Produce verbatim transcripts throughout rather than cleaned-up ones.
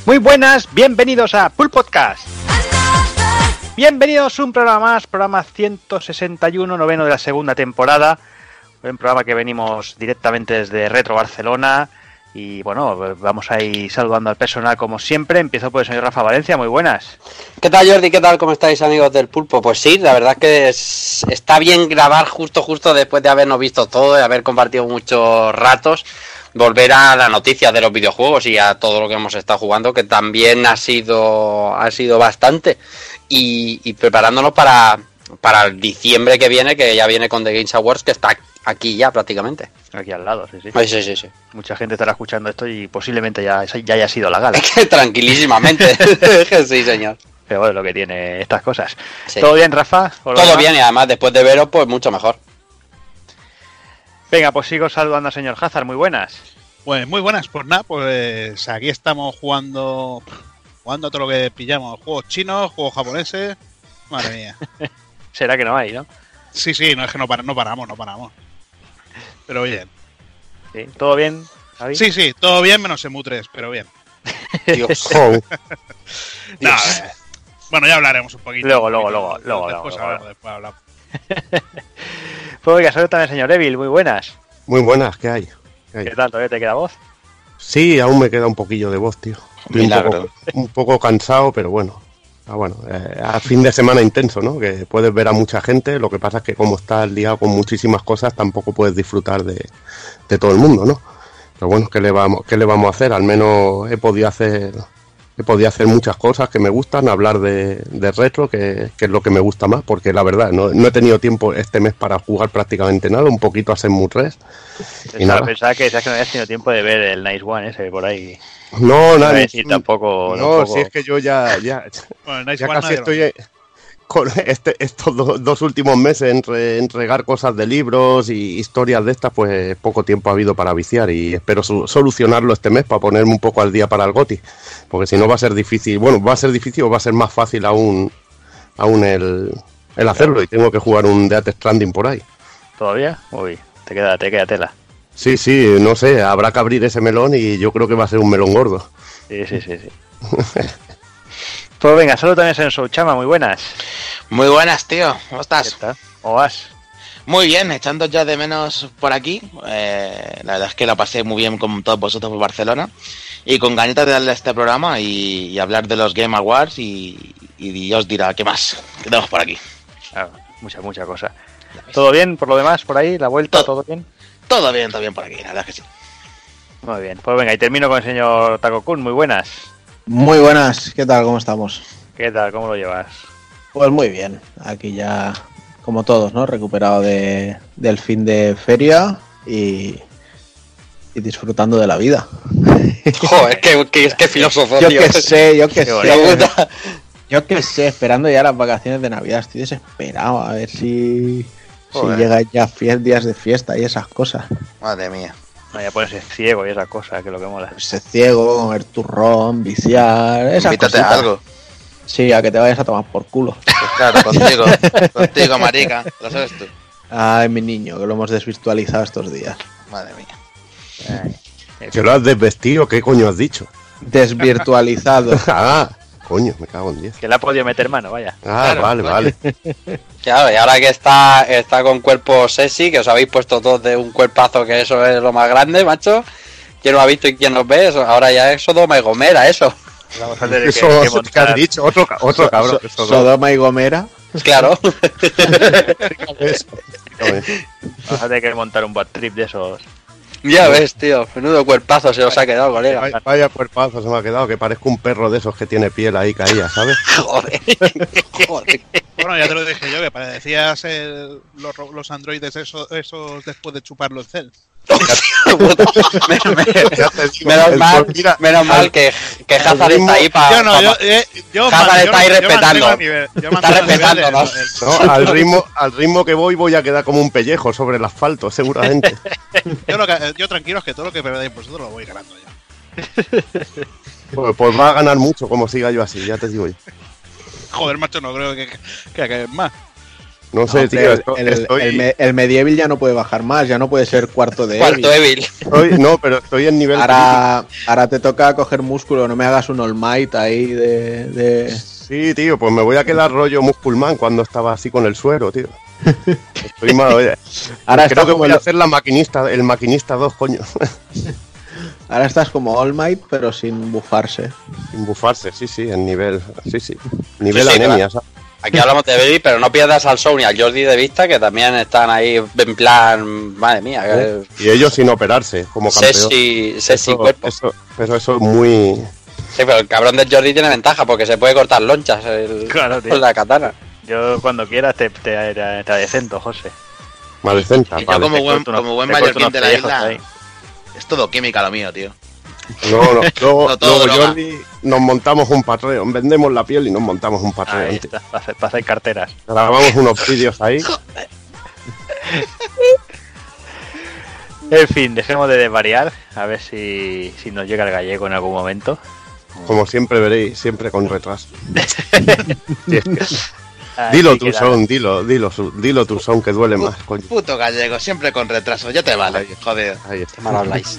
Muy buenas, bienvenidos a Pool Podcast. Bienvenidos a un programa más, programa ciento sesenta y uno, noveno de la segunda temporada. Un programa que venimos directamente desde Retro Barcelona. Y bueno, vamos a ir saludando al personal como siempre. Empiezo por el señor Rafa Valencia, muy buenas. ¿Qué tal, Jordi? ¿Qué tal? ¿Cómo estáis, amigos del Pulpo? Pues sí, la verdad es que es, está bien grabar justo justo después de habernos visto todo, de haber compartido muchos ratos, volver a la noticia de los videojuegos y a todo lo que hemos estado jugando, que también ha sido ha sido bastante, y, y preparándonos para, para el diciembre que viene, que ya viene con The Games Awards, que está aquí ya prácticamente. Aquí al lado, sí, sí. Sí, sí, sí, sí. Mucha gente estará escuchando esto y posiblemente ya, ya haya sido la gala. Tranquilísimamente. Sí, señor. Pero bueno, lo que tiene estas cosas. Sí. ¿Todo bien, Rafa? Todo demás? Bien, y además después de veros, pues mucho mejor. Venga, pues sigo saludando al señor Hazard, muy buenas. Pues muy buenas, pues nada, pues aquí estamos jugando jugando todo lo que pillamos, juegos chinos, juegos japoneses, madre mía. Será que no hay, ¿no? Sí, sí, no es que no, par- no paramos, no paramos. Pero bien. Sí, ¿todo bien, Javi? Sí, sí, todo bien menos Emu tres, pero bien. Dios. No, eh, bueno, ya hablaremos un poquito. Luego, un luego, poquito, luego, luego, Después luego, hablamos, luego. después hablamos. Pues oiga, saludos también al señor Evil, muy buenas. Muy buenas, ¿qué hay? ¿Qué hay? ¿Qué tal? ¿Todavía te queda voz? Sí, aún me queda un poquillo de voz, tío. Estoy un Milagro. poco, un poco cansado, pero bueno. Ah, bueno, eh, a fin de semana intenso, ¿no? Que puedes ver a mucha gente, lo que pasa es que como estás liado con muchísimas cosas, tampoco puedes disfrutar de, de todo el mundo, ¿no? Pero bueno, ¿qué le vamos, qué le vamos a hacer? Al menos he podido hacer he podido hacer muchas cosas que me gustan, hablar de, de retro, que, que es lo que me gusta más, porque la verdad, no, no he tenido tiempo este mes para jugar prácticamente nada, un poquito a Shenmue tres. Y nada. Pensaba que decías que no habías tenido tiempo de ver el Nice One ese por ahí. No, nada. Y tampoco. No, tampoco... si es que yo ya, ya, Bueno, Nice ya One casi nadie estoy lo- eh, con este, estos do- dos últimos meses entre entregar cosas de libros y historias de estas, pues poco tiempo ha habido para viciar y espero su- solucionarlo este mes para ponerme un poco al día para el GOTY, porque si no va a ser difícil, bueno, va a ser difícil o va a ser más fácil aún, aún el, el hacerlo, y tengo que jugar un Death Stranding por ahí. ¿Todavía? Uy, te queda, te queda tela. Sí, sí, no sé, habrá que abrir ese melón y yo creo que va a ser un melón gordo. Sí, sí, sí, sí. Pues venga, saludos también al señor Souchama, muy buenas. Muy buenas, tío. ¿Cómo ¿Qué estás? tal? ¿Cómo vas? Muy bien, echando ya de menos por aquí. Eh, la verdad es que la pasé muy bien con todos vosotros por Barcelona. Y con ganitas de darle a este programa y, y hablar de los Game Awards y, y Dios dirá, ¿qué más? ¿Qué tenemos por aquí? Claro, mucha, mucha cosa. ¿Todo bien por lo demás, por ahí? ¿La vuelta? Todo. ¿Todo bien? Todo bien, todo bien por aquí, la verdad es que sí. Muy bien. Pues venga, y termino con el señor Takokun, muy buenas. Muy buenas, ¿qué tal? ¿Cómo estamos? ¿Qué tal? ¿Cómo lo llevas? Pues muy bien, aquí ya, como todos, ¿no? Recuperado de, del fin de feria y, y disfrutando de la vida. Joder, qué, qué, qué filósofo, Yo tío. qué sé, yo qué Qué La sé. puta. Yo qué sé, esperando ya las vacaciones de Navidad. Estoy desesperado a ver si, si Joder. llegan ya fie- días de fiesta y esas cosas. Madre mía. Vaya, ponerse ciego y esa cosa, que es lo que mola. Ser ciego, comer turrón, viciar, esas Invítate a cositas. algo. Sí, a que te vayas a tomar por culo. Pues claro, contigo. Contigo, marica. Lo sabes tú. Ay, mi niño, que lo hemos desvirtualizado estos días. Madre mía. Ay, ¿Que lo has desvestido? ¿Qué coño has dicho? Desvirtualizado. Ah, coño, me cago en diez. que le ha podido meter mano, vaya. Ah, Claro, vale, coño. vale. Claro, y ahora que está, está con cuerpo sexy, que os habéis puesto todos de un cuerpazo, que eso es lo más grande, macho. ¿Quién lo ha visto y quién nos ve? Eso, ahora ya es Sodoma y Gomera, eso. Vamos a tener que, Eso que que has montar, dicho, otro, ca- otro cabrón. So- Eso, Sodoma y Gomera. Claro. eso. vamos a tener que montar un bad trip de esos. Ya ves, tío. Menudo cuerpazo se os ha quedado, colega. Vaya, vaya cuerpazo se me ha quedado, que parezco un perro de esos que tiene piel ahí caída, ¿sabes? Joder. Joder. Bueno, ya te lo dije yo, que parecías el- los, ro- los androides esos, esos después de chuparlo el cel. Ya te digo, Menos el mal, sol- mira, menos mal al- que, que Hazard al ritmo- está ahí para... Yo no, yo, eh, yo, Hazard man- yo está ahí no- yo respetando. mantengo el nivel, yo Está mantengo el nivel respetándonos. del- No, al ritmo, al ritmo que voy voy a quedar como un pellejo sobre el asfalto, seguramente. Yo, lo que, yo tranquilos que todo lo que perdáis vosotros lo voy ganando ya. Pues, pues va a ganar mucho como siga yo así, ya te digo yo. Joder, macho, no creo que, que, que más. No sé, No, tío. pero esto- el, estoy, el, me- el Medieval ya no puede bajar más, ya no puede ser cuarto de Cuarto Evil. Evil. estoy- no, pero estoy en nivel crítico. Ahora, ahora te toca coger músculo, no me hagas un All Might ahí de... de... Sí, tío, pues me voy a quedar rollo Musculman cuando estaba así con el suero, tío. Estoy mal, oye. Ahora Creo estás que como voy el- a hacer la maquinista, el maquinista dos, coño. Ahora estás como All Might, pero sin bufarse. Sin bufarse, sí, sí, en nivel, sí, sí. Nivel Sí, sí, anemia, ¿sabes? Aquí hablamos de Evil, pero no pierdas al Soul ni al Jordi de vista, que también están ahí en plan, madre mía, que Y ellos sin operarse, como campeón. sexy, sexy Eso- cuerpo. eso- pero eso es muy... Sí, pero el cabrón del Jordi tiene ventaja porque se puede cortar lonchas el- Claro, tío. con la katana. Yo cuando quieras te, te, te, te adecento, José. Malecenta, Y yo vale. como Te buen, corto unos- como buen te corto mallorquín unos de la pellejos isla, ahí. es todo química lo mío, tío. No, no, luego, No, todo luego broma. Jordi, nos montamos un Patreon, vendemos la piel y nos montamos un Patreon. Ahí tío. está, para hacer, para hacer carteras. Grabamos unos vídeos ahí. En fin, dejemos de desvariar, a ver si, si nos llega el gallego en algún momento. Como siempre veréis, siempre con retraso. Sí, es que- Así Dilo que tu nada. son, dilo, dilo, su- dilo tu son que duele más, coño. Puto gallego, siempre con retraso, ya te vale, joder. Ahí está. Qué mal habláis.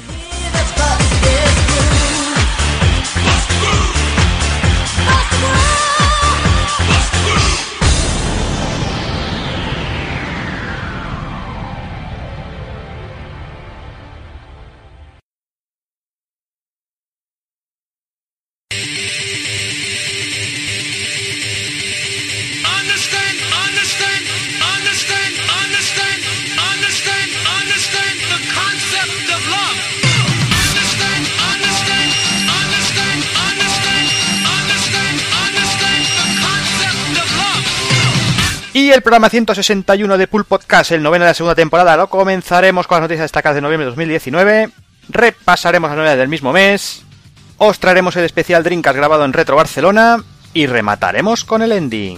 Understand, understand, understand, understand, understand, understand the concept of love. Understand, understand, understand, understand, understand, understand the concept of love. Y el programa ciento sesenta y uno de Pool Podcast, el noveno de la segunda temporada, lo comenzaremos con las noticias destacadas de noviembre de dos mil diecinueve. Repasaremos las novedades del mismo mes. Os traeremos el especial Dreamcast grabado en Retro Barcelona. Y remataremos con el ending.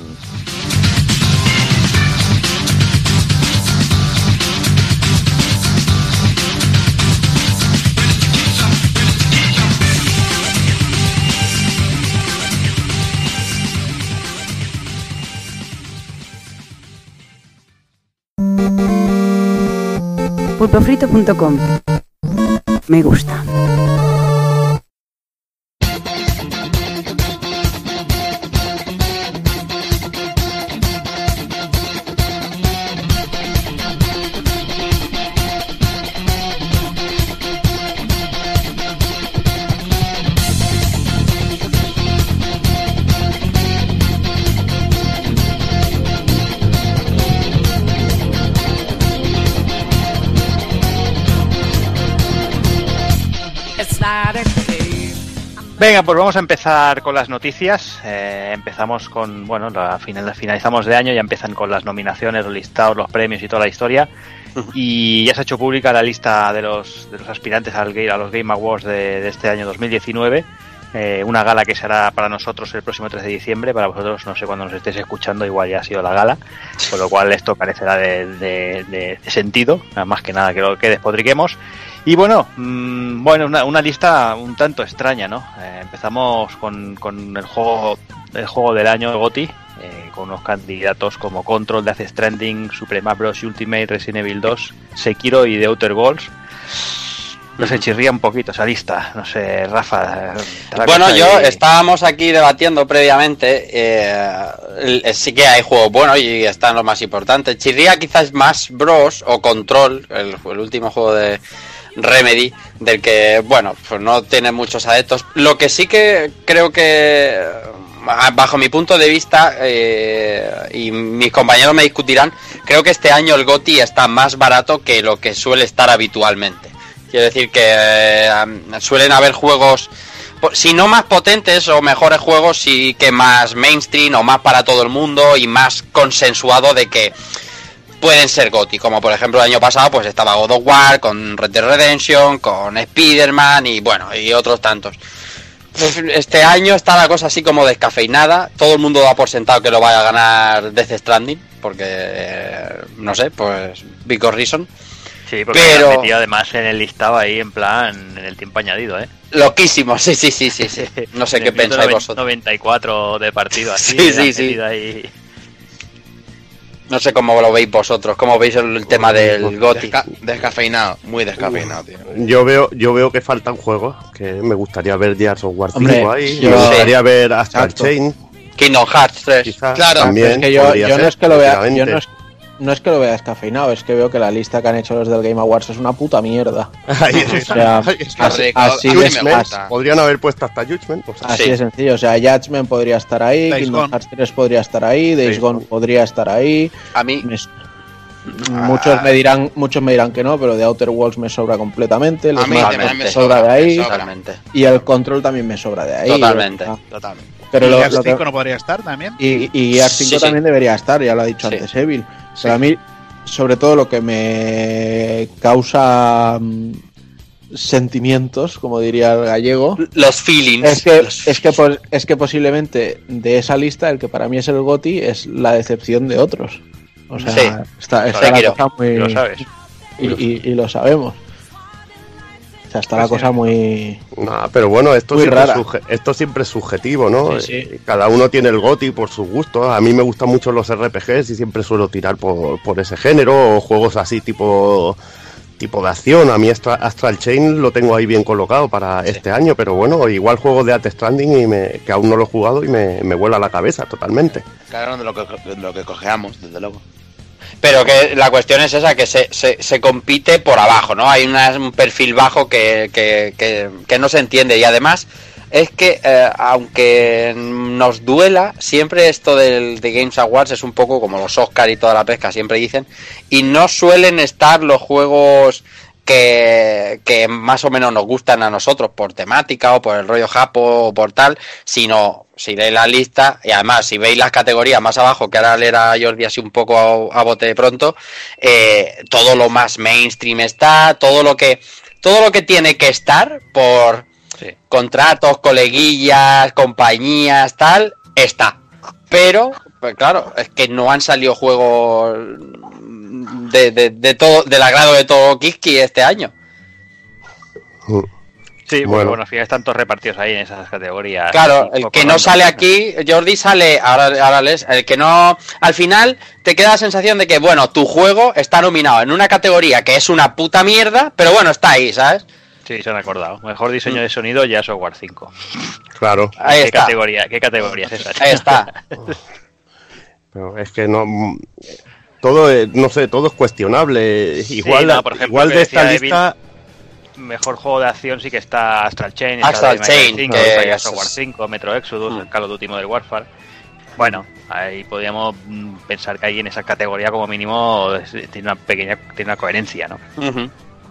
pulpofrito punto com. Me gusta. Venga, pues vamos a empezar con las noticias. Eh, empezamos con, bueno, la final, finalizamos de año, ya empiezan con las nominaciones, los listados, los premios y toda la historia. Y ya se ha hecho pública la lista de los, de los aspirantes al, a los Game Awards de, de este año dos mil diecinueve. Eh, una gala que será para nosotros el próximo tres de diciembre, para vosotros no sé cuándo nos estéis escuchando, igual ya ha sido la gala, con lo cual esto carecerá de, de, de, de sentido, nada más que nada que lo que despotriquemos. Y bueno, mmm, bueno, una, una lista un tanto extraña, ¿no? Eh, empezamos con, con el juego el juego del año, el GOTY, eh, con unos candidatos como Control, Death Stranding, Super Smash Bros. Ultimate, Resident Evil dos, Sekiro y The Outer Worlds. No sé, chirría un poquito esa lista. No sé, Rafa. te la Bueno, cosa yo ahí. estábamos aquí debatiendo previamente. Eh, el- sí que hay juegos buenos y están los más importantes. Chirría quizás más Bros o Control, el, el último juego de Remedy, del que, bueno, pues no tiene muchos adeptos. Lo que sí que creo que, bajo mi punto de vista, eh, y mis compañeros me discutirán, creo que este año el GOTY está más barato que lo que suele estar habitualmente. Quiero decir que eh, suelen haber juegos, si no más potentes o mejores juegos, sí que más mainstream o más para todo el mundo y más consensuado de que pueden ser GOTY, como por ejemplo el año pasado pues estaba God of War, con Red Dead Redemption, con Spider-Man y bueno, y otros tantos. Este año está la cosa así como descafeinada, todo el mundo da por sentado que lo vaya a ganar Death Stranding, porque eh, no sé, pues because reason. Sí, porque pero- lo han metido además en el listado ahí en plan en el tiempo añadido, ¿eh? Loquísimo, sí, sí, sí, sí, sí. No sé En qué el minuto pensáis noven- vosotros. noventa y cuatro de partido así. Sí, le han sí, sí. metido ahí. No sé cómo lo veis vosotros, cómo veis el, el tema del GOTY. Desca- descafeinado, muy descafeinado, tío. Yo veo, yo veo que faltan juegos, que me gustaría ver Gears of War Hombre, cinco ahí, yo- me gustaría ver Astral Exacto. Chain, Kingdom Hearts tres. quizás Claro, también. es que yo, podría yo no ser, es que lo vea, yo efectivamente. no es, no es que lo vea descafeinado, es que veo que la lista que han hecho los del Game Awards es una puta mierda. Ahí O está, sea, ahí está. así, rico. así A mí de- me Judgment, gusta. podrían haber puesto hasta Judgment, o sea, así Sí. de sencillo. O sea, Judgment podría estar ahí, Days Kingdom Gone. Hearts tres podría estar ahí, Days Days Gone Gone. podría estar ahí. A mí, Me- Muchos me dirán, muchos me dirán que no, pero The Outer Worlds me sobra completamente. Los A mí Mass también me me sobra, sobra de me ahí. sobra. totalmente. Y el Control también me sobra de ahí. Totalmente. Ah, Totalmente. Pero ¿Y lo, Gears lo que- cinco no podría estar también? y, y Gears cinco Sí, sí. también debería estar, ya lo ha dicho Sí. antes Evil. Pero a mí, sobre todo, lo que me causa mm, sentimientos, como diría el gallego, Los feelings. es que, los es, que, pos- es que posiblemente de esa lista, el que para mí es el GOTY, es la decepción de otros. O sea, Sí. está, está Sekiro, la cosa muy... Lo sabes. Y, y- y lo sabemos. O sea, está la cosa muy... nah, pero bueno, esto Muy siempre, es rara. suje- esto siempre es subjetivo, ¿no? Sí, sí. Eh, Cada uno tiene el GOTY por sus gustos. A mí me gustan mucho los R P Gs y siempre suelo tirar por, por ese género, o juegos así tipo tipo de acción. A mí Astra- Astral Chain lo tengo ahí bien colocado para este año, pero bueno, igual juego de Death Stranding y me, que aún no lo he jugado y me, me vuela la cabeza totalmente. Claro, de lo que, de lo que cojeamos, desde luego. Pero que la cuestión es esa, que se, se, se compite por abajo, ¿no? Hay una- un perfil bajo que, que, que, que no se entiende. Y además es que, eh, aunque nos duela, siempre esto del de Games Awards es un poco como los Oscar y toda la pesca, siempre dicen, y no suelen estar los juegos que, que más o menos nos gustan a nosotros por temática o por el rollo japo o por tal, sino si leéis la lista y además si veis las categorías más abajo, que ahora leerá Jordi así un poco a, a bote de pronto, eh, todo lo más mainstream está, todo lo que todo lo que tiene que estar por Sí. contratos, coleguillas, compañías, tal, está. Pero, pues claro, es que no han salido juegos de, de, de todo, del agrado de todo Kiski este año. Sí, bueno, Bueno. bueno, al final están todos repartidos ahí en esas categorías. Claro, Un el poco que no random. sale aquí, Jordi sale, ahora, ahora les, el que no, al final te queda la sensación de que, bueno, tu juego está nominado en una categoría que es una puta mierda, pero bueno, está ahí, ¿sabes? Sí, se han acordado. Mejor diseño de sonido, ya Software cinco. Claro, Ahí ¿Qué está, categoría, ¿Qué categoría es esa? ahí está. pero es que no... mm, Todo, es- no sé, todo es cuestionable. Igual, no, por ejemplo, igual que de esta decía Evil, lista... Mejor juego de acción sí que está Astral Chain, Astral está Devil May Cry Chain, cinco, que está ya es- Software cinco, Metro Exodus, Mm. el Call of Duty Modern Warfare. Bueno, ahí podríamos mm, pensar que ahí en esa categoría como mínimo es- tiene una pequeña tiene una coherencia, ¿no? Ujú.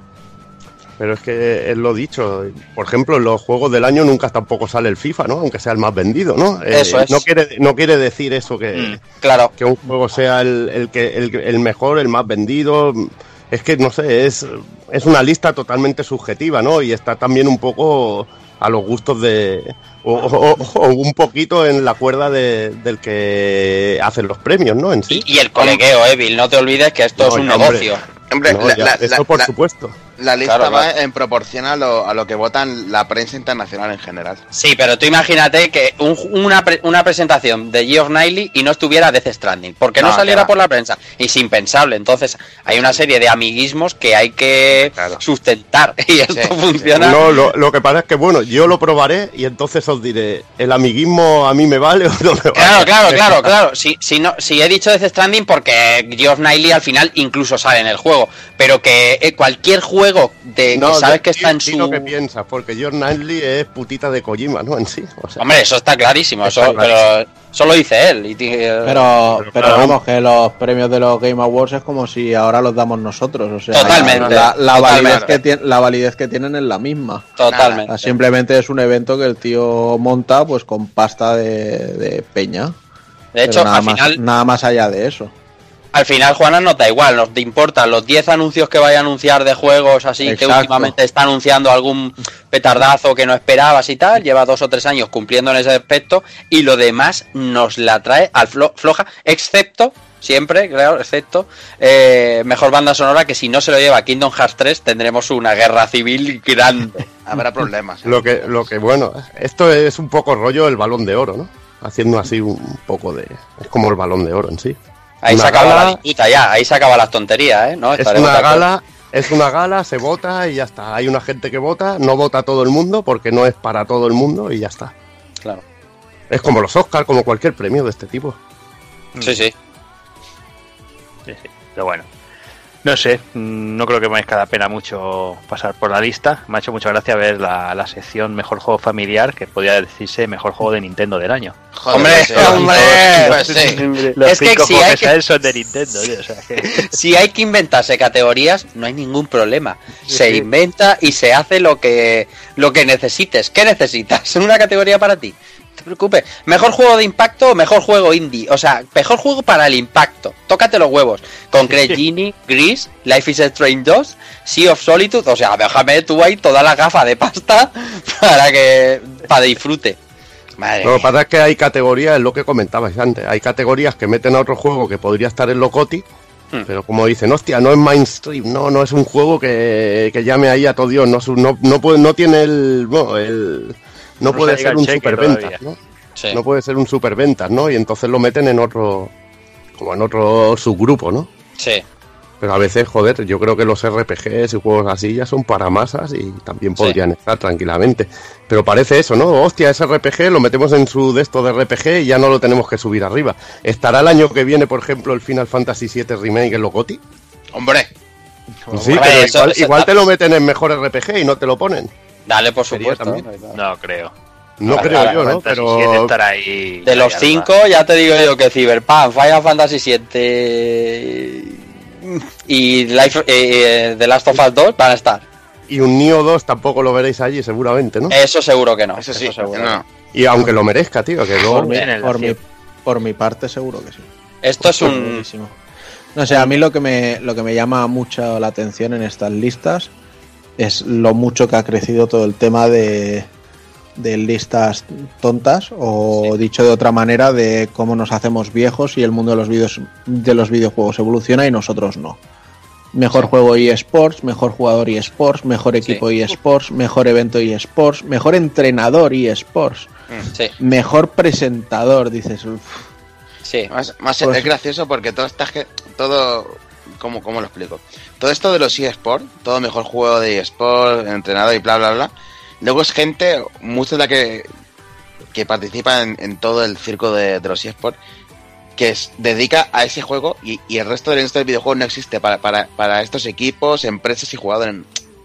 Pero es que es lo dicho. Por ejemplo, en los juegos del año nunca tampoco sale el FIFA, ¿no? Aunque sea el más vendido, ¿no? Eh, Eso es. No quiere, no quiere decir eso que, Mm. Claro. que un juego sea el, el que el, el mejor, el más vendido. Es que no sé, es, es una lista totalmente subjetiva, ¿no? Y está también un poco a los gustos de... O, o- o un poquito en la cuerda de- del que hacen los premios, ¿no? En sí. Y, y el colegueo, Evil, no te olvides que esto No, es un ya, hombre. negocio. Hombre, No, la, ya, la- eso la- por la- supuesto. la lista Claro, va claro. en proporción a lo, a lo que votan la prensa internacional en general. Sí, pero tú imagínate que un- una, pre- una presentación de Geoff Keighley y no estuviera Death Stranding, porque no, No, que saliera va. por la prensa. Es impensable. Entonces, hay una serie de amiguismos que hay que Claro. sustentar. Y esto Sí, funciona. No, lo, lo que pasa es que, bueno, yo lo probaré y entonces os diré, ¿el amiguismo a mí me vale o no me vale? Claro, claro, claro, claro. Si, si, no, si he dicho Death Stranding porque Geoff Keighley al final incluso sale en el juego, pero que eh, cualquier juego de No, que sabes de- que está en di su... lo que piensas, porque John Knightley es putita de Kojima, ¿no? En sí. O sea, Hombre, eso está clarísimo, Está eso, clarísimo. pero eso lo dice él. Y, ti- Pero, Pero pero claro. vamos, que los premios de los Game Awards es como si ahora los damos nosotros. O sea, Totalmente, La, la validez totalmente. que tiene, la validez que tienen es la misma. Totalmente. O sea, simplemente es un evento que el tío monta pues con pasta de, de peña. De hecho, Pero nada, al más, final, nada más allá de eso. al final, Juana, no da igual, nos te importan los diez anuncios que vaya a anunciar de juegos así, que Exacto. últimamente está anunciando algún petardazo que no esperabas y tal, lleva dos o tres años cumpliendo en ese aspecto, y lo demás nos la trae al flo- floja, excepto, siempre, claro, excepto, eh, mejor banda sonora, que si no se lo lleva Kingdom Hearts tres, tendremos una guerra civil grande. Habrá problemas. ¿eh? lo que, lo que, bueno, esto es un poco rollo el balón de oro, ¿no? Haciendo así un poco de... Es como el balón de oro en sí. Ahí Una se acaba gala- la disputa ya, ahí se acaba las tonterías, ¿eh? ¿No? Es Estaremos una de acuerdo. gala, es una gala, se vota y ya está. Hay una gente que vota, no vota todo el mundo porque no es para todo el mundo y ya está. Claro. Es como los Oscars, como cualquier premio de este tipo. Sí, sí. Sí, sí. Pero bueno, no sé, mm, no creo que merezca la pena mucho pasar por la lista. Me ha hecho mucha gracia ver la, la sección Mejor Juego Familiar, que podría decirse Mejor Juego de Nintendo del año. Joder, Hombre, pues sí. hombre. Pues sí. Los Es que cinco si juegos hay que que- salen son de Nintendo, tío, o sea que... Si hay que inventarse categorías, no hay ningún problema. Sí, Se sí. inventa y se hace lo que lo que necesites. ¿Qué necesitas? ¿Una categoría para ti? No te preocupes. Mejor juego de impacto o mejor juego indie. O sea, mejor juego para el impacto. Tócate los huevos. Concrete Genie, Gris, Life is Strange dos, Sea of Solitude. O sea, déjame tú ahí toda la gafa de pasta para que para disfrute. Madre Lo que mía. pasa es que hay categorías, es lo que comentabais antes, hay categorías que meten a otro juego que podría estar en Locoti, Hmm. pero como dicen, hostia, no es mainstream, no, no es un juego que, que llame ahí a todo Dios, no, es un- no, no, puede, no tiene el, bueno, el no, No puede se llega ser el un cheque superventas, todavía. ¿no? Sí. No puede ser un superventas, ¿no? Y entonces lo meten en otro, como en otro subgrupo, ¿no? Sí. Pero a veces, joder, yo creo que los R P Gs y juegos así ya son para masas y también podrían estar tranquilamente. Pero parece eso, ¿no? Hostia, ese R P G lo metemos en su de esto de R P G y ya no lo tenemos que subir arriba. ¿Estará el año que viene, por ejemplo, el Final Fantasy siete Remake en los GOTY? Hombre, Sí, Hombre, pero eso- igual, eso- igual te lo meten en mejor R P G y no te lo ponen. Dale, por Sería supuesto. también. No creo. No Ah, creo claro, yo, ¿no? Fantasy Pero siete estará ahí, De ahí los arriba. cinco, ya te digo yo que Cyberpunk, Final Fantasy siete y Life, eh, eh, The Last of Us dos van a estar. y un Nioh dos tampoco lo veréis allí, seguramente, ¿no? Eso seguro que no. eso sí, seguro. no. Y aunque lo merezca, tío, que Por luego... mi, en el por, mi, nació. por mi parte seguro que sí. Esto es un... Buenísimo. No sé, a mí lo que me lo que me llama mucho la atención en estas listas es lo mucho que ha crecido todo el tema de, de listas tontas, o dicho de otra manera, de cómo nos hacemos viejos y el mundo de los vídeos de los videojuegos evoluciona y nosotros no. Mejor juego eSports, mejor jugador eSports, mejor equipo eSports, mejor evento eSports, mejor entrenador eSports, Sí, mejor presentador, dices, uf, sí. Más, más Pues- es gracioso porque todo esta ge- todo ¿cómo, cómo lo explico? Todo esto de los eSports, todo mejor juego de eSports, entrenador y bla bla bla. Luego es gente, mucha de la que que participa en, en todo el circo de, de los eSports, que es, dedica a ese juego y, y el resto del resto del videojuego no existe para, para, para estos equipos, empresas y jugadores.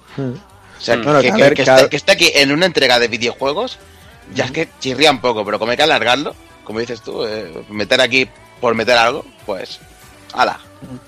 O sea, Mm. que, Bueno, que, que a ver, que cada- esté, que esté aquí en una entrega de videojuegos, ya es que chirría un poco, pero como hay que alargarlo, como dices tú, eh, meter aquí por meter algo, pues, ala.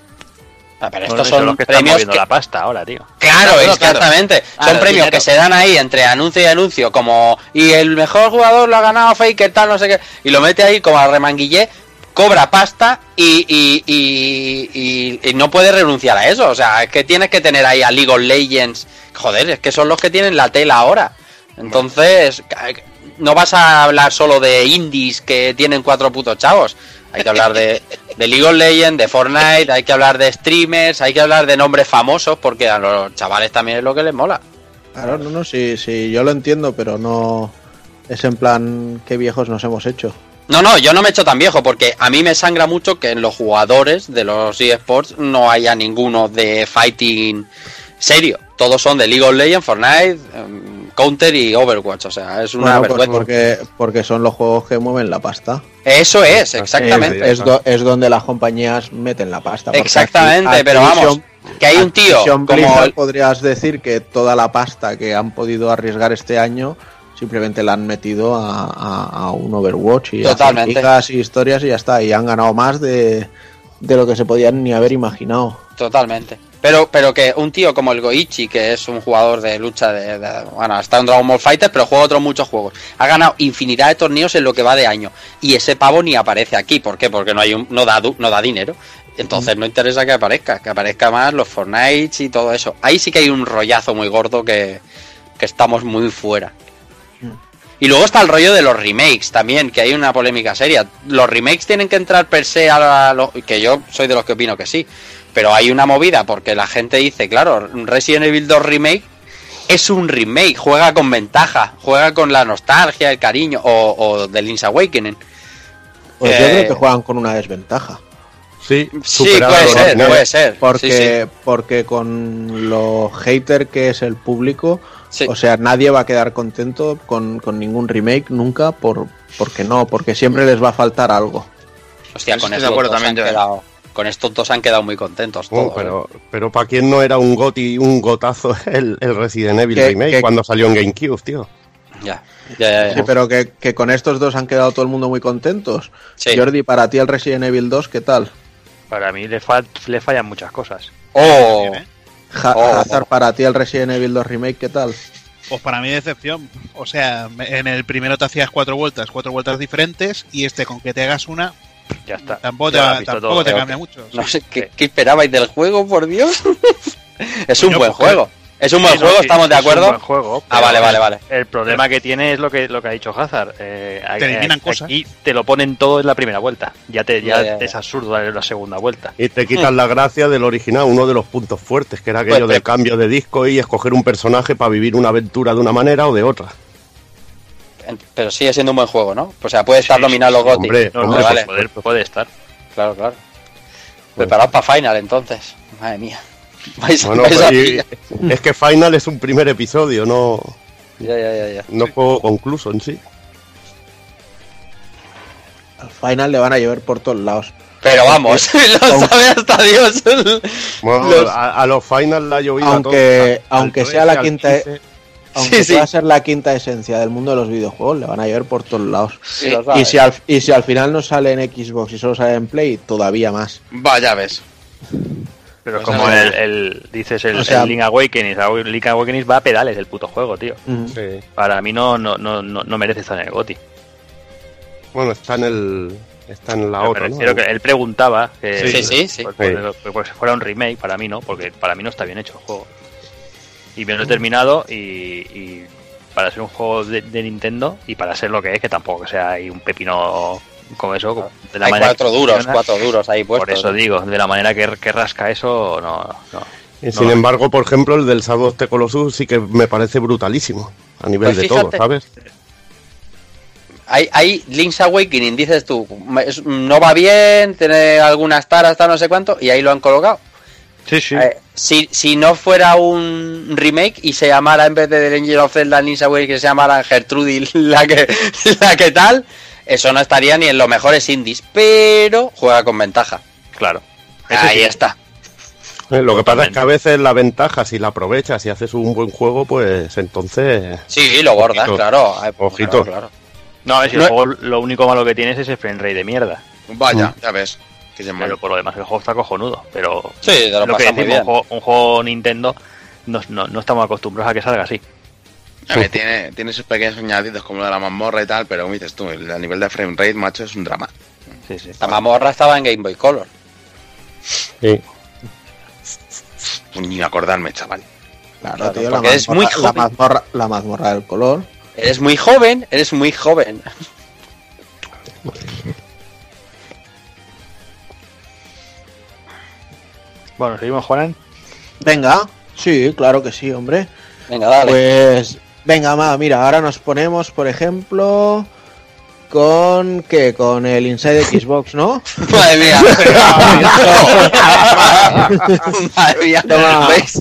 Ah, pero Bueno, estos son son los que están premios moviendo que... la pasta ahora, tío. Claro, Claro, exactamente. claro. Son Claro, premios dinero. que se dan ahí entre anuncio y anuncio, como y el mejor jugador lo ha ganado Faker, tal, no sé qué, y lo mete ahí como a remanguillé, cobra pasta y, y, y, y- y no puede renunciar a eso. O sea, es que tienes que tener ahí a League of Legends. Joder, es que son los que tienen la tela ahora. Entonces, no vas a hablar solo de indies que tienen cuatro putos chavos. Hay que hablar de, de League of Legends, de Fortnite, hay que hablar de streamers, hay que hablar de nombres famosos, porque a los chavales también es lo que les mola. claro, no, no, sí, sí, yo lo entiendo, pero no es en plan qué viejos nos hemos hecho. No, no, yo no me he hecho tan viejo, porque a mí me sangra mucho que en los jugadores de los eSports no haya ninguno de fighting serio. Todos son de League of Legends, Fortnite, em, Counter y Overwatch. O sea, es una Bueno, pues vergüenza. porque, porque son los juegos que mueven la pasta. Eso es, exactamente. Es, es do- es donde las compañías meten la pasta. porque Exactamente, aquí- pero vamos, Activision- que hay un tío Activision como Blizzard, el- podrías decir que toda la pasta que han podido arriesgar este año simplemente la han metido a, a- a un Overwatch y a Totalmente. ligas y historias y ya está. Y han ganado más de, de lo que se podían ni haber imaginado. Totalmente. Pero, pero que un tío como el Goichi, que es un jugador de lucha de, de- bueno, está en Dragon Ball Fighter, pero juega otros muchos juegos. Ha ganado infinidad de torneos en lo que va de año. Y ese pavo ni aparece aquí. ¿Por qué? Porque no hay un, no da du- no da dinero. Entonces no interesa que aparezca, que aparezca más los Fortnite y todo eso. Ahí sí que hay un rollazo muy gordo que, que estamos muy fuera. Y luego está el rollo de los remakes también, que hay una polémica seria. Los remakes tienen que entrar per se a la- lo- que yo soy de los que opino que sí. Pero hay una movida porque la gente dice, claro, Resident Evil dos Remake es un remake, juega con ventaja, juega con la nostalgia, el cariño, o, o The Link's Awakening. Pues Eh, yo creo que juegan con una desventaja. Sí, Sí, superar puede a los ser, originales. puede ser. Porque, Sí, porque con lo hater que es el público, sí. o sea, nadie va a quedar contento con, con ningún remake nunca, por porque no, porque siempre les va a faltar algo. Hostia, Estoy con de estos acuerdo dos también, han yo, eh. quedado, con estos dos han quedado muy contentos Oh, todos. pero, pero para quién no era un goti, un gotazo el, el Resident Evil Que- Remake que- cuando salió en GameCube, tío. Ya, ya, ya. ya. Sí, pero que, que con estos dos han quedado todo el mundo muy contentos. Sí. Jordi, para ti el Resident Evil dos, ¿qué tal? Para mí le, fal- le fallan muchas cosas. Oh, Bien, ¿eh? Ja- Oh. Hazard, para ti el Resident Evil dos Remake, ¿qué tal? Pues para mí decepción. O sea, me- en el primero te hacías cuatro vueltas, cuatro vueltas diferentes, y este con que te hagas una, Ya está. tampoco te, Ya lo has va- visto tampoco todo. te pero cambia que- mucho. no sí. sé, ¿qué, qué esperabais del juego, por Dios? Es Coño, un buen pues, juego. Es un buen Sí, no, juego, sí, ¿estamos de es un acuerdo? buen juego, Ah, pero vale, vale, vale. El problema que tiene es lo que lo que ha dicho Hazard. Eh, Te eliminan aquí cosas. te lo ponen todo en la primera vuelta. Ya te ya, Ya, ya, ya. es absurdo darle la segunda vuelta. Y te quitas la gracia del original, uno de los puntos fuertes, que era aquello Pues, del eh, cambio de disco y escoger un personaje para vivir una aventura de una manera o de otra. Pero sigue siendo un buen juego, ¿no? O sea, puede estar Sí, nominado sí, los GOTY. hombre, No, Vale, no, hombre, vale. poder- puede estar. Claro, claro. Preparados para Final, entonces. Madre mía. Vais, Bueno, vais pues, a y- pillar. es que Final es un primer episodio, no, Ya, ya, ya, ya. no juego concluso en sí. Al final le van a llevar por todos lados. Pero vamos, lo sabe hasta Dios. Bueno, Los- a, a los Final la ha llovido a Aunque, todos. Al aunque trece, sea la al quinta, quince. aunque Sí, pueda sí. ser la quinta esencia del mundo de los videojuegos, le van a llevar por todos lados. Sí, lo sabe. Y si, al, y si al final no sale en Xbox y solo sale en Play, todavía más. Va, ya ves. Pero Pues como no. el, el- dices el, O sea- el Link Awakening, el Link Awakening va a pedales el puto juego, tío. Mm. Sí. Para mí no no no no, no merece estar en el GOTY. Bueno, está en el está en la Pero otra, me ¿no? refiero que él preguntaba que Sí, sí, sí. Pues, pues, pues, pues, fuera un remake, para mí no, porque para mí no está bien hecho el juego. Y me lo he terminado y, y para ser un juego de, de Nintendo y para ser lo que es, que tampoco sea ahí un pepino como eso, como de la Hay manera cuatro que duros, funciona. cuatro duros ahí puestos. Por eso digo, de la manera que, que rasca eso, no, no. Y sin no. embargo, por ejemplo, el del Shadow of the Colossus sí que me parece brutalísimo a nivel Pues de todo, fíjate. ¿sabes? Hay, hay Link's Awakening, dices tú, es- no va bien, tiene algunas taras, tal, no sé cuánto, y ahí lo han colocado. Sí, sí. Eh, si, si no fuera un remake y se llamara en vez de The Legend of Zelda Link's Awakening, que se llamara Gertrude la que, la que tal, eso no estaría ni en los mejores indies, pero juega con ventaja. Claro. Eso Ahí sí. está. Eh, Lo que pasa es que Totalmente. a veces la ventaja, si la aprovechas y haces un buen juego, pues entonces... Sí, lo bordas, Ojito. claro. Ay, Ojito. claro, claro. No, es que No- el juego lo único malo que tiene es ese frame rate de mierda. Vaya, ya ves. Que ya Pero mal. por lo demás el juego está cojonudo. Pero Sí, te lo, lo que pasas muy decimos, bien. un juego, un juego Nintendo no, no, no estamos acostumbrados a que salga así. A ver, tiene, tiene sus pequeños añadidos como lo de la mazmorra y tal, pero como dices tú, el, a nivel de frame rate, macho, es un drama. Sí, sí. La mamorra estaba en Game Boy Color. Sí. Ni acordarme, chaval. Claro, Claro, tío, la porque es muy mazmorra- la joven. mazmorra, la mazmorra del color. Eres muy joven, eres muy joven. Bueno, seguimos, Juanan. Venga, sí, claro que sí, hombre. Venga, dale. Pues, venga, ma, mira, ahora nos ponemos, por ejemplo, con, ¿qué? Con el Inside Xbox, ¿no? Madre mía. Madre mía. Toma. ¿Veis?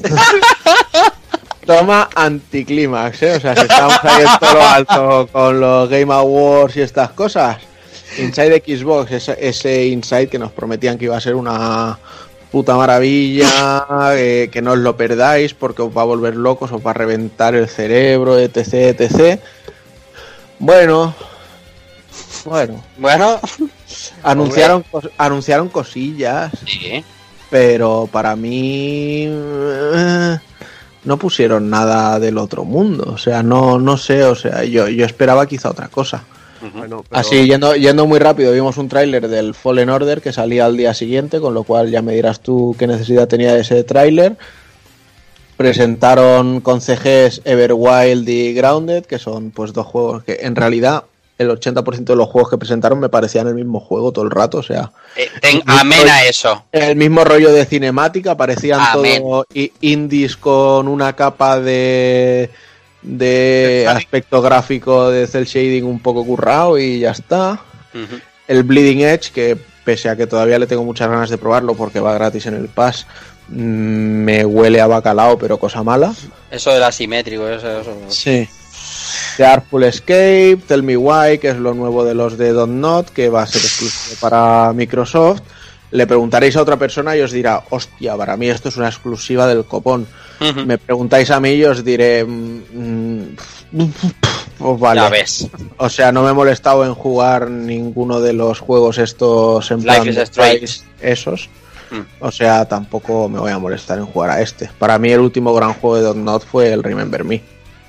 Toma anticlímax, ¿eh? O sea, si estamos ahí en todo lo alto con los Game Awards y estas cosas. Inside Xbox, ese, ese Inside que nos prometían que iba a ser una puta maravilla, eh, que no os lo perdáis porque os va a volver locos, os va a reventar el cerebro, etc, etcétera. Bueno, bueno, Bueno. anunciaron, cos- anunciaron cosillas, Sí. pero para mí eh, no pusieron nada del otro mundo, o sea, no, no sé, o sea, yo, yo esperaba quizá otra cosa. Bueno, pero- Así, yendo, yendo muy rápido, vimos un tráiler del Fallen Order que salía al día siguiente, con lo cual ya me dirás tú qué necesidad tenía ese tráiler. Presentaron con C Gs Everwild y Grounded, que son pues dos juegos que en realidad el ochenta por ciento de los juegos que presentaron me parecían el mismo juego todo el rato, o sea, Eh, ten- amén a eso. el mismo rollo de cinemática, parecían Amén. todo i- indies con una capa de de Shading. aspecto gráfico de cel shading un poco currado y ya está. Ujú. el Bleeding Edge, que pese a que todavía le tengo muchas ganas de probarlo porque va gratis en el Pass, me huele a bacalao, pero cosa mala. Eso del asimétrico, eso, eso. Sí. The Artful Escape, Tell Me Why, que es lo nuevo de los de Dontnod, que va a ser exclusivo para Microsoft. Le preguntaréis a otra persona y os dirá, hostia, para mí esto es una exclusiva del copón. Uh-huh. Me preguntáis a mí y os diré, mm, pues vale. Ya ves. O sea, no me he molestado en jugar ninguno de los juegos estos en plan Life is Strange. Esos. Mm. O sea, tampoco me voy a molestar en jugar a este. Para mí el último gran juego de Dontnod fue el Remember Me.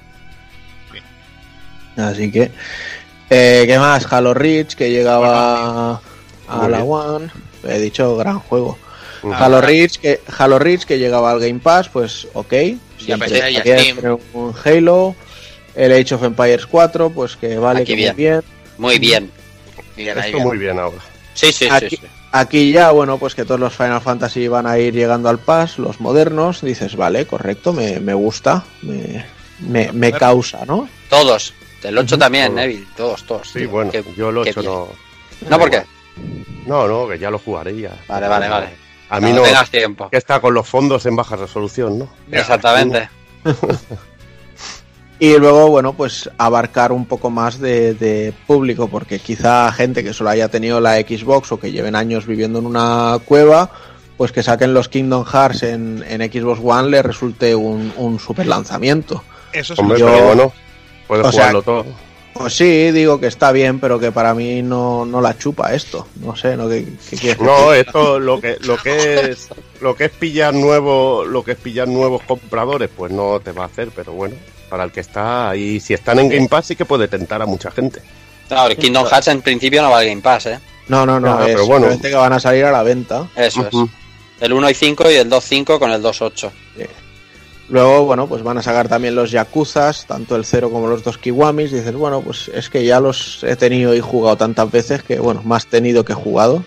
Así que, eh, ¿qué más? Halo Reach, que llegaba a la One. He dicho gran juego. Uh-huh. Halo Reach, que Halo Reach que llegaba al Game Pass, pues ok. Siempre ya Steam. Un Halo. El Age of Empires cuatro, pues que vale. Aquí que bien. muy bien. Muy bien. bien Esto bien. Muy bien ahora. Sí, sí, aquí, sí, sí. Aquí ya, bueno, pues que todos los Final Fantasy van a ir llegando al Pass, los modernos. Dices, vale, correcto, me, me gusta, me, me, me causa, ¿no? Todos. El ocho uh-huh. también, Neville. Todos, todos. Sí, tío. Bueno, qué, yo el ocho no... ¿No por qué? No, no, que ya lo jugaré ya. Vale, vale, vale. A mí no, no tengas tiempo. Que está con los fondos en baja resolución, ¿no? Exactamente. Y luego, bueno, pues abarcar un poco más de, de público, porque quizá gente que solo haya tenido la Xbox o que lleven años viviendo en una cueva, pues que saquen los Kingdom Hearts en, en Xbox One le resulte un, un super lanzamiento. Eso es Hombre, yo, pero bueno, puedes jugarlo sea, todo. Pues sí, digo que está bien, pero que para mí no, no la chupa esto. No sé, ¿no? ¿Qué, qué quieres no, decir? Esto lo que lo que es lo que es pillar nuevo, lo que es pillar nuevos compradores, pues no te va a hacer, pero bueno, para el que está y si están en Game Pass sí que puede tentar a mucha gente. Claro, el Kingdom Hearts en principio no va al Game Pass, ¿eh? No, no, no, no es pero bueno, que van a salir a la venta. Eso uh-huh. es. El uno y cinco y el dos cinco con el dos ocho. Sí. Luego, bueno, pues van a sacar también los Yakuzas, tanto el cero como los dos Kiwamis. Y dices, bueno, pues es que ya los he tenido y jugado tantas veces que, bueno, más tenido que jugado.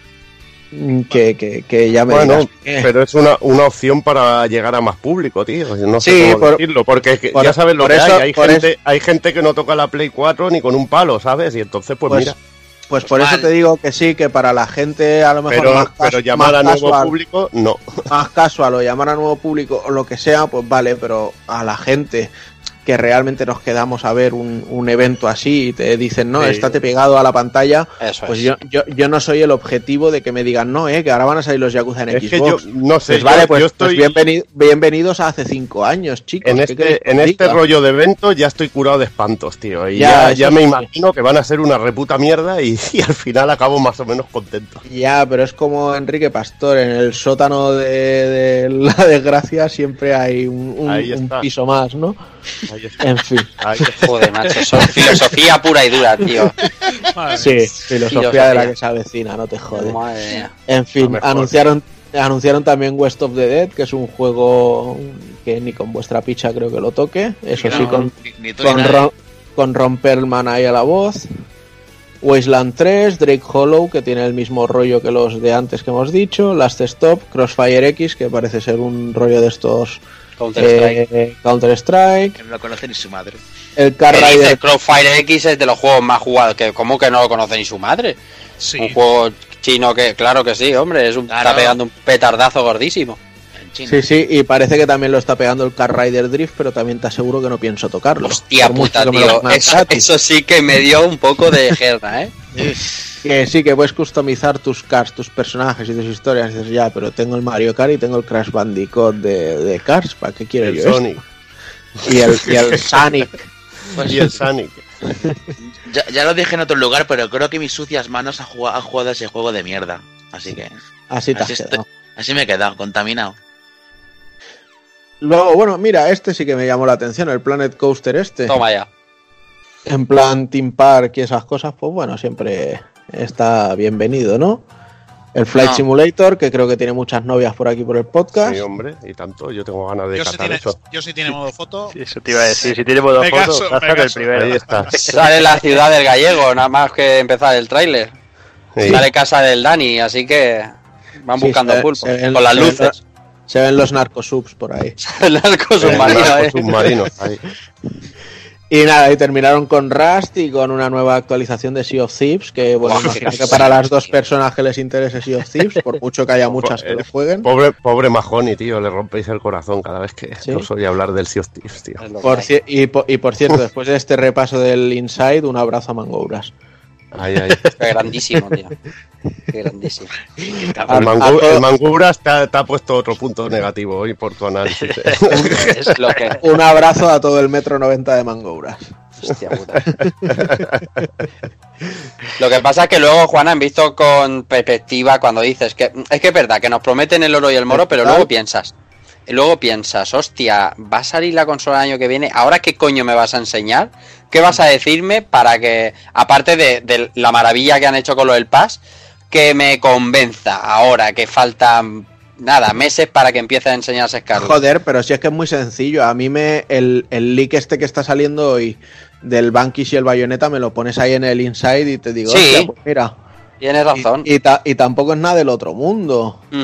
Que, que, que ya me bueno, digas, eh. pero es una, una opción para llegar a más público, tío. No sé sí, cómo por, decirlo, porque es que por, ya sabes lo que eso, hay. Hay gente, hay gente que no toca la Play cuatro ni con un palo, ¿sabes? Y entonces, pues, pues mira. Pues por eso te digo que sí, que para la gente a lo mejor pero, más, pero casu- llamar más a nuevo casual, público, no. Más casual o llamar a nuevo público o lo que sea, pues vale, pero a la gente que realmente nos quedamos a ver un, un evento así y te dicen, no, sí. estate pegado a la pantalla, eso pues es. yo, yo yo no soy el objetivo de que me digan, no, eh, que ahora van a salir los Yakuza en es Xbox. Que yo, no sé, pues vale, yo, pues, yo estoy... pues bienvenido, bienvenidos a hace cinco años, chicos. En este, en este rollo de evento ya estoy curado de espantos, tío. Y ya, ya, ya me imagino que van a ser una reputa mierda y, y al final acabo más o menos contento. Ya, pero es como Enrique Pastor, en el sótano de, de la desgracia siempre hay un, un, un piso más, ¿no? Ahí está. En fin. Ahí está. Joder, macho, son filosofía pura y dura, tío. Sí, filosofía, filosofía de la que se avecina, no te jodes. Madre mía. En fin, no anunciaron anunciaron también West of the Dead, que es un juego que ni con vuestra picha creo que lo toque. Eso no, sí, con, ni, ni con, Ron, con Ron Perlman ahí a la voz. Wasteland tres, Drake Hollow, que tiene el mismo rollo que los de antes que hemos dicho. Last Stop, Crossfire X, que parece ser un rollo de estos... Counter-Strike. Eh, Counter-Strike. Que no lo conoce ni su madre. El Car Rider. Crossfire X es de los juegos más jugados. Que ¿cómo que no lo conoce ni su madre? Sí. Un juego chino que, claro que sí, hombre, es un, claro. Está pegando un petardazo gordísimo. Sí, sí, y parece que también lo está pegando el Car Rider Drift, pero también te aseguro que no pienso tocarlo. Hostia puta, tío. Eso, eso sí que me dio un poco de jerna, ¿eh? Que sí, que puedes customizar tus cars, tus personajes y tus historias. Y dices, ya, pero tengo el Mario Kart y tengo el Crash Bandicoot de, de Cars. ¿Para qué quiero el yo Sonic. Esto? Y el, y el Sonic. Pues y el Sonic. Ya, ya lo dije en otro lugar, pero creo que mis sucias manos han jugado, han jugado ese juego de mierda. Así que... Así te así, has estoy, quedado. así me he quedado, contaminado. Luego, bueno, mira, este sí que me llamó la atención, el Planet Coaster este. Toma ya. En plan Theme Park y esas cosas, pues bueno, siempre está bienvenido, ¿no? El Flight no. Simulator, que creo que tiene muchas novias por aquí por el podcast. Sí, hombre, y tanto, yo tengo ganas de yo catar si tiene, eso. Yo si tiene modo foto... Sí, eso te iba a decir, si tiene modo me foto, caso, vas a ser el primero. Ahí está. Sale la ciudad del gallego, nada más que empezar el tráiler. Sí. Sale casa del Dani, así que van sí, buscando se, pulpo, se ven, con las se luces. Ven, se ven los narcosubs por ahí. El narco submarino, el narco eh. submarino, ahí. Y nada, y terminaron con Rust y con una nueva actualización de Sea of Thieves, que bueno, Wow, imagino qué que para las dos personas que les interese Sea of Thieves, por mucho que haya muchas que lo jueguen. Pobre, pobre Mahoney, tío, le rompéis el corazón cada vez que ¿Sí? os oye hablar del Sea of Thieves, tío. Es lo que Por hay. ci- y, po- y por cierto, después de este repaso del Inside, un abrazo a Mangouras. Ay, ay. Qué grandísimo, tío. Qué grandísimo. El, A- Mangu- a- el Manguras te ha, te ha puesto otro punto negativo hoy por tu análisis. ¿eh? Es lo que... Un abrazo a todo el metro noventa de Mangouras. Hostia puta. Lo que pasa es que luego, Juana, han visto con perspectiva cuando dices que es que es verdad que nos prometen el oro y el moro, pero luego piensas, y luego piensas, hostia, va a salir la consola el año que viene, ¿ahora qué coño me vas a enseñar? ¿Qué vas a decirme para que, aparte de, de la maravilla que han hecho con lo del Pass, que me convenza ahora que faltan nada, meses para que empiece a enseñarse Scarlet? Joder, pero si es que es muy sencillo. A mí me el, el leak este que está saliendo hoy del Vanquish y el Bayonetta me lo pones ahí en el Inside y te digo, Sí. hostia, pues mira. Tienes razón. Y, y, ta- y tampoco es nada del otro mundo. Mm.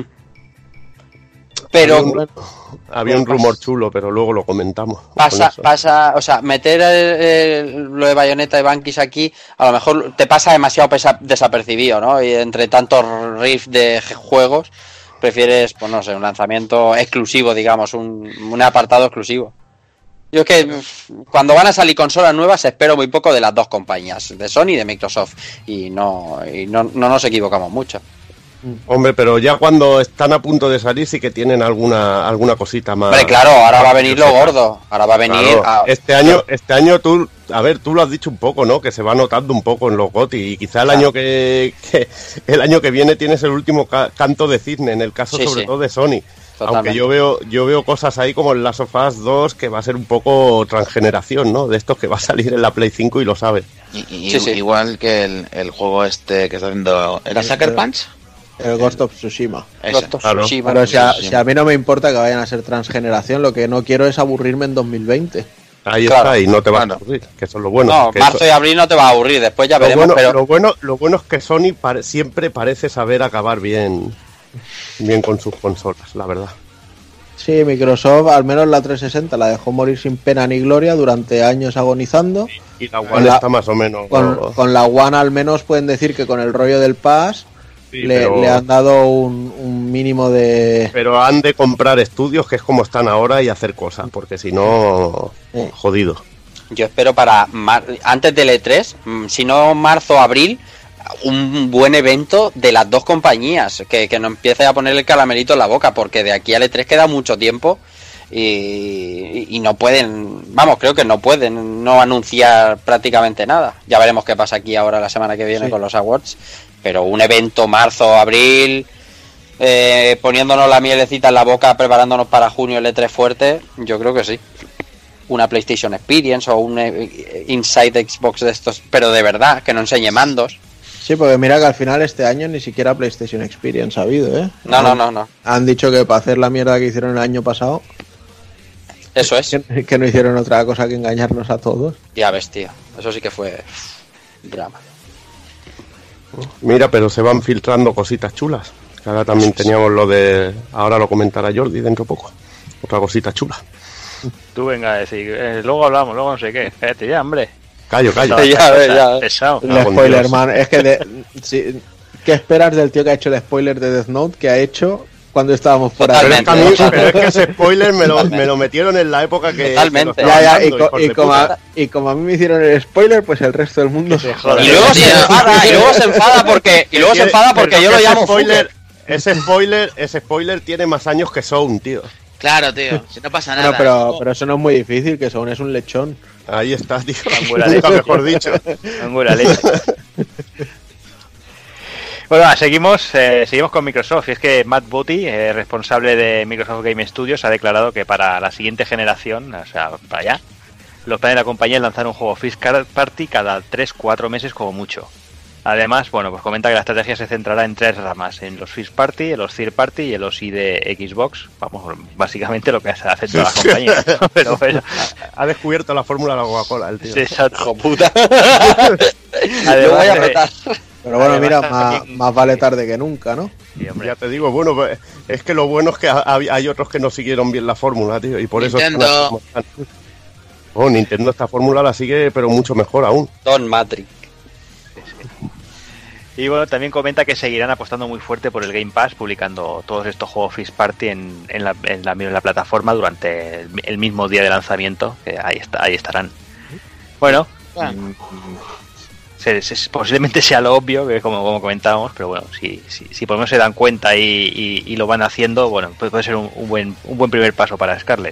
Pero Había un, había un rumor chulo, pero luego lo comentamos. pasa, Con eso. pasa, o sea, meter el- el- lo de Bayonetta y Vanquish aquí, a lo mejor te pasa demasiado pesa- desapercibido, ¿no? Y entre tantos riffs de juegos, prefieres, pues no sé, un lanzamiento exclusivo, digamos, un, un apartado exclusivo. Yo es que uf, cuando van a salir consolas nuevas espero muy poco de las dos compañías, de Sony y de Microsoft, y no, y no, no nos equivocamos mucho. Hombre, pero ya cuando están a punto de salir sí que tienen alguna alguna cosita más. Hombre, claro, ahora va a venir lo gordo, ahora va a venir... Claro, a- este año, este año tú, a ver, tú lo has dicho un poco, ¿no? Que se va notando un poco en los G O T Y y quizá el Claro. año que, que- el año que viene tienes el último ca- canto de cisne, en el caso Sí, sobre sí. todo de Sony. Totalmente. Aunque yo veo, yo veo cosas ahí como el Last of Us dos que va a ser un poco transgeneración, ¿no? De estos que va a salir en la Play cinco y lo sabes. Y, y- Sí, sí. Igual que el, el juego este que está haciendo. ¿Era Sucker Punch? El Ghost of Tsushima. Ese. Ghost of claro. Tsushima. Pero si a, sí, sí. si a mí no me importa que vayan a ser transgeneración, lo que no quiero es aburrirme en dos mil veinte. Ahí Claro. está, y no te vas a Claro. aburrir, que eso es lo bueno. No, que marzo eso- y abril no te va a aburrir, después ya lo, veremos, bueno, pero... lo, bueno, lo bueno es que Sony pare- siempre parece saber acabar bien, bien con sus consolas, la verdad. Sí, Microsoft, al menos la trescientos sesenta, la dejó morir sin pena ni gloria durante años agonizando. Y la Con One la- está más o menos... Con, con la One al menos pueden decir que con el rollo del Pass Sí, le, pero- le han dado un, un mínimo de... Pero han de comprar estudios, que es como están ahora, y hacer cosas, porque si no, Sí. jodido. Yo espero para mar- antes del E tres, mm, si no marzo o abril, un buen evento de las dos compañías, que, que no empiece a poner el caramelito en la boca, porque de aquí al E tres queda mucho tiempo y, y no pueden, vamos, creo que no pueden no anunciar prácticamente nada. Ya veremos qué pasa aquí ahora la semana que viene Sí. con los awards, pero un evento marzo o abril, eh, poniéndonos la mielecita en la boca, preparándonos para junio el E tres fuerte, yo creo que sí. Una PlayStation Experience o un eh, Inside Xbox de estos, pero de verdad, que no enseñe mandos. Sí, porque mira que al final este año ni siquiera PlayStation Experience ha habido, ¿eh? No, no, no, no. Han dicho que para hacer la mierda que hicieron el año pasado, Eso es. que, que no hicieron otra cosa que engañarnos a todos. Ya ves, tío. Eso sí que fue drama. Mira, pero se van filtrando cositas chulas. Que ahora también teníamos lo de... Ahora lo comentará Jordi dentro de poco. Otra cosita chula. Tú venga a decir, eh, luego hablamos, luego no sé qué. Espérate ya, hombre. Callo, callo. Ya, ves, ya ves. Pesado. El Ah, con spoiler, Dios. man. Es que de, si- ¿qué esperas del tío que ha hecho el spoiler de Death Note que ha hecho cuando estábamos por ahí? Pero es, que a mí- Totalmente. pero es que ese spoiler me lo, me lo metieron en la época que... Totalmente. que lo Ya, estaban ya, y, dando, co- hijos y de como puta. a, y como a mí me hicieron el spoiler, pues el resto del mundo se joda. Y luego se enfada, y luego se enfada porque, y luego se Tiene- enfada porque pero yo lo ese llamo spoiler, Fucker. ese spoiler, ese spoiler tiene más años que Sound, tío. Claro, tío. Si no pasa nada. Bueno, pero, pero eso no es muy difícil, que son es un lechón. Ahí está, tío. Angura Nunca leche. mejor dicho. Angura leche. Bueno, va, seguimos, eh, seguimos con Microsoft. Y es que Matt Booty, eh, responsable de Microsoft Game Studios, ha declarado que para la siguiente generación, o sea, para allá, los planes de la compañía es lanzar un juego First Party cada tres cuatro meses como mucho. Además, bueno, pues comenta que la estrategia se centrará en tres ramas, en los First Party, en los Third Party y en los I de Xbox. Vamos, básicamente lo que hace toda la compañía. Pero, pero, Ha descubierto la fórmula de la Coca-Cola, el tío. sí, exacto. Hijo puta. Además, Yo voy a eh, apretar. Pero bueno, Además, mira, más, también- más vale tarde que nunca, ¿no? Sí, hombre. Ya te digo, bueno, pues, es que lo bueno es que ha- hay hay otros que no siguieron bien la fórmula, tío, y por eso están Nintendo. así como están. Oh, Nintendo esta fórmula la sigue, pero mucho mejor aún. Don Matrix. Y bueno, también comenta que seguirán apostando muy fuerte por el Game Pass, publicando todos estos juegos First Party en, en, la, en, la, en la plataforma durante el, el mismo día de lanzamiento, que ahí está, ahí estarán. Bueno, ah. mmm, se, se, posiblemente sea lo obvio, que como, como comentábamos, pero bueno, si, si, si por lo menos se dan cuenta y, y, y lo van haciendo, bueno, puede, puede ser un, un buen un buen primer paso para Scarlett.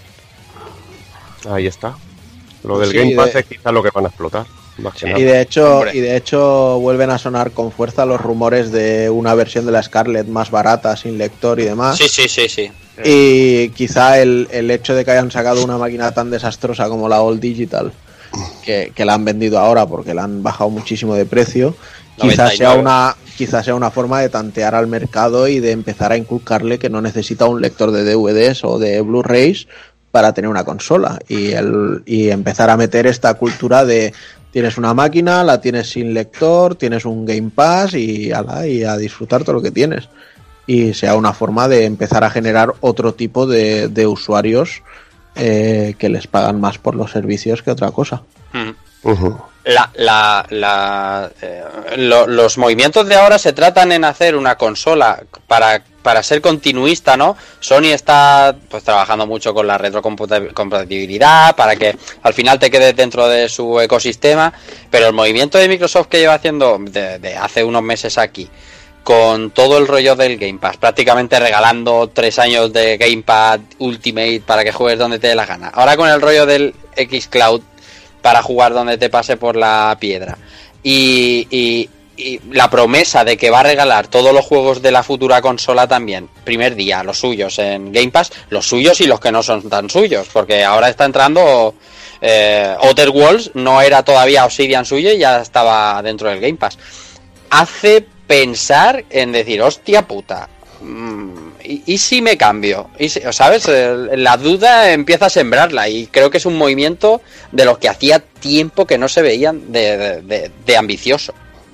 Ahí está. Lo del sí, Game Pass de... es quizás lo que van a explotar. Sí, y de hecho Hombre. y de hecho vuelven a sonar con fuerza los rumores de una versión de la Scarlett más barata, sin lector y demás. Sí, sí, sí, sí. Y quizá el, el hecho de que hayan sacado una máquina tan desastrosa como la All Digital, que, que la han vendido ahora porque la han bajado muchísimo de precio, quizás sea una quizás sea una forma de tantear al mercado y de empezar a inculcarle que no necesita un lector de D V Ds o de Blu-rays para tener una consola, y el y empezar a meter esta cultura de tienes una máquina, la tienes sin lector, tienes un Game Pass y, ala, y a disfrutar todo lo que tienes. Y sea una forma de empezar a generar otro tipo de, de usuarios eh, que les pagan más por los servicios que otra cosa. Mm. Uh-huh. La, la, la, eh, lo, los movimientos de ahora se tratan en hacer una consola para, para ser continuista, ¿no? Sony está pues trabajando mucho con la retrocompatibilidad para que al final te quedes dentro de su ecosistema, pero el movimiento de Microsoft que lleva haciendo de, de hace unos meses aquí, con todo el rollo del Game Pass, prácticamente regalando tres años de Game Pass Ultimate para que juegues donde te dé la gana. Ahora con el rollo del xCloud para jugar donde te pase por la piedra. Y, y, y la promesa de que va a regalar todos los juegos de la futura consola también, primer día, los suyos en Game Pass, los suyos y los que no son tan suyos, porque ahora está entrando eh, Outer Worlds, no era todavía Obsidian suyo y ya estaba dentro del Game Pass. Hace pensar en decir, hostia puta, ¿Y, y si me cambio? ¿Y si, ¿sabes? La duda empieza a sembrarla y creo que es un movimiento de los que hacía tiempo que no se veían de, de, de, de ambicioso.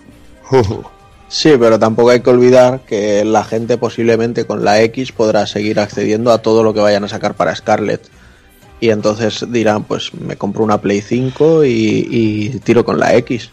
Sí, pero tampoco hay que olvidar que la gente posiblemente con la X podrá seguir accediendo a todo lo que vayan a sacar para Scarlett. Y entonces dirán, pues me compro una Play cinco y, y tiro con la X.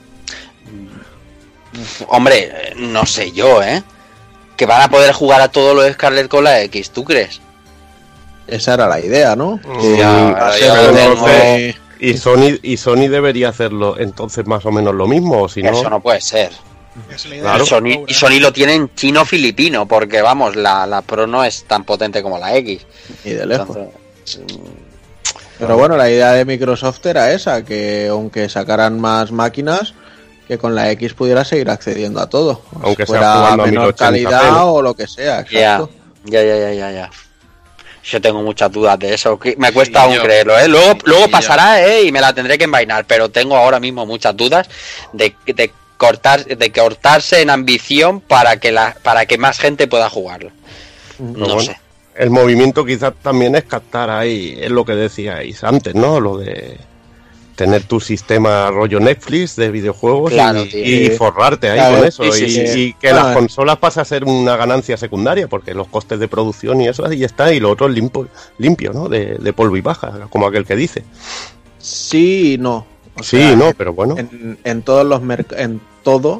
Hombre, no sé yo, ¿eh? Que van a poder jugar a todo lo de Scarlett con la X, ¿tú crees? Esa era la idea, ¿no? Sí, ya, ya, ya, entonces, y Sony y Sony debería hacerlo entonces más o menos lo mismo, o si no. Eso no puede ser. Claro. Y, Sony, y Sony lo tiene en chino-filipino, porque vamos, la, la Pro no es tan potente como la X. Y de lejos. Entonces, pero bueno, la idea de Microsoft era esa, que aunque sacaran más máquinas, que con la X pudiera seguir accediendo a todo, aunque fuera sea jugando menor a calidad pero... o lo que sea. Exacto. Ya, ya, ya, ya, ya. Yo tengo muchas dudas de eso, me cuesta sí, aún yo, creerlo, ¿eh? Luego, luego pasará, ¿eh? Y me la tendré que envainar, pero tengo ahora mismo muchas dudas de, de cortar, de cortarse en ambición para que la, para que más gente pueda jugarlo. No, no bueno, sé. El movimiento quizás también es captar ahí, es lo que decíais antes, ¿no? Lo de tener tu sistema rollo Netflix de videojuegos, claro, y, y forrarte ahí claro, con eso, sí, sí, y, sí. y que ah, las consolas pasa a ser una ganancia secundaria, porque los costes de producción y eso ahí está, y lo otro es limpio, limpio, ¿no? De, de polvo y baja, como aquel que dice. Sí y no. O sí, sea, no, pero bueno. En, en todos los merc- en todo,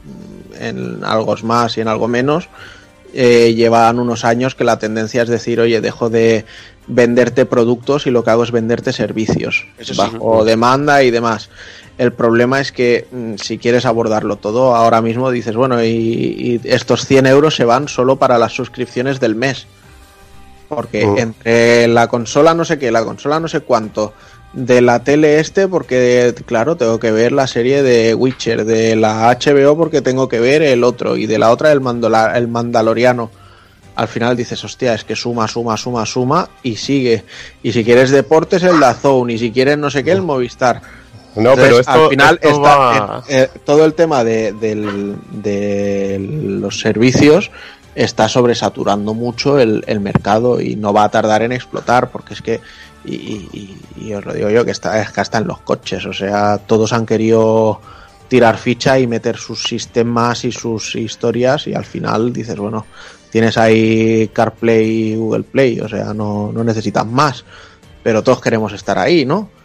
en algo más y en algo menos, eh, llevan unos años que la tendencia es decir, oye, dejo de venderte productos y lo que hago es venderte servicios Eso bajo sí. demanda y demás. El problema es que si quieres abordarlo todo, ahora mismo dices, bueno, y, y estos cien euros se van solo para las suscripciones del mes. Porque uh. entre la consola no sé qué, la consola no sé cuánto, de la tele este, porque claro, tengo que ver la serie de Witcher, de la H B O porque tengo que ver el otro, y de la otra el, Mandola, el Mandaloriano. Al final dices, hostia, es que suma, suma, suma, suma y sigue. Y si quieres deportes, el DAZN, y si quieres no sé qué, el Movistar. No, Entonces, pero esto, al final esto está va... eh, eh, todo el tema de, de, de los servicios está sobresaturando mucho el, el mercado y no va a tardar en explotar, porque es que y, y, y os lo digo yo, que está, es que hasta en los coches, o sea, todos han querido tirar ficha y meter sus sistemas y sus historias, y al final dices, bueno, tienes ahí CarPlay y Google Play, o sea, no, no necesitas más, pero todos queremos estar ahí, ¿no?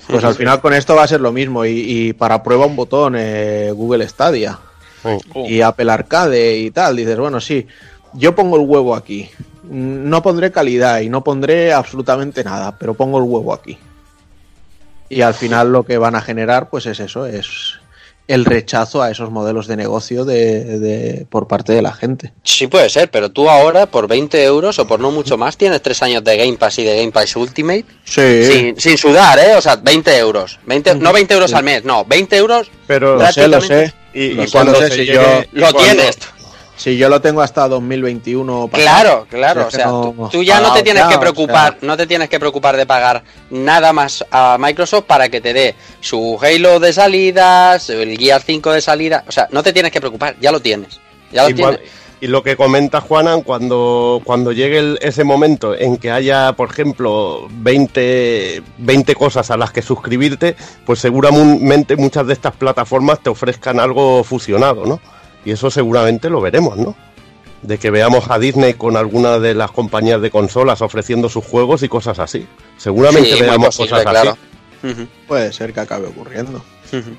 Pues al final con esto va a ser lo mismo y, y para prueba un botón eh, Google Stadia Sí. y Apple Arcade y tal. Dices, bueno, sí, yo pongo el huevo aquí. No pondré calidad y no pondré absolutamente nada, pero pongo el huevo aquí. Y al final lo que van a generar pues es eso, es el rechazo a esos modelos de negocio de, de por parte de la gente. Sí puede ser, pero tú ahora por veinte euros o por no mucho más tienes tres años de Game Pass y de Game Pass Ultimate Sí. sin, sin sudar, ¿eh? O sea, veinte euros. veinte, no veinte euros Sí. al mes, no, veinte euros Pero Lo sé, lo sé. y, Lo y sé, cuando lo sé, se si llegue- yo- y lo cuando- tienes. Si yo lo tengo hasta dos mil veintiuno pasado. Claro, claro, Si o es que sea, no tú, hemos tú ya no te pagado tienes ya, que o preocupar, sea. no te tienes que preocupar de pagar nada más a Microsoft para que te dé su Halo de salidas, el Gear cinco de salida, o sea, no te tienes que preocupar, ya lo tienes, ya lo y, tienes. cua- y lo que comenta Juanan, cuando, cuando llegue el- ese momento en que haya, por ejemplo, veinte, veinte cosas a las que suscribirte, pues seguramente muchas de estas plataformas te ofrezcan algo fusionado, ¿no? Y eso seguramente lo veremos, ¿no? De que veamos a Disney con alguna de las compañías de consolas ofreciendo sus juegos y cosas así. Seguramente Sí, muy veamos posible, cosas claro. así. Ujú, Puede ser que acabe ocurriendo. ujú.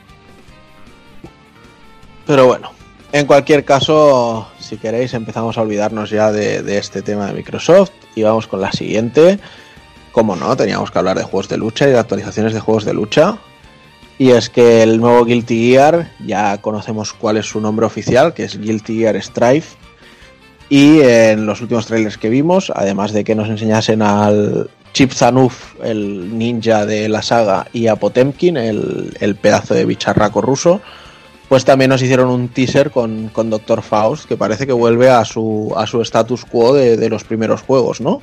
Pero bueno, en cualquier caso, si queréis, empezamos a olvidarnos ya de, de este tema de Microsoft y vamos con la siguiente. Como no, teníamos que hablar de juegos de lucha y de actualizaciones de juegos de lucha. Y es que el nuevo Guilty Gear, ya conocemos cuál es su nombre oficial, que es Guilty Gear Strive. Y en los últimos trailers que vimos, además de que nos enseñasen al Chip Zanuf, el ninja de la saga, y a Potemkin, el, el pedazo de bicharraco ruso, pues también nos hicieron un teaser con, con doctor Faust, que parece que vuelve a su a su status quo de, de los primeros juegos, ¿no?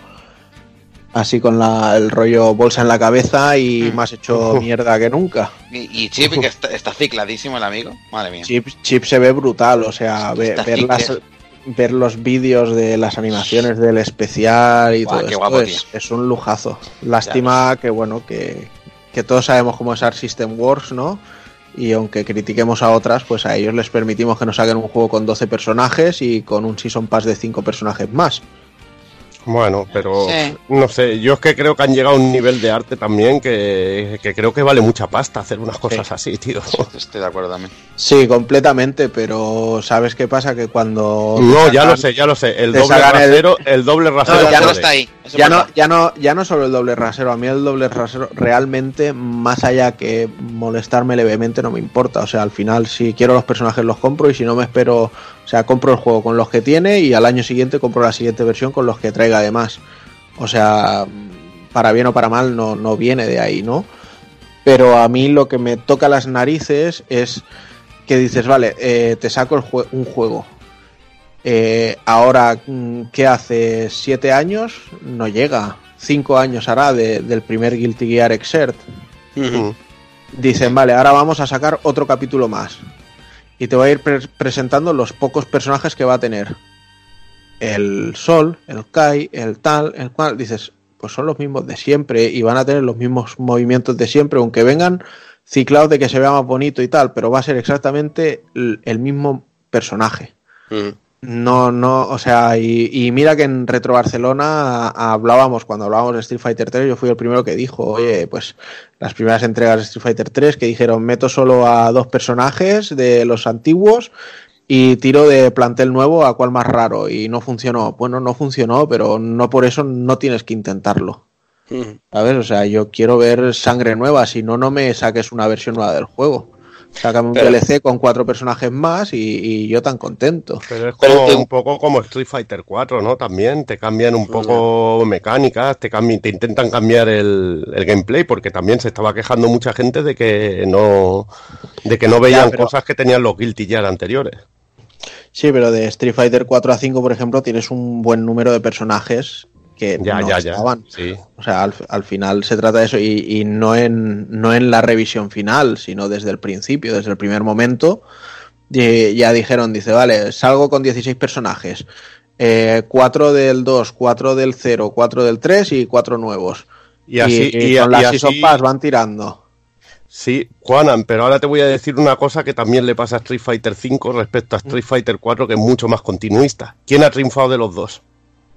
Así con la, el rollo bolsa en la cabeza y Mm. más hecho mierda que nunca. Y, y Chip, que está, está cicladísimo el amigo. Madre mía. Chip, Chip se ve brutal, o sea, ve- Está ver, cic, las, eh. ver los vídeos de las animaciones del especial y Guau, todo qué esto guapo, es, es un lujazo. Lástima que, bueno, que, que todos sabemos cómo es Arc System Works, ¿no? Y aunque critiquemos a otras, pues a ellos les permitimos que nos saquen un juego con doce personajes y con un Season Pass de cinco personajes más. Bueno, pero Sí. no sé, yo es que creo que han llegado a un nivel de arte también que, que creo que vale mucha pasta hacer unas cosas así, tío. Estoy de acuerdo también. Sí, completamente, pero ¿sabes qué pasa? Que cuando... No, te ya sacan- lo sé, ya lo sé. El te doble sacan el- rasero, el, doble rasero. No, ya no puede. está ahí. Eso Ya es no, verdad. ya no, ya no solo el doble rasero, a mí el doble rasero realmente, más allá que molestarme levemente, no me importa. O sea, al final, si quiero los personajes los compro y si no me espero, o sea, compro el juego con los que tiene y al año siguiente compro la siguiente versión con los que traiga además. O sea, para bien o para mal no, no viene de ahí, ¿no? Pero a mí lo que me toca las narices es que dices, vale, eh, te saco el jue- un juego. Eh, ahora, mm, ¿qué hace? ¿Siete años? No llega. Cinco años hará de- del primer Guilty Gear Exert. Ujú. Dicen, vale, ahora vamos a sacar otro capítulo más. Y te voy a ir pre- presentando los pocos personajes que va a tener. El Sol, el Kai, el tal, el cual. Dices, pues son los mismos de siempre y van a tener los mismos movimientos de siempre, aunque vengan ciclados de que se vea más bonito y tal, pero va a ser exactamente el, el mismo personaje. Ujú. No, no, o sea, y, y mira que en Retro Barcelona a- hablábamos, cuando hablábamos de Street Fighter tres, yo fui el primero que dijo, oye, pues las primeras entregas de Street Fighter tres que dijeron, meto solo a dos personajes de los antiguos y tiro de plantel nuevo a cuál más raro, y no funcionó. Bueno, no funcionó, pero no por eso no tienes que intentarlo. Ujú. ¿Sabes? O sea, yo quiero ver sangre nueva, si no, no me saques una versión nueva del juego. Sácame un Pero- D L C con cuatro personajes más y, y yo tan contento. Pero es Pero como, te- un poco como Street Fighter cuatro, ¿no? También te cambian un poco mecánicas, te cambian, te intentan cambiar el, el gameplay, porque también se estaba quejando mucha gente de que no, de que no veían pero- cosas que tenían los Guilty Gear anteriores. Sí, pero de Street Fighter cuatro a cinco, por ejemplo, tienes un buen número de personajes que Ya, no ya, ya. estaban. Sí. O sea, al, al final se trata de eso y, y no, en, no en la revisión final, sino desde el principio, desde el primer momento. Y ya dijeron, dice, vale, salgo con dieciséis personajes. Eh, cuatro del dos, cuatro del cero, cuatro del tres y cuatro nuevos. Y así, y, y, con y las así- Season Pass van tirando. Sí, Juanan, pero ahora te voy a decir una cosa que también le pasa a Street Fighter cinco respecto a Street Fighter cuatro, que es mucho más continuista. ¿Quién ha triunfado de los dos?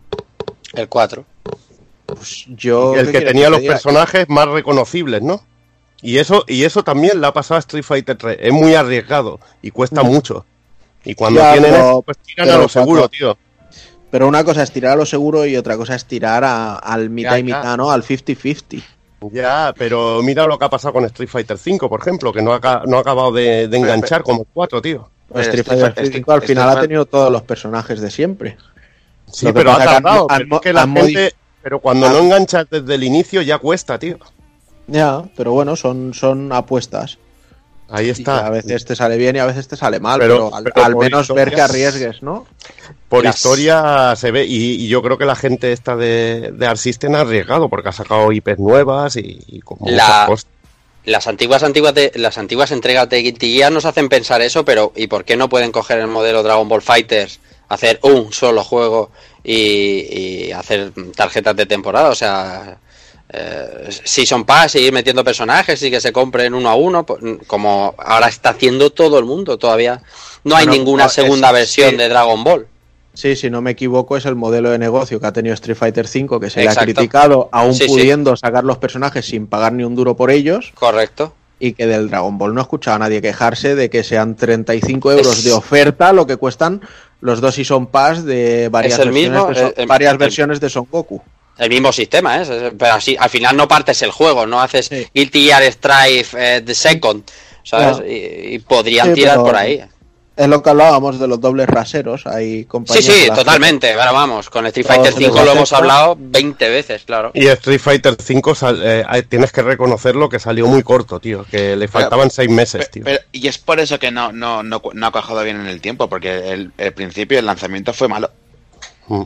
El cuatro. Pues yo, El ¿qué que quieres tenía te los diga? personajes más reconocibles, ¿no? Y eso, y eso también le ha pasado a Street Fighter tres. Es muy arriesgado y cuesta Mm. mucho. Y cuando Ya, tienen pero- eso, pues tiran pero a lo seguro, cuando- tío. Pero una cosa es tirar a lo seguro y otra cosa es tirar a- al mitad Ya, y ya. mitad, ¿no? Al cincuenta cincuenta. Ya, pero mira lo que ha pasado con Street Fighter cinco, por ejemplo, que no ha, ca- no ha acabado de, de enganchar como el cuatro, tío. Pues Street Street Fighter Fighter- cinco al Street final ha Fighter- tenido todos los personajes de siempre. Sí, Lo que pero ha pasa que han- tardado. han pero mo- es que la han gente, pero cuando han- no enganchas desde el inicio ya cuesta, tío. Ya, pero bueno, son, son apuestas. Ahí Y está. a veces te sale bien y a veces te sale mal, Pero- pero, al, pero al por menos ver historias- que arriesgues, ¿no? Por Las- historia se ve, y, y yo creo que la gente esta de, de Arc System ha arriesgado porque ha sacado I Pes nuevas y, y con muchas La- cosas. Las antiguas, antiguas de, las antiguas entregas de Guilty Gear nos hacen pensar eso, pero ¿y por qué no pueden coger el modelo Dragon Ball Fighters, hacer un solo juego y, y hacer tarjetas de temporada? O sea, eh, Season Pass, seguir metiendo personajes y que se compren uno a uno, pues, como ahora está haciendo todo el mundo. Todavía no hay Bueno, ninguna es- segunda versión sí. de Dragon Ball. Sí, si no me equivoco, es el modelo de negocio que ha tenido Street Fighter cinco, que se le ha Exacto. criticado, aún Sí, sí. pudiendo sacar los personajes sin pagar ni un duro por ellos, Correcto. y que del Dragon Ball no he escuchado a nadie quejarse de que sean treinta y cinco euros Es- de oferta lo que cuestan los dos Season Pass de varias, Es el versiones, mismo, de Son, eh, eh, varias eh, versiones de Son Goku. El mismo sistema, ¿eh? Pero así, al final no partes el juego, no haces Sí. Guilty Gear Strife eh, The Second, ¿sabes? No. Y, y podrían Sí, tirar pero- por ahí. Es lo que hablábamos de los dobles raseros. Hay Sí, compañías sí, en las que- totalmente. Ahora vamos, con Street Todo Fighter se les cinco lo hemos acepta. hablado veinte veces, claro. Y Street Fighter cinco sal- eh, eh, tienes que reconocerlo que salió muy corto, tío, que le faltaban seis meses, Pe- tío. pero- y es por eso que no, no, no, cu- no ha cajado bien en el tiempo, porque el, el principio, el lanzamiento fue malo. Mm.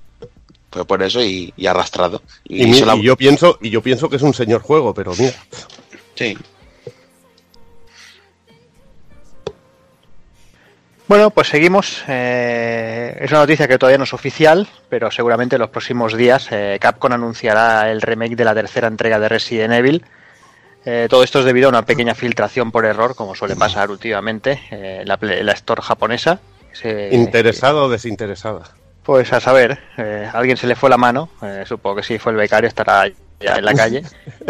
Fue por eso y, y arrastrado. Y, Y, mi- solo- y yo pienso, y yo pienso que es un señor juego, pero mira. sí. Bueno, pues seguimos. Eh, es una noticia que todavía no es oficial, pero seguramente en los próximos días eh, Capcom anunciará el remake de la tercera entrega de Resident Evil. Eh, todo esto es debido a una pequeña filtración por error, como suele pasar últimamente eh, en la, Play- en la Store japonesa. Se- ¿Interesada o desinteresada? Pues a saber, eh, a alguien se le fue la mano, eh, supongo que sí fue el becario, estará ya en la calle.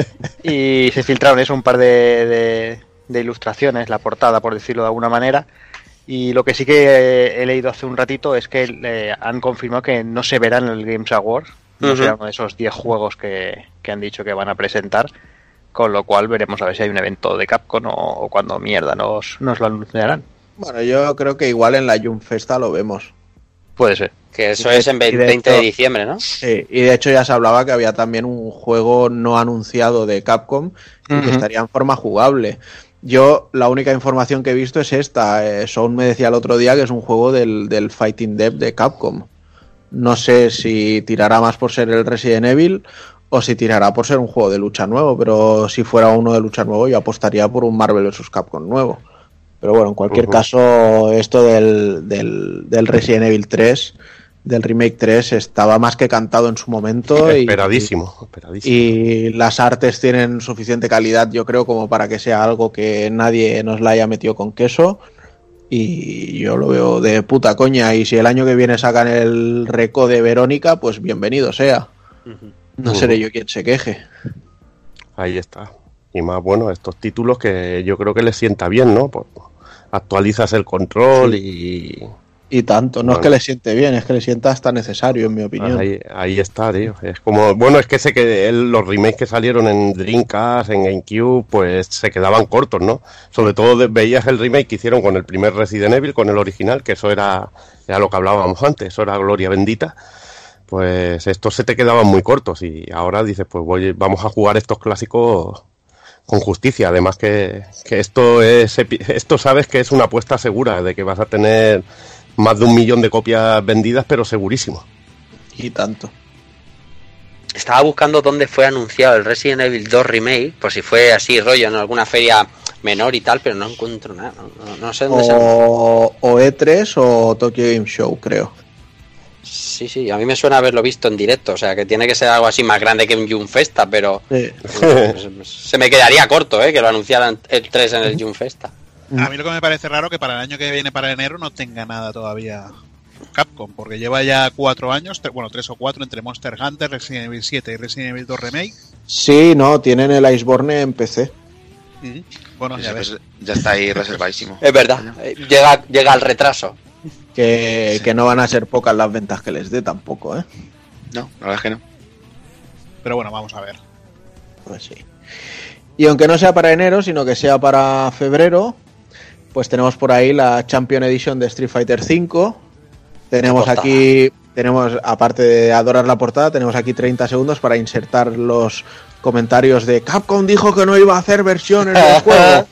Y se filtraron eso, un par de, de- de ilustraciones, la portada, por decirlo de alguna manera. Y lo que sí que eh, he leído hace un ratito es que eh, han confirmado que no se verá en el Games Award, no Ujú. será uno de esos diez juegos que, que han dicho que van a presentar, con lo cual veremos a ver si hay un evento de Capcom o, o cuando mierda nos, nos lo anunciarán. Bueno, yo creo que igual en la Jump Festa lo vemos. Puede ser. Que eso es en Y de veinte de hecho- diciembre, ¿no? Sí, y de hecho ya se hablaba que había también un juego no anunciado de Capcom y Ujú. que estaría en forma jugable. Yo la única información que he visto es esta. Eh, Sean me decía el otro día que es un juego del, del Fighting Dev de Capcom. No sé si tirará más por ser el Resident Evil o si tirará por ser un juego de lucha nuevo, pero si fuera uno de lucha nuevo yo apostaría por un Marvel versus. Capcom nuevo. Pero bueno, en cualquier Ujú. caso, esto del, del, del Resident Evil tres, del Remake tres, estaba más que cantado en su momento. y- Esperadísimo, esperadísimo. Y las artes tienen suficiente calidad, yo creo, como para que sea algo que nadie nos la haya metido con queso. Y yo lo veo de puta coña. Y si el año que viene sacan el reco de Verónica, pues bienvenido sea. No Ujú. seré yo quien se queje. Ahí está. Y más, bueno, estos títulos que yo creo que les sienta bien, ¿no? Pues, actualizas el control y... Y tanto, no es Bueno. que le siente bien, es que le sienta hasta necesario, en mi opinión. Ahí, ahí está, tío. Es como, bueno, es que sé que el- los remakes que salieron en Dreamcast, en GameCube, pues se quedaban cortos, ¿no? Sobre todo de- veías el remake que hicieron con el primer Resident Evil, con el original, que eso era, era lo que hablábamos antes, eso era gloria bendita. Pues estos se te quedaban muy cortos y ahora dices, pues voy, vamos a jugar estos clásicos con justicia. Además que, que esto es, epi- esto sabes que es una apuesta segura de que vas a tener más de un millón de copias vendidas, pero segurísimo. Y tanto. Estaba buscando dónde fue anunciado el Resident Evil dos Remake, por si fue así rollo en alguna feria menor y tal, pero no encuentro nada. No, no- no sé dónde se anunció. O, o E tres o Tokyo Game Show, creo. Sí, sí, a mí me suena haberlo visto en directo, o sea que tiene que ser algo así más grande que un June Festa, pero Sí. se me quedaría corto, ¿eh? Que lo anunciaran el tres en el June Festa. A mí lo que me parece raro que para el año que viene, para enero, no tenga nada todavía Capcom, porque lleva ya cuatro años, tre- bueno, tres o cuatro, entre Monster Hunter, Resident Evil siete y Resident Evil dos Remake. Sí, no, tienen el Iceborne en P C. Mm. Bueno, ya Eso, ves. pues, ya está ahí reservadísimo. Es verdad, eh, llega, llega el retraso. Que, Sí. que no van a ser pocas las ventas que les dé tampoco, ¿eh? No, la verdad es que no. Pero bueno, vamos a ver. Pues sí. Y aunque no sea para enero, sino que sea para febrero, pues tenemos por ahí la Champion Edition de Street Fighter cinco. Tenemos Portada. aquí, tenemos, aparte de adorar la portada, tenemos aquí treinta segundos para insertar los comentarios de Capcom dijo que no iba a hacer versiones del juego.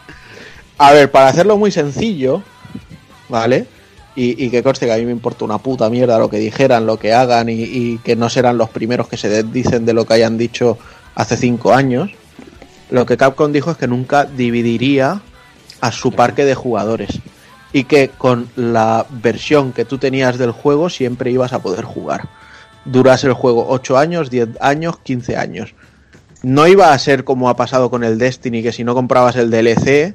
A ver, para hacerlo muy sencillo, ¿vale? Y, y que conste que a mí me importa una puta mierda lo que dijeran, lo que hagan y, y que no serán los primeros que se desdicen de lo que hayan dicho hace cinco años. Lo que Capcom dijo es que nunca dividiría a su parque de jugadores y que con la versión que tú tenías del juego siempre ibas a poder jugar. Durase el juego ocho años, diez años, quince años. No iba a ser como ha pasado con el Destiny, que si no comprabas el D L C,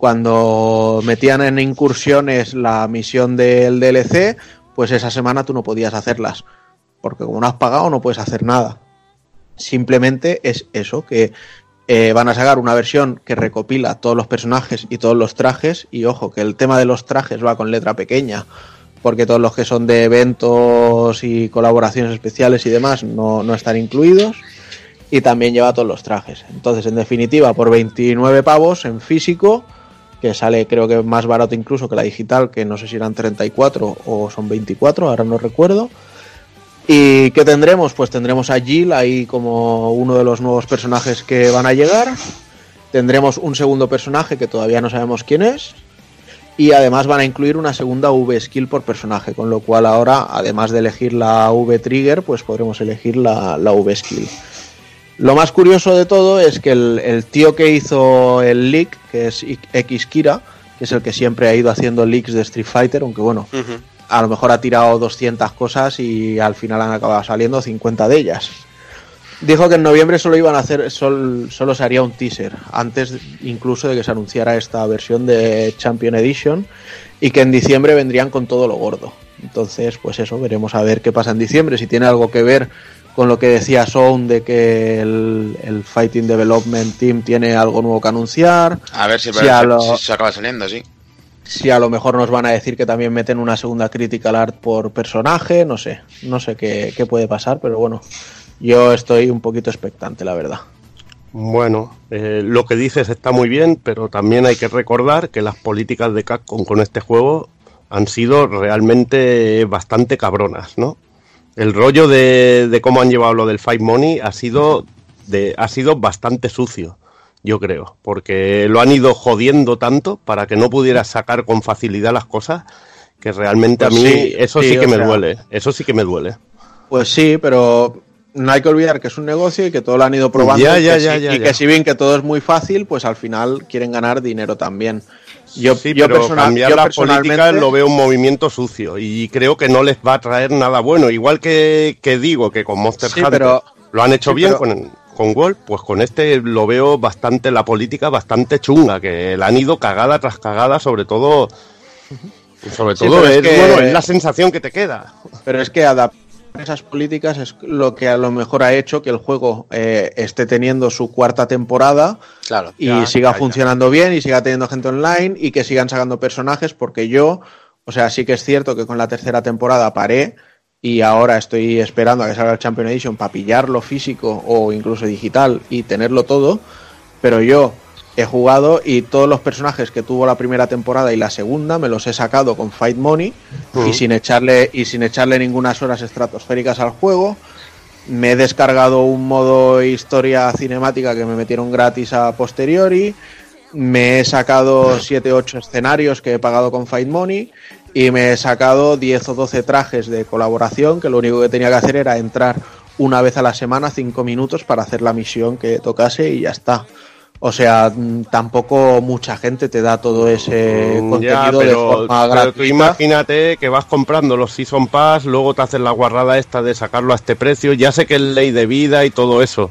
cuando metían en incursiones la misión del D L C, pues esa semana tú no podías hacerlas, porque como no has pagado no puedes hacer nada. Simplemente es eso, que eh, van a sacar una versión que recopila todos los personajes y todos los trajes, y ojo, que el tema de los trajes va con letra pequeña, porque todos los que son de eventos y colaboraciones especiales y demás no, no están incluidos, y también lleva todos los trajes. Entonces, en definitiva, por veintinueve pavos en físico, que sale creo que más barato incluso que la digital, que no sé si eran treinta y cuatro o son veinticuatro, ahora no recuerdo. ¿Y qué tendremos? Pues tendremos a Jill ahí como uno de los nuevos personajes que van a llegar. Tendremos un segundo personaje que todavía no sabemos quién es. Y además van a incluir una segunda V-Skill por personaje, con lo cual ahora, además de elegir la V-Trigger, pues podremos elegir la, la V-Skill. Lo más curioso de todo es que el, el tío que hizo el leak, que es X-Kira, que es el que siempre ha ido haciendo leaks de Street Fighter, aunque bueno, Uh-huh. a lo mejor ha tirado doscientas cosas y al final han acabado saliendo cincuenta de ellas. Dijo que en noviembre solo iban a hacer, sol, solo se haría un teaser, antes incluso de que se anunciara esta versión de Champion Edition, y que en diciembre vendrían con todo lo gordo. Entonces, pues eso, veremos a ver qué pasa en diciembre, si tiene algo que ver con lo que decía Sound de que el, el Fighting Development Team tiene algo nuevo que anunciar. A ver si, Si a lo- si se acaba saliendo, sí. Si a lo mejor nos van a decir que también meten una segunda critical art por personaje, no sé, no sé qué, qué puede pasar, pero bueno, yo estoy un poquito expectante, la verdad. Bueno, eh, lo que dices está muy bien, pero también hay que recordar que las políticas de Capcom con este juego han sido realmente bastante cabronas, ¿no? El rollo de, de cómo han llevado lo del Fight Money ha sido, de, ha sido bastante sucio, yo creo, porque lo han ido jodiendo tanto para que no pudieras sacar con facilidad las cosas, que realmente Pues a mí sí, eso sí, sí que o me sea- duele, eso sí que me duele. Pues sí, pero no hay que olvidar que es un negocio y que todo lo han ido probando Ya, y, ya, que, ya, si, ya, y ya. que si ven que todo es muy fácil, pues al final quieren ganar dinero también. Yo, Sí, yo, pero persona- cambiar yo las personalmente políticas lo veo un movimiento sucio y creo que no les va a traer nada bueno. Igual que, que digo que con Monster Sí, Hunter pero- lo han hecho sí, bien pero- con, con Wolf, pues con este lo veo bastante, la política bastante chunga, que la han ido cagada tras cagada, sobre todo... Sobre Sí, todo pero es es, que- bueno, es la sensación que te queda. Pero es que adaptar esas políticas es lo que a lo mejor ha hecho que el juego eh, esté teniendo su cuarta temporada Claro. y Ya, siga ya, ya. funcionando bien y siga teniendo gente online y que sigan sacando personajes, porque yo, o sea, sí que es cierto que con la tercera temporada paré y ahora estoy esperando a que salga el Champion Edition para pillarlo físico o incluso digital y tenerlo todo, pero yo he jugado y todos los personajes que tuvo la primera temporada y la segunda me los he sacado con Fight Money y sin echarle y sin echarle ninguna horas estratosféricas al juego. Me he descargado un modo historia cinemática que me metieron gratis a posteriori. Me he sacado siete u ocho escenarios que he pagado con Fight Money y me he sacado diez o doce trajes de colaboración que lo único que tenía que hacer era entrar una vez a la semana cinco minutos para hacer la misión que tocase y ya está. O sea, mm, tampoco mucha gente te da todo ese Mm, contenido ya, de pero, forma pero gratuita. tú imagínate que vas comprando los Season Pass, luego te haces la guarrada esta de sacarlo a este precio. Ya sé que es ley de vida y todo eso.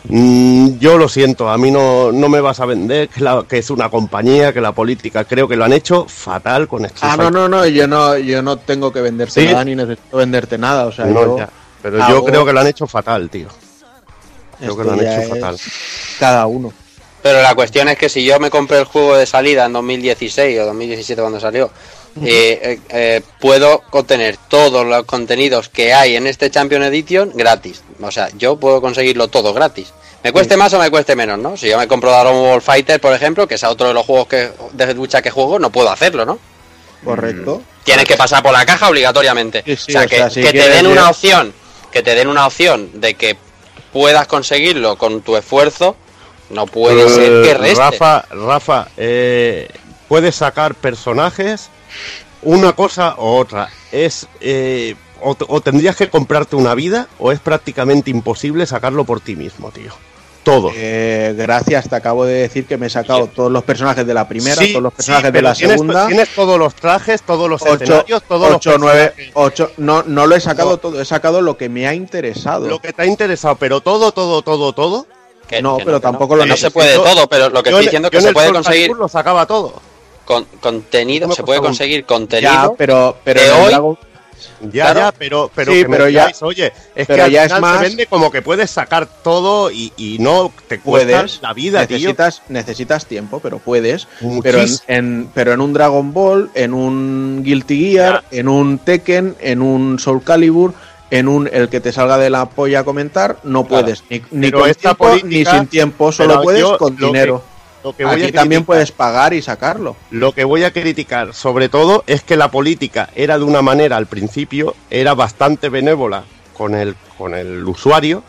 Mm, yo lo siento, a mí no, no me vas a vender que, la- que es una compañía, que la política, creo que lo han hecho fatal con Street Ah, no, Fighter. no, no, yo no, yo no tengo que venderte ¿Sí? nada ni necesito venderte nada. O sea, No, yo ya, pero yo hago- creo que lo han hecho fatal, tío. Creo esto que lo han ya hecho es fatal. cada uno. Pero la cuestión es que si yo me compré el juego de salida en dos mil dieciséis o dos mil diecisiete cuando salió, eh, eh, eh, puedo obtener todos los contenidos que hay en este Champion Edition gratis. O sea, yo puedo conseguirlo todo gratis. Me cueste más o me cueste menos, ¿no? Si yo me compro Dragon Ball Fighter, por ejemplo, que es otro de los juegos que de lucha que juego, no puedo hacerlo, ¿no? Correcto. Tienes que pasar por la caja obligatoriamente. Sí, sí, o sea, o que, sea, si que te quieres den ver- una opción, que te den una opción de que puedas conseguirlo con tu esfuerzo, no puede Eh, ser que reste. Rafa, Rafa, eh, puedes sacar personajes, una cosa o otra. Es eh, o, t- o tendrías que comprarte una vida o es prácticamente imposible sacarlo por ti mismo, tío. Todo. Eh, gracias, te acabo de decir que me he sacado todos los personajes de la primera, Sí, todos los sí, personajes de pero la tienes, segunda. Tienes todos los trajes, todos los ocho, escenarios, todos ocho, los nueve, personajes. ocho. No, no lo he sacado No. todo, he sacado lo que me ha interesado. Lo que te ha interesado, pero todo, todo, todo, todo. Que- no, que pero que tampoco no. lo Que no se necesito. puede todo, pero lo que Yo estoy en- diciendo es yo que en se el puede Soul conseguir Calibur lo sacaba todo. con, contenido, No me se puede costaba un- conseguir Ya, contenido pero, pero de en el hoy- Dragon- Ya, Claro. ya, pero, pero, Sí, que me pero ya- digáis, oye, es pero que al ya es final más- se vende como que puedes sacar todo y, y no te cuesta puedes, la vida, tío. necesitas, necesitas tiempo, pero puedes. Pero en, Muchis- en- pero en un Dragon Ball, en un Guilty Gear, en un Tekken, en un Soul Calibur, en un el que te salga de la polla a comentar, no Claro. puedes ni, ni Pero con esta tiempo ni política- sin tiempo, solo pero puedes yo con lo que- dinero. Lo que, voy Aquí a también criticar- puedes pagar y sacarlo. lo que voy a criticar, sobre todo, es que la política era de una manera al principio, era bastante benévola con el, con el usuario,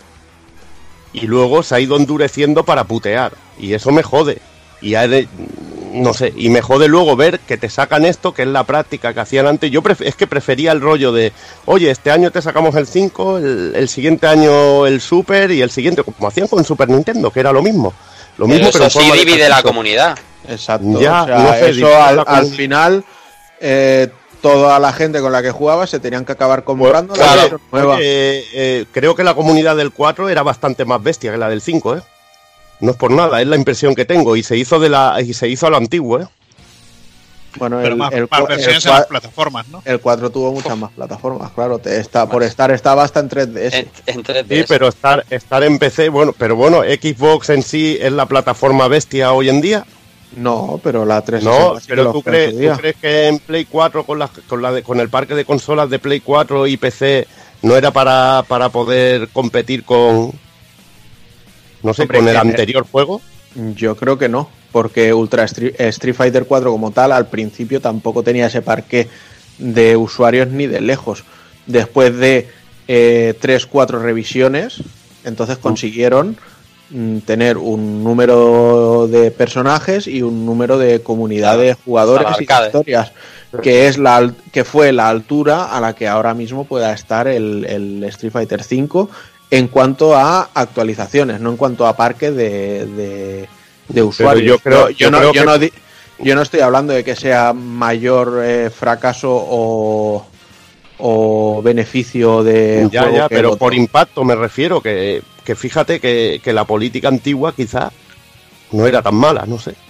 y luego se ha ido endureciendo para putear. Y eso me jode. Y ha de- no sé, y me jode luego ver que te sacan esto, que es la práctica que hacían antes. Yo pref- es que prefería el rollo de, oye, este año te sacamos el cinco, el, el siguiente año el Super y el siguiente, como hacían con Super Nintendo, que era lo mismo. Lo pero mismo, pero en eso sí forma de divide la cartucho. comunidad. Exacto. Ya, o sea, no sé, eso divide al, la al comunidad. final, eh, toda la gente con la que jugaba se tenían que acabar comprando la claro. versión nueva. Oye, eh, eh, creo que la comunidad del cuatro era bastante más bestia que la del cinco, ¿eh? No es por nada, es la impresión que tengo. Y se hizo de la y se hizo a lo antiguo, ¿eh? Bueno, Pero el, más, el, más cua- versiones el en las cua- plataformas, ¿no? el cuatro tuvo muchas más plataformas, claro. Te está, por estar estaba hasta en tres D S. En, en tres D S. Sí, pero estar, estar en P C, bueno, pero bueno, Xbox en sí es la plataforma bestia hoy en día. No, pero la tres No, sí que pero lo ¿tú fue en crees, su ¿tú día. crees que en Play cuatro con, la, con, la de- con el parque de consolas de Play cuatro y P C no era para, para poder competir con, no sé, Hombre, con el que- anterior juego? Yo creo que no, porque Ultra Street, Street Fighter cuatro como tal al principio tampoco tenía ese parque de usuarios ni de lejos. Después de eh, tres, cuatro revisiones, entonces consiguieron mm, tener un número de personajes y un número de comunidad de jugadores y arcade. historias, que es la al- que fue la altura a la que ahora mismo pueda estar el, el Street Fighter cinco en cuanto a actualizaciones, no en cuanto a parque de, de, de usuarios. yo creo- yo, yo no, creo yo que- no di- yo no estoy hablando de que sea mayor eh, fracaso o, o beneficio de Ya, juego ya, que el pero otro. por impacto me refiero, que, que fíjate que, que la política antigua quizá no era tan mala, no sé.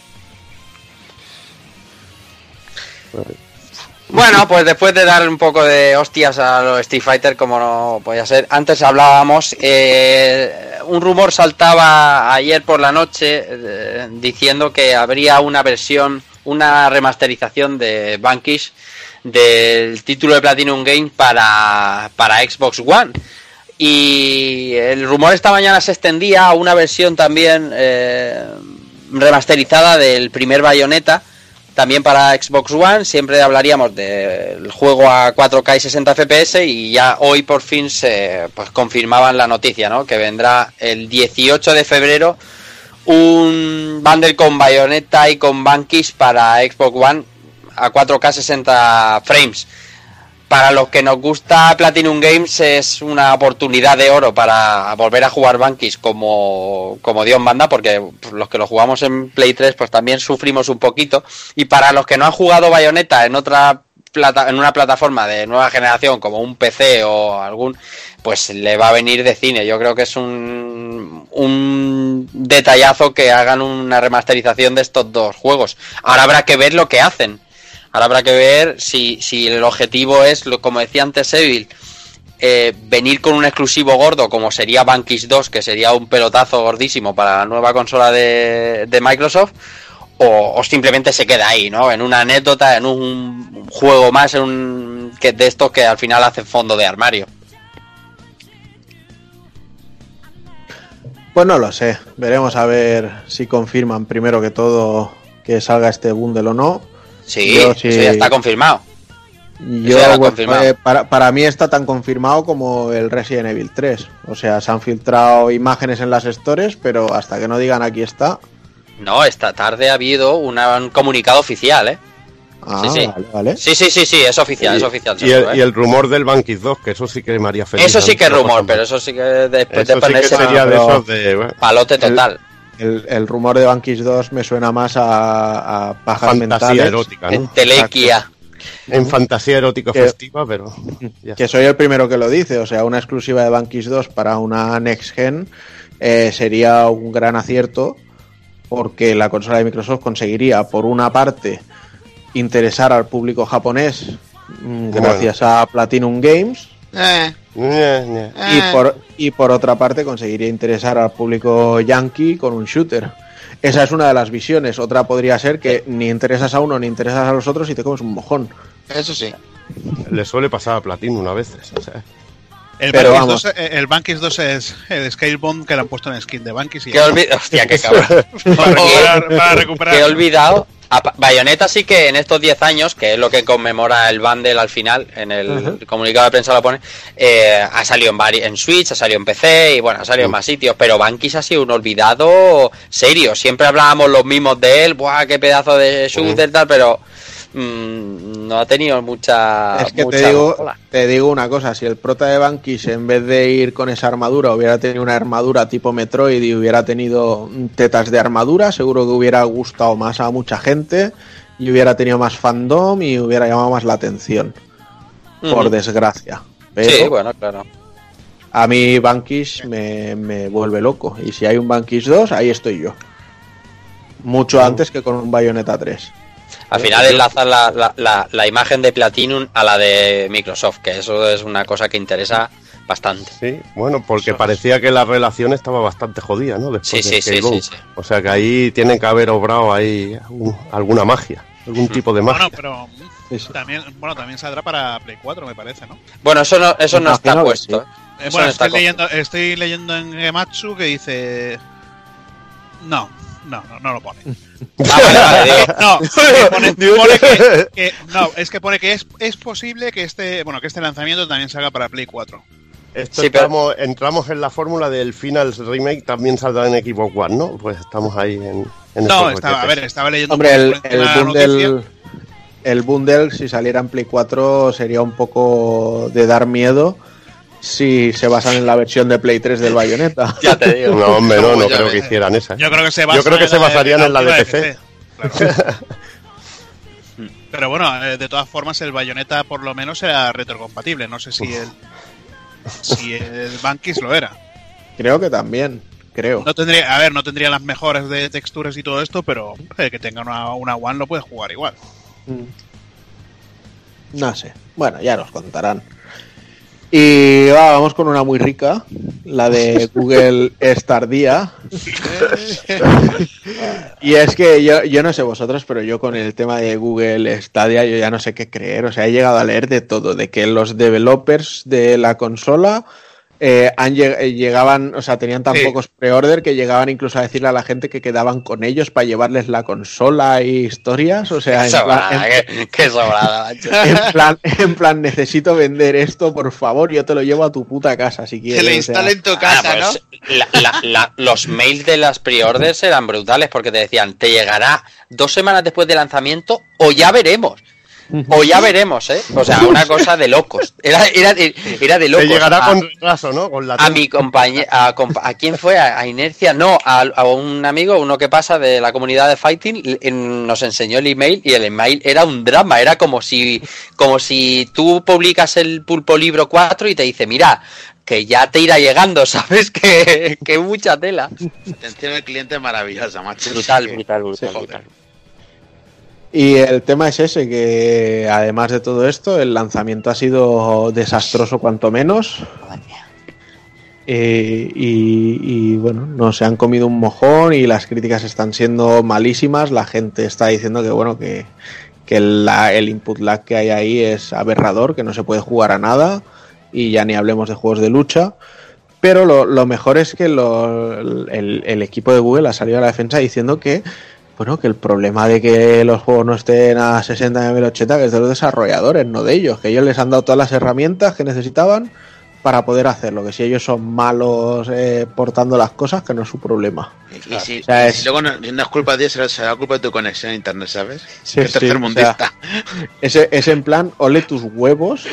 Bueno, pues después de dar un poco de hostias a los Street Fighter, como no podía ser, antes hablábamos, eh, un rumor saltaba ayer por la noche eh, diciendo que habría una versión, una remasterización de Vanquish del título de Platinum Game para, para Xbox One. Y el rumor esta mañana se extendía a una versión también eh, remasterizada del primer Bayonetta, también para Xbox One. Siempre hablaríamos del juego a cuatro K y sesenta F P S, y ya hoy por fin se pues confirmaban la noticia, ¿no? Que vendrá el dieciocho de febrero un bundle con Bayonetta y con Vanquish para Xbox One a cuatro K sesenta frames. Para los que nos gusta Platinum Games es una oportunidad de oro para volver a jugar Vanquish como, como Dios manda, porque los que lo jugamos en Play tres pues también sufrimos un poquito. Y para los que no han jugado Bayonetta en otra plata, en una plataforma de nueva generación como un P C o algún, pues le va a venir de cine. Yo creo que es un, un detallazo que hagan una remasterización de estos dos juegos. Ahora habrá que ver lo que hacen. Ahora habrá que ver si, si el objetivo es, lo, como decía antes Evil, eh, venir con un exclusivo gordo como sería Vanquish dos, que sería un pelotazo gordísimo para la nueva consola de, de Microsoft, o, o simplemente se queda ahí, ¿no? En una anécdota, en un juego más, en un que de estos que al final hacen fondo de armario. Pues no lo sé, veremos a ver si confirman primero que todo que salga este bundle o no. Sí, Yo, eso sí, ya está confirmado. Yo, ya lo han bueno, confirmado. eh, para, para mí está tan confirmado como el Resident Evil tres. O sea, se han filtrado imágenes en las stores, pero hasta que no digan aquí está. No, esta tarde ha habido una- un comunicado oficial, ¿eh? Ah, Sí, sí. vale, vale. Sí, sí, sí, sí, es oficial, Y- es oficial. Y seguro, el, ¿eh? y el rumor del Vanquish dos, que eso sí que me haría feliz. Eso a sí mí, que es no pasa rumor, nada. pero eso sí que después Eso de sí que ponerse sería de pero- esos de... bueno, palote total. El, el rumor de Vanquish dos me suena más a, a pajas fantasía mentales. erótica, ¿no? Entelequia. En fantasía erótica Que- festiva, pero... ya Que está. soy el primero que lo dice. O sea, una exclusiva de Vanquish dos para una Next Gen eh, sería un gran acierto, porque la consola de Microsoft conseguiría, por una parte, interesar al público japonés mm, gracias a Platinum Games, Eh, Ñe, ñe. y eh. por, y por otra parte conseguiría interesar al público yankee con un shooter. Esa es una de las visiones. Otra podría ser que ni interesas a uno ni interesas a los otros y te comes un mojón. Eso sí. Le suele pasar a Platinum a veces, o sea... El Pero Vanquish vamos. dos, eh, el Vanquish dos es el Scalebond que le han puesto en skin de Vanquish y Que olvi- Hostia, qué cabrón. para recuperar, para recuperar. Que he olvidado. A Pa- Bayonetta sí que en estos diez años, que es lo que conmemora el bundle al final, en el Ujú. comunicado de prensa lo pone, eh, ha salido en, vari- en Switch, ha salido en P C y bueno, ha salido en más sitios, pero Vanquish ha sido un olvidado serio. Siempre hablábamos los mismos de él, ¡buah, qué pedazo de shooter tal! Pero mm, no ha tenido mucha... Es que mucha te digo, bola. te digo una cosa, si el prota de Vanquish en vez de ir con esa armadura hubiera tenido una armadura tipo Metroid y hubiera tenido tetas de armadura, seguro que hubiera gustado más a mucha gente y hubiera tenido más fandom y hubiera llamado más la atención, por Ujú. desgracia. Pero Sí, bueno, claro. a mí Vanquish me, me vuelve loco, y si hay un Vanquish dos, ahí estoy yo. Mucho antes que con un Bayonetta tres. Al final enlazan la, la, la, la imagen de Platinum a la de Microsoft, que eso es una cosa que interesa bastante. Sí, bueno, porque Eso. parecía que la relación estaba bastante jodida, ¿no? Después Sí, de sí, sí, Scalebound. sí, sí. O sea que ahí tienen que haber obrado ahí un- alguna magia, algún tipo de magia. Bueno, pero mm, Sí, sí. también, bueno, también saldrá para Play cuatro, me parece, ¿no? Bueno, eso no, eso no está Imagino que puesto. sí. ¿eh? Eh, Eso bueno, no está estoy cogido. leyendo, estoy leyendo en Gematsu que dice... No, no, no, no lo pone. Ah, vale, vale, digo. No, que pone, pone que, que- no, es que pone que es, es posible que este, bueno, que este lanzamiento también salga para Play cuatro. Esto Sí, pero- estamos, entramos en la fórmula del Final Remake, también saldrá en Xbox One, ¿no? Pues estamos ahí en, en No, esos estaba, a boquetes. ver, estaba leyendo Hombre, un el, poco por el encima de la bundle, noticia. el bundle, si saliera en Play cuatro, sería un poco de dar miedo si se basan en la versión de Play tres del Bayonetta. Ya te digo. No, hombre, no, no Como ya creo que ves. hicieran esa. ¿eh? Yo creo que se, Yo basan creo que en se la de- basarían en la de última P C. Claro. Pero bueno, eh, de todas formas el Bayonetta por lo menos era retrocompatible. No sé si el si el Vanquish lo era. Creo que también, creo. No tendría, a ver, no tendría las mejores de texturas y todo esto, pero eh, que tenga una, una One lo puede jugar igual. Mm. No sé. Bueno, ya nos contarán. Y va, vamos con una muy rica, la de Google Stadia. Y es que yo, yo no sé vosotros, pero yo con el tema de Google Stadia yo ya no sé qué creer. O sea, he llegado a leer de todo, de que los developers de la consola eh, han lleg- eh, llegaban, o sea, tenían tan Sí. pocos pre-order que llegaban incluso a decirle a la gente que quedaban con ellos para llevarles la consola y historias. O sea, Qué en plan, sobrada, en- qué, qué sobrada, macho. en plan, en plan, necesito vender esto, por favor, yo te lo llevo a tu puta casa si quieres. Que le o sea. instale en tu Ah, casa, pues, ¿no? la- la- la- los mails de las pre-orders eran brutales porque te decían, te llegará dos semanas después del lanzamiento o ya veremos. O ya veremos, ¿eh? O sea, una cosa de locos. Era, era, de, era de Te locos. llegará A- con retraso, ¿no? Con la a mi compañero, a, compa- ¿a quién fue? ¿A, a Inercia? No, a, a un amigo, uno que pasa de la comunidad de Fighting, l- en- nos enseñó el email y el email era un drama, era como si, como si tú publicas el Pulpo Libro cuatro y te dice, mira, que ya te irá llegando, ¿sabes? Que, que mucha tela. Atención al cliente maravillosa, macho. Brutal, Sí que- brutal, brutal, Joder. brutal. Y el tema es ese, que además de todo esto, el lanzamiento ha sido desastroso cuanto menos. Eh, y, y bueno, no se han comido un mojón y las críticas están siendo malísimas. La gente está diciendo que bueno, que, que la, el input lag que hay ahí es aberrador, que no se puede jugar a nada, y ya ni hablemos de juegos de lucha. Pero lo, lo mejor es que lo, el, el equipo de Google ha salido a la defensa diciendo que bueno, que el problema de que los juegos no estén a sesenta y mil ochenta que es de los desarrolladores, no de ellos, que ellos les han dado todas las herramientas que necesitaban para poder hacerlo, que si ellos son malos eh, portando las cosas, que no es su problema. Y, y si, o sea, y es... si luego no, no es culpa de eso, será culpa de tu conexión a internet, ¿sabes? Sí, que sí, tercermundista. o sea, es, es en plan, ole tus huevos,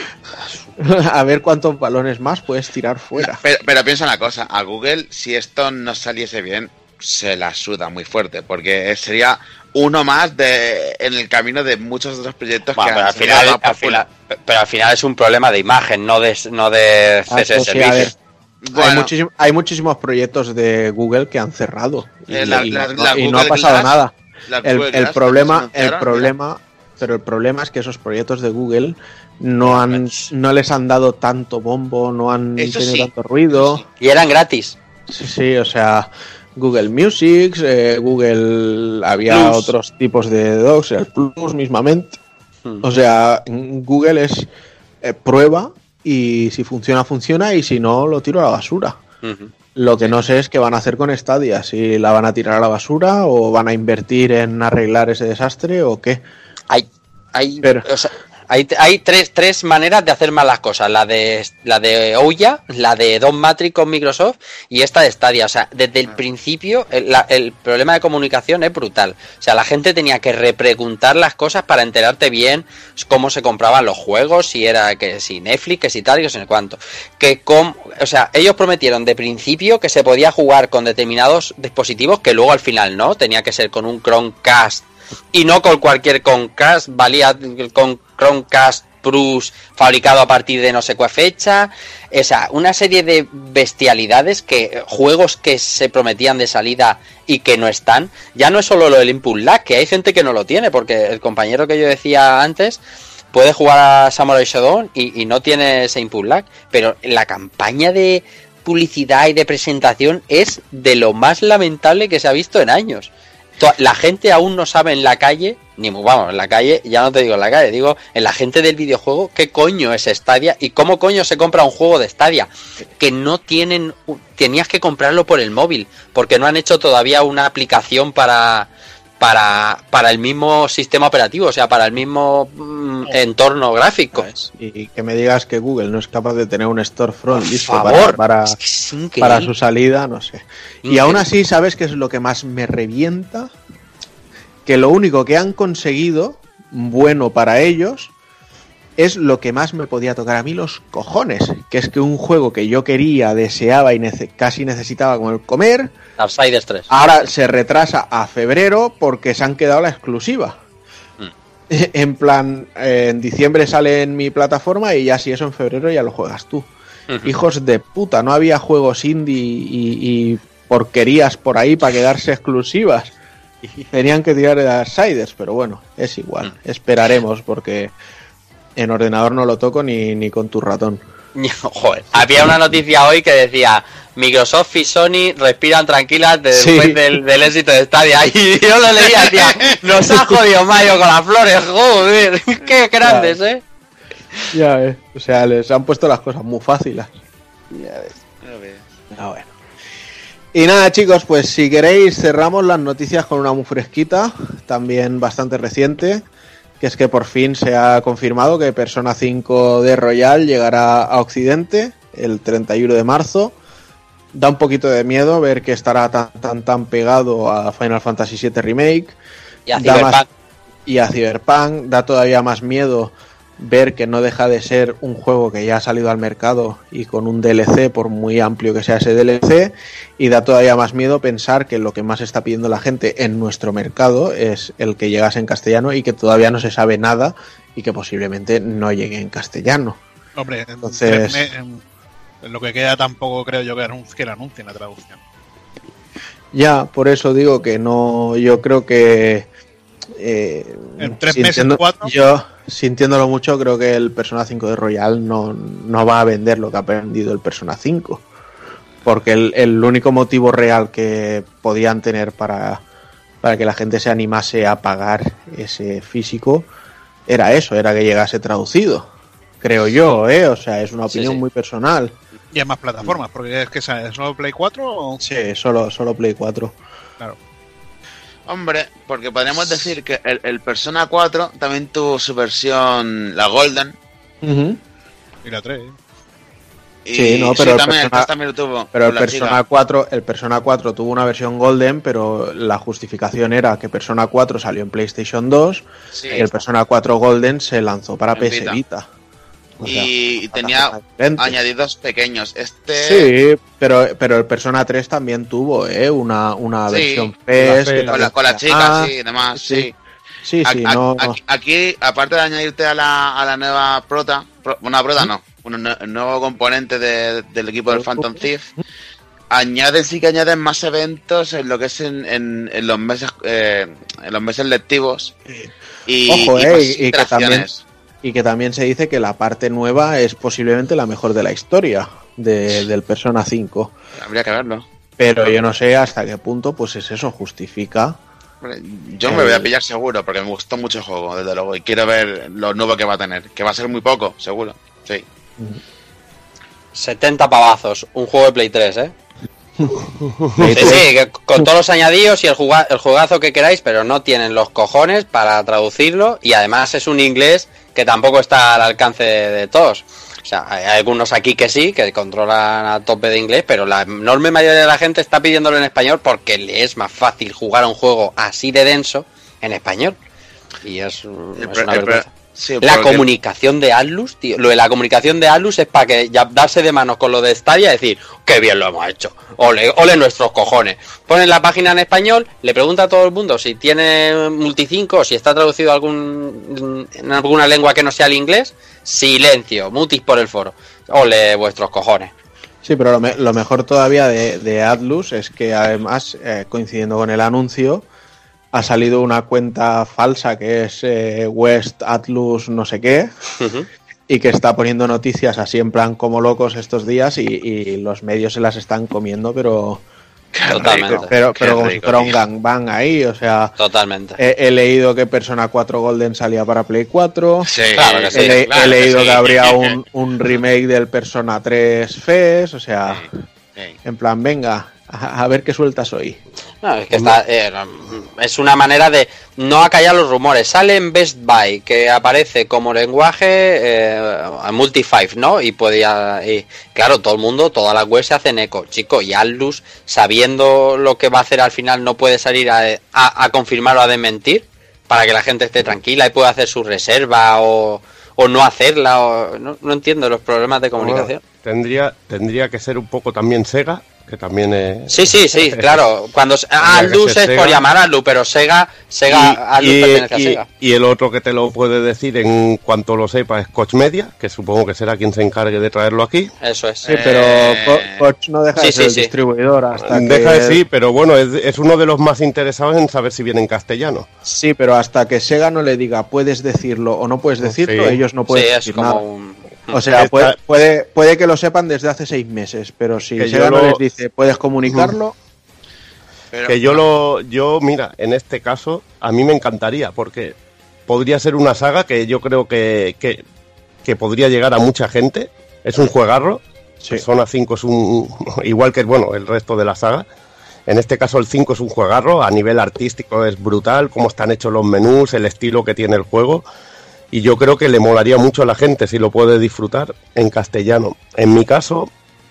a ver cuántos balones más puedes tirar fuera. Pero, pero piensa una cosa, a Google, si esto no saliese bien, se la suda muy fuerte, porque sería uno más de en el camino de muchos otros proyectos bueno, que pero han al final, sido al final pero al final es un problema de imagen, no de no de Ah, cese de pues sí, a servicios. ver, Bueno. hay, muchísim- hay muchísimos proyectos de Google que han cerrado y, Eh, la- y la- no, la y no Google ha pasado Glass, nada. la El, Google el Glass, problema, cuando se el anunciaron, problema, pero el problema es que esos proyectos de Google no han, no les han dado tanto bombo, no han Eso tenido sí, tanto ruido. eso Y eran gratis. Sí, sí, o sea, Google Music, eh, Google, había Plus. otros tipos de docs, el Plus mismamente. Hmm. O sea, Google es eh, prueba y si funciona, funciona y si no, lo tiro a la basura. Ujú. Lo que no sé es qué van a hacer con Stadia, si la van a tirar a la basura o van a invertir en arreglar ese desastre o qué. Hay, hay, Pero- o sea, hay, hay tres, tres maneras de hacer mal las cosas. La de la de Ouya, la de Don Matrix con Microsoft y esta de Stadia. O sea, desde el principio el, la- el problema de comunicación es brutal. O sea, la gente tenía que repreguntar las cosas para enterarte bien cómo se compraban los juegos, si era que si Netflix, que si tal y que si cuánto. Que com, o sea, ellos prometieron de principio que se podía jugar con determinados dispositivos, que luego al final no, tenía que ser con un Chromecast. Y no con cualquier Chromecast, valía con Chromecast Plus fabricado a partir de no sé qué fecha. O sea, una serie de bestialidades, que juegos que se prometían de salida y que no están. Ya no es solo lo del input lag, que hay gente que no lo tiene, porque el compañero que yo decía antes puede jugar a Samurai Shodown y, y no tiene ese input lag. Pero la campaña de publicidad y de presentación es de lo más lamentable que se ha visto en años. La gente aún no sabe en la calle, ni vamos, en la calle, ya no te digo en la calle, digo en la gente del videojuego, qué coño es Stadia y cómo coño se compra un juego de Stadia. Que no tienen, tenías que comprarlo por el móvil, porque no han hecho todavía una aplicación para para, para el mismo sistema operativo, o sea, para el mismo mm, entorno gráfico. Y que me digas que Google no es capaz de tener un storefront Por listo favor, para, para, es que es increíble. para su salida, no sé. Y Increíble. aún así, ¿sabes qué es lo que más me revienta? Que lo único que han conseguido, bueno para ellos, es lo que más me podía tocar a mí los cojones, que es que un juego que yo quería, deseaba y nece- casi necesitaba como el comer, Outsiders tres. ahora se retrasa a febrero porque se han quedado la exclusiva. Mm. En plan, eh, en diciembre sale en mi plataforma y ya si eso en febrero ya lo juegas tú. Ujú. Hijos de puta, no había juegos indie y, y porquerías por ahí para quedarse exclusivas. Tenían que tirar de Outsiders, pero bueno, es igual. Esperaremos porque en ordenador no lo toco ni, ni con tu ratón. Joder, había una noticia hoy que decía Microsoft y Sony respiran tranquilas después Sí. del, del éxito de Stadia. Y yo lo leía, decía, nos ha jodido Mario con las flores, joder, qué grandes, eh. Ya ves, o sea, les han puesto las cosas muy fáciles. Ah, bueno. Y nada, chicos, pues si queréis cerramos las noticias con una muy fresquita, también bastante reciente, que es que por fin se ha confirmado que Persona cinco de Royal llegará a Occidente el treinta y uno de marzo. Da un poquito de miedo ver que estará tan tan tan pegado a Final Fantasy siete Remake Y a Da más- Cyberpunk. y a Cyberpunk. Da todavía más miedo ver que no deja de ser un juego que ya ha salido al mercado y con un D L C, por muy amplio que sea ese D L C, y da todavía más miedo pensar que lo que más está pidiendo la gente en nuestro mercado es el que llegase en castellano y que todavía no se sabe nada y que posiblemente no llegue en castellano. Hombre, Entonces- me- em, lo que queda tampoco creo yo que, anuncie, que lo anuncien la traducción. Ya, por eso digo que no, yo creo que eh, En tres sintiendo- meses, cuatro. Yo, sintiéndolo mucho, creo que el Persona cinco de Royal no, no va a vender lo que ha vendido el Persona cinco. Porque el, el único motivo real que podían tener para, para que la gente se animase a pagar ese físico era eso, era que llegase traducido. Creo yo, ¿eh? O sea, es una Sí, opinión sí. muy personal. Y en más plataformas, porque es que es solo Play cuatro o... Sí, solo, solo Play cuatro. Claro. Hombre, porque podríamos decir que el, el Persona cuatro también tuvo su versión, la Golden. Y la tres. ¿eh? Y Sí, no, pero el también, Persona- el también lo tuvo. Pero el con la Persona chica. cuatro, el Persona cuatro tuvo una versión Golden, pero la justificación era que Persona cuatro salió en PlayStation dos Sí. y el Persona cuatro Golden se lanzó para En P S Vita. Vita. O sea, Y tenía plataforma diferente. añadidos pequeños. Este Sí, pero, pero el Persona tres también tuvo ¿eh? una, una Sí, versión la P S. P- que con la, también con la tenía- chica, Ah, sí, y demás, sí. sí. Sí, sí, A- a- no. aquí, aquí, aparte de añadirte a la, a la nueva prota, pro- una prota no, un nue- nuevo componente de- del equipo del Phantom Thief, añaden, sí que añaden más eventos en lo que es en, en, en los meses eh, en los meses lectivos. Y, Ojo, y eh, más y- y que interacciones. Y que también se dice que la parte nueva es posiblemente la mejor de la historia de- del Persona cinco. Habría que verlo. Pero yo no sé hasta qué punto, pues es eso, justifica. Hombre, yo me voy a pillar seguro porque me gustó mucho el juego, desde luego, y quiero ver lo nuevo que va a tener, que va a ser muy poco, seguro. Sí. setenta pavazos, un juego de Play tres, ¿eh? Play Sí, tres. sí, que con todos los añadidos y el, juga- el juegazo que queráis, pero no tienen los cojones para traducirlo y además es un inglés que tampoco está al alcance de, de todos. O sea, hay algunos aquí que sí, que controlan a tope de inglés, pero la enorme mayoría de la gente está pidiéndolo en español porque le es más fácil jugar a un juego así de denso en español. Y es, El es pro- una el vergüenza. pro- sí, La porque- comunicación de Atlus, tío. Lo de la comunicación de Atlus es para que ya darse de manos con lo de Stadia y decir, qué bien lo hemos hecho. Ole, ole nuestros cojones. Ponen la página en español, le pregunta a todo el mundo si tiene multicinco o si está traducido a algún, en alguna lengua que no sea el inglés. Silencio, mutis por el foro. Ole vuestros cojones. Sí, pero lo, me- lo mejor todavía de, de Atlus es que además, eh, coincidiendo con el anuncio, ha salido una cuenta falsa que es eh, West Atlus no sé qué, Ujú. y que está poniendo noticias así en plan como locos estos días y, y los medios se las están comiendo, pero Totalmente. pero, Qué pero como si rico, fuera un tío. gangbang ahí, o sea, Totalmente. he, he leído que Persona cuatro Golden salía para Play cuatro. Sí, Claro que sí. He, le- claro he leído sí. que habría un, un remake del Persona tres F E S, o sea, Sí. en plan, venga, a, a ver qué sueltas hoy. No, es que está, eh, es una manera de no acallar los rumores. Sale en Best Buy, que aparece como lenguaje eh, multi-five, ¿no? Y podía, y, claro, todo el mundo, todas las webs se hacen eco. Chico, y Atlus, sabiendo lo que va a hacer al final, no puede salir a, a, a confirmar o a desmentir para que la gente esté tranquila y pueda hacer su reserva o, o no hacerla. O, no, no entiendo los problemas de comunicación. Tendría, tendría que ser un poco también Sega, que también es... Sí, sí, sí, claro. Cuando ah, Tendría que Atlus ser es por Sega. llamar a Atlus, pero Sega, Sega, Atlus y, pertenece a y- Sega. y el otro que te lo puede decir en cuanto lo sepa es Koch Media, que supongo que será quien se encargue de traerlo aquí. Eso es. Sí, pero Eh, Co- Koch no deja sí, de ser sí, el sí. distribuidor hasta Deja que... de sí, pero bueno, es, es uno de los más interesados en saber si viene en castellano. Sí, pero hasta que Sega no le diga puedes decirlo o no puedes decirlo, Sí. ellos no Sí, pueden es decir como nada. un... O sea, Esta- puede, puede, puede que lo sepan desde hace seis meses, pero si Que Sega yo no lo- les dice puedes comunicarlo, Pero- Que yo lo, yo, mira, en este caso, a mí me encantaría, porque podría ser una saga que yo creo que, que, que podría llegar a mucha gente. Es un juegarro. Sí. Persona cinco es un, igual que, bueno, el resto de la saga. En este caso el cinco es un juegarro, a nivel artístico es brutal, cómo están hechos los menús, el estilo que tiene el juego. Y yo creo que le molaría mucho a la gente si lo puede disfrutar en castellano. En mi caso,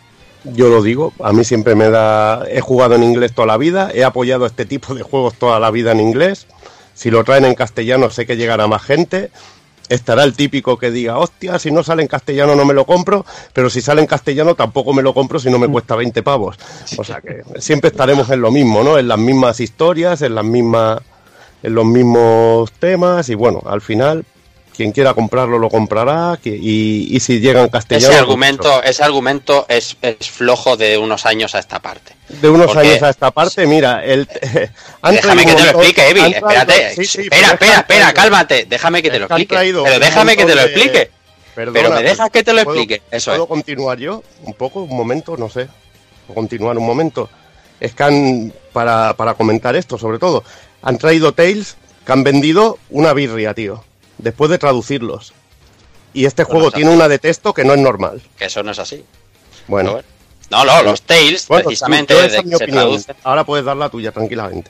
yo lo digo, a mí siempre me da... He jugado en inglés toda la vida, he apoyado este tipo de juegos toda la vida en inglés. Si lo traen en castellano sé que llegará más gente. Estará el típico que diga, hostia, si no sale en castellano no me lo compro, pero si sale en castellano tampoco me lo compro si no me cuesta veinte pavos. O sea que siempre estaremos en lo mismo, ¿no? En las mismas historias, en las mismas... en los mismos temas y bueno, al final quien quiera comprarlo lo comprará, que, y, y si llega en castellano... Ese argumento, ese argumento es, es flojo de unos años a esta parte. De unos Porque... años a esta parte, mira, el... Déjame que te lo explique, Evil, espérate. Sí, sí, espera, espera, espera, cálmate, déjame que te lo explique. Pero déjame que te lo explique. Perdona, pero me dejas que te lo explique. ¿puedo, Eso ¿Puedo es. continuar yo? Un poco, un momento, no sé. ¿Puedo continuar un momento? Es que han, para, para comentar esto, sobre todo, han traído Tales que han vendido una birria, tío, después de traducirlos. Y este Bueno, juego o sea, tiene una de texto que no es normal. Que eso no es así. Bueno. Bueno. No, no, los Tales, Bueno, precisamente, yo esa desde es mi que se opinión. traducen. Ahora puedes dar la tuya tranquilamente.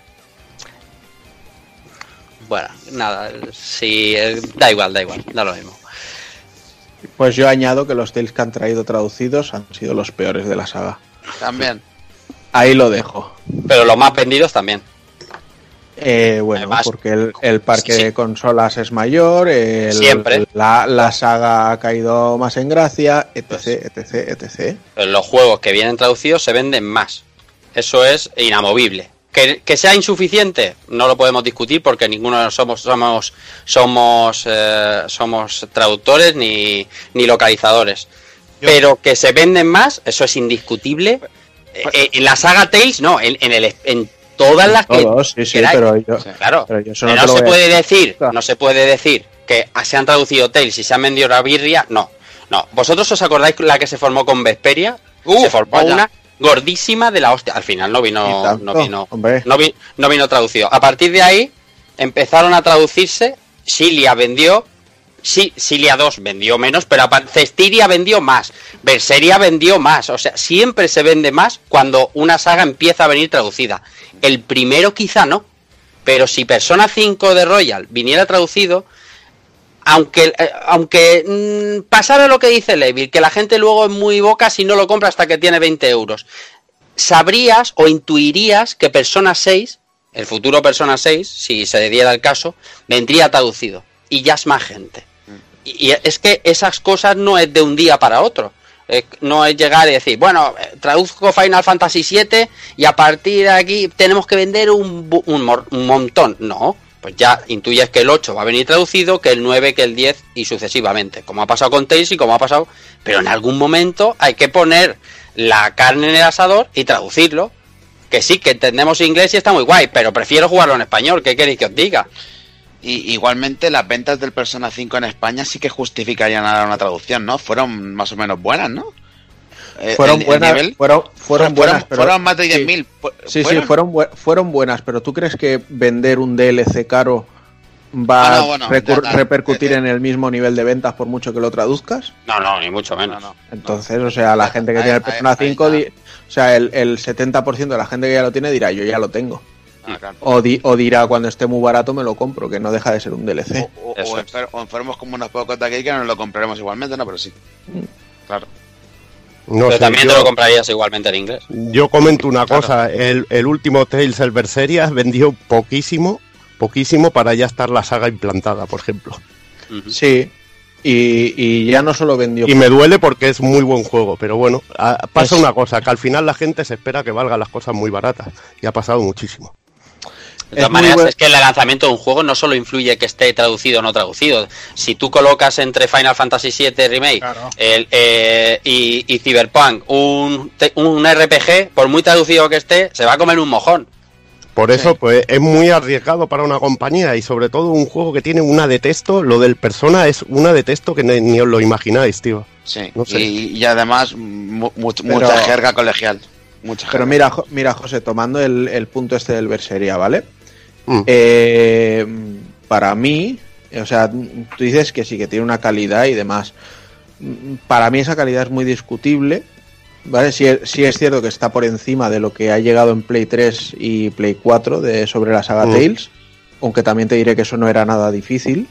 Bueno, nada, sí, eh, da igual, da igual, da lo mismo. Pues yo añado que los Tales que han traído traducidos han sido los peores de la saga. También. Ahí lo dejo. Pero los más vendidos también. Eh, bueno, Además, porque el, el parque sí, sí. de consolas es mayor, el- Siempre. La, la saga ha caído más en gracia, etc, etc, etcétera. Los juegos que vienen traducidos se venden más. Eso es inamovible. Que, que sea insuficiente, no lo podemos discutir porque ninguno de nosotros somos somos eh, somos traductores ni, ni localizadores. Yo- Pero que se venden más, eso es indiscutible. Eh, en la saga Tales, no, en, en, el, en todas las que Todos, sí, sí, queráis. pero yo, Claro, pero yo eso no, no te lo se voy a puede decir. decir, no se puede decir que se han traducido Tales y se han vendido la birria, no. No, ¿vosotros os acordáis la que se formó con Vesperia? Uh, se formó vaya. una gordísima de la hostia. Al final no Y vino, tanto, no vino, hombre. no, vi- no vino traducido. A partir de ahí empezaron a traducirse. Silia vendió, sí, Silia dos vendió menos, pero apar- Cestiria vendió más, Berseria vendió más. O sea, siempre se vende más cuando una saga empieza a venir traducida. El primero quizá no, pero si Persona cinco de Royal viniera traducido, aunque eh, aunque mm, pasara lo que dice Levil, que la gente luego es muy boca si no lo compra hasta que tiene veinte euros, sabrías o intuirías que Persona seis, el futuro Persona seis, si se diera el caso, vendría traducido y ya es más gente. Y, y es que esas cosas no es de un día para otro. Eh, no es llegar y decir, bueno, eh, traduzco Final Fantasy siete y a partir de aquí tenemos que vender un, bu- un, mor- un montón. No, pues ya intuyes que el ocho va a venir traducido, que el nueve, que el diez y sucesivamente, como ha pasado con Tales y como ha pasado, pero en algún momento hay que poner la carne en el asador y traducirlo. Que sí, que entendemos inglés y está muy guay, pero prefiero jugarlo en español, ¿qué queréis que os diga? Y igualmente las ventas del Persona cinco en España sí que justificarían ahora una traducción, ¿no? Fueron más o menos buenas, ¿no? Eh, Fueron el- el buenas, nivel- fueron, fueron buenas, pero fueron más de sí. diez mil. Sí, sí, fueron, bu- fueron buenas, pero ¿tú crees que vender un D L C caro va Ah, no, bueno, a recur- ya, ya. repercutir Eh, eh. en el mismo nivel de ventas por mucho que lo traduzcas? No, no, ni mucho menos. No, no. Entonces, o sea, la gente que Ahí- tiene el ahí- Persona ahí cinco, está. di- o sea, el, el setenta por ciento de la gente que ya lo tiene dirá, yo ya lo tengo. Ah, claro. O, di- o dirá, cuando esté muy barato me lo compro, que no deja de ser un D L C. O, o- Eso o es. enfer- o enfermos como unos pocos de aquí que nos lo compraremos igualmente, ¿no? Pero sí. Claro. No pero sé, también yo, te lo comprarías igualmente en inglés. yo comento una cosa, el, el último Tales, el Berseria, vendió poquísimo, poquísimo para ya estar la saga implantada, por ejemplo. Ujú. Sí, y, y ya no solo vendió... Y me duele porque es muy buen juego, pero bueno, a- pasa Es- una cosa, que al final la gente se espera que valgan las cosas muy baratas, y ha pasado muchísimo. De todas Es muy maneras, buen- es que el lanzamiento de un juego no solo influye que esté traducido o no traducido. Si tú colocas entre Final Fantasy siete Remake Claro. el, eh, y, y Cyberpunk un, te- un R P G, por muy traducido que esté, se va a comer un mojón. Por eso, pues es muy arriesgado para una compañía, y sobre todo un juego que tiene una de texto, lo del Persona es una de texto que ni, ni os lo imagináis, tío. Sí. No sé. Y, y además mu- mu- Pero- mucha jerga colegial. Mucha Pero jerga. mira, Jo- mira José, tomando el, el punto este del Berseria, ¿vale? Mm. Eh, para mí, o sea, tú dices que sí, que tiene una calidad y demás. Para mí esa calidad es muy discutible, ¿vale? Sí, es- sí es cierto que está por encima de lo que ha llegado en Play tres y Play cuatro de, sobre la saga Mm. Tales, aunque también te diré que eso no era nada difícil.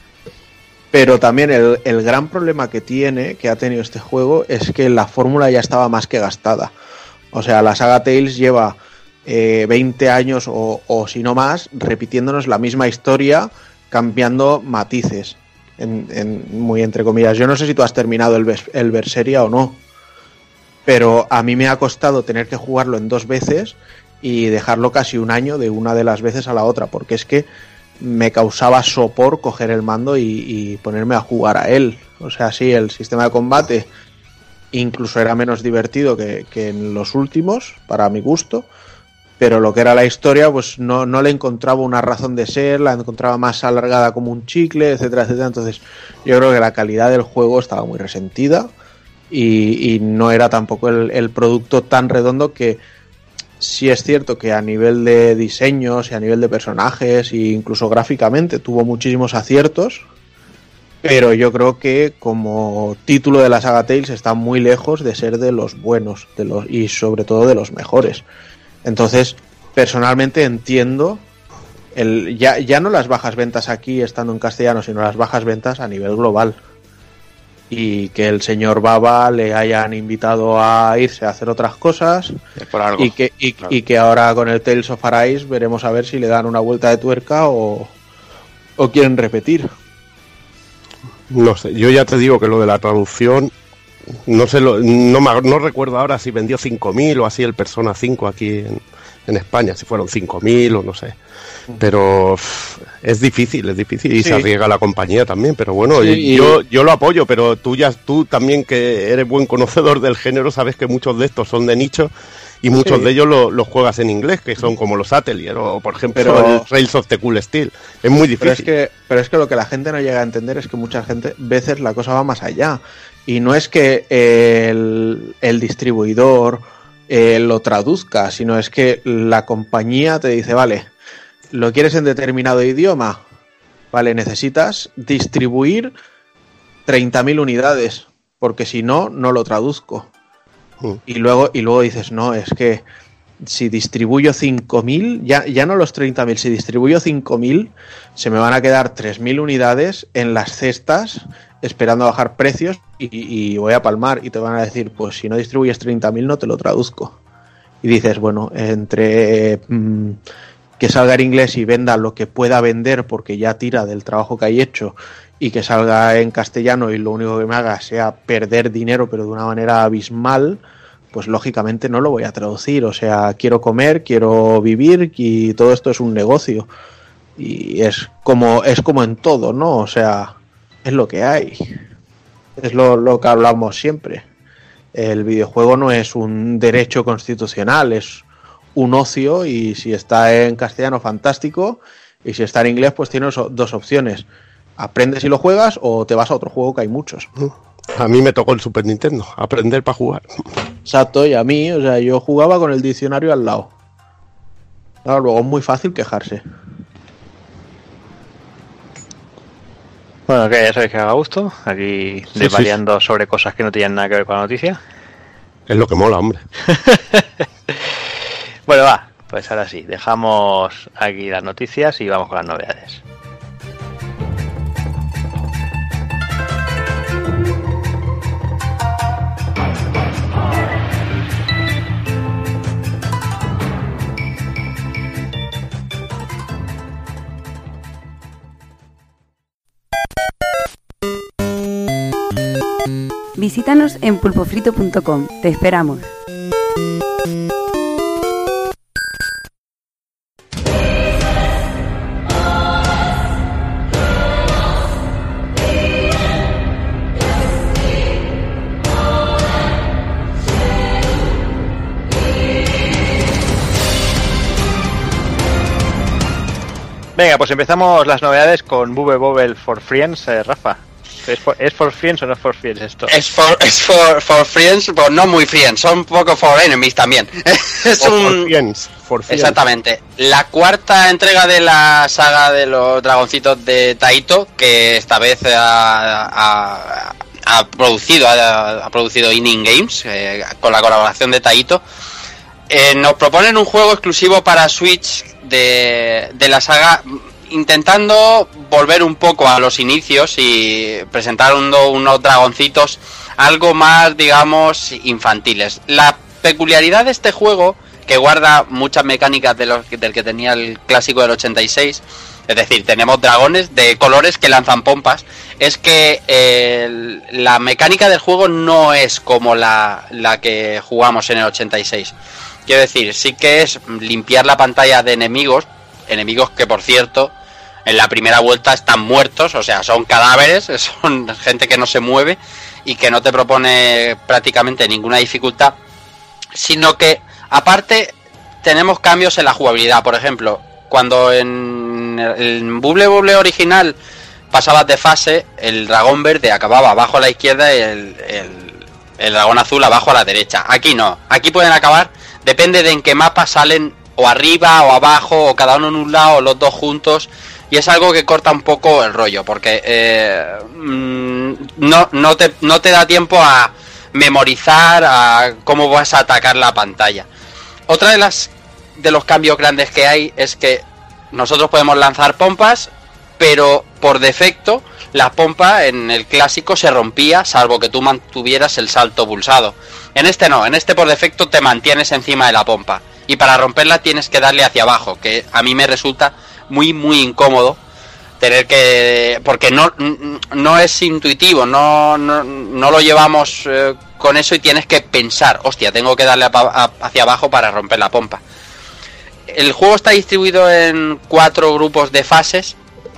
Pero también el, el gran problema que tiene, que ha tenido este juego, es que la fórmula ya estaba más que gastada. O sea, la saga Tales lleva eh, veinte años o, o si no más, repitiéndonos la misma historia, cambiando matices, en, en- muy entre comillas. Yo no sé si tú has terminado el, Ves- el Berseria o no, pero a mí me ha costado tener que jugarlo en dos veces y dejarlo casi un año de una de las veces a la otra, porque es que me causaba sopor coger el mando y, y ponerme a jugar a él. O sea, sí, el sistema de combate incluso era menos divertido que, que en los últimos, para mi gusto, pero lo que era la historia, pues no, no le encontraba una razón de ser, la encontraba más alargada como un chicle, etcétera, etcétera. Entonces yo creo que la calidad del juego estaba muy resentida y, y no era tampoco el, el producto tan redondo que sí es cierto que a nivel de diseños y a nivel de personajes e incluso gráficamente tuvo muchísimos aciertos, pero yo creo que como título de la saga Tales está muy lejos de ser de los buenos de los y sobre todo de los mejores. Entonces, personalmente entiendo el, ya, ya no las bajas ventas aquí estando en castellano, sino las bajas ventas a nivel global. Y que el señor Baba le hayan invitado a irse a hacer otras cosas Es por algo. y que, y, Claro. y que ahora con el Tales of Arise veremos a ver si le dan una vuelta de tuerca o, o quieren repetir. No sé, yo ya te digo que lo de la traducción, no sé, lo, no, me, no recuerdo ahora si vendió cinco mil o así el Persona cinco aquí en, en España, si fueron cinco mil o no sé. Pero pff, es difícil, es difícil y Sí. se arriesga la compañía también, pero bueno, Sí, y y- yo, yo lo apoyo, pero tú ya tú también que eres buen conocedor del género, sabes que muchos de estos son de nicho y muchos Sí. de ellos los lo juegas en inglés, que son como los Atelier o por ejemplo Pero- el Trails of the Cool Steel. Es muy Pero es difícil. que, pero es que lo que la gente no llega a entender es que muchas gente, veces la cosa va más allá. Y no es que el, el distribuidor eh, lo traduzca, sino es que la compañía te dice, vale, ¿lo quieres en determinado idioma? Vale, necesitas distribuir treinta mil unidades, porque si no, no lo traduzco. Mm. Y luego, y luego dices, no, es que si distribuyo cinco mil, ya, ya no los treinta mil, si distribuyo cinco mil, se me van a quedar tres mil unidades en las cestas esperando a bajar precios y, y voy a palmar y te van a decir, pues si no distribuyes treinta mil no te lo traduzco. Y dices, bueno, entre mm, que salga en inglés y venda lo que pueda vender porque ya tira del trabajo que hay hecho y que salga en castellano y lo único que me haga sea perder dinero pero de una manera abismal, pues lógicamente no lo voy a traducir. O sea, quiero comer, quiero vivir y todo esto es un negocio. Y es como, es como en todo, ¿no? O sea, es lo que hay. Es lo, lo que hablamos siempre. El videojuego no es un derecho constitucional, es un ocio y si está en castellano, fantástico. Y si está en inglés, pues tienes dos opciones. Aprendes y lo juegas o te vas a otro juego que hay muchos. A mí me tocó el Super Nintendo, aprender para jugar. Exacto, y a mí, o sea, yo jugaba con el diccionario al lado. Claro, luego es muy fácil quejarse. Bueno, que ya sabéis que haga gusto, aquí Sí, desvariando sobre cosas que no tienen nada que ver con la noticia. Es lo que mola, hombre. Bueno, va, pues ahora sí, dejamos aquí las noticias y vamos con las novedades. Visítanos en pulpofrito punto com. Te esperamos. Venga, pues empezamos las novedades con Bubble Bobble for Friends, eh, Rafa. ¿Es for, ¿Es for Friends o no es for Friends esto? Es for, es for, for friends, pues no muy friends, son un poco for enemies también. Es O un... For Friends, for Friends. Exactamente. La cuarta entrega de la saga de los dragoncitos de Taito, que esta vez ha, ha, ha producido ha, ha producido Inning Games, eh, con la colaboración de Taito. Eh, nos proponen un juego exclusivo para Switch de, de la saga, intentando volver un poco a los inicios y presentar un, unos dragoncitos algo más, digamos, infantiles. La peculiaridad de este juego, que guarda muchas mecánicas de los, del que tenía el clásico del ochenta y seis, es decir, tenemos dragones de colores que lanzan pompas, es que eh, la mecánica del juego no es como la, la que jugamos en el ochenta y seis. Quiero decir, sí que es limpiar la pantalla de enemigos, enemigos que por cierto En la primera vuelta están muertos, o sea, son cadáveres, son gente que no se mueve y que no te propone prácticamente ninguna dificultad, sino que aparte tenemos cambios en la jugabilidad. Por ejemplo, cuando en el Bubble Bobble original pasabas de fase, el dragón verde acababa abajo a la izquierda y el, el, el dragón azul abajo a la derecha. Aquí no, aquí pueden acabar, depende de en qué mapa salen, o arriba o abajo, o cada uno en un lado, o los dos juntos, y es algo que corta un poco el rollo, porque eh, no, no, te, no te da tiempo a memorizar a cómo vas a atacar la pantalla. Otra de las de los cambios grandes que hay es que nosotros podemos lanzar pompas, pero por defecto la pompa en el clásico se rompía, salvo que tú mantuvieras el salto pulsado. En este no, en este por defecto te mantienes encima de la pompa, y para romperla tienes que darle hacia abajo, que a mí me resulta muy muy incómodo tener que, porque no no es intuitivo, no no, no lo llevamos eh, con eso, y tienes que pensar, hostia, tengo que darle a, a, hacia abajo para romper la pompa. El juego está distribuido en cuatro grupos de fases,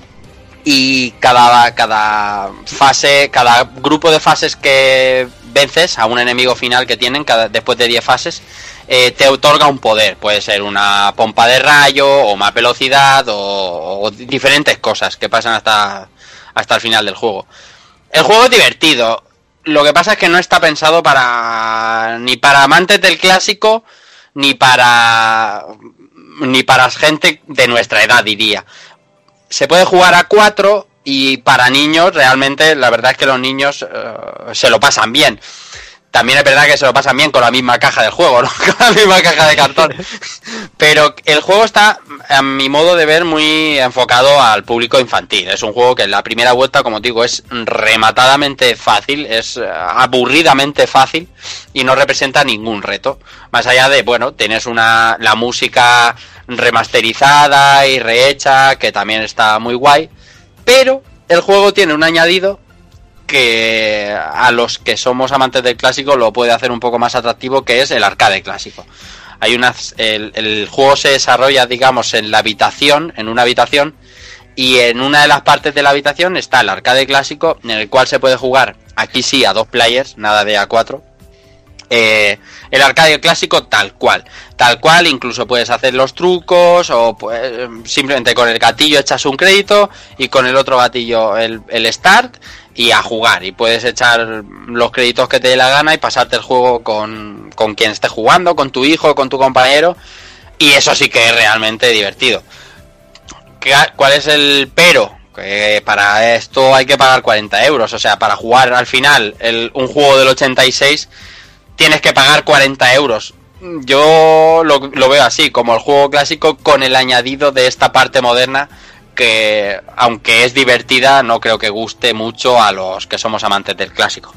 y cada cada fase, cada grupo de fases que vences a un enemigo final que tienen cada, después de diez fases, eh, te otorga un poder. Puede ser una pompa de rayo, o más velocidad, o, o diferentes cosas que pasan hasta, hasta el final del juego. El juego es divertido. Lo que pasa es que no está pensado para ni para amantes del clásico, ni para ni para gente de nuestra edad, diría. Se puede jugar a cuatro, y para niños realmente la verdad es que los niños uh, se lo pasan bien. También es verdad que se lo pasan bien con la misma caja del juego, ¿no? Con la misma caja de cartón. Pero el juego está, a mi modo de ver, muy enfocado al público infantil. Es un juego que en la primera vuelta, como digo, es rematadamente fácil, es aburridamente fácil y no representa ningún reto. Más allá de, bueno, tienes una la música remasterizada y rehecha, que también está muy guay. Pero el juego tiene un añadido que a los que somos amantes del clásico lo puede hacer un poco más atractivo, que es el arcade clásico. Hay unas, el, el juego se desarrolla, digamos, en la habitación, en una habitación, y en una de las partes de la habitación está el arcade clásico, en el cual se puede jugar, aquí sí, a dos players, nada de a cuatro. Eh, el arcade clásico tal cual, tal cual, incluso puedes hacer los trucos, o pues, simplemente con el gatillo echas un crédito y con el otro gatillo el, el start, y a jugar, y puedes echar los créditos que te dé la gana y pasarte el juego con, con quien esté jugando, con tu hijo, con tu compañero, y eso sí que es realmente divertido. ¿Cuál es el pero? Que para esto hay que pagar cuarenta euros, o sea, para jugar al final el, un juego del ochenta y seis tienes que pagar cuarenta euros. Yo lo, lo veo así, como el juego clásico con el añadido de esta parte moderna, que aunque es divertida, no creo que guste mucho a los que somos amantes del clásico.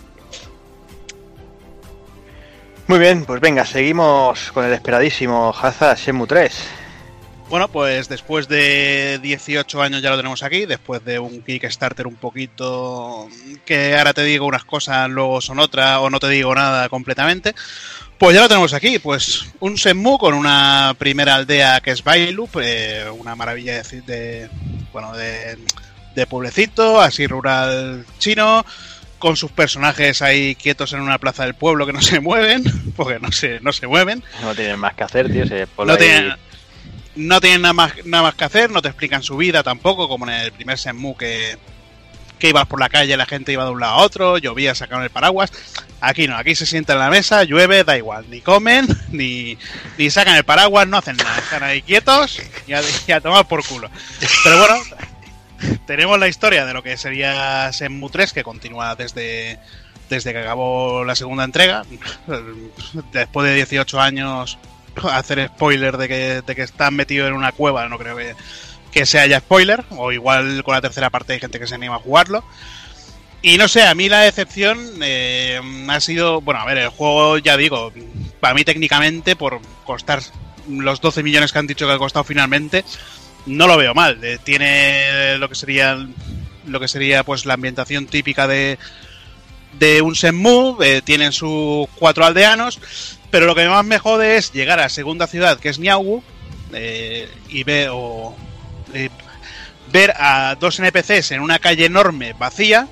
Muy bien, pues venga, seguimos con el esperadísimo Hazard Shenmue tres. Bueno, pues después de dieciocho años ya lo tenemos aquí, después de un Kickstarter un poquito que ahora te digo unas cosas, luego son otras, o no te digo nada completamente. Pues ya lo tenemos aquí, pues un Shenmue con una primera aldea que es Bailup, eh, una maravilla de, de bueno de, de pueblecito, así rural chino, con sus personajes ahí quietos en una plaza del pueblo que no se mueven, porque no se, no se mueven. No tienen más que hacer, tío, ese pueblo no ahí... tienen, no tienen nada más, nada más que hacer, no te explican su vida tampoco, como en el primer Shenmue que, que ibas por la calle, la gente iba de un lado a otro, llovía, sacaban el paraguas. Aquí no, aquí se sientan en la mesa, llueve, da igual, ni comen, ni, ni sacan el paraguas, no hacen nada, están ahí quietos y a, y a tomar por culo. Pero bueno, tenemos la historia de lo que sería Shenmue tres, que continúa desde, desde que acabó la segunda entrega, después de dieciocho años. Hacer spoiler de que, de que están metidos en una cueva, no creo que, que sea ya spoiler, o igual con la tercera parte hay gente que se anima a jugarlo. Y no sé, a mí la decepción eh, ha sido, bueno, a ver, el juego, ya digo, para mí técnicamente, por costar los doce millones que han dicho que ha costado finalmente, no lo veo mal. Eh, tiene lo que sería lo que sería pues la ambientación típica de de un Shenmue, eh, tienen sus cuatro aldeanos, pero lo que más me jode es llegar a la segunda ciudad, que es Niaowu, eh, y ver, o, eh, ver a dos N P Cs en una calle enorme, vacía,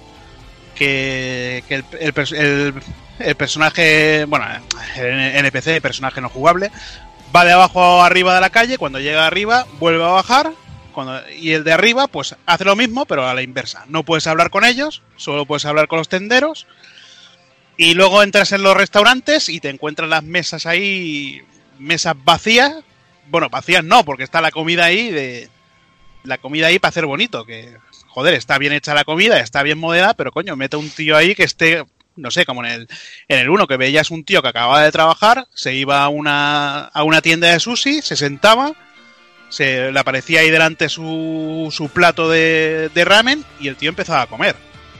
que, que el, el, el, el personaje, bueno, el N P C, el personaje no jugable, va de abajo a arriba de la calle, cuando llega arriba vuelve a bajar, cuando, y el de arriba pues hace lo mismo pero a la inversa. No puedes hablar con ellos, solo puedes hablar con los tenderos, y luego entras en los restaurantes y te encuentras las mesas ahí, mesas vacías, bueno, vacías no, porque está la comida ahí, de la comida ahí para hacer bonito, que joder, está bien hecha la comida, está bien modelada, pero coño, mete un tío ahí que esté, no sé, como en el en el uno, que veías un tío que acababa de trabajar, se iba a una a una tienda de sushi, se sentaba, se le aparecía ahí delante su, su plato de, de ramen y el tío empezaba a comer.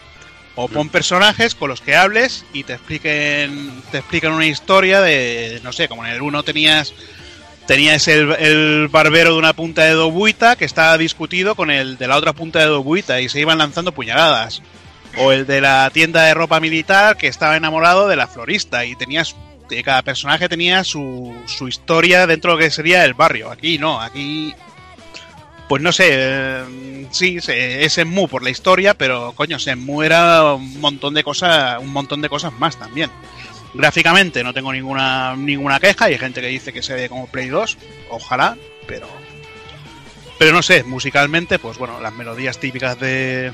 O pon personajes con los que hables y te expliquen te explican una historia de, no sé, como en el uno tenías tenías el, el barbero de una punta de Dobuita que estaba discutido con el de la otra punta de Dobuita y se iban lanzando puñaladas. O el de la tienda de ropa militar que estaba enamorado de la florista y tenías, cada personaje tenía su, su historia dentro de lo que sería el barrio. Aquí no, aquí pues no sé, eh, sí, es Shenmue por la historia, pero coño, Shenmue era un montón de cosas, un montón de cosas más también. Gráficamente no tengo ninguna ninguna queja, hay gente que dice que se ve como Play dos, ojalá, pero pero no sé, musicalmente, pues bueno, las melodías típicas de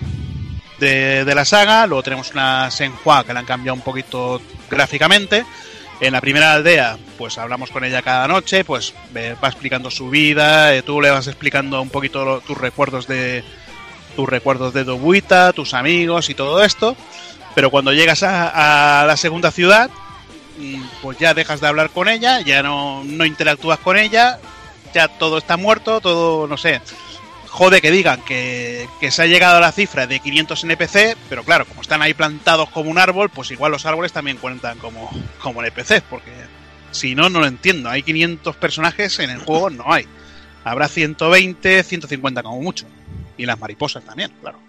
de, de la saga, luego tenemos una Senhua que la han cambiado un poquito gráficamente. En la primera aldea, pues hablamos con ella cada noche, pues va explicando su vida, eh, tú le vas explicando un poquito lo, tus recuerdos de tus recuerdos de Dobuita, tus amigos y todo esto, pero cuando llegas a, a la segunda ciudad, pues ya dejas de hablar con ella, ya no, no interactúas con ella, ya todo está muerto, todo, no sé. Jode que digan que, que se ha llegado a la cifra de quinientos N P C, pero claro, como están ahí plantados como un árbol, pues igual los árboles también cuentan como, como N P Cs, porque si no, no lo entiendo. Hay quinientos personajes en el juego, no hay. Habrá ciento veinte, ciento cincuenta como mucho. Y las mariposas también, claro.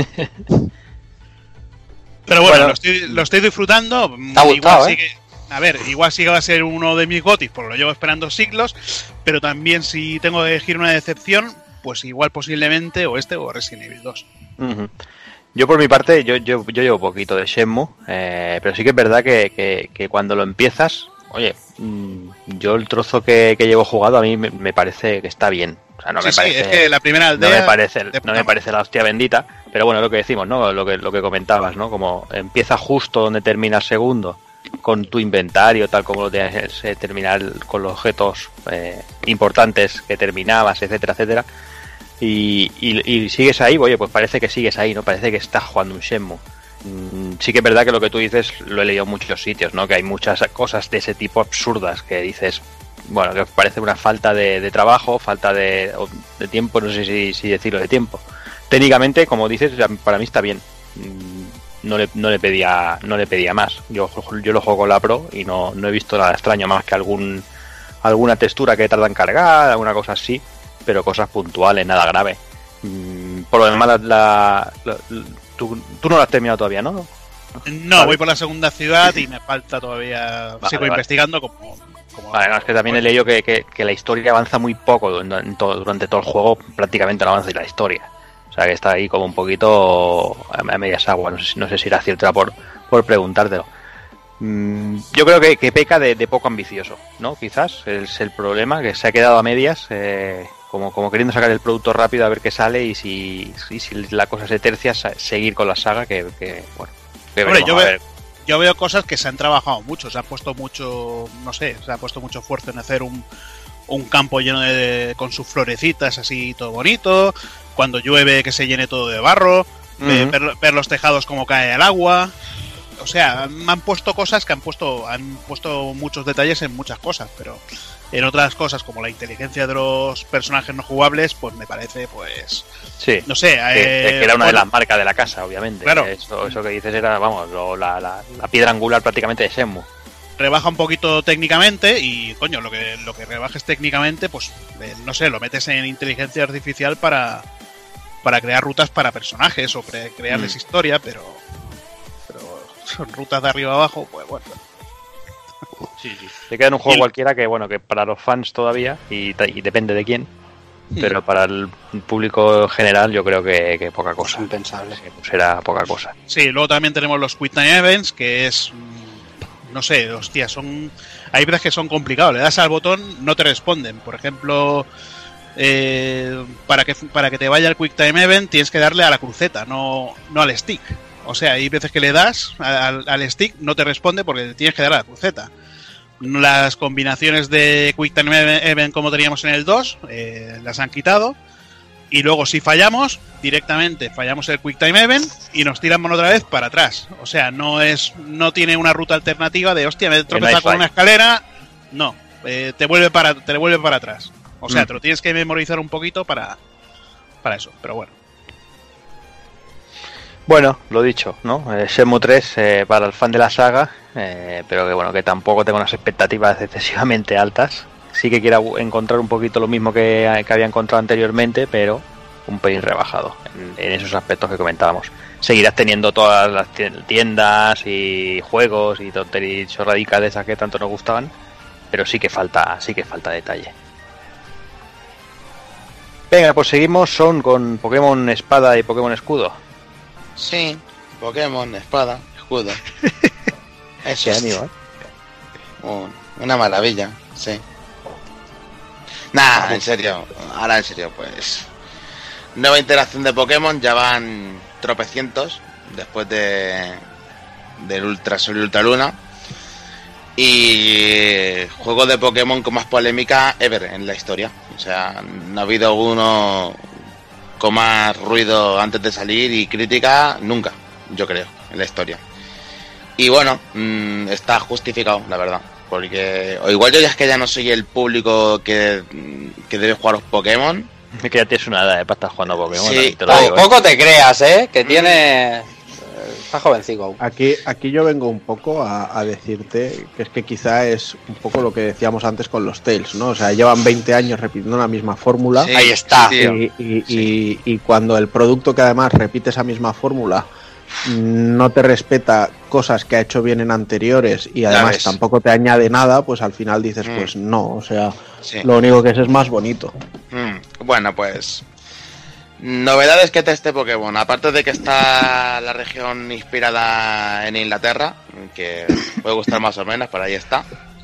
Pero bueno, Bueno, lo, estoy, lo estoy disfrutando. Te ha gustado, igual ¿eh? sigue, a ver, igual sí que va a ser uno de mis gotis, porque lo llevo esperando siglos, pero también si tengo que elegir una decepción, pues igual posiblemente o este o Resident Evil dos. Uh-huh. Yo por mi parte, yo, yo, yo llevo poquito de Shenmue, eh, pero sí que es verdad que, que, que cuando lo empiezas, oye, mmm, yo el trozo que, que llevo jugado a mí me, me parece que está bien. O sea, no Sí, me sí, parece, es que la primera aldea no me parece, de no puta me parece la hostia bendita, pero bueno, lo que decimos, ¿no? Lo que, lo que comentabas, ¿no? Como empieza justo donde termina el segundo, con tu inventario, tal como lo tienes que terminar con los objetos eh, importantes que terminabas, etcétera, etcétera. Y, y, y sigues ahí, oye, pues parece que sigues ahí, ¿no? Parece que estás jugando un Shenmue. Mm, sí que es verdad que lo que tú dices lo he leído en muchos sitios, ¿no? Que hay muchas cosas de ese tipo absurdas que dices, bueno, que parece una falta de, de trabajo, falta de, de tiempo, no sé si, si decirlo de tiempo. Técnicamente, como dices, para mí está bien. Mm, no le, no le pedía no le pedía más. Yo, yo lo juego con la Pro y no, no he visto nada extraño más que algún alguna textura que tarda en cargar, alguna cosa así, pero cosas puntuales, nada grave. Mm, por lo demás, la, la, la, tú, tú no lo has terminado todavía, ¿no? No, vale. Voy por la segunda ciudad y me falta todavía. Vale, sigo vale. investigando como. como Vale, no, es que también he leído que, que, que la historia avanza muy poco en, en todo, durante todo el juego, prácticamente no avanza la historia. O sea que está ahí como un poquito a, a medias aguas. No sé, no sé si era cierto, era por, por preguntártelo. Mm, yo creo que, que peca de, de poco ambicioso, ¿no? Quizás es el problema, que se ha quedado a medias. Eh, Como, como queriendo sacar el producto rápido a ver qué sale y si, si, si la cosa se tercia, seguir con la saga que, que bueno, que Hombre, yo, a ve, ver. yo veo cosas que se han trabajado mucho, se ha puesto mucho, no sé, se ha puesto mucho esfuerzo en hacer un, un campo lleno de, con sus florecitas así todo bonito, cuando llueve que se llene todo de barro, uh-huh. ver, ver, ver los tejados como cae el agua. O sea, han puesto cosas que han puesto han puesto muchos detalles en muchas cosas, pero en otras cosas como la inteligencia de los personajes no jugables, pues me parece, pues, sí, no sé, que, eh, que era una bueno, de las marcas de la casa, obviamente. Claro. Eso, eso que dices era, vamos, lo, la, la, la piedra angular prácticamente de Shenmue. Rebaja un poquito técnicamente y, coño, lo que lo que rebajes técnicamente, pues, eh, no sé, lo metes en inteligencia artificial para para crear rutas para personajes o pre- crearles mm. historia, pero pero son rutas de arriba a abajo, pues bueno. Sí, sí. Te queda en un juego y cualquiera que, bueno, que para los fans todavía, y, y depende de quién, pero para el público general yo creo que, que poca cosa. Es impensable. Será poca cosa. Sí, luego también tenemos los Quick Time Events, que es... No sé, hostia, son... Hay veces que son complicados. Le das al botón, no te responden. Por ejemplo, eh, para que para que te vaya el Quick Time Event tienes que darle a la cruceta, no, no al stick. O sea, hay veces que le das al, al stick, no te responde porque tienes que dar a la cruceta. Las combinaciones de Quick Time Event como teníamos en el dos, eh, las han quitado. Y luego si fallamos, directamente fallamos el Quick Time Event y nos tiran otra vez para atrás. O sea, no es no tiene una ruta alternativa de, hostia, me he tropezado no con una escalera. No, eh, te vuelve para te vuelve para atrás. O sea, Mm. te lo tienes que memorizar un poquito para, para eso, pero bueno. Bueno, lo dicho, ¿no? Eh, Shenmue tres eh, para el fan de la saga, eh, pero que bueno, que tampoco tengo unas expectativas excesivamente altas. Sí que quiera encontrar un poquito lo mismo que, que había encontrado anteriormente, pero un pelín rebajado en, en esos aspectos que comentábamos. Seguirás teniendo todas las tiendas y juegos y tonterías chorradicas de esas que tanto nos gustaban, pero sí que falta, sí que falta detalle. Venga, pues seguimos son con Pokémon Espada y Pokémon Escudo. Sí, Pokémon, espada, escudo. Eso Qué es ánimo, ¿eh? un- una maravilla, sí. Nah, en serio, ahora en serio, pues... Nueva interacción de Pokémon, ya van tropecientos después de del Ultra Sol y Ultra Luna. Y juego de Pokémon con más polémica ever en la historia. O sea, no ha habido uno con más ruido antes de salir y crítica nunca, yo creo, en la historia. Y bueno, mmm, está justificado, la verdad. Porque, o igual yo ya es que ya no soy el público que, que debe jugar los Pokémon. Es que ya tienes una edad, ¿eh? Para estar jugando a Pokémon. Sí, te lo digo, ¿eh? Tampoco te creas, ¿eh? Que tiene... eh, Está jovencico. Aquí, aquí yo vengo un poco a, a decirte que es que quizá es un poco lo que decíamos antes con los Tales, ¿no? O sea, llevan veinte años repitiendo la misma fórmula. Sí, Ahí está. sí, tío. Y, y, Sí. y, y cuando el producto que además repite esa misma fórmula no te respeta cosas que ha hecho bien en anteriores y además ves. tampoco te añade nada, pues al final dices, Mm. pues no, o sea, Sí. lo único que es es más bonito. Mm, Bueno, pues... Novedades que teste Pokémon. Aparte de que está la región inspirada en Inglaterra, que puede gustar más o menos, pero ahí está.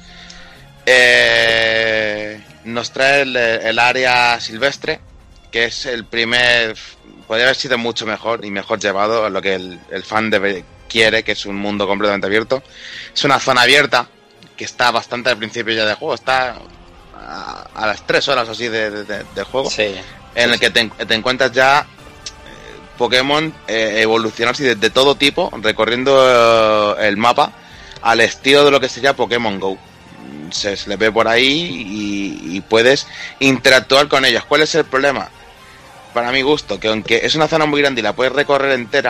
Eh, nos trae el, el área silvestre, que es el primer... Podría haber sido mucho mejor y mejor llevado a lo que el, el fan debe, quiere, que es un mundo completamente abierto. Es una zona abierta que está bastante al principio ya del juego. Está a, a las tres horas así de, de, de, del juego. Sí. En el que te, te encuentras ya eh, Pokémon eh, evolucionarse de, de todo tipo, recorriendo eh, el mapa al estilo de lo que sería Pokémon Go. Se, se le ve por ahí y, y puedes interactuar con ellos. ¿Cuál es el problema? Para mi gusto, que aunque es una zona muy grande y la puedes recorrer entera,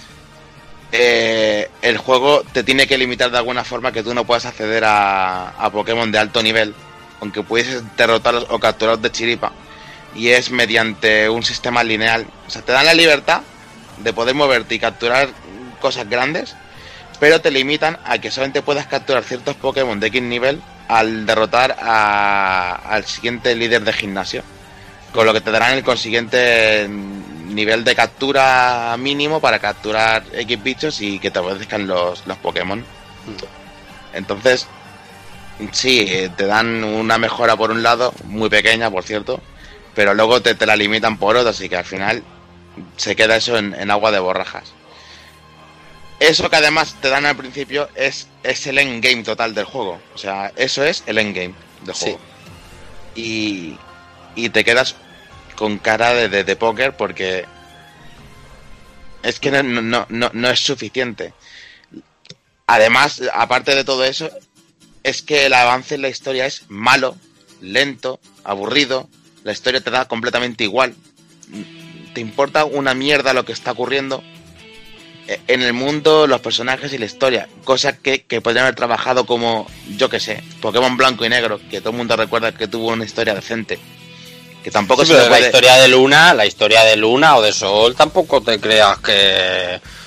eh, el juego te tiene que limitar de alguna forma que tú no puedas acceder a, a Pokémon de alto nivel, aunque pudieses derrotarlos o capturarlos de chiripa. Y es mediante un sistema lineal. O sea, te dan la libertad de poder moverte y capturar cosas grandes, pero te limitan a que solamente puedas capturar ciertos Pokémon de X nivel al derrotar a, al siguiente líder de gimnasio. Con lo que te darán el consiguiente nivel de captura mínimo para capturar X bichos y que te obedezcan los, los Pokémon. Entonces, sí, te dan una mejora por un lado, muy pequeña por cierto, pero luego te, te la limitan por otro, así que al final se queda eso en, en agua de borrajas. Eso que además te dan al principio es, es el endgame total del juego. O sea, eso es el endgame del juego. Sí. Y, y te quedas con cara de, de, de póker porque es que no, no, no, no es suficiente. Además, aparte de todo eso, es que el avance en la historia es malo, lento, aburrido. La historia te da completamente igual. Te importa una mierda lo que está ocurriendo en el mundo, los personajes y la historia. Cosas que, que podrían haber trabajado como, yo que sé, Pokémon Blanco y Negro, que todo el mundo recuerda que tuvo una historia decente. Que tampoco Sí, se pero puede... la historia de Luna, la historia de Luna o de Sol, tampoco te creas que...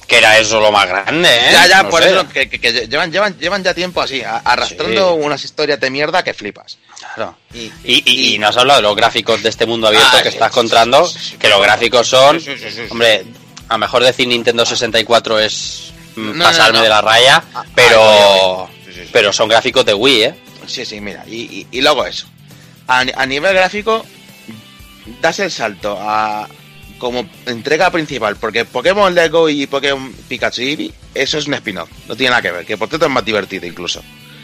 que era eso lo más grande, ¿eh? Ya, ya, No por sé. eso que, que- que llevan, llevan, llevan ya tiempo así, a- arrastrando Sí. unas historias de mierda que flipas. Claro. Y, Y, y, y no has hablado de los gráficos de este mundo abierto Ah, que sí, estás sí, contando, sí, sí, sí, que los gráficos son, Sí, sí, sí, sí, sí. hombre, a lo mejor decir Nintendo sesenta y cuatro es mm, No, pasarme no, no. de la raya, Ah, pero, ah, sí, sí, sí. pero son gráficos de Wii, ¿eh? Sí, sí, mira, y, y, y luego eso. A, ni- a nivel gráfico, das el salto a como entrega principal, porque Pokémon Lego y Pokémon Pikachu y Eevee, eso es un spin-off, no tiene nada que ver, que por cierto es más divertido incluso.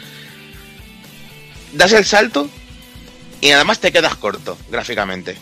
Das el salto y además te quedas corto gráficamente.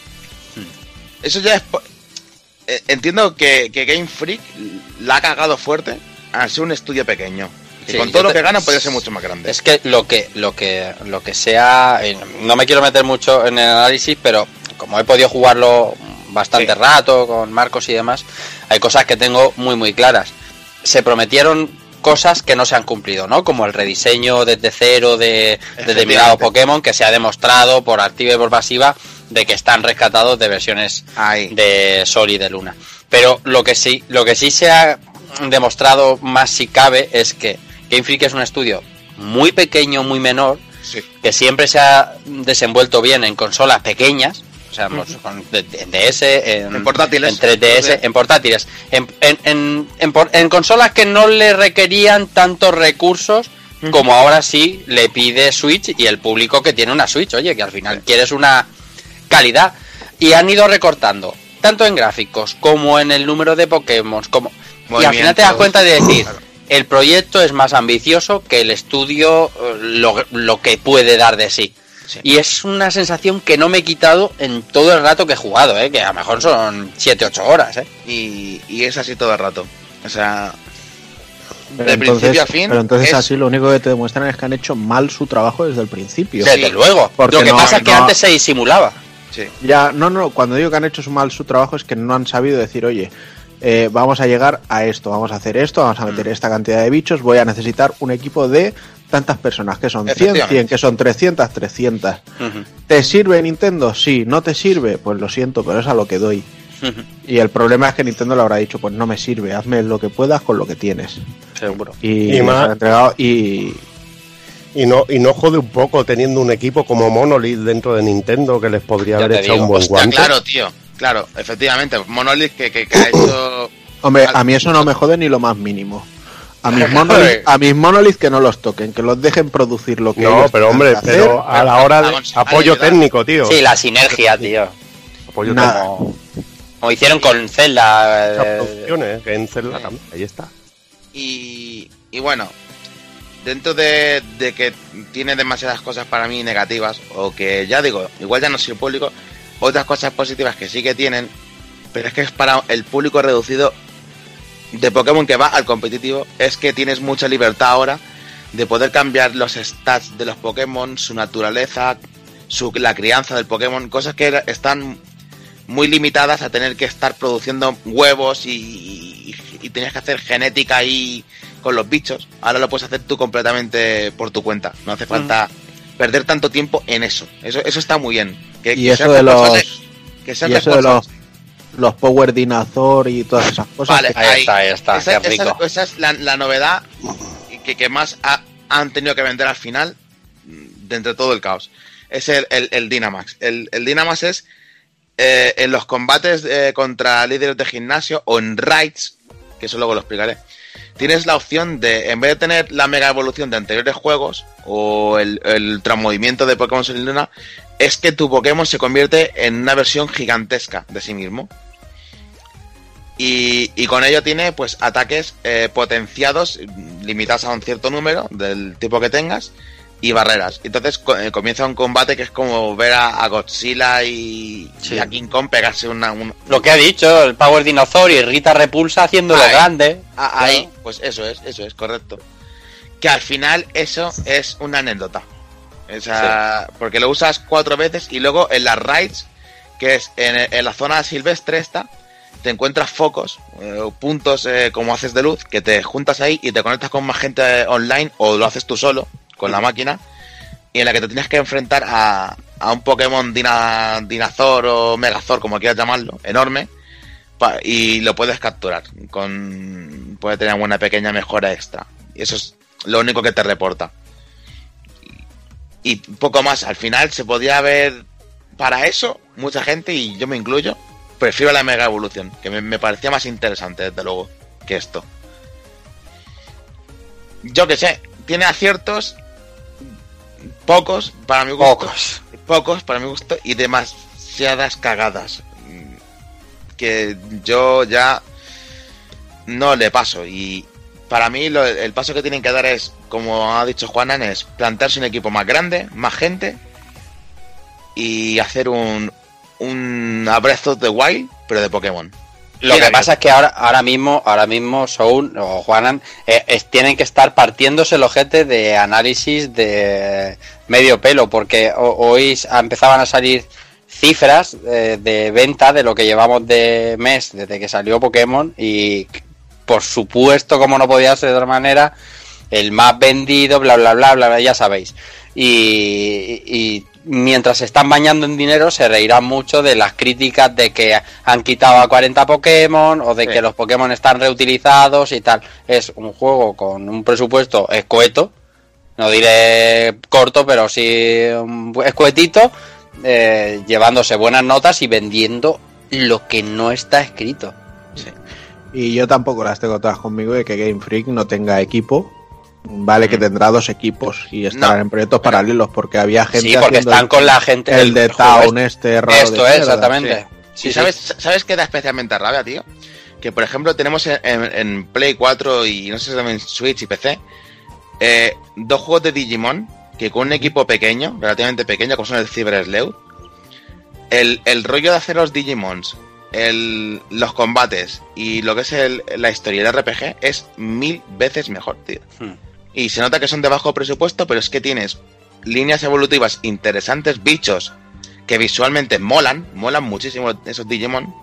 Eso ya es... po- eh, Entiendo que, que Game Freak la ha cagado fuerte al ser un estudio pequeño. Que Sí, con yo todo lo te- que ganan podría ser mucho más grande. Es que lo que lo que lo que sea, eh, no me quiero meter mucho en el análisis, pero como he podido jugarlo bastante Sí. rato con Marcos y demás, hay cosas que tengo muy muy claras. Se prometieron cosas que no se han cumplido, ¿no? Como el rediseño desde cero de, de determinados Pokémon, que se ha demostrado por activa y por pasiva de que están rescatados de versiones Ahí. de Sol y de Luna. Pero lo que sí, lo que sí se ha demostrado más si cabe es que Game Freak es un estudio muy pequeño, muy menor, Sí. que siempre se ha desenvuelto bien en consolas pequeñas, o sea, pues, con D- D- DS, en, En portátiles. en tres D S, en portátiles, en, en, en, en por- en consolas que no le requerían tantos recursos como ahora sí le pide Switch y el público que tiene una Switch, oye, que al final quieres una calidad, y han ido recortando tanto en gráficos como en el número de Pokémon, como y al final te das Movimientos. cuenta de decir, el proyecto es más ambicioso que el estudio eh, lo, lo que puede dar de sí. Sí. Y es una sensación que no me he quitado en todo el rato que he jugado, ¿eh? Que a lo mejor son siete ocho horas, ¿eh? Y, y es así todo el rato. O sea, Pero de entonces, principio a fin. pero entonces es- así lo único que te demuestran es que han hecho mal su trabajo desde el principio. Desde luego. porque Lo que no- pasa es que no- antes se disimulaba. Sí. Ya, no, no, cuando digo que han hecho su mal su trabajo es que no han sabido decir, oye, eh, vamos a llegar a esto, vamos a hacer esto, vamos a meter esta cantidad de bichos, voy a necesitar un equipo de tantas personas, que son cien, Efectivamente. cien, que son trescientas, trescientas. Ujú, ¿Te sirve Nintendo? Sí. ¿No te sirve? Pues lo siento, pero es a lo que doy. ujú. Y el problema es que Nintendo le habrá dicho, pues no me sirve, hazme lo que puedas con lo que tienes. Seguro. Y, Y les más- han entregado y... Y no, y no jode un poco teniendo un equipo como Monolith dentro de Nintendo que les podría Ya haber te echado digo. un buen Hostia, guante. claro, tío. Claro, efectivamente. Monolith que, que, que ha hecho. Hombre, Al- a mí eso no me jode ni lo más mínimo. A mis Monolith, a mis Monolith que no los toquen, que los dejen producir lo que No, ellos pero tengan hombre, que hacer. pero a la hora de Vamos, a apoyo ayudar. técnico, tío. Sí, la sinergia, tío. Apoyo Nada. Como, como hicieron con Zelda. técnico. eh, Esas producciones, que en Zelda Sí. también, ahí está. Y, y bueno, dentro de, de que tiene demasiadas cosas para mí negativas, o que ya digo, igual ya no soy el público, otras cosas positivas que sí que tienen, pero es que es para el público reducido de Pokémon que va al competitivo, es que tienes mucha libertad ahora de poder cambiar los stats de los Pokémon, su naturaleza, su, la crianza del Pokémon, cosas que era- están muy limitadas a tener que estar produciendo huevos y, y, y tenías que hacer genética ahí con los bichos. Ahora lo puedes hacer tú completamente por tu cuenta. No hace falta perder tanto tiempo en eso. Eso, eso está muy bien. Que, Y que eso sean de los- responsables- que sean Y eso de los, responsables. los Power Dinosaur y todas esas cosas. Vale, que- Ahí está, ahí está, esa, qué esa- rico. esa es la, la novedad que, que más ha- han tenido que vender al final de entre todo el caos. Es el, el, el Dynamax. El, el Dynamax es eh, en los combates eh, contra líderes de gimnasio o en raids, que eso luego lo explicaré. Tienes la opción de, en vez de tener la mega evolución de anteriores juegos o el, el transmovimiento de Pokémon Sol y Luna, es que tu Pokémon se convierte en una versión gigantesca de sí mismo. Y, y con ello tiene pues ataques eh, potenciados, limitados a un cierto número, del tipo que tengas, y barreras. Entonces co- eh, comienza un combate que es como ver a, a Godzilla y, Sí. y a King Kong pegarse una, un- Lo que ha dicho, el Power Dinosaur y Rita Repulsa haciéndolo Ahí. grande. a- ahí, pues eso es, eso es, correcto. Que al final eso es una anécdota. O sea, porque lo usas cuatro veces y luego en las raids, que es en, en la zona silvestre esta, te encuentras focos, eh, puntos eh, como haces de luz, que te juntas ahí y te conectas con más gente eh, online o lo haces tú solo con la máquina, y en la que te tienes que enfrentar a, a un Pokémon dina, Dinazor o Megazor, como quieras llamarlo, enorme, pa- y lo puedes capturar. Con puede tener una pequeña mejora extra. Y eso es lo único que te reporta. Y, y poco más. Al final se podía ver para eso, mucha gente, y yo me incluyo, prefiero la Mega Evolución, que me, me parecía más interesante, desde luego, que esto. Yo que sé, tiene aciertos pocos para mi gusto. Pocos. Pocos para mi gusto y demasiadas cagadas que yo ya no le paso. Y para mí lo, el paso que tienen que dar es, como ha dicho Juanan, es plantarse un equipo más grande, más gente y hacer un un Breath of the Wild, pero de Pokémon. Lo que pasa es que ahora, ahora mismo, ahora mismo Soul o Juanan eh, es, tienen que estar partiéndose el ojete de análisis de medio pelo, porque ho- hoy empezaban a salir cifras eh, de venta de lo que llevamos de mes desde que salió Pokémon y por supuesto, como no podía ser de otra manera, el más vendido, bla bla bla bla, bla ya sabéis. Y, y mientras se están bañando en dinero se reirán mucho de las críticas de que han quitado a cuarenta Pokémon o de Sí. que los Pokémon están reutilizados y tal. Es un juego con un presupuesto escueto, no diré corto, pero sí um, escuetito, eh, llevándose buenas notas y vendiendo lo que no está escrito. Y yo tampoco las tengo todas conmigo de que Game Freak no tenga equipo. Vale que tendrá dos equipos y estarán No. en proyectos paralelos porque había gente Sí, porque haciendo están el, con la gente el de del juego Town este raro de Esto es, mierda. exactamente. Sí. Sí, ¿Y sí. sabes, sabes qué da especialmente rabia, tío? Que por ejemplo tenemos en, en- en Play cuatro y no sé si también Switch y P C eh, dos juegos de Digimon que con un equipo pequeño, relativamente pequeño, como son el Cyber Sleuth, el, el rollo de hacer los Digimons, el, los combates y lo que es el, la historia del R P G es mil veces mejor, tío. Hmm. Y se nota que son de bajo presupuesto, pero es que tienes líneas evolutivas interesantes, bichos que visualmente molan, molan muchísimo esos Digimon.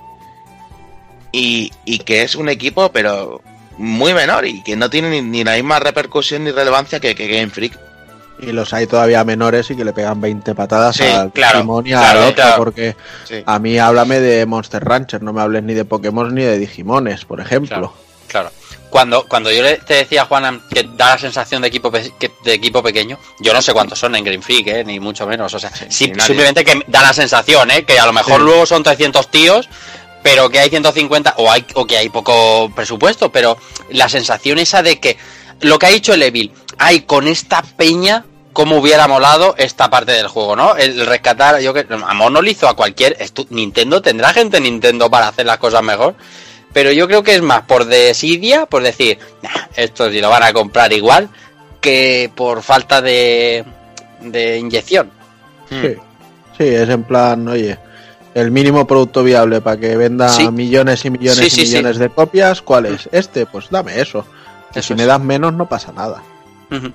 Y, y que es un equipo, pero muy menor y que no tiene ni, ni la misma repercusión ni relevancia que, que Game Freak. Y los hay todavía menores y que le pegan veinte patadas Sí, al claro, Digimon y claro, al otro, claro. porque Sí. a mí háblame de Monster Rancher, no me hables ni de Pokémon ni de Digimones, por ejemplo. Claro, claro. Cuando, cuando yo le- te decía, Juan, que da la sensación de equipo pe- que- de equipo pequeño, yo no sé cuántos son en Game Freak, ¿eh? Ni mucho menos. O sea, sí, ni nadie. simplemente que da la sensación, ¿eh? Que a lo mejor Sí. luego son trescientos tíos, pero que hay ciento cincuenta o, hay, o que hay poco presupuesto, pero la sensación esa de que lo que ha dicho el Evil, ay, con esta peña, cómo hubiera molado esta parte del juego, ¿no? El rescatar, yo que amor no lo hizo a cualquier... estu- Nintendo tendrá gente Nintendo para hacer las cosas mejor. Pero yo creo que es más por desidia, por decir, nah, esto si lo van a comprar igual, que por falta de, de inyección. Sí. Sí, es en plan, oye, el mínimo producto viable para que venda Sí. millones y millones Sí, y sí, sí. millones de copias, ¿cuál es? Este, pues dame eso. Y Eso si es. me das menos no pasa nada. Ujú.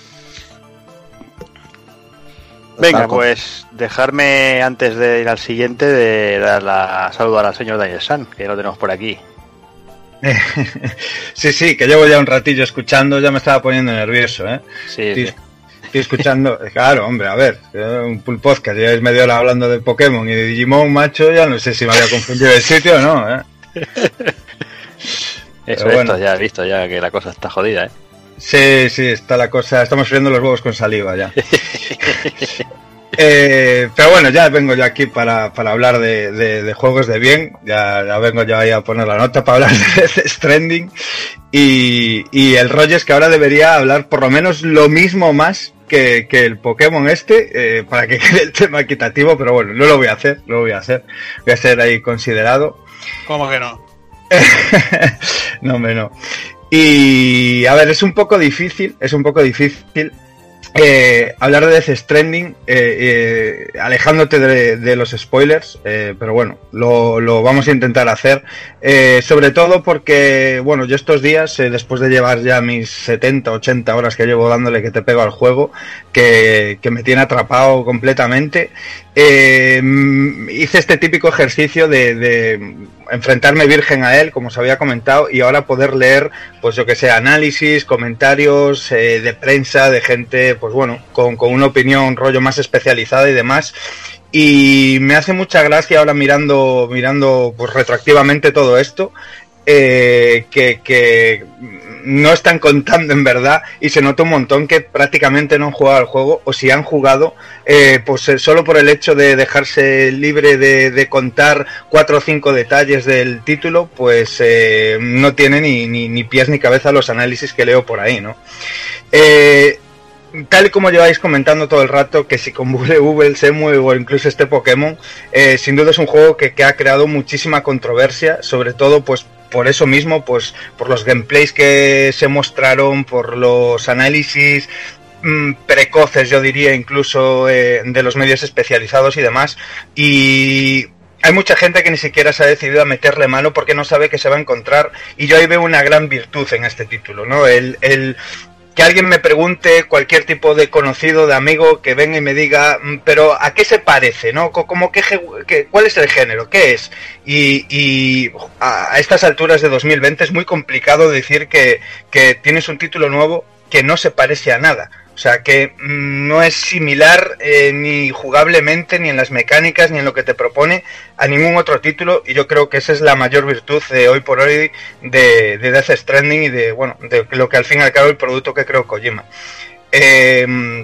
Venga, Está con- pues dejarme antes de ir al siguiente de dar la saludo al señor Daniel San, que lo tenemos por aquí. Sí, sí, que llevo ya un ratillo escuchando, ya me estaba poniendo nervioso, ¿eh? Sí, Estoy, sí. estoy escuchando, claro, hombre, a ver, eh, un full podcast, lleváis media hora hablando de Pokémon y de Digimon, macho, ya no sé si me había confundido el sitio o no, ¿eh? Eso, Pero bueno. esto ya he visto ya que la cosa está jodida, ¿eh? Sí, sí, está la cosa, estamos friendo los huevos con saliva ya. Eh, pero bueno, ya vengo yo aquí para, para hablar de, de, de juegos de bien, ya, ya vengo yo ahí a poner la nota para hablar de Death Stranding y, y el rollo es que ahora debería hablar por lo menos lo mismo más que, que el Pokémon este, eh, para que quede el tema equitativo, pero bueno, no lo voy a hacer, no lo voy a hacer, voy a ser ahí considerado. ¿Cómo que no? No, hombre, no. Y a ver, es un poco difícil, es un poco difícil eh, hablar de Death Stranding eh, eh, alejándote de, de los spoilers, eh, pero bueno, lo, lo vamos a intentar hacer, eh, sobre todo porque, bueno, yo estos días, eh, después de llevar ya mis setenta, ochenta horas que llevo dándole que te pego al juego, que, que me tiene atrapado completamente, eh, hice este típico ejercicio de... de enfrentarme virgen a él, como os había comentado, y ahora poder leer, pues yo que sé, análisis, comentarios eh, de prensa, de gente, pues bueno, con, con una opinión rollo más especializada y demás. Y me hace mucha gracia ahora mirando, mirando pues retroactivamente todo esto, eh, que, que no están contando en verdad, y se nota un montón que prácticamente no han jugado al juego, o si han jugado, eh, pues eh, solo por el hecho de dejarse libre de, de contar cuatro o cinco detalles del título, pues eh, no tiene ni, ni, ni pies ni cabeza los análisis que leo por ahí, ¿no? Eh, Tal y como lleváis comentando todo el rato, que si con Bubble Bubble, Semue o incluso este Pokémon, eh, sin duda es un juego que, que ha creado muchísima controversia, sobre todo pues por eso mismo, pues por los gameplays que se mostraron, por los análisis mmm, precoces, yo diría, incluso eh, de los medios especializados y demás, y hay mucha gente que ni siquiera se ha decidido a meterle mano porque no sabe que se va a encontrar, y yo ahí veo una gran virtud en este título, ¿no? El... el que alguien me pregunte, cualquier tipo de conocido, de amigo, que venga y me diga, pero ¿a qué se parece? ¿No? Como que, que, ¿cuál es el género? ¿Qué es? Y, y a estas alturas de dos mil veinte es muy complicado decir que, que tienes un título nuevo que no se parece a nada. O sea, que no es similar eh, ni jugablemente, ni en las mecánicas, ni en lo que te propone a ningún otro título, y yo creo que esa es la mayor virtud de hoy por hoy de, de Death Stranding y de, bueno, de lo que al fin y al cabo el producto que creó Kojima. Eh,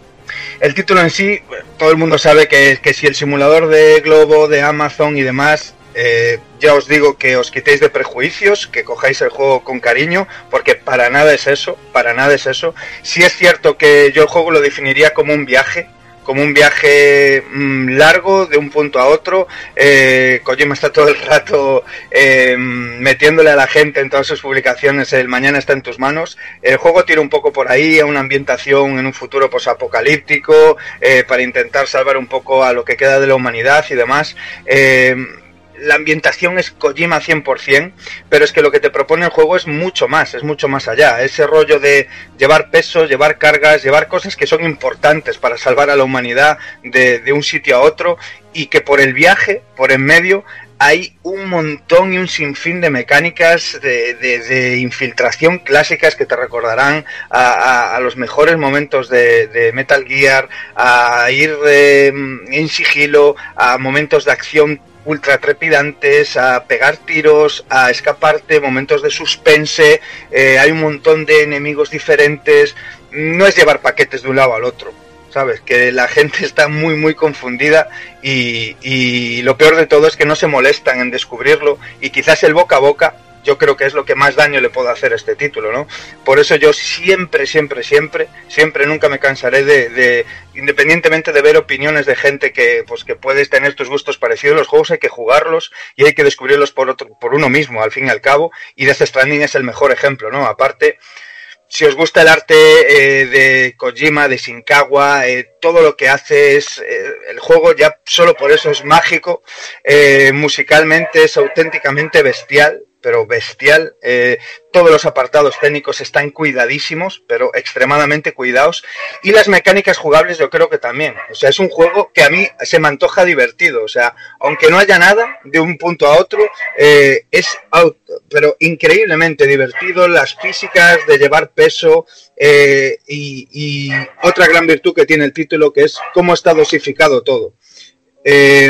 el título en sí, todo el mundo sabe que, que si el simulador de Globo, de Amazon y demás... Eh, ya os digo que os quitéis de prejuicios, que cojáis el juego con cariño, porque para nada es eso, para nada es eso. Sí es cierto que yo el juego lo definiría como un viaje, como un viaje mmm, largo de un punto a otro. eh, Kojima está todo el rato eh, metiéndole a la gente en todas sus publicaciones el mañana está en tus manos. El juego tira un poco por ahí a una ambientación en un futuro posapocalíptico, eh, para intentar salvar un poco a lo que queda de la humanidad y demás. eh, La ambientación es Kojima cien por ciento, pero es que lo que te propone el juego es mucho más, es mucho más allá. Ese rollo de llevar peso, llevar cargas, llevar cosas que son importantes para salvar a la humanidad de, de un sitio a otro, y que por el viaje, por en medio, hay un montón y un sinfín de mecánicas de, de, de infiltración clásicas que te recordarán a, a, a los mejores momentos de, de Metal Gear, a ir eh, en sigilo, a momentos de acción ultra trepidantes, a pegar tiros, a escaparte, momentos de suspense. eh, hay un montón de enemigos diferentes. No es llevar paquetes de un lado al otro, ¿sabes? Que la gente está muy muy confundida, y, y lo peor de todo es que no se molestan en descubrirlo, y quizás el boca a boca yo creo que es lo que más daño le puede hacer a este título, ¿no? Por eso yo siempre, siempre, siempre, siempre nunca me cansaré de, de independientemente de ver opiniones de gente que, pues, que puedes tener tus gustos parecidos, los juegos hay que jugarlos y hay que descubrirlos por otro, por uno mismo, al fin y al cabo, y Death Stranding es el mejor ejemplo, ¿no? Aparte, si os gusta el arte eh, de Kojima, de Shinkawa, eh, todo lo que hace es... Eh, el juego ya solo por eso es mágico, eh, musicalmente es auténticamente bestial, pero bestial. Eh, todos los apartados técnicos están cuidadísimos, pero extremadamente cuidados, y las mecánicas jugables yo creo que también. O sea, es un juego que a mí se me antoja divertido. O sea, aunque no haya nada de un punto a otro, eh, es auto, pero increíblemente divertido. Las físicas de llevar peso, eh, y, y otra gran virtud que tiene el título, que es cómo está dosificado todo. Eh,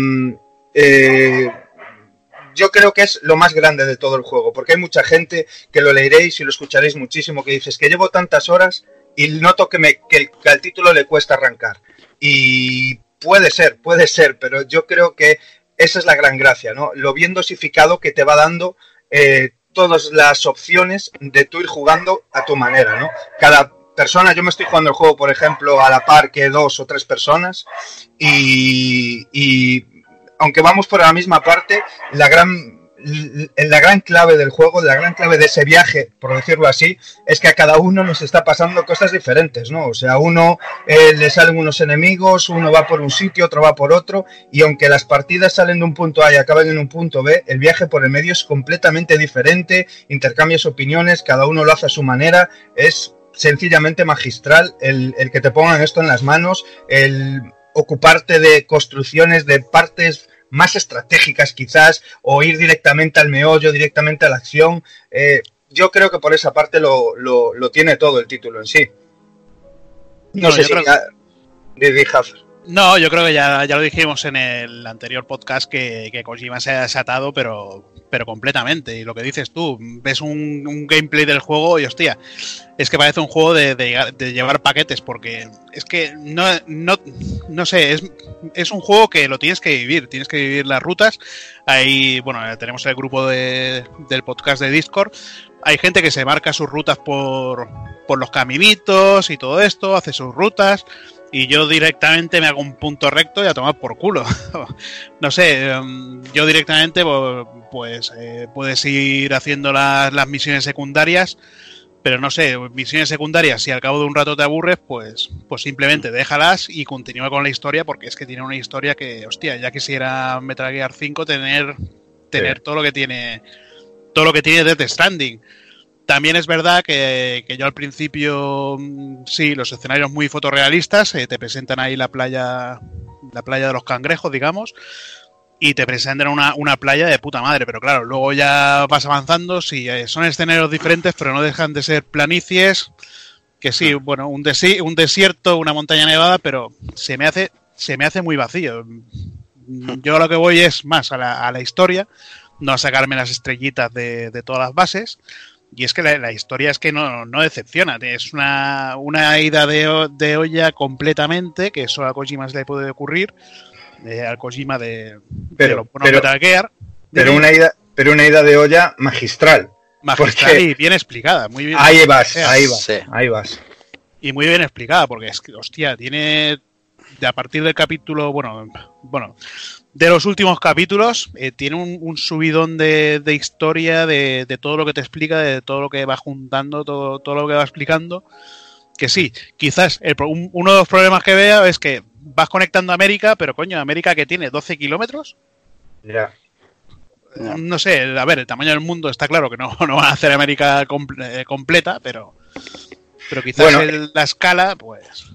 eh, Yo creo que es lo más grande de todo el juego, porque hay mucha gente que lo leeréis y lo escucharéis muchísimo, que dices que llevo tantas horas y noto que, me, que, el, que al título le cuesta arrancar. Y puede ser, puede ser, pero yo creo que esa es la gran gracia, ¿no? Lo bien dosificado que te va dando eh, todas las opciones de tú ir jugando a tu manera, ¿no? Cada persona, yo me estoy jugando el juego, por ejemplo, a la par que dos o tres personas, y... y aunque vamos por la misma parte, la gran, la gran clave del juego, la gran clave de ese viaje, por decirlo así, es que a cada uno nos está pasando cosas diferentes, ¿no? O sea, a uno eh, le salen unos enemigos, uno va por un sitio, otro va por otro, y aunque las partidas salen de un punto A y acaban en un punto B, el viaje por el medio es completamente diferente, intercambias opiniones, cada uno lo hace a su manera, es sencillamente magistral el, el que te pongan esto en las manos, el... ocuparte de construcciones, de partes más estratégicas quizás, o ir directamente al meollo, directamente a la acción. Eh, yo creo que por esa parte lo, lo, lo tiene todo el título en sí. No, no sé si... creo... ya... No, yo creo que ya, ya lo dijimos en el anterior podcast que, que Kojima se ha desatado, pero, pero completamente. Y lo que dices tú, ves un, un gameplay del juego y hostia, es que parece un juego de, de, de llevar paquetes, porque es que no, no, no sé, es, es un juego que lo tienes que vivir, tienes que vivir las rutas. Ahí, bueno, tenemos el grupo de, del podcast de Discord. Hay gente que se marca sus rutas por, por los caminitos y todo esto, hace sus rutas. Y yo directamente me hago un punto recto y a tomar por culo. No sé, yo directamente pues eh, puedes ir haciendo las, las misiones secundarias, pero no sé, misiones secundarias, si al cabo de un rato te aburres, pues, pues simplemente déjalas y continúa con la historia, porque es que tiene una historia que, hostia, ya quisiera Metal Gear cinco tener, tener sí. todo lo que tiene, todo lo que tiene Death Stranding. También es verdad que, que yo al principio, sí, los escenarios muy fotorrealistas, eh, te presentan ahí la playa, la playa de los cangrejos, digamos, y te presentan una, una playa de puta madre, pero claro, luego ya vas avanzando, sí, eh, son escenarios diferentes, pero no dejan de ser planicies, que sí, bueno, un, desi- un desierto, una montaña nevada, pero se me hace, se me hace muy vacío. Yo lo que voy es más a la, a la historia, no a sacarme las estrellitas de, de todas las bases. Y es que la, la historia es que no, no decepciona. Es una, una ida de, de olla completamente, que solo a Kojima se le puede ocurrir. Eh, al Kojima de, pero, de los buenos Metal Gear. Pero una, ida, pero una ida de olla magistral. Magistral y bien explicada. Muy bien. Ahí vas, ahí vas, sí. ahí vas. Y muy bien explicada, porque es que, hostia, tiene... De a partir del capítulo, bueno, bueno, de los últimos capítulos, eh, tiene un, un subidón de, de historia, de, de todo lo que te explica, de todo lo que va juntando, todo, todo lo que va explicando. Que sí, quizás el, un, uno de los problemas que veo es que vas conectando a América, pero coño, América que tiene doce kilómetros. Ya. Yeah. No sé, a ver, el tamaño del mundo está claro que no, no van a hacer América comple- eh, completa, pero, pero quizás bueno, el, la escala, pues...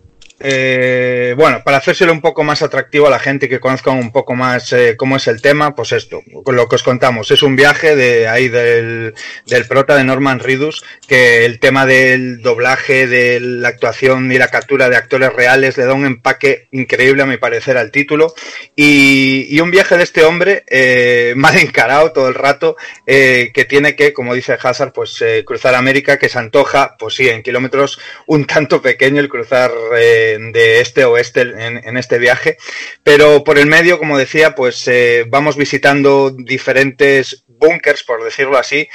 Eh, bueno, para hacérselo un poco más atractivo a la gente que conozca un poco más eh, cómo es el tema, pues esto, con lo que os contamos, es un viaje de ahí del, del prota de Norman Reedus, que el tema del doblaje, de la actuación y la captura de actores reales le da un empaque increíble a mi parecer al título, y, y un viaje de este hombre eh, mal encarado todo el rato, eh, que tiene que, como dice Hazard, pues eh, cruzar América, que se antoja, pues sí, en kilómetros un tanto pequeño el cruzar eh, de este a oeste en, en este viaje, pero por el medio, como decía, pues eh, vamos visitando diferentes búnkers, por decirlo así,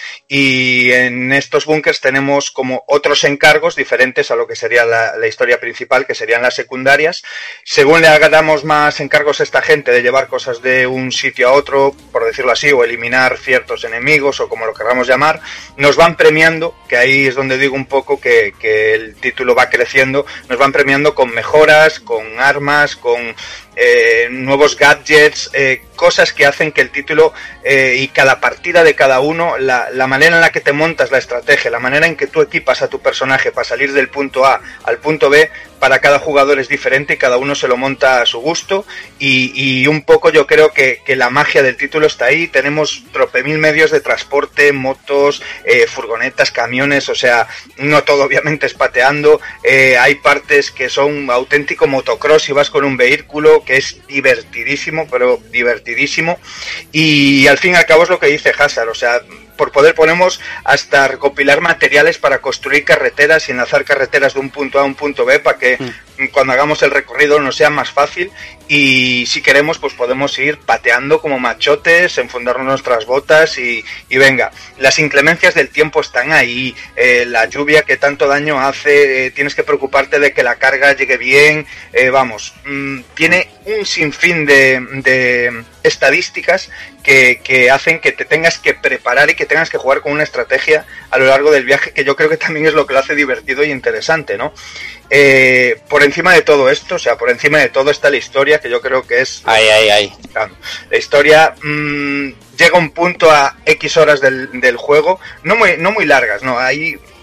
y en estos búnkers tenemos como otros encargos diferentes a lo que sería la, la historia principal, que serían las secundarias. Según le hagamos más encargos a esta gente de llevar cosas de un sitio a otro, por decirlo así, o eliminar ciertos enemigos, o como lo queramos llamar, nos van premiando, que ahí es donde digo un poco que, que el título va creciendo, nos van premiando con mejoras, con armas, con eh, nuevos gadgets, eh, cosas que hacen que el título eh, y cada partida de cada uno, la, la manera en la que te montas la estrategia, la manera en que tú equipas a tu personaje para salir del punto A al punto B, para cada jugador es diferente y cada uno se lo monta a su gusto, y, y un poco yo creo que, que la magia del título está ahí. Tenemos tropemil medios de transporte, motos, eh, furgonetas, camiones, o sea, no todo obviamente es pateando, eh, hay partes que son auténtico motocross y vas con un vehículo que es divertidísimo, pero divertidísimo, y al fin y al cabo es lo que dice Hazard, o sea, por poder ponemos hasta recopilar materiales para construir carreteras y enlazar carreteras de un punto A a un punto B para que mm. cuando hagamos el recorrido nos sea más fácil, y si queremos pues podemos ir pateando como machotes, enfundarnos nuestras botas y, y venga, las inclemencias del tiempo están ahí, eh, la lluvia que tanto daño hace, eh, tienes que preocuparte de que la carga llegue bien, eh, vamos, mmm, tiene un sinfín de, de estadísticas que, que hacen que te tengas que preparar y que tengas que jugar con una estrategia a lo largo del viaje, que yo creo que también es lo que lo hace divertido y interesante, ¿no? Eh, por encima de todo esto, o sea, por encima de todo está la historia, que yo creo que es... Ay, ay, ay. La historia mmm, llega a un punto a X horas del, del juego, no muy, no muy largas, no, hay...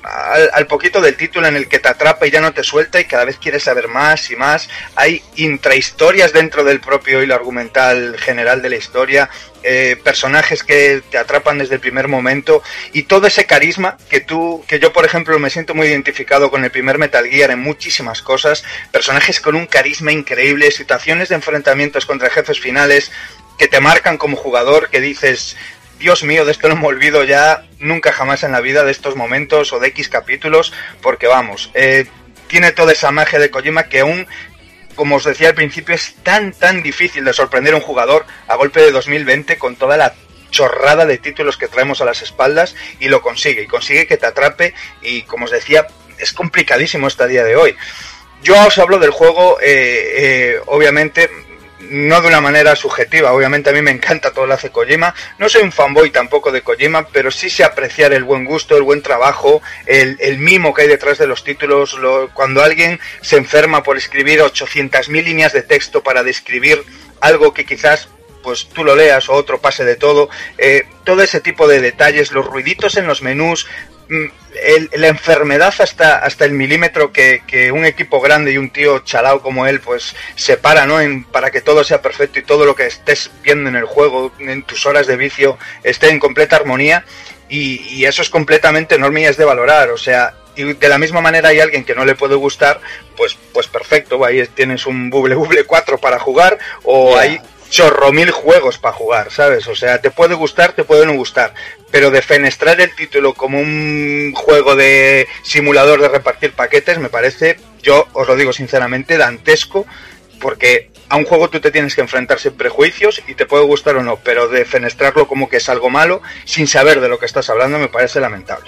al, al poquito del título en el que te atrapa y ya no te suelta y cada vez quieres saber más y más. Hay intrahistorias dentro del propio hilo argumental general de la historia, eh, personajes que te atrapan desde el primer momento y todo ese carisma que tú, que yo por ejemplo me siento muy identificado con el primer Metal Gear en muchísimas cosas, personajes con un carisma increíble, situaciones de enfrentamientos contra jefes finales que te marcan como jugador, que dices, Dios mío, de esto no me olvido ya nunca jamás en la vida, de estos momentos o de X capítulos, porque vamos, eh, tiene toda esa magia de Kojima que aún, como os decía al principio, es tan tan difícil de sorprender a un jugador a golpe de dos mil veinte con toda la chorrada de títulos que traemos a las espaldas, y lo consigue, y consigue que te atrape, y como os decía, es complicadísimo hasta el día de hoy. Yo os hablo del juego, eh, eh, obviamente, no de una manera subjetiva, obviamente a mí me encanta todo lo que hace Kojima, no soy un fanboy tampoco de Kojima, pero sí sé apreciar el buen gusto, el buen trabajo, el, el mimo que hay detrás de los títulos, lo, cuando alguien se enferma por escribir ochocientas mil líneas de texto para describir algo que quizás pues tú lo leas o otro pase de todo, eh, todo ese tipo de detalles, los ruiditos en los menús, el, la enfermedad hasta hasta el milímetro que, que un equipo grande y un tío chalao como él pues separa, ¿no? En, para que todo sea perfecto y todo lo que estés viendo en el juego, en tus horas de vicio, esté en completa armonía, y, y eso es completamente enorme y es de valorar, o sea, y de la misma manera hay alguien que no le puede gustar, pues pues perfecto, ahí tienes un Bubble Bubble cuatro para jugar, o yeah. hay chorro mil juegos para jugar, ¿sabes? O sea, te puede gustar, te puede no gustar, pero defenestrar el título como un juego de simulador de repartir paquetes me parece, yo os lo digo sinceramente, dantesco, porque a un juego tú te tienes que enfrentar sin prejuicios y te puede gustar o no, pero defenestrarlo como que es algo malo sin saber de lo que estás hablando me parece lamentable.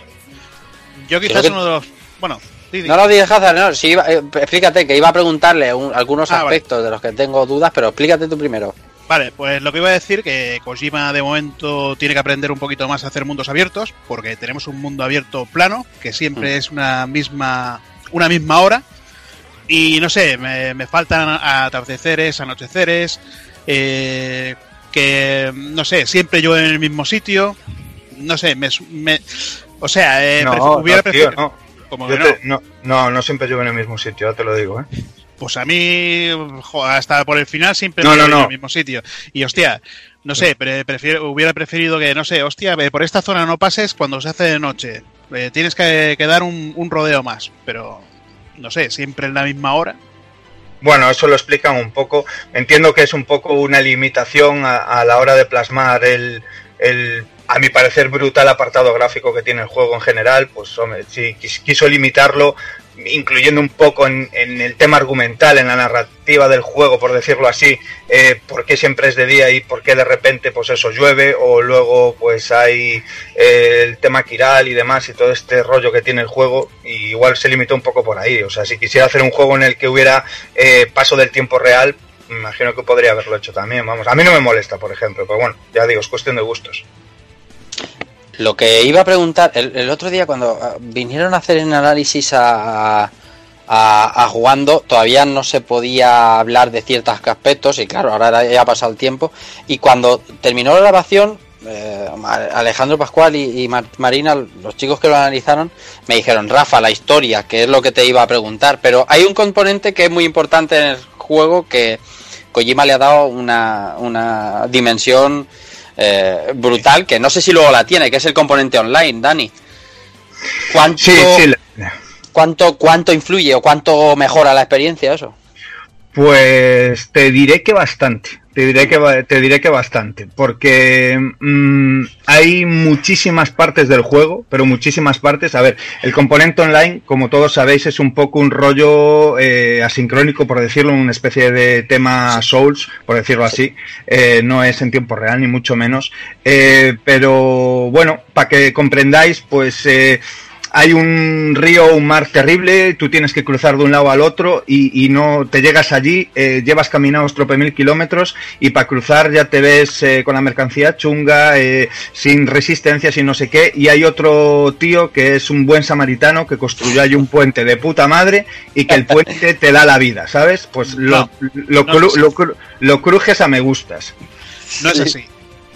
Yo quizás que... uno de los... Bueno... Sí, sí. No lo digas, Hazard, no, si iba, eh, fíjate que iba a preguntarle un, algunos ah, aspectos vale. de los que tengo dudas, pero explícate tú primero. Vale, pues lo que iba a decir, que Kojima de momento tiene que aprender un poquito más a hacer mundos abiertos, porque tenemos un mundo abierto plano, que siempre mm. es una misma una misma hora, y no sé, me, me faltan atardeceres, anocheceres, eh, que no sé, siempre yo en el mismo sitio, no sé, me, me o sea, eh, no, pref- hubiera no, preferido... Tío, no. Como Yo que te, no. no, no, no siempre llueve en el mismo sitio, ya te lo digo, ¿eh? Pues a mí, jo, hasta por el final siempre no, me no, no. en el mismo sitio. Y hostia, no sé, pre- prefiero, hubiera preferido que, no sé, hostia, por esta zona no pases cuando se hace de noche. Eh, tienes que, que dar un, un rodeo más, pero no sé, siempre en la misma hora. Bueno, eso lo explican un poco. Entiendo que es un poco una limitación a, a la hora de plasmar el... el a mi parecer brutal apartado gráfico que tiene el juego en general, pues hombre, sí, quiso limitarlo, incluyendo un poco en, en el tema argumental, en la narrativa del juego, por decirlo así, eh, por qué siempre es de día y por qué de repente pues eso llueve, o luego pues hay eh, el tema Kiral y demás y todo este rollo que tiene el juego, y igual se limitó un poco por ahí. O sea, si quisiera hacer un juego en el que hubiera eh, paso del tiempo real, me imagino que podría haberlo hecho también, vamos. A mí no me molesta, por ejemplo, pero bueno, ya digo, es cuestión de gustos. Lo que iba a preguntar, el, el otro día cuando vinieron a hacer un análisis a, a, a jugando, todavía no se podía hablar de ciertos aspectos, y claro, ahora ya ha pasado el tiempo, y cuando terminó la grabación, eh, Alejandro Pascual y, y Marina, los chicos que lo analizaron, me dijeron, Rafa, la historia, que es lo que te iba a preguntar, pero hay un componente que es muy importante en el juego, que Kojima le ha dado una, una dimensión... Eh, brutal, que no sé si luego la tiene, que es el componente online, Dani. ¿Cuánto, sí, sí. ¿cuánto, cuánto influye o cuánto mejora la experiencia eso? Pues te diré que bastante. Te diré que te diré que bastante, porque mmm, hay muchísimas partes del juego, pero muchísimas partes. A ver, el componente online, como todos sabéis, es un poco un rollo eh, asincrónico, por decirlo, una especie de tema Souls, por decirlo así. Eh, no es en tiempo real, ni mucho menos. Eh, pero bueno, para que comprendáis, pues... Eh, hay un río o un mar terrible, tú tienes que cruzar de un lado al otro y, y no te llegas allí, eh, llevas caminados trope mil kilómetros y para cruzar ya te ves eh, con la mercancía chunga, eh, sin resistencia, sin no sé qué, y hay otro tío que es un buen samaritano que construyó allí un puente de puta madre y que el puente te da la vida, ¿sabes? Pues lo, no, lo, no cru, lo, cru, lo crujes a me gustas. No es así.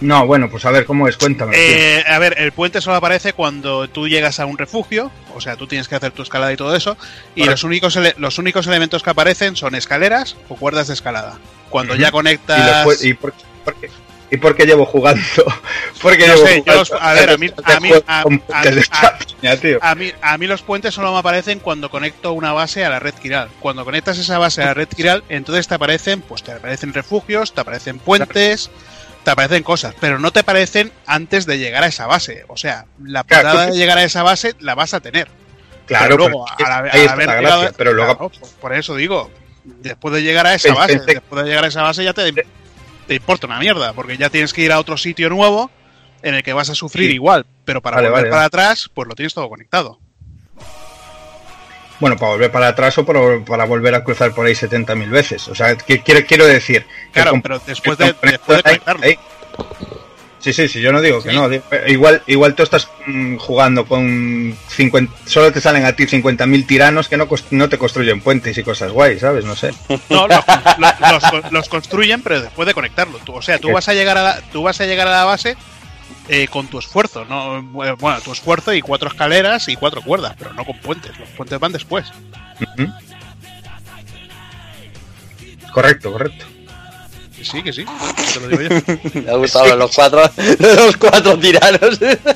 No, bueno, pues a ver cómo es, cuéntame. Eh, a ver, el puente solo aparece cuando tú llegas a un refugio, o sea, tú tienes que hacer tu escalada y todo eso, y Vale. los únicos ele- los únicos elementos que aparecen son escaleras o cuerdas de escalada. Cuando Ujú. ya ¿Y, conectas... los pu- y por, por qué, ¿Y por qué llevo jugando? Porque No llevo sé, yo jugando los- a ver, a mí- de a mí- juego a- con a- puentes de a- España, tío. A mí, a mí los puentes solo me aparecen cuando conecto una base a la red Kiral. Cuando conectas esa base a la red Kiral, entonces te aparecen, pues te aparecen refugios, te aparecen puentes, te aparecen cosas, pero no te aparecen antes de llegar a esa base. O sea, la Claro, parada tú- de llegar a esa base la vas a tener. Claro, pero luego, pero a la, ahí a está haber la llegado- gracia, pero luego- claro, por- por eso digo, después de llegar a esa Pensé- base, pensé- después de llegar a esa base ya te, te importa una mierda, porque ya tienes que ir a otro sitio nuevo en el que vas a sufrir Sí. igual, pero para Vale, volver vale, para vale. atrás, pues lo tienes todo conectado. Bueno, para volver para atrás o para, para volver a cruzar por ahí setenta mil veces. O sea, que, quiero, quiero decir... que Claro, el pero comp- después el de, componente después de ahí- conectarlo. ahí- Sí, sí, sí, yo no digo que Sí. no. digo- eh, Igual, igual tú estás mm, jugando con cincuenta... Solo te salen a ti cincuenta mil tiranos que no, cos- no te construyen puentes y cosas guay, ¿sabes? No sé. No, los, los- los- los construyen, pero después de conectarlo. Tú- o sea, tú vas a llegar a la, tú vas a llegar a la base eh, con tu esfuerzo, no, eh, bueno, tu esfuerzo y cuatro escaleras y cuatro cuerdas, pero no con puentes. Los puentes van después. Ujú. Correcto, correcto. Que sí, que sí. Te lo digo yo. Me ha gustado los cuatro, los cuatro tiranos.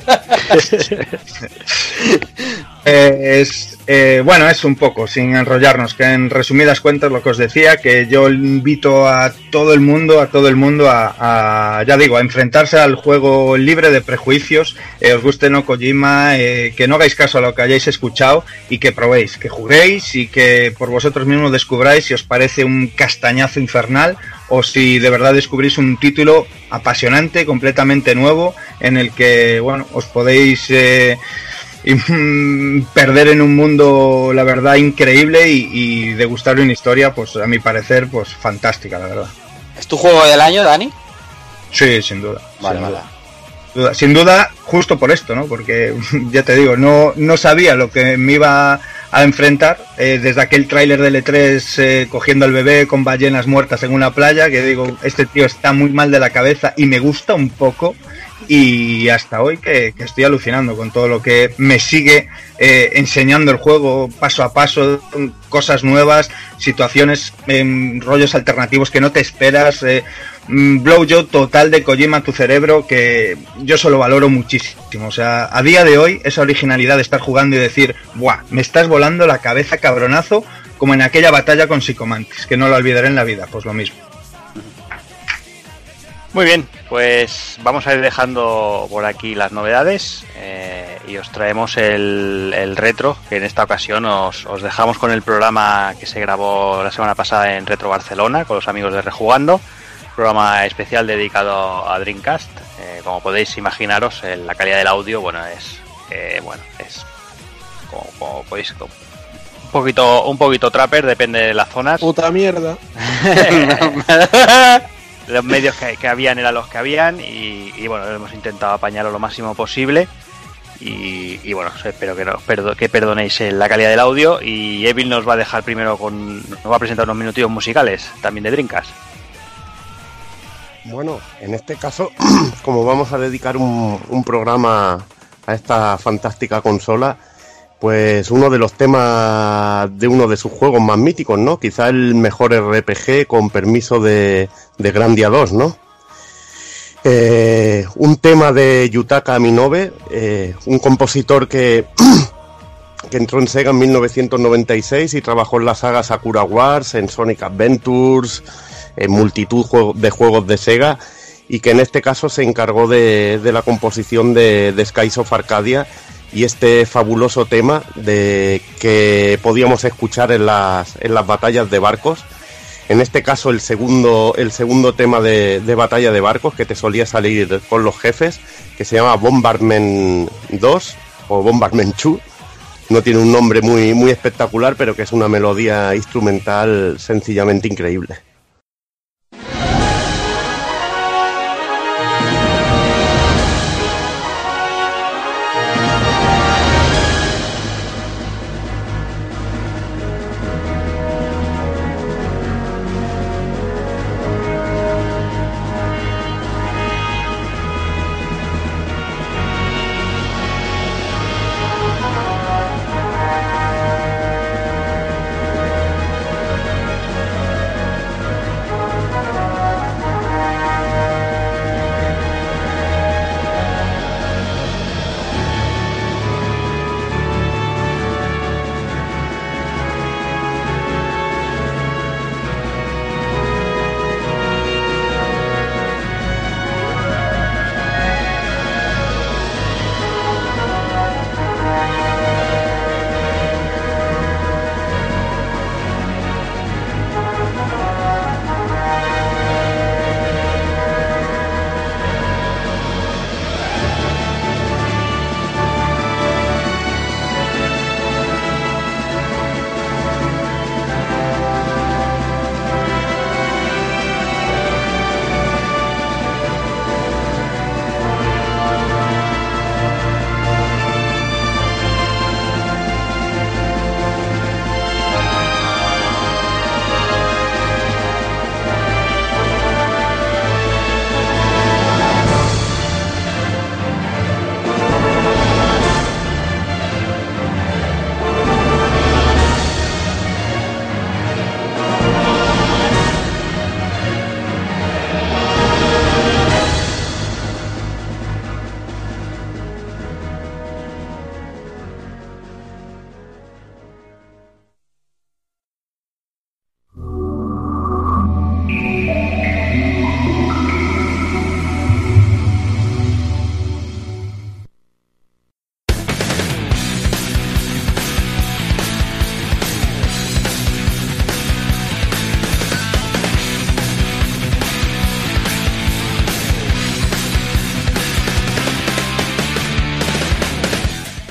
Eh, es, eh, bueno, es un poco, sin enrollarnos, que en resumidas cuentas lo que os decía, que yo invito a todo el mundo, a todo el mundo a, a, ya digo, a enfrentarse al juego libre de prejuicios, eh, os guste no Kojima, eh, que no hagáis caso a lo que hayáis escuchado y que probéis, que juguéis y que por vosotros mismos descubráis si os parece un castañazo infernal o si de verdad descubrís un título apasionante, completamente nuevo, en el que, bueno, os podéis... Eh, y mm, perder en un mundo, la verdad, increíble y, y degustar una historia, pues a mi parecer, pues fantástica, la verdad. ¿Es tu juego del año, Dani? Sí, sin duda. Vale, sin vale. duda. Sin duda, justo por esto, ¿no? Porque, ya te digo, no, no sabía lo que me iba a enfrentar eh, desde aquel tráiler del E tres eh, cogiendo al bebé con ballenas muertas en una playa, que digo, este tío está muy mal de la cabeza y me gusta un poco. Y hasta hoy que, que estoy alucinando con todo lo que me sigue eh, enseñando el juego paso a paso, cosas nuevas, situaciones, eh, rollos alternativos que no te esperas, eh, mm, blowjob total de Kojima a tu cerebro que yo solo valoro muchísimo. O sea, a día de hoy esa originalidad de estar jugando y decir, ¡buah! Me estás volando la cabeza, cabronazo, como en aquella batalla con Psychomantis, que no lo olvidaré en la vida, pues lo mismo. Muy bien, pues vamos a ir dejando por aquí las novedades eh, y os traemos el, el retro, que en esta ocasión os, os dejamos con el programa que se grabó la semana pasada en Retro Barcelona con los amigos de Rejugando, programa especial dedicado a Dreamcast. Eh, como podéis imaginaros, eh, la calidad del audio, bueno, es eh, bueno, es como, como podéis como, un poquito un poquito trapper, depende de las zonas. Puta mierda. Los medios que, que habían eran los que habían y, y bueno, hemos intentado apañarlo lo máximo posible y, y bueno, espero que, no, perdo, que perdonéis la calidad del audio y Evil nos va a dejar primero con, nos va a presentar unos minutillos musicales también de Dreamcast. Bueno, en este caso, como vamos a dedicar un, un programa a esta fantástica consola, pues uno de los temas de uno de sus juegos más míticos, ¿no? Quizá el mejor R P G con permiso de, de Grandia dos, ¿no? Eh, un tema de Yutaka Minobe, eh, un compositor que, que entró en Sega en mil novecientos noventa y seis y trabajó en la saga Sakura Wars, en Sonic Adventures, en multitud de juegos de Sega, y que en este caso se encargó de, de la composición de, de Skies of Arcadia y este fabuloso tema de que podíamos escuchar en las, en las batallas de barcos. En este caso el segundo, el segundo tema de, de batalla de barcos que te solía salir con los jefes, que se llama Bombardment dos o Bombardment dos. No tiene un nombre muy, muy espectacular, pero que es una melodía instrumental sencillamente increíble.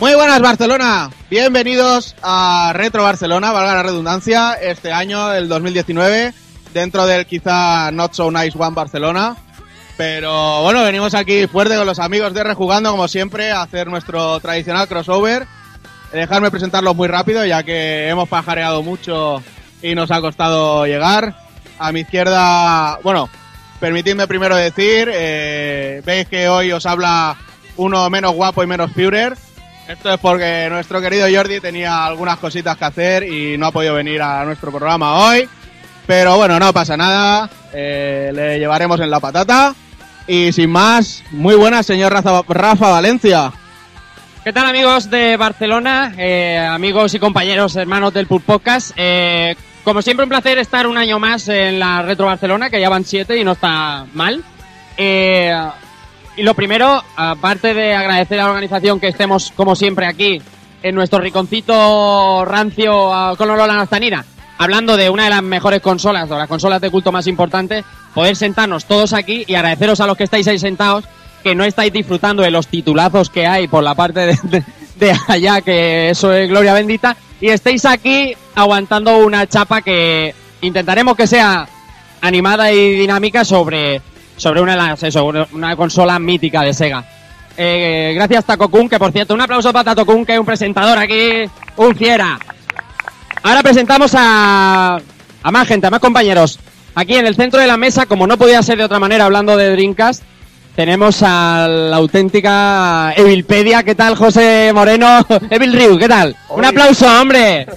Muy buenas, Barcelona. Bienvenidos a Retro Barcelona, valga la redundancia, este año, el dos mil diecinueve, dentro del quizá Not So Nice One Barcelona. Pero bueno, venimos aquí fuerte con los amigos de Rejugando, como siempre, a hacer nuestro tradicional crossover. Dejarme presentarlos muy rápido, ya que hemos pajareado mucho y nos ha costado llegar. A mi izquierda, bueno, permitidme primero decir, eh, veis que hoy os habla uno menos guapo y menos Führer. Esto es porque nuestro querido Jordi tenía algunas cositas que hacer y no ha podido venir a nuestro programa hoy. Pero bueno, no pasa nada, eh, le llevaremos en la patata. Y sin más, muy buenas, señor Rafa, Rafa Valencia. ¿Qué tal, amigos de Barcelona, eh, amigos y compañeros, hermanos del Pulp Podcast? Eh, como siempre, un placer estar un año más en la Retro Barcelona, que ya van siete y no está mal. Eh, y lo primero, aparte de agradecer a la organización que estemos, como siempre, aquí en nuestro rinconcito rancio uh, con olor a naftalina, hablando de una de las mejores consolas, o las consolas de culto más importantes, poder sentarnos todos aquí y agradeceros a los que estáis ahí sentados, que no estáis disfrutando de los titulazos que hay por la parte de, de, de allá, que eso es gloria bendita, y estéis aquí aguantando una chapa que intentaremos que sea animada y dinámica sobre, sobre una, de las, eso, una consola mítica de Sega. Eh, gracias, Taco Kun, que por cierto, un aplauso para Taco Kun, que es un presentador aquí, un fiera. Ahora presentamos a, a más gente, a más compañeros. Aquí en el centro de la mesa, como no podía ser de otra manera hablando de Dreamcast, tenemos a la auténtica Evilpedia. ¿Qué tal, José Moreno? Evil Ryu, ¿qué tal? Oye. Un aplauso, hombre.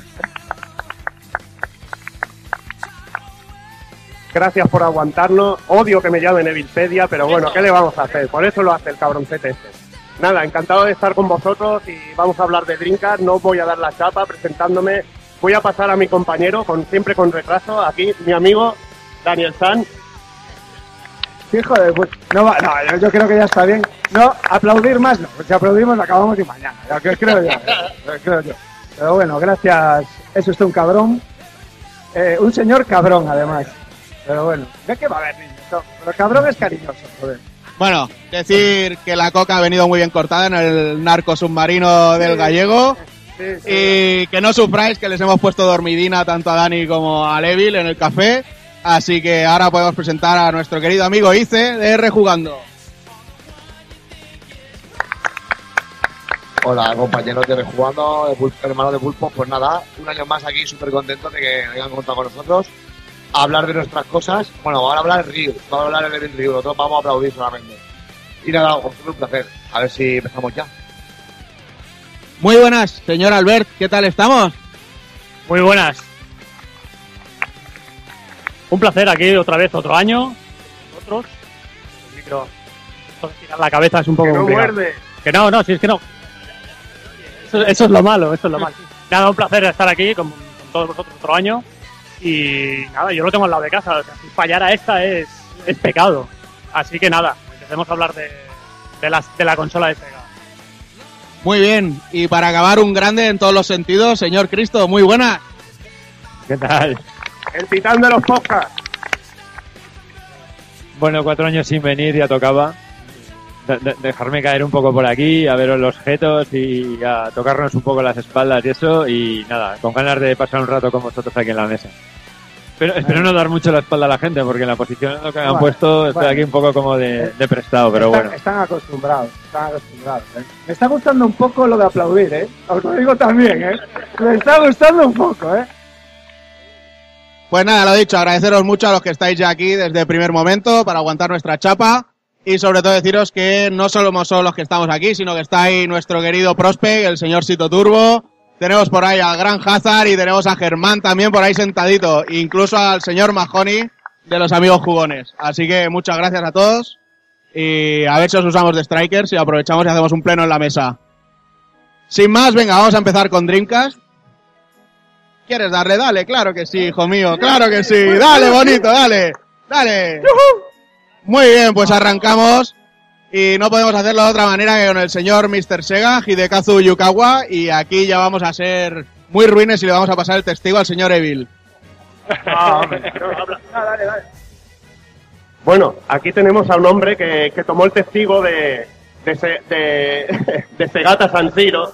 Gracias por aguantarnos. Odio que me llamen Evilpedia, pero bueno, ¿qué le vamos a hacer? Por eso lo hace el cabroncete este. Nada, encantado de estar con vosotros y vamos a hablar de Dreamcast. No os voy a dar la chapa presentándome. Voy a pasar a mi compañero, con siempre con retraso, aquí, mi amigo Daniel San. Sí, joder, pues no va, no, yo, yo creo que ya está bien. No, aplaudir más no, si aplaudimos acabamos y mañana, ya que creo yo, creo yo. Pero bueno, gracias, es usted un cabrón, eh, un señor cabrón además. Pero bueno, ¿de qué va a haber, niños? No, pero cabrón es cariñoso, joder. Bueno, decir que la coca ha venido muy bien cortada en el narco submarino del gallego. Sí, sí. Y que no sufráis que les hemos puesto dormidina tanto a Dani como a Levil en el café. Así que ahora podemos presentar a nuestro querido amigo Ice de Rejugando. Hola, compañeros de Rejugando, hermanos de Pulpo. Pues nada, un año más aquí, súper contentos de que hayan contado con nosotros a hablar de nuestras cosas. Bueno, vamos a hablar de Ryu, vamos a hablar de Evil Ryu, nosotros vamos a aplaudir solamente. Y nada, os un placer. A ver si empezamos ya. Muy buenas, señor Albert, ¿qué tal estamos? Muy buenas. Un placer aquí otra vez, otro año. Nosotros. El micro. Esto de tirar la cabeza es un poco que no complicado. muerde. Que no, no, si es que no. Eso, eso es lo malo, eso es lo malo. Nada, un placer estar aquí con, con todos vosotros otro año. Y nada, yo lo tengo al lado de casa. O sea, si fallara esta es, es pecado. Así que nada, empecemos a hablar de, de, las, de la consola de Sega. Muy bien, y para acabar un grande en todos los sentidos, señor Cristo, muy buena. ¿Qué tal? El titán de los podcasts. Bueno, cuatro años sin venir, ya tocaba de- de- dejarme caer un poco por aquí, a veros los jetos y a tocarnos un poco las espaldas y eso, y nada, con ganas de pasar un rato con vosotros aquí en la mesa. Pero espero no dar mucho la espalda a la gente, porque en la posición en la que me han Bueno, puesto estoy bueno. aquí un poco como de, de prestado, pero están, bueno. Están acostumbrados, están acostumbrados. ¿eh? Me está gustando un poco lo de aplaudir, ¿eh? Os lo digo también, ¿eh? Me está gustando un poco, ¿eh? Pues nada, lo dicho, agradeceros mucho a los que estáis ya aquí desde el primer momento para aguantar nuestra chapa y sobre todo deciros que no solo somos los que estamos aquí, sino que está ahí nuestro querido Prospect, el señor Sito Turbo, tenemos por ahí al gran Hazard y tenemos a Germán también por ahí sentadito, incluso al señor Mahoney de los amigos jugones. Así que muchas gracias a todos y a ver si os usamos de strikers y aprovechamos y hacemos un pleno en la mesa. Sin más, venga, vamos a empezar con Dreamcast. ¿Quieres darle? Dale, claro que sí, hijo mío, claro que sí. Dale, bonito, dale, dale. Muy bien, pues arrancamos. Y no podemos hacerlo de otra manera que con el señor mister Sega, Hidekazu Yukawa. Y aquí ya vamos a ser muy ruines y le vamos a pasar el testigo al señor Evil. Ah, hombre, no, habla. No, dale, dale. Bueno, aquí tenemos a un hombre que, que tomó el testigo de, de, Se- de, de Segata San Siro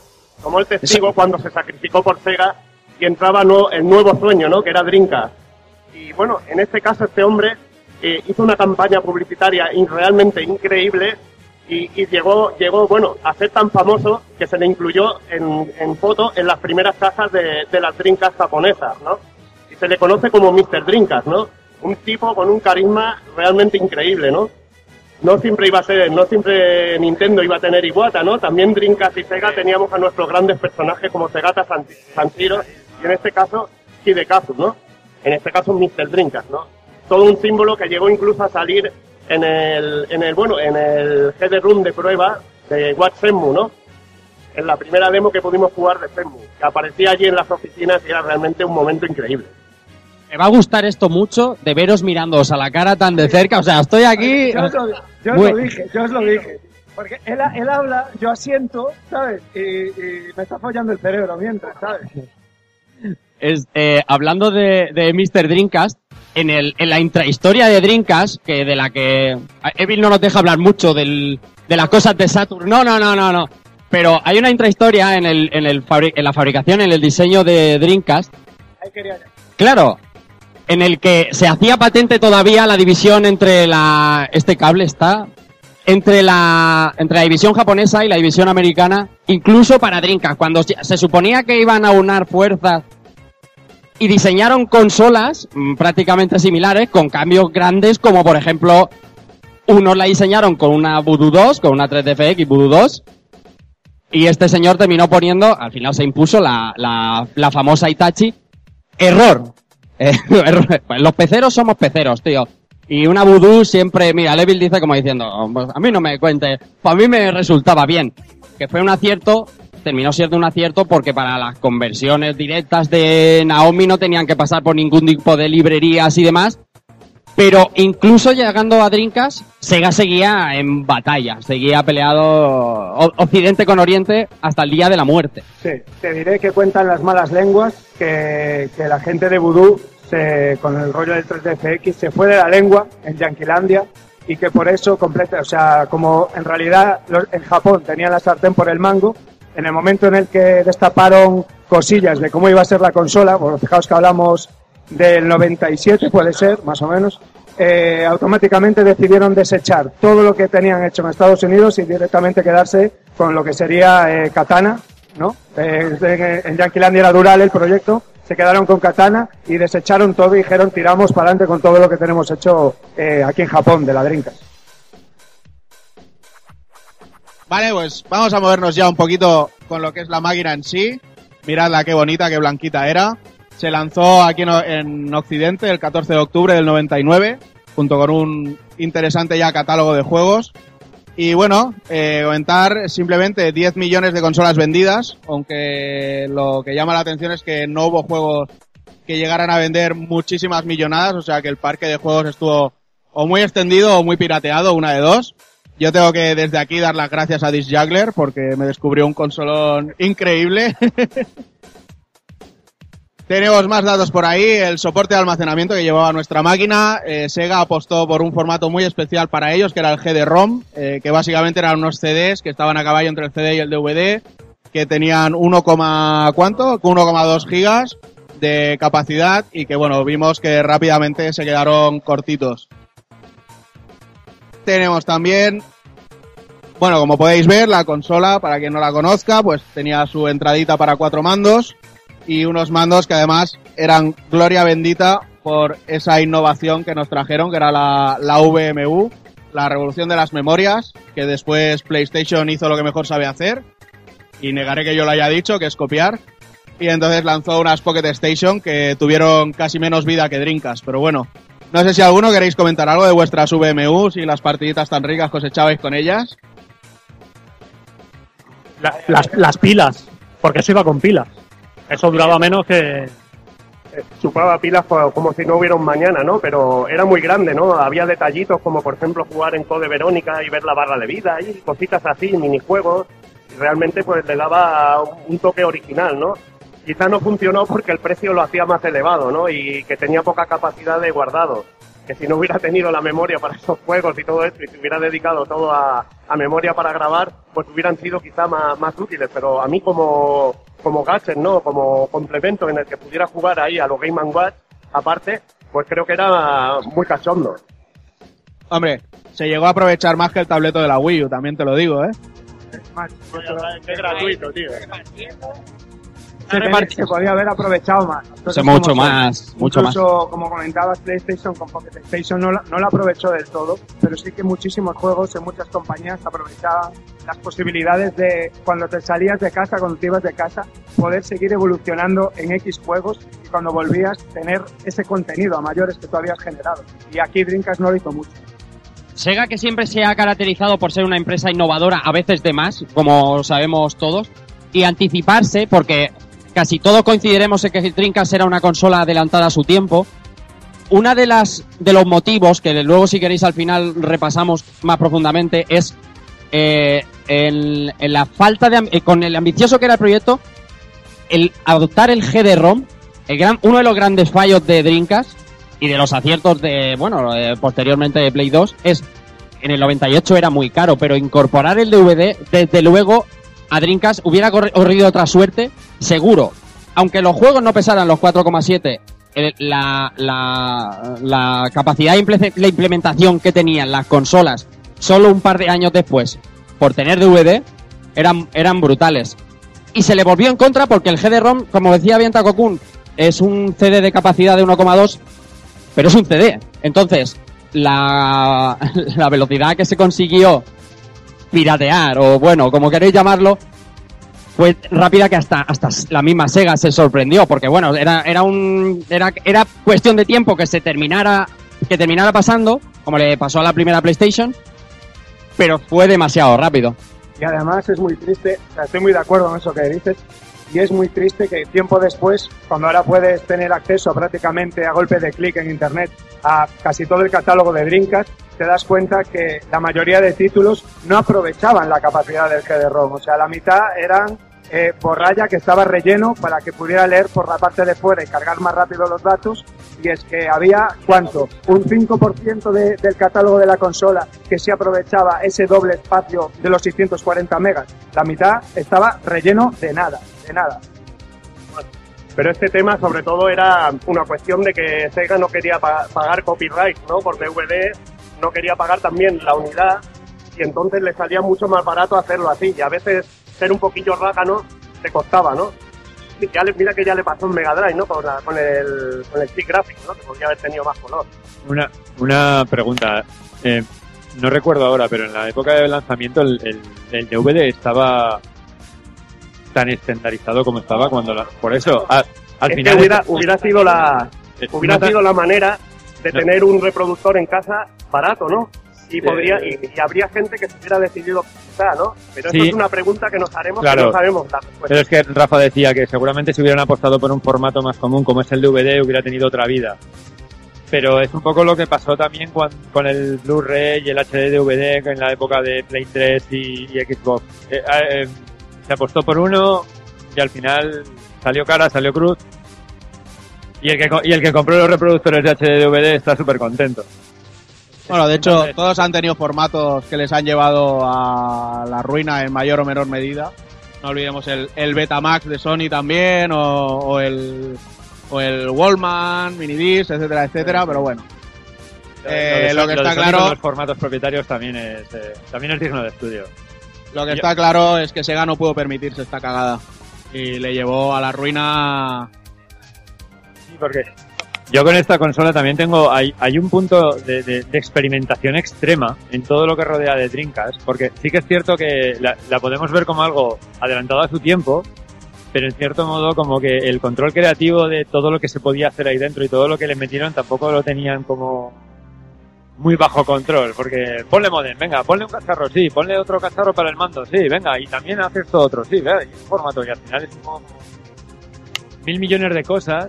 Tomó el testigo cuando se sacrificó por Sega y entraba no, el nuevo sueño, ¿no? Que era Dreamcast. Y bueno, en este caso este hombre eh, hizo una campaña publicitaria in- realmente increíble y, y llegó, llegó, bueno, a ser tan famoso que se le incluyó en, en fotos en las primeras cajas de, de las Dreamcast japonesas, ¿no? Y se le conoce como mister Dreamcast, ¿no? Un tipo con un carisma realmente increíble, ¿no? No siempre iba a ser, no siempre Nintendo iba a tener Iwata, ¿no? También Dreamcast y Sega teníamos a nuestros grandes personajes como Segata San- Sanshiro y en este caso Hidekazu, ¿no? En este caso mister Dreamcast, ¿no? Todo un símbolo que llegó incluso a salir en el, en el bueno, en el G D Room de prueba de Watch Shenmue, ¿no? En la primera demo que pudimos jugar de Shenmue, que aparecía allí en las oficinas y era realmente un momento increíble. Me va a gustar esto mucho, de veros mirándoos a la cara tan de cerca. O sea, estoy aquí... Yo os lo, yo os Muy- lo dije, yo os lo dije. Porque él, él habla, yo asiento, ¿sabes? Y, y me está follando el cerebro mientras, ¿sabes? Es, eh, hablando de, de mister Dreamcast, en, el, en la intrahistoria de Dreamcast, que de la que Evil no nos deja hablar mucho del, de las cosas de Saturn, no, no, no, no, no. Pero hay una intrahistoria en, el, en, el fabri- en la fabricación, en el diseño de Dreamcast, Ahí quería ya. claro, en el que se hacía patente todavía la división entre la... Este cable está... Entre la, entre la división japonesa y la división americana, incluso para Dreamcast, cuando se se suponía que iban a unar fuerzas y diseñaron consolas mm, prácticamente similares, con cambios grandes, como por ejemplo, unos la diseñaron con una Voodoo dos, con una tres D F X Voodoo dos, y este señor terminó poniendo, al final se impuso la, la, la famosa Hitachi. Error. Eh, error. Pues los peceros somos peceros, tío. Y una Voodoo siempre, mira, Levil dice como diciendo, pues a mí no me cuente, pues a mí me resultaba bien. Que fue un acierto, terminó siendo un acierto porque para las conversiones directas de Naomi no tenían que pasar por ningún tipo de librerías y demás. Pero incluso llegando a Dreamcast, Sega seguía en batalla, seguía peleado o- Occidente con Oriente hasta el día de la muerte. Sí, te diré que cuentan las malas lenguas que, que la gente de Voodoo, se, con el rollo del tres D F X, se fue de la lengua en Yanquilandia y que por eso completa, o sea, como en realidad los- en Japón tenían la sartén por el mango, en el momento en el que destaparon cosillas de cómo iba a ser la consola, bueno, fijaos que hablamos del noventa y siete, puede ser, más o menos, eh, automáticamente decidieron desechar todo lo que tenían hecho en Estados Unidos y directamente quedarse con lo que sería eh, Katana, ¿no? Eh, de- en Yanquilandia era Dural el proyecto, se quedaron con Katana y desecharon todo y dijeron tiramos para adelante con todo lo que tenemos hecho eh, aquí en Japón, de la Dreamcast. Vale, pues vamos a movernos ya un poquito con lo que es la máquina en sí. Miradla qué bonita, qué blanquita era. Se lanzó aquí en, en Occidente el catorce de octubre del noventa y nueve, junto con un interesante ya catálogo de juegos. Y bueno, eh, comentar simplemente diez millones de consolas vendidas, aunque lo que llama la atención es que no hubo juegos que llegaran a vender muchísimas millonadas, o sea que el parque de juegos estuvo o muy extendido o muy pirateado, una de dos. Yo tengo que desde aquí dar las gracias a Disc Juggler porque me descubrió un consolón increíble. Tenemos más datos por ahí, el soporte de almacenamiento que llevaba nuestra máquina. Eh, Sega apostó por un formato muy especial para ellos, que era el G D ROM, eh, que básicamente eran unos C Ds que estaban a caballo entre el C D y el D V D, que tenían uno, ¿cuánto? uno coma dos gigas de capacidad y que bueno, vimos que rápidamente se quedaron cortitos. Tenemos también, bueno, como podéis ver, la consola, para quien no la conozca, pues tenía su entradita para cuatro mandos y unos mandos que además eran gloria bendita por esa innovación que nos trajeron, que era la, la V M U, la revolución de las memorias, que después PlayStation hizo lo que mejor sabe hacer, y negaré que yo lo haya dicho, que es copiar, y entonces lanzó unas Pocket Station que tuvieron casi menos vida que Dreamcast, pero bueno. No sé si alguno queréis comentar algo de vuestras V M Us y las partiditas tan ricas que os echabais con ellas. La- las, las pilas, porque eso iba con pilas. Eso duraba menos que... Chupaba pilas co- como si no hubiera un mañana, ¿no? Pero era muy grande, ¿no? Había detallitos como, por ejemplo, jugar en Code Verónica y ver la barra de vida y cositas así, minijuegos. Y realmente, pues, le daba un toque original, ¿no? Quizá no funcionó porque el precio lo hacía más elevado, ¿no? Y que tenía poca capacidad de guardado. que si no hubiera tenido la memoria para esos juegos y todo esto, y se hubiera dedicado todo a, a memoria para grabar, pues hubieran sido quizá más, más útiles. Pero a mí como, como gadget, ¿no? Como complemento en el que pudiera jugar ahí a los Game and Watch, aparte, pues creo que era muy cachondo. Hombre, se llegó a aprovechar más que el tableto de la Wii U, también te lo digo, ¿eh? Es gratuito, tío. Se, tenía- se podía haber aprovechado más. Entonces, Mucho como son. más, mucho Incluso, como comentabas, PlayStation con Pocket Station no la, no la aprovechó del todo, pero sí que muchísimos juegos en muchas compañías aprovechaban las posibilidades de, cuando te salías de casa, cuando te ibas de casa, poder seguir evolucionando en X juegos y cuando volvías tener ese contenido a mayores que tú habías generado. Y aquí Dreamcast no lo hizo mucho. Sega, que siempre se ha caracterizado por ser una empresa innovadora, a veces de más, como sabemos todos, y anticiparse, porque casi todos coincidiremos en que Dreamcast era una consola adelantada a su tiempo. Una de las de los motivos, que luego si queréis al final repasamos más profundamente, es eh, el, el la falta de... eh, con el ambicioso que era el proyecto, el adoptar el G D ROM, el gran, uno de los grandes fallos de Dreamcast, y de los aciertos de, bueno, eh, posteriormente de Play dos, es, en el noventa y ocho era muy caro, pero incorporar el D V D, desde luego, a Dreamcast hubiera corri- corrido otra suerte, seguro. Aunque los juegos no pesaran los cuatro coma siete, el- la, la, la capacidad de imple- la implementación que tenían las consolas solo un par de años después, por tener D V D, eran, eran brutales. Y se le volvió en contra porque el G D ROM, como decía bien Takokun, es un C D de capacidad de uno coma dos, pero es un C D. Entonces, la, la velocidad que se consiguió piratear, o bueno, como queréis llamarlo, fue rápida que hasta hasta la misma Sega se sorprendió, porque bueno, era era un era era cuestión de tiempo que se terminara que terminara pasando, como le pasó a la primera PlayStation, pero fue demasiado rápido. Y además es muy triste, o sea, estoy muy de acuerdo con eso que dices, y es muy triste que tiempo después, cuando ahora puedes tener acceso prácticamente a golpe de clic en internet a casi todo el catálogo de Dreamcast, te das cuenta que la mayoría de títulos no aprovechaban la capacidad del G D ROM, o sea, la mitad eran eh, borralla que estaba relleno para que pudiera leer por la parte de fuera y cargar más rápido los datos, y es que había, ¿cuánto? Un cinco por ciento de, del catálogo de la consola que sí aprovechaba ese doble espacio de los seiscientos cuarenta megas, la mitad estaba relleno de nada, de nada. Pero este tema sobre todo era una cuestión de que Sega no quería pa- pagar copyright, ¿no? Por D V D, no quería pagar también la unidad, y entonces le salía mucho más barato hacerlo así, y a veces ser un poquillo rácano te costaba, ¿no? Y ya le, mira que ya le pasó en Mega Drive, ¿no? Con, la- con el con el stick gráfico, ¿no? Que podría haber tenido más color. Una, una pregunta. Eh, no recuerdo ahora, pero en la época del lanzamiento el, el, el D V D estaba tan estandarizado como estaba cuando la... Por eso, a- al Es final... que hubiera, hubiera sido la hubiera no ta- sido la manera de No. tener un reproductor en casa barato, ¿no? Y Eh, podría y, y habría gente que se hubiera decidido quizá, ¿no? Pero Sí. eso es una pregunta que nos haremos Claro. que no sabemos la respuesta. Pero es que Rafa decía que seguramente si hubieran apostado por un formato más común como es el D V D hubiera tenido otra vida. Pero es un poco lo que pasó también con, con el Blu-ray y el H D D V D en la época de Play tres y, y Xbox. Eh, eh, se apostó por uno y al final salió cara, salió cruz. Y el que, co- y el que compró los reproductores de H D D V D está súper contento. Bueno, de hecho, todos han tenido formatos que les han llevado a la ruina en mayor o menor medida. No olvidemos el, el Betamax de Sony también, o, o el o el Wallman, Minidisc, etcétera, etcétera, pero bueno. Eh, de lo Sony- que de está Sony claro... con los formatos propietarios también es, eh, también es digno de estudio. Lo que Yo- está claro es que Sega no pudo permitirse esta cagada. Y le llevó a la ruina... Sí, porque yo con esta consola también tengo, hay, hay un punto de, de- de experimentación extrema en todo lo que rodea de Dreamcast, porque sí que es cierto que la, la podemos ver como algo adelantado a su tiempo, pero en cierto modo como que el control creativo de todo lo que se podía hacer ahí dentro y todo lo que le metieron tampoco lo tenían como muy bajo control, porque ponle modem, venga, ponle un cacharro, sí, ponle otro cacharro para el mando, sí, venga, y también hace esto otro, sí, vea, y un formato, y al final es como mil millones de cosas.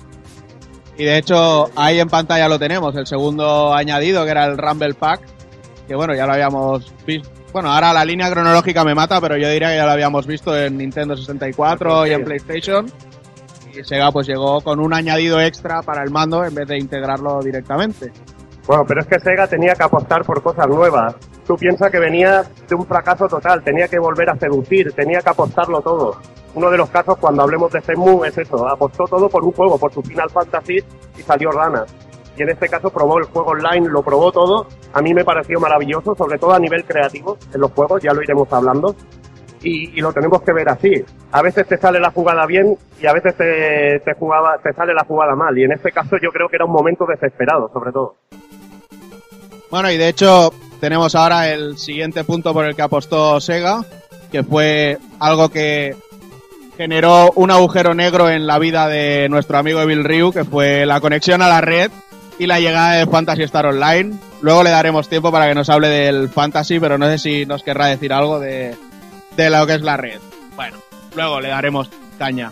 Y de hecho, ahí en pantalla lo tenemos, el segundo añadido, que era el Rumble Pack, que bueno, ya lo habíamos visto. Bueno, ahora la línea cronológica me mata, pero yo diría que ya lo habíamos visto en Nintendo sesenta y cuatro y en PlayStation. Y Sega pues llegó con un añadido extra para el mando en vez de integrarlo directamente. Bueno, pero es que Sega tenía que apostar por cosas nuevas. Tú piensas que venía de un fracaso total, tenía que volver a seducir, tenía que apostarlo todo. Uno de los casos cuando hablemos de Shenmue es eso, apostó todo por un juego, por su Final Fantasy y salió rana. Y en este caso probó el juego online, lo probó todo. A mí me pareció maravilloso, sobre todo a nivel creativo en los juegos, ya lo iremos hablando. Y, y lo tenemos que ver así. A veces te sale la jugada bien y a veces te, te, jugaba, te sale la jugada mal. Y en este caso yo creo que era un momento desesperado, sobre todo. Bueno, y de hecho tenemos ahora el siguiente punto por el que apostó Sega, que fue algo que generó un agujero negro en la vida de nuestro amigo Evil Ryu, que fue la conexión a la red y la llegada de Phantasy Star Online. Luego le daremos tiempo para que nos hable del Fantasy, pero no sé si nos querrá decir algo de, de lo que es la red. Bueno, luego le daremos caña.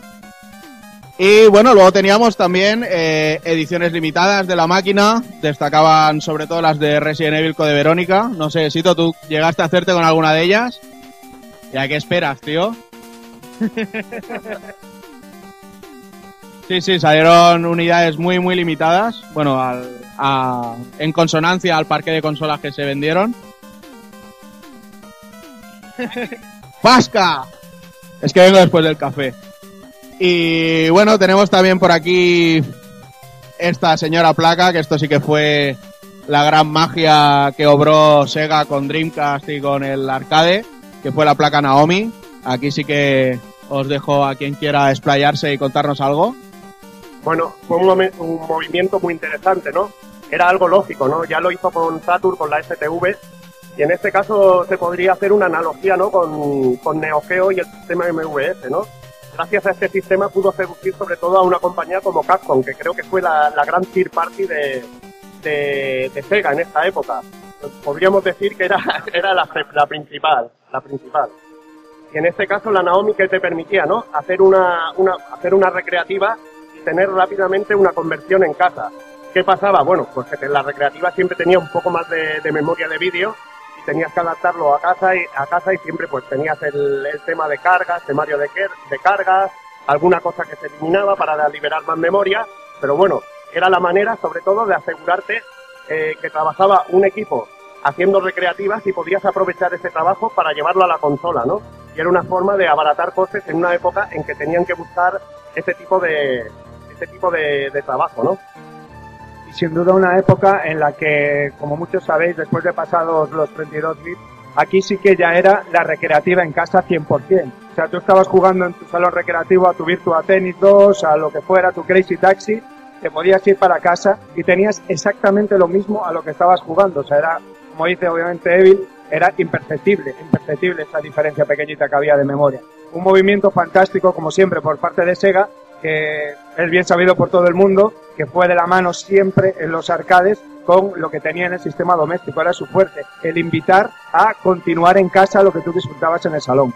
Y bueno, luego teníamos también eh, ediciones limitadas de la máquina. Destacaban sobre todo las de Resident Evil Code Verónica. No sé, Sito, ¿tú llegaste a hacerte con alguna de ellas? ¿Ya qué esperas, tío? Sí, sí, salieron unidades muy, muy limitadas. Bueno, al, a, en consonancia al parque de consolas que se vendieron. ¡Pasca! Es que vengo después del café. Y bueno, tenemos también por aquí esta señora placa, que esto sí que fue la gran magia que obró Sega con Dreamcast y con el arcade, que fue la placa Naomi. Aquí sí que os dejo a quien quiera explayarse y contarnos algo. Bueno, fue un, momen- un movimiento muy interesante, ¿no? Era algo lógico, ¿no? Ya lo hizo con Saturn, con la S T V, y en este caso se podría hacer una analogía, ¿no? Con, con Neo Geo y el sistema M V S, ¿no? Gracias a este sistema pudo seducir sobre todo a una compañía como Capcom, que creo que fue la, la gran third party de, de, de Sega en esta época. Podríamos decir que era, era la, la principal, la principal. Y en este caso la Naomi, que te permitía, ¿no? Hacer una, una, hacer una recreativa y tener rápidamente una conversión en casa. ¿Qué pasaba? Bueno, pues que la recreativa siempre tenía un poco más de, de memoria de vídeo y tenías que adaptarlo a casa y a casa y siempre pues tenías el, el tema de cargas, temario de, de cargas, alguna cosa que se eliminaba para liberar más memoria, pero bueno, era la manera sobre todo de asegurarte eh, que trabajaba un equipo haciendo recreativas y podías aprovechar ese trabajo para llevarlo a la consola, ¿no? Y era una forma de abaratar costes en una época en que tenían que buscar ese tipo de ese tipo de, de trabajo, ¿no? Y sin duda una época en la que, como muchos sabéis, después de pasados los treinta y dos bits, aquí sí que ya era la recreativa en casa cien por ciento. O sea, tú estabas jugando en tu salón recreativo a tu Virtua Tennis dos, a lo que fuera, tu Crazy Taxi, te podías ir para casa y tenías exactamente lo mismo a lo que estabas jugando. O sea, era, como dice obviamente Evil, era imperceptible, imperceptible esa diferencia pequeñita que había de memoria. Un movimiento fantástico, como siempre, por parte de Sega, que es bien sabido por todo el mundo, que fue de la mano siempre en los arcades con lo que tenía en el sistema doméstico. Era su fuerte, el invitar a continuar en casa lo que tú disfrutabas en el salón.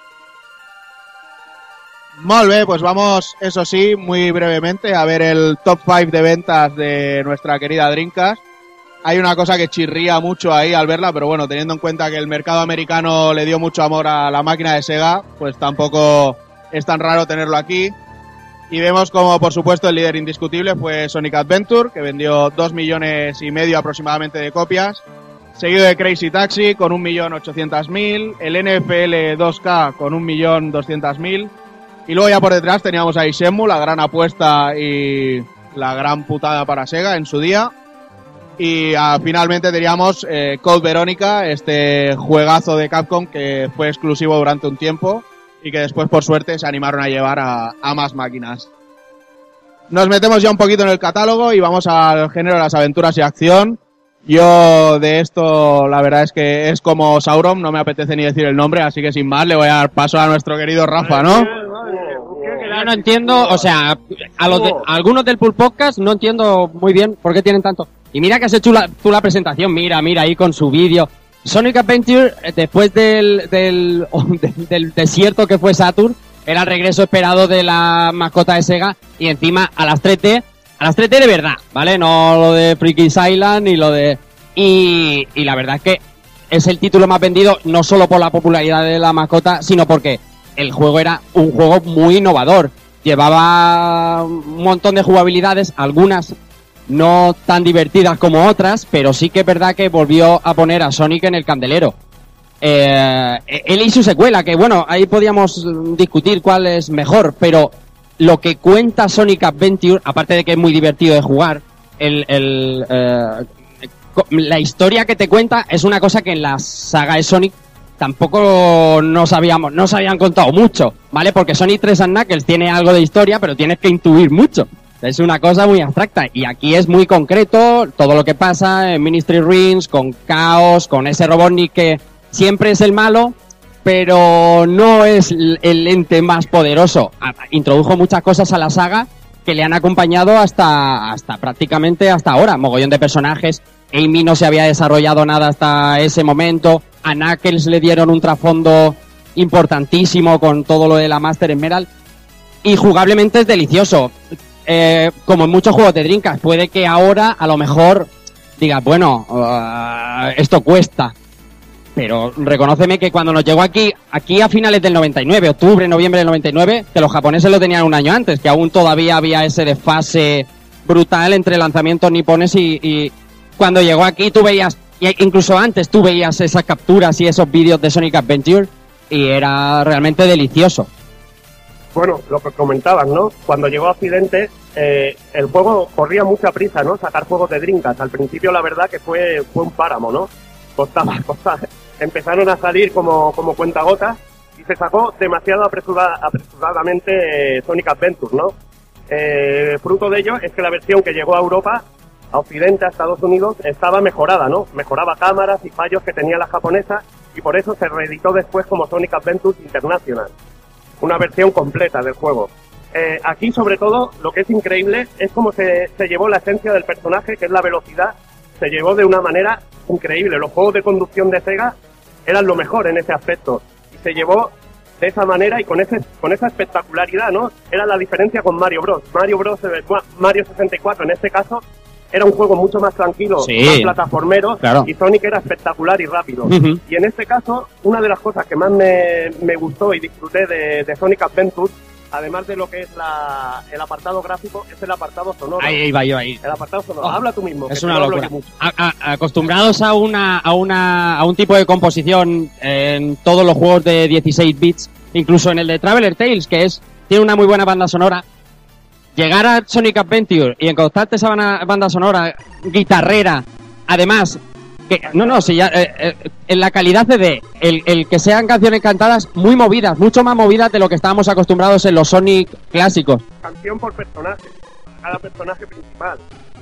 Molt bé, pues vamos, eso sí, muy brevemente, a ver el top cinco de ventas de nuestra querida Dreamcast. Hay una cosa que chirría mucho ahí al verla, pero bueno, teniendo en cuenta que el mercado americano le dio mucho amor a la máquina de Sega, pues tampoco es tan raro tenerlo aquí. Y vemos como, por supuesto, el líder indiscutible fue Sonic Adventure, que vendió dos millones y medio aproximadamente de copias, seguido de Crazy Taxi con un millón ochocientos mil, el N F L dos K con un millón doscientos mil, y luego ya por detrás teníamos a Shenmue, la gran apuesta y la gran putada para Sega en su día. Y ah, finalmente teníamos eh, Code Verónica, este juegazo de Capcom que fue exclusivo durante un tiempo y que después, por suerte, se animaron a llevar a, a más máquinas. Nos metemos ya un poquito en el catálogo y vamos al género de las aventuras y acción. Yo de esto, la verdad es que es como Sauron, no me apetece ni decir el nombre, así que sin más le voy a dar paso a nuestro querido Rafa, ¿no? Yo no entiendo, o sea, a, los de, a algunos del Pulp Podcast no entiendo muy bien por qué tienen tanto. Y mira que has hecho la, tú la presentación, mira, mira ahí con su vídeo. Sonic Adventure, después del, del, del, del desierto que fue Saturn, era el regreso esperado de la mascota de Sega y encima a las tres D, a las tres D de verdad, ¿vale? No lo de Freaky's Island y lo de... Y, y la verdad es que es el título más vendido no solo por la popularidad de la mascota, sino porque el juego era un juego muy innovador. Llevaba un montón de jugabilidades, algunas no tan divertidas como otras, pero sí que es verdad que volvió a poner a Sonic en el candelero. Eh, él y su secuela, que bueno, ahí podíamos discutir cuál es mejor, pero lo que cuenta Sonic Adventure, aparte de que es muy divertido de jugar, el, el, eh, la historia que te cuenta es una cosa que en la saga de Sonic tampoco nos habíamos, no se habían contado mucho, ¿vale? Porque Sonic tres and Knuckles tiene algo de historia, pero tienes que intuir mucho. Es una cosa muy abstracta y aquí es muy concreto todo lo que pasa en Ministry Rings, con Chaos, con ese Robotnik que siempre es el malo, pero no es el ente más poderoso. Introdujo muchas cosas a la saga que le han acompañado hasta, hasta prácticamente hasta ahora. Mogollón de personajes. Amy no se había desarrollado nada hasta ese momento. A Knuckles le dieron un trasfondo importantísimo con todo lo de la Master Emerald. Y jugablemente es delicioso. Eh, como en muchos juegos de Dreamcast, puede que ahora a lo mejor digas, bueno, uh, esto cuesta. Pero reconóceme que cuando nos llegó aquí, aquí a finales del noventa y nueve, octubre, noviembre del noventa y nueve, que los japoneses lo tenían un año antes, que aún todavía había ese desfase brutal entre lanzamientos nipones y, y cuando llegó aquí tú veías, incluso antes tú veías esas capturas y esos vídeos de Sonic Adventure y era realmente delicioso. Bueno, lo que comentabas, ¿no? Cuando llegó a Occidente, eh, el juego corría mucha prisa, ¿no? Sacar juegos de Dreamcast. Al principio la verdad que fue, fue un páramo, ¿no? Costaba, costaba. Empezaron a salir como, como cuentagotas y se sacó demasiado apresura, apresuradamente eh, Sonic Adventure, ¿no? Eh, fruto de ello es que la versión que llegó a Europa, a Occidente, a Estados Unidos, estaba mejorada, ¿no? Mejoraba cámaras y fallos que tenía la japonesa y por eso se reeditó después como Sonic Adventure International. Una versión completa del juego. Eh, aquí, sobre todo, lo que es increíble es cómo se, se llevó la esencia del personaje, que es la velocidad, se llevó de una manera increíble. Los juegos de conducción de Sega eran lo mejor en ese aspecto. Y se llevó de esa manera y con ese con esa espectacularidad, ¿no? Era la diferencia con Mario Bros. Mario Bros. Mario sesenta y cuatro, en este caso, era un juego mucho más tranquilo, sí, más plataformero, claro. Y Sonic era espectacular y rápido. Uh-huh. Y en este caso, una de las cosas que más me, me gustó y disfruté de, de Sonic Adventure, además de lo que es la, el apartado gráfico, es el apartado sonoro. Ahí, ahí va yo ahí. El apartado sonoro. Oh, Habla tú mismo. Es que una no hablo locura. yo mucho. A, a, acostumbrados a una, a una a un tipo de composición en todos los juegos de dieciséis bits, incluso en el de Traveler Tales, que es tiene una muy buena banda sonora. Llegar a Sonic Adventure y encontrarte esa banda sonora guitarrera, además, que no, no, si ya, eh, eh, en la calidad de el, el que sean canciones cantadas muy movidas, mucho más movidas de lo que estábamos acostumbrados en los Sonic clásicos. Canción por personaje, cada personaje principal.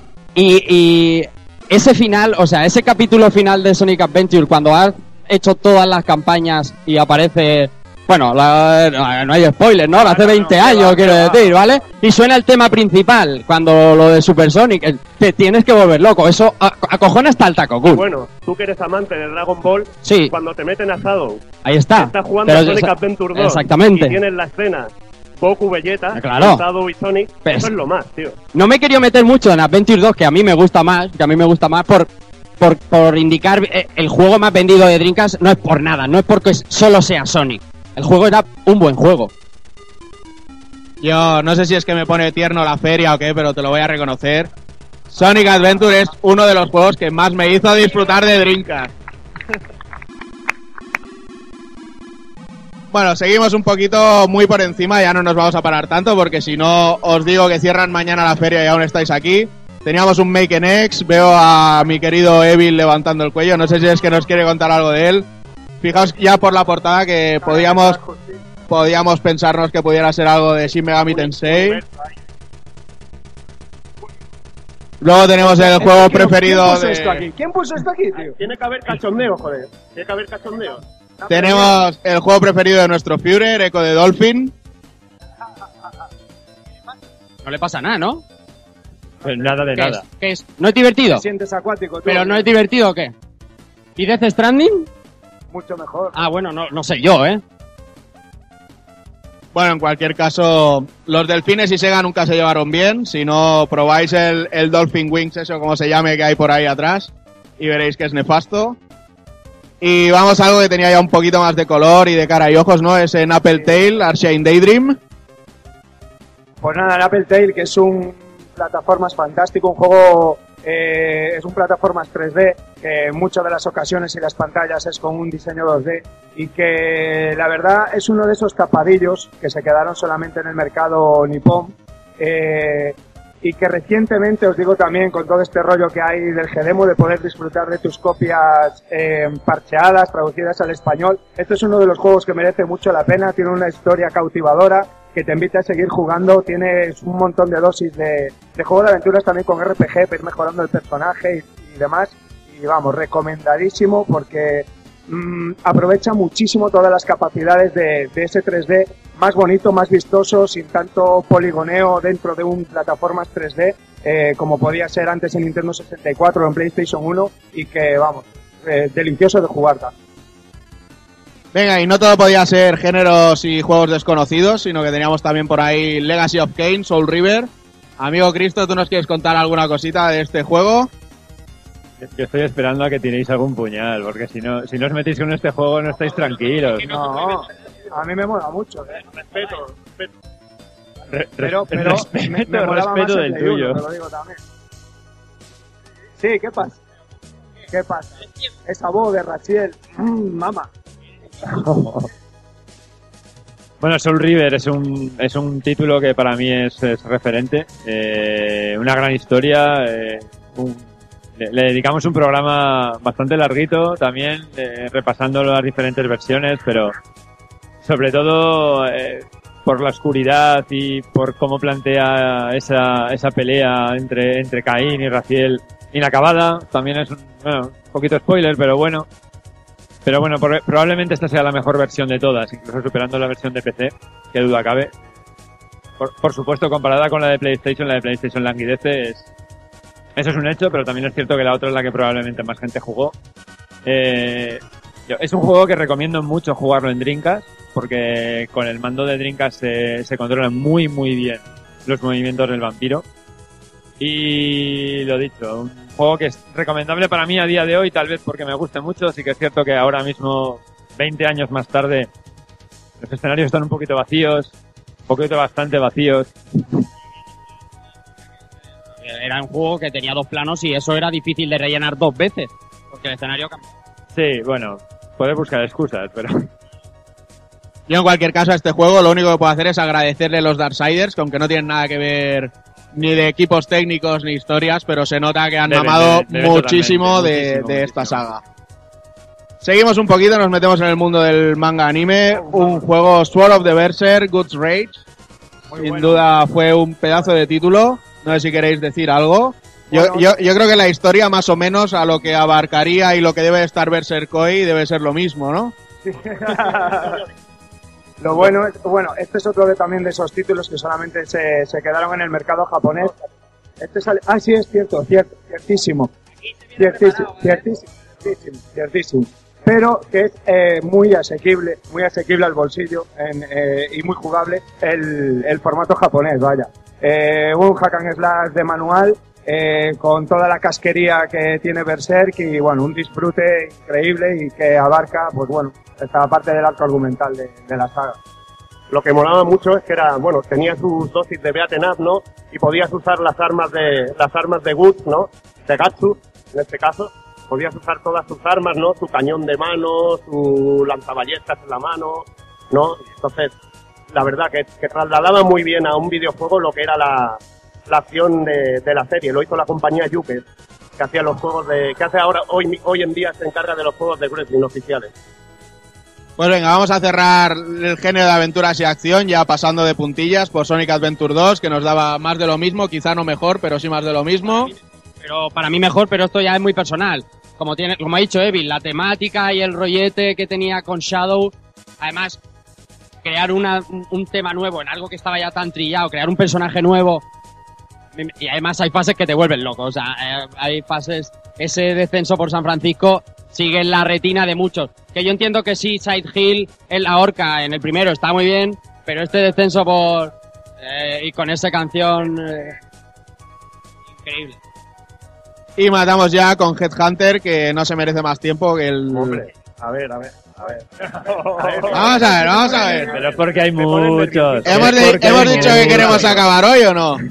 Y, y ese final, o sea, ese capítulo final de Sonic Adventure, cuando has hecho todas las campañas y aparece... Bueno, la, no hay spoiler, ¿no? Hace veinte años, quiero decir, ¿vale? Y suena el tema principal, cuando lo de Super Sonic, te tienes que volver loco. Eso acojona hasta el Taco Cool. Bueno, tú que eres amante de Dragon Ball, sí. Cuando te meten a Shadow, ahí está. Estás jugando Pero a Sonic esa, Adventure dos exactamente. Y tienes la escena Goku, Vegeta, claro. Shadow y Sonic, Pero eso es lo más, tío. No me he querido meter mucho en Adventure dos, que a mí me gusta más, que a mí me gusta más por... Por, por indicar eh, el juego más vendido de Dreamcast, no es por nada, no es porque solo sea Sonic. El juego era un buen juego. Yo no sé si es que me pone tierno la feria o qué, pero te lo voy a reconocer. Sonic Adventure es uno de los juegos que más me hizo disfrutar de Dreamcast. Bueno, seguimos un poquito muy por encima, ya no nos vamos a parar tanto, porque si no os digo que cierran mañana la feria y aún estáis aquí. Teníamos un Make an X, veo a mi querido Evil levantando el cuello, no sé si es que nos quiere contar algo de él. Fijaos ya por la portada que podíamos podíamos pensarnos que pudiera ser algo de Shin Megami Tensei. Luego tenemos el juego preferido ¿Quién puso de... esto aquí? ¿Quién puso esto aquí, tío? Tiene que haber cachondeo, joder. Tiene que haber cachondeo. Tenemos el juego preferido de nuestro Führer, Echo de Dolphin. No le pasa nada, ¿no? Pues nada de ¿Qué nada. Es? ¿Qué es? ¿No es divertido? Te sientes acuático, tú. ¿Pero no es divertido o qué? ¿Y Death Stranding? Mucho mejor. Ah, bueno, no, no sé yo, ¿eh? Bueno, en cualquier caso, los delfines y Sega nunca se llevaron bien. Si no, probáis el, el Dolphin Wings, eso como se llame, que hay por ahí atrás, y veréis que es nefasto. Y vamos a algo que tenía ya un poquito más de color y de cara y ojos, ¿no? Es en Apple Tail, Arshane Daydream. Pues nada, el Apple Tail, que es un plataformas fantástico, un juego, eh, es un plataformas tres D, que en muchas de las ocasiones y las pantallas es con un diseño dos D, y que la verdad es uno de esos tapadillos que se quedaron solamente en el mercado nipón, eh, y que recientemente, os digo también, con todo este rollo que hay del G-Demo, de poder disfrutar de tus copias eh, parcheadas, traducidas al español, esto es uno de los juegos que merece mucho la pena, tiene una historia cautivadora, que te invita a seguir jugando, tienes un montón de dosis de, de juego de aventuras también con R P G, para ir mejorando el personaje y, y demás, y vamos, recomendadísimo porque mmm, aprovecha muchísimo todas las capacidades de, de ese tres D, más bonito, más vistoso, sin tanto poligoneo dentro de un plataformas tres D, eh, como podía ser antes en Nintendo sesenta y cuatro o en PlayStation uno, y que, vamos, eh, delicioso de jugar. Venga, y no todo podía ser géneros y juegos desconocidos, sino que teníamos también por ahí Legacy of Kain, Soul River. Amigo Cristo, ¿tú nos quieres contar alguna cosita de este juego? Yo estoy esperando a que tiréis algún puñal, porque si no, si no os metéis con este juego no estáis tranquilos. No, a mí me mola mucho, ¿eh? Respeto, respeto. Re- Pero, pero respeto, me, me molaba respeto más el del Play uno, tuyo. te lo digo también. Sí, ¿qué pasa? ¿Qué pasa? Esa voz de Rachiel, mmm, mama. Bueno, Soul River es un, es un título que para mí es, es referente. Eh, una gran historia. Eh, un, le, le dedicamos un programa bastante larguito también, eh, repasando las diferentes versiones, pero sobre todo eh, por la oscuridad y por cómo plantea esa, esa pelea entre, entre Caín y Raziel inacabada. También es un, bueno, un poquito spoiler, pero bueno. Pero bueno, por, probablemente esta sea la mejor versión de todas, incluso superando la versión de P C, que duda cabe. Por, por supuesto, comparada con la de PlayStation, la de PlayStation languidece, es, eso es un hecho, pero también es cierto que la otra es la que probablemente más gente jugó. Eh, yo, es un juego que recomiendo mucho jugarlo en Dreamcast, porque con el mando de Dreamcast se, se controlan muy muy bien los movimientos del vampiro. Y lo dicho, un juego que es recomendable para mí a día de hoy, tal vez porque me guste mucho. Sí que es cierto que ahora mismo, veinte años más tarde, los escenarios están un poquito vacíos, un poquito bastante vacíos. Era un juego que tenía dos planos y eso era difícil de rellenar dos veces, porque el escenario cambió. Sí, bueno, puedes buscar excusas, pero... Yo en cualquier caso a este juego lo único que puedo hacer es agradecerle a los Darksiders, que aunque no tienen nada que ver ni de equipos técnicos ni historias, pero se nota que han Deben, mamado deben, deben muchísimo de, muchísimo, de esta muchísimo. saga. Seguimos un poquito, nos metemos en el mundo del manga anime. Un juego Sword of the Berserk, Guts Rage. Muy Sin bueno. duda fue un pedazo de título. No sé si queréis decir algo. Yo, Bueno, yo, yo creo que la historia más o menos a lo que abarcaría y lo que debe estar Berserk hoy debe ser lo mismo, ¿no? Sí. Lo bueno es, bueno, este es otro de, también de esos títulos que solamente se, se quedaron en el mercado japonés. Este sale, ah, sí, es cierto, cierto, ciertísimo. Ciertísimo, ciertísimo, ciertísimo, ciertísimo. Pero que es eh, muy asequible, muy asequible al bolsillo en, eh, y muy jugable el, el formato japonés, vaya. Eh, un hack and slash de manual eh, con toda la casquería que tiene Berserk y bueno, un disfrute increíble y que abarca, pues bueno, esta parte del arco argumental de, de la saga. Lo que molaba mucho es que era, bueno, tenía sus dosis de beaten up, ¿no? Y podías usar las armas de, las armas de Guts, ¿no? De Gatsu, en este caso. Podías usar todas sus armas, ¿no? Su cañón de mano, su lanzaballestas en la mano, ¿no? Entonces, la verdad que, que trasladaba muy bien a un videojuego lo que era la, la acción de, de la serie. Lo hizo la compañía Yuke, que hacía los juegos de, que hace ahora, hoy, hoy en día se encarga de los juegos de wrestling oficiales. Pues venga, vamos a cerrar el género de aventuras y acción, ya pasando de puntillas por Sonic Adventure dos, que nos daba más de lo mismo, quizá no mejor, pero sí más de lo mismo. Pero para mí mejor, pero esto ya es muy personal. Como tiene, como ha dicho Evil, la temática y el rollete que tenía con Shadow, además crear una, un, un tema nuevo en algo que estaba ya tan trillado, crear un personaje nuevo, y además hay fases que te vuelven loco, o sea, eh, hay fases, ese descenso por San Francisco sigue en la retina de muchos, que yo entiendo que sí, Side Hill en la horca en el primero está muy bien, pero este descenso por eh, y con esa canción eh, increíble. Y matamos ya con Headhunter, que no se merece más tiempo que el... Hombre, a ver, a ver, a ver. Vamos a ver, vamos a ver. Pero es porque hay muchos. ¿Hemos, Es de- porque ¿hemos hay dicho que muchos. queremos acabar hoy o no?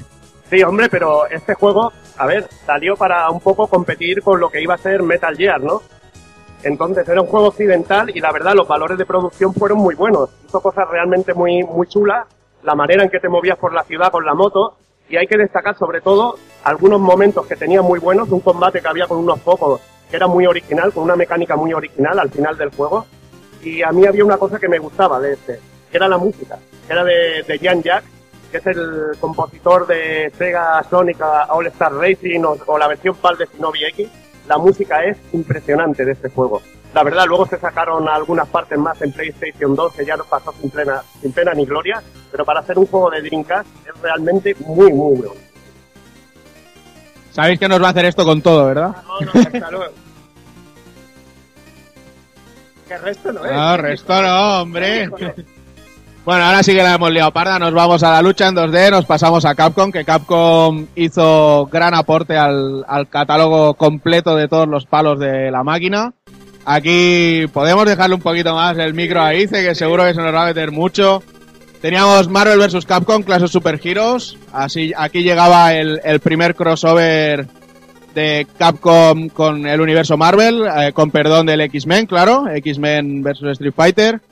Sí, hombre, pero este juego, a ver, salió para un poco competir con lo que iba a ser Metal Gear, ¿no? Entonces era un juego occidental y la verdad los valores de producción fueron muy buenos. Hizo cosas realmente muy, muy chulas, la manera en que te movías por la ciudad con la moto, y hay que destacar sobre todo algunos momentos que tenía muy buenos, un combate que había con unos focos que era muy original, con una mecánica muy original al final del juego. Y a mí había una cosa que me gustaba de este, que era la música, que era de, de Jan Jack, que es el compositor de Sega Sonic All Star Racing o, o la versión PAL de Shinobi X. La música es impresionante de este juego. La verdad, luego se sacaron algunas partes más en PlayStation dos, que ya no pasó sin pena, sin pena ni gloria, pero para hacer un juego de Dreamcast es realmente muy, muy bueno. Sabéis que nos va a hacer esto con todo, ¿verdad? No, no, claro. ¿Qué resto no es? No, resto no, hombre. Bueno, ahora sí que la hemos liado parda, nos vamos a la lucha en dos D, nos pasamos a Capcom, que Capcom hizo gran aporte al, al catálogo completo de todos los palos de la máquina. Aquí podemos dejarle un poquito más el micro a Ice, que seguro que se nos va a meter mucho. Teníamos Marvel versus. Capcom, Clash of Super Heroes. Así, aquí llegaba el, el primer crossover de Capcom con el universo Marvel, eh, con perdón del X-Men, claro, X-Men versus. Street Fighter.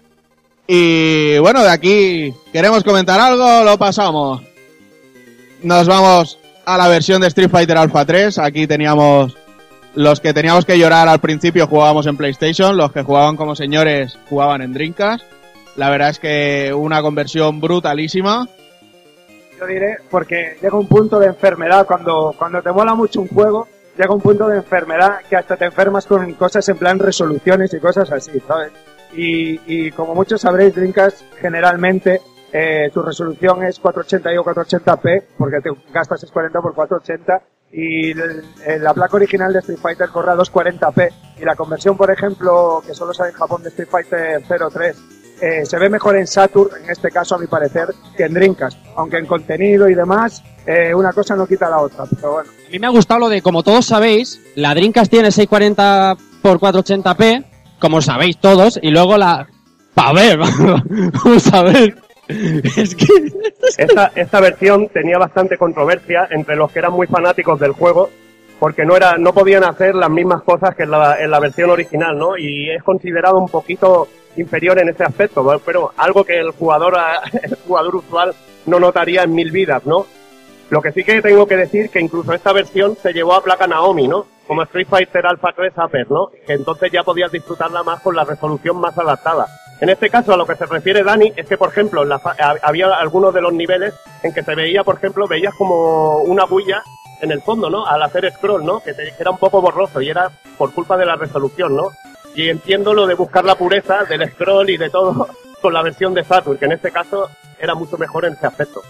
Y bueno, de aquí, ¿queremos comentar algo? Lo pasamos. Nos vamos a la versión de Street Fighter Alpha tres. Aquí teníamos los que teníamos que llorar al principio, jugábamos en PlayStation, los que jugaban como señores jugaban en Dreamcast. La verdad es que una conversión brutalísima. Yo diré, porque llega un punto de enfermedad, cuando, cuando te mola mucho un juego, llega un punto de enfermedad que hasta te enfermas con cosas en plan resoluciones y cosas así, ¿sabes? Y, y como muchos sabréis, Dreamcast generalmente eh, tu resolución es cuatrocientos ochenta i o cuatrocientos ochenta p, porque te gastas es cuarenta por cuatrocientos ochenta, y el, el, la placa original de Street Fighter corre a doscientos cuarenta p, y la conversión, por ejemplo, que solo sale en Japón, de Street Fighter cero tres, eh, se ve mejor en Saturn, en este caso a mi parecer, que en Dreamcast, aunque en contenido y demás, eh, una cosa no quita la otra, pero bueno. A mí me ha gustado lo de, como todos sabéis, la Dreamcast tiene seiscientos cuarenta por cuatrocientos ochenta p, como sabéis todos, y luego la... Pa' ver, vamos a ver. Es que... Esta, esta versión tenía bastante controversia entre los que eran muy fanáticos del juego, porque no era, no podían hacer las mismas cosas que en la, en la versión original, ¿no? Y es considerado un poquito inferior en ese aspecto, ¿no? Pero algo que el jugador, el jugador usual no notaría en mil vidas, ¿no? Lo que sí que tengo que decir que incluso esta versión se llevó a placa Naomi, ¿no? Como Street Fighter Alpha tres Upper, ¿no? Que entonces ya podías disfrutarla más con la resolución más adaptada. En este caso, a lo que se refiere Dani, es que, por ejemplo, en la fa- había algunos de los niveles en que se veía, por ejemplo, veías como una bulla en el fondo, ¿no? Al hacer scroll, ¿no? Que, te, que era un poco borroso y era por culpa de la resolución, ¿no? Y entiendo lo de buscar la pureza del scroll y de todo con la versión de Saturn, que en este caso era mucho mejor en ese aspecto.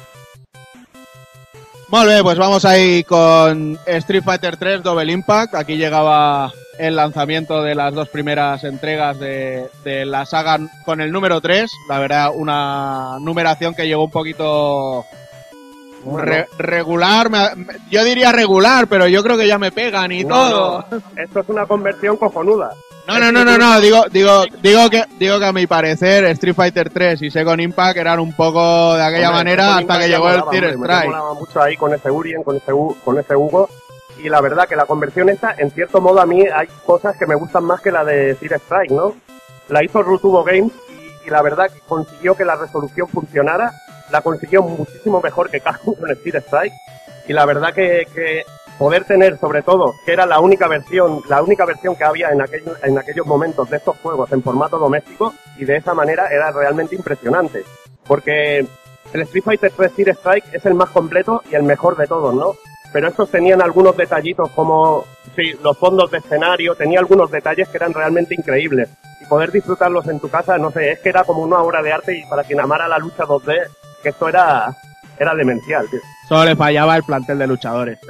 Muy bien, pues vamos ahí con Street Fighter tres Double Impact. Aquí llegaba el lanzamiento de las dos primeras entregas de, de la saga con el número tres. La verdad, una numeración que llegó un poquito re, regular. Me, yo diría regular, pero yo creo que ya me pegan y no, todo. No. Esto es una conversión cojonuda. No, no, no, no, no, digo, digo, digo que, digo que a mi parecer Street Fighter tres y Second Impact eran un poco de aquella hombre, manera hasta que llegó molaba, el Tear hombre, Strike. Me molaba mucho ahí con ese Urien, con ese, con ese Hugo. Y la verdad que la conversión esta, en cierto modo a mí hay cosas que me gustan más que la de Tear Strike, ¿no? La hizo Rutubo Games y, y la verdad que consiguió que la resolución funcionara, la consiguió muchísimo mejor que Capcom con el Tear Strike. Y la verdad que, que poder tener, sobre todo, que era la única versión, la única versión que había en aquellos, en aquellos momentos de estos juegos en formato doméstico, y de esa manera era realmente impresionante. Porque el Street Fighter tres Tear Strike es el más completo y el mejor de todos, ¿no? Pero estos tenían algunos detallitos como, sí, los fondos de escenario, tenía algunos detalles que eran realmente increíbles. Y poder disfrutarlos en tu casa, no sé, es que era como una obra de arte, y para quien amara la lucha dos D, que esto era, era demencial, tío. Solo le fallaba el plantel de luchadores.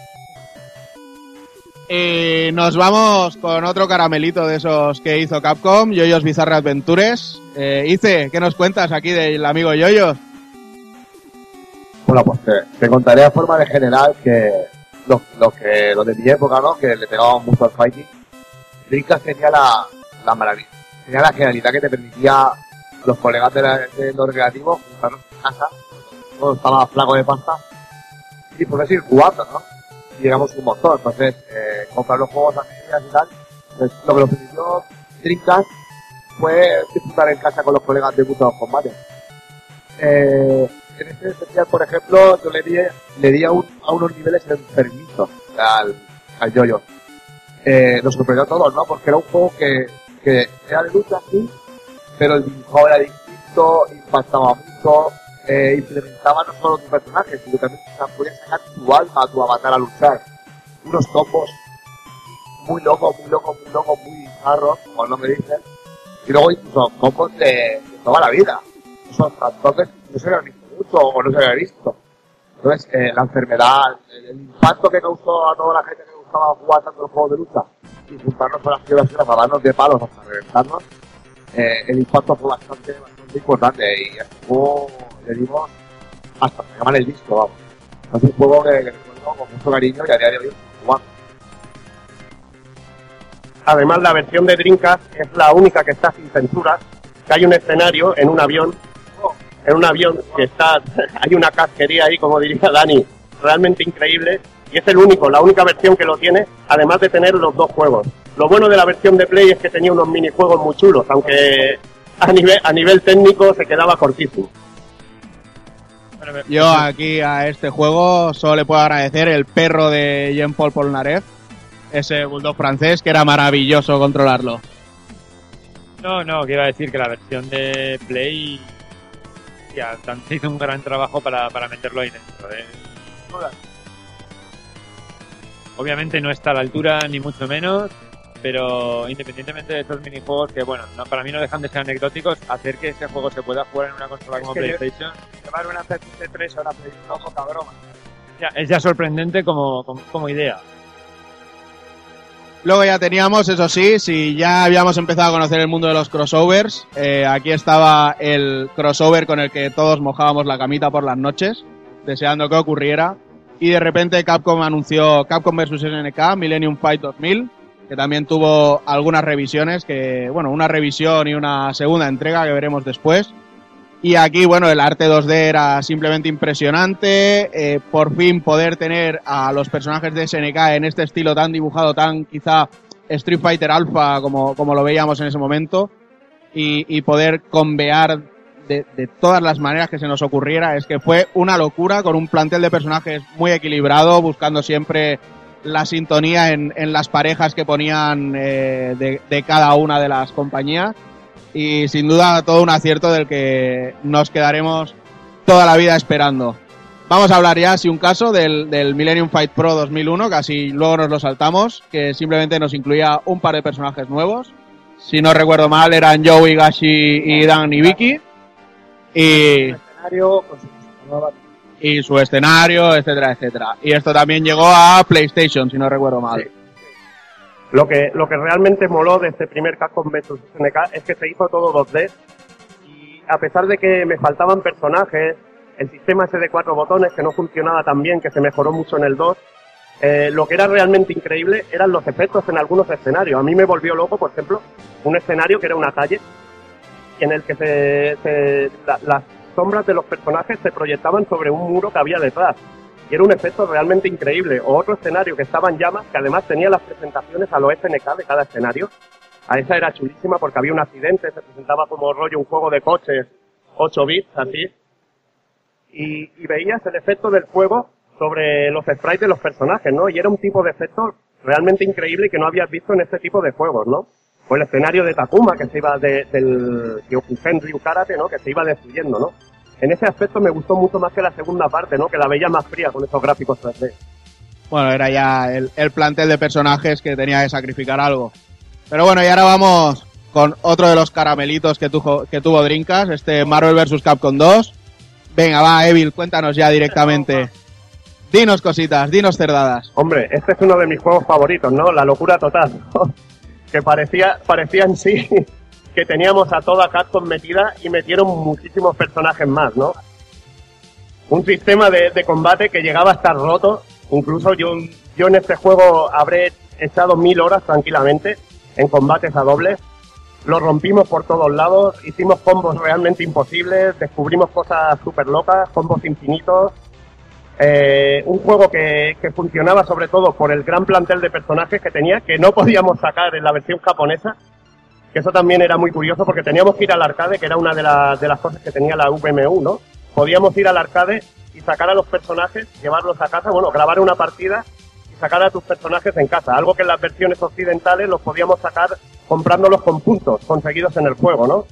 Y nos vamos con otro caramelito de esos que hizo Capcom, Yoyos Bizarre Adventures. Eh, Ice, ¿qué nos cuentas aquí del amigo Yoyos? Bueno, pues te, te contaré de forma de general que los, los que los de mi época, ¿no? Que le pegaban mucho al fighting. Dreamcast tenía la, la maravilla, tenía la genialidad que te permitía a los colegas de, la, de los recreativos juntarnos en casa, todo estaba flaco de pasta, y poder ir jugando, ¿no? Y llegamos un montón, entonces, eh, comprar los juegos a medias y tal, pues lo que lo permitió Dreamcast fue disfrutar en casa con los colegas de muchos combates. Eh, en este especial, por ejemplo, yo le di, le di a, un, a unos niveles enfermizos al, al Yo-Yo. Eh, nos sorprendió a todos, ¿no? Porque era un juego que, que era de lucha, sí, pero el dibujo era distinto, impactaba mucho, eh, implementaba no solo tu personaje, sino también o sea, podías sacar tu alma, tu avatar a luchar. Unos combos muy locos, muy locos, muy locos, muy bizarros, como no me dicen. Y luego incluso combos de, de toda la vida. Esos trastornos no se habían visto mucho o no se habían visto. Entonces, eh, la enfermedad, el, el impacto que causó a toda la gente que gustaba jugar tanto los juegos de lucha y juntarnos con las piedras y para darnos de palos hasta reventarnos, eh, el impacto fue bastante, bastante importante y este juego le dimos hasta que llaman el disco, vamos. Es un juego que, que recuerdo con mucho cariño y a día de hoy jugando. Además, la versión de Dreamcast es la única que está sin censuras, que hay un escenario en un avión, en un avión que está, hay una casquería ahí, como diría Dani, realmente increíble, y es el único, la única versión que lo tiene, además de tener los dos juegos. Lo bueno de la versión de Play es que tenía unos minijuegos muy chulos, aunque a nivel, a nivel técnico se quedaba cortísimo. Yo aquí a este juego solo le puedo agradecer el perro de Jean-Paul Polnareff, ese bulldog francés, que era maravilloso controlarlo. No, no, quiero decir que la versión de Play ya se hizo un gran trabajo para, para meterlo ahí dentro. ¿eh? Obviamente no está a la altura, ni mucho menos, pero independientemente de estos minijuegos que, bueno, no, para mí no dejan de ser anecdóticos, hacer que ese juego se pueda jugar en una consola Es como que PlayStation llevar una P S tres a una Play no es poca broma. ya, es ya sorprendente como, como, como idea. Luego ya teníamos, eso sí, si ya habíamos empezado a conocer el mundo de los crossovers, eh, aquí estaba el crossover con el que todos mojábamos la camita por las noches, deseando que ocurriera, y de repente Capcom anunció Capcom versus S N K Millennium Fight dos mil, que también tuvo algunas revisiones, que bueno, una revisión y una segunda entrega que veremos después. Y aquí, bueno, el arte dos D era simplemente impresionante. Eh, por fin poder tener a los personajes de S N K en este estilo tan dibujado, tan quizá Street Fighter Alpha, como, como lo veíamos en ese momento, y, y poder convear de, de todas las maneras que se nos ocurriera, es que fue una locura, con un plantel de personajes muy equilibrado, buscando siempre la sintonía en, en las parejas que ponían eh, de, de cada una de las compañías. Y sin duda todo un acierto del que nos quedaremos toda la vida esperando. Vamos a hablar ya, si un caso, del, del Millennium Fight Pro dos mil uno, casi luego nos lo saltamos, que simplemente nos incluía un par de personajes nuevos. Si no recuerdo mal, eran Joey, Gashi y Dan y Vicky. Y, y su escenario, etcétera, etcétera. Y esto también llegó a PlayStation, si no recuerdo mal. Sí. Lo que, lo que realmente moló de este primer Capcom versus S N K es que se hizo todo dos D, y a pesar de que me faltaban personajes, el sistema ese de cuatro botones que no funcionaba tan bien, que se mejoró mucho en el dos, eh, lo que era realmente increíble eran los efectos en algunos escenarios. A mí me volvió loco, por ejemplo, un escenario que era una calle, en el que se, se, la, las sombras de los personajes se proyectaban sobre un muro que había detrás. Y era un efecto realmente increíble. O otro escenario que estaba en llamas, que además tenía las presentaciones a los S N K de cada escenario. A esa era chulísima porque había un accidente, se presentaba como rollo un juego de coches, ocho bits, así. Y, y veías el efecto del fuego sobre los sprites de los personajes, ¿no? Y era un tipo de efecto realmente increíble que no habías visto en este tipo de juegos, ¿no? O el escenario de Takuma, que se iba de, del Kyokugen Ryu Karate, ¿no? Que se iba destruyendo, ¿no? En ese aspecto me gustó mucho más que la segunda parte, ¿no? Que la veía más fría con esos gráficos tres D. Bueno, era ya el, el plantel de personajes que tenía que sacrificar algo. Pero bueno, y ahora vamos con otro de los caramelitos que, tuvo, que tuvo Dreamcast, este Marvel versus. Capcom dos. Venga, va, Evil, cuéntanos ya directamente. Dinos cositas, dinos cerdadas. Hombre, este es uno de mis juegos favoritos, ¿no? La locura total, ¿no? Que parecía, parecía en sí que teníamos a toda Capcom metida y metieron muchísimos personajes más, ¿no? Un sistema de, de combate que llegaba a estar roto. Incluso yo, yo en este juego habré echado mil horas tranquilamente en combates a dobles. Lo rompimos por todos lados, hicimos combos realmente imposibles, descubrimos cosas súper locas, combos infinitos. Eh, un juego que, que funcionaba sobre todo por el gran plantel de personajes que tenía, que no podíamos sacar en la versión japonesa, que eso también era muy curioso porque teníamos que ir al arcade, que era una de, la, de las cosas que tenía la V M U, ¿no? Podíamos ir al arcade y sacar a los personajes, llevarlos a casa, bueno, grabar una partida y sacar a tus personajes en casa, algo que en las versiones occidentales los podíamos sacar comprándolos con puntos conseguidos en el juego, ¿no?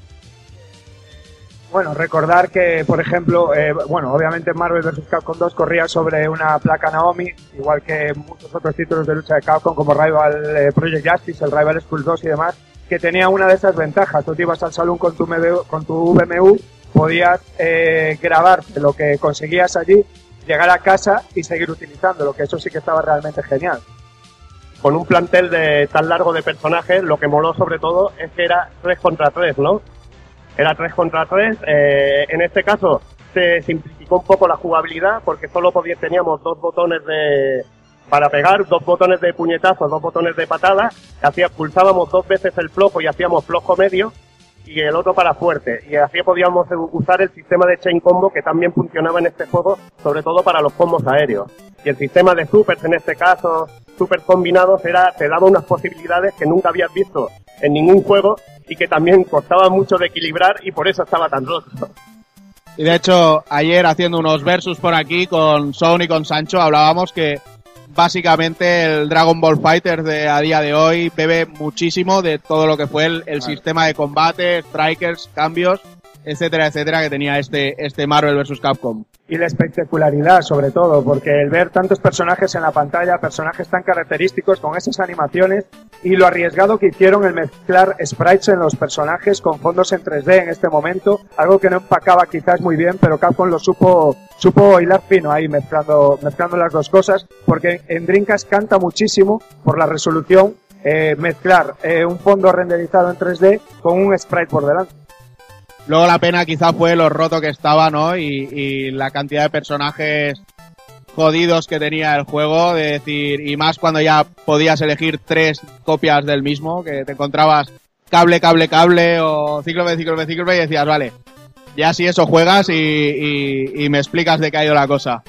Bueno, recordar que, por ejemplo, eh, bueno, obviamente Marvel versus. Capcom dos corría sobre una placa Naomi, igual que muchos otros títulos de lucha de Capcom como Rival eh, Project Justice, el Rival Schools dos y demás, que tenía una de esas ventajas. Tú te ibas al salón con tu, M V U, con tu V M U, podías eh, grabar lo que conseguías allí, llegar a casa y seguir utilizándolo, que eso sí que estaba realmente genial. Con un plantel de tan largo de personajes, lo que moló sobre todo es que era tres contra tres, ¿no? Era tres contra tres, eh, en este caso se simplificó un poco la jugabilidad porque solo podía, teníamos dos botones de para pegar, dos botones de puñetazo, dos botones de patada, hacía, pulsábamos dos veces el flojo y hacíamos flojo medio y el otro para fuerte, y así podíamos usar el sistema de chain combo que también funcionaba en este juego, sobre todo para los combos aéreos. Y el sistema de supers, en este caso, super combinados, era, te daba unas posibilidades que nunca habías visto en ningún juego y que también costaba mucho de equilibrar y por eso estaba tan roto. Y de hecho, ayer haciendo unos versus por aquí con Son y con Sancho, hablábamos que básicamente el Dragon Ball Fighter de a día de hoy bebe muchísimo de todo lo que fue el, el sistema de combate, strikers, cambios, etcétera, etcétera, que tenía este, este Marvel versus. Capcom. Y la espectacularidad, sobre todo, porque el ver tantos personajes en la pantalla, personajes tan característicos con esas animaciones, y lo arriesgado que hicieron el mezclar sprites en los personajes con fondos en tres D en este momento, algo que no empacaba quizás muy bien, pero Capcom lo supo, supo hilar fino ahí mezclando, mezclando las dos cosas, porque en Dreamcast canta muchísimo por la resolución, eh, mezclar eh, un fondo renderizado en tres D con un sprite por delante. Luego la pena quizá fue lo roto que estaba, ¿no? Y, y la cantidad de personajes jodidos que tenía el juego, de decir, y más cuando ya podías elegir tres copias del mismo, que te encontrabas cable, cable, cable, o cíclope, cíclope, cíclope, y decías, vale, ya si eso juegas y, y, y me explicas de qué ha ido la cosa.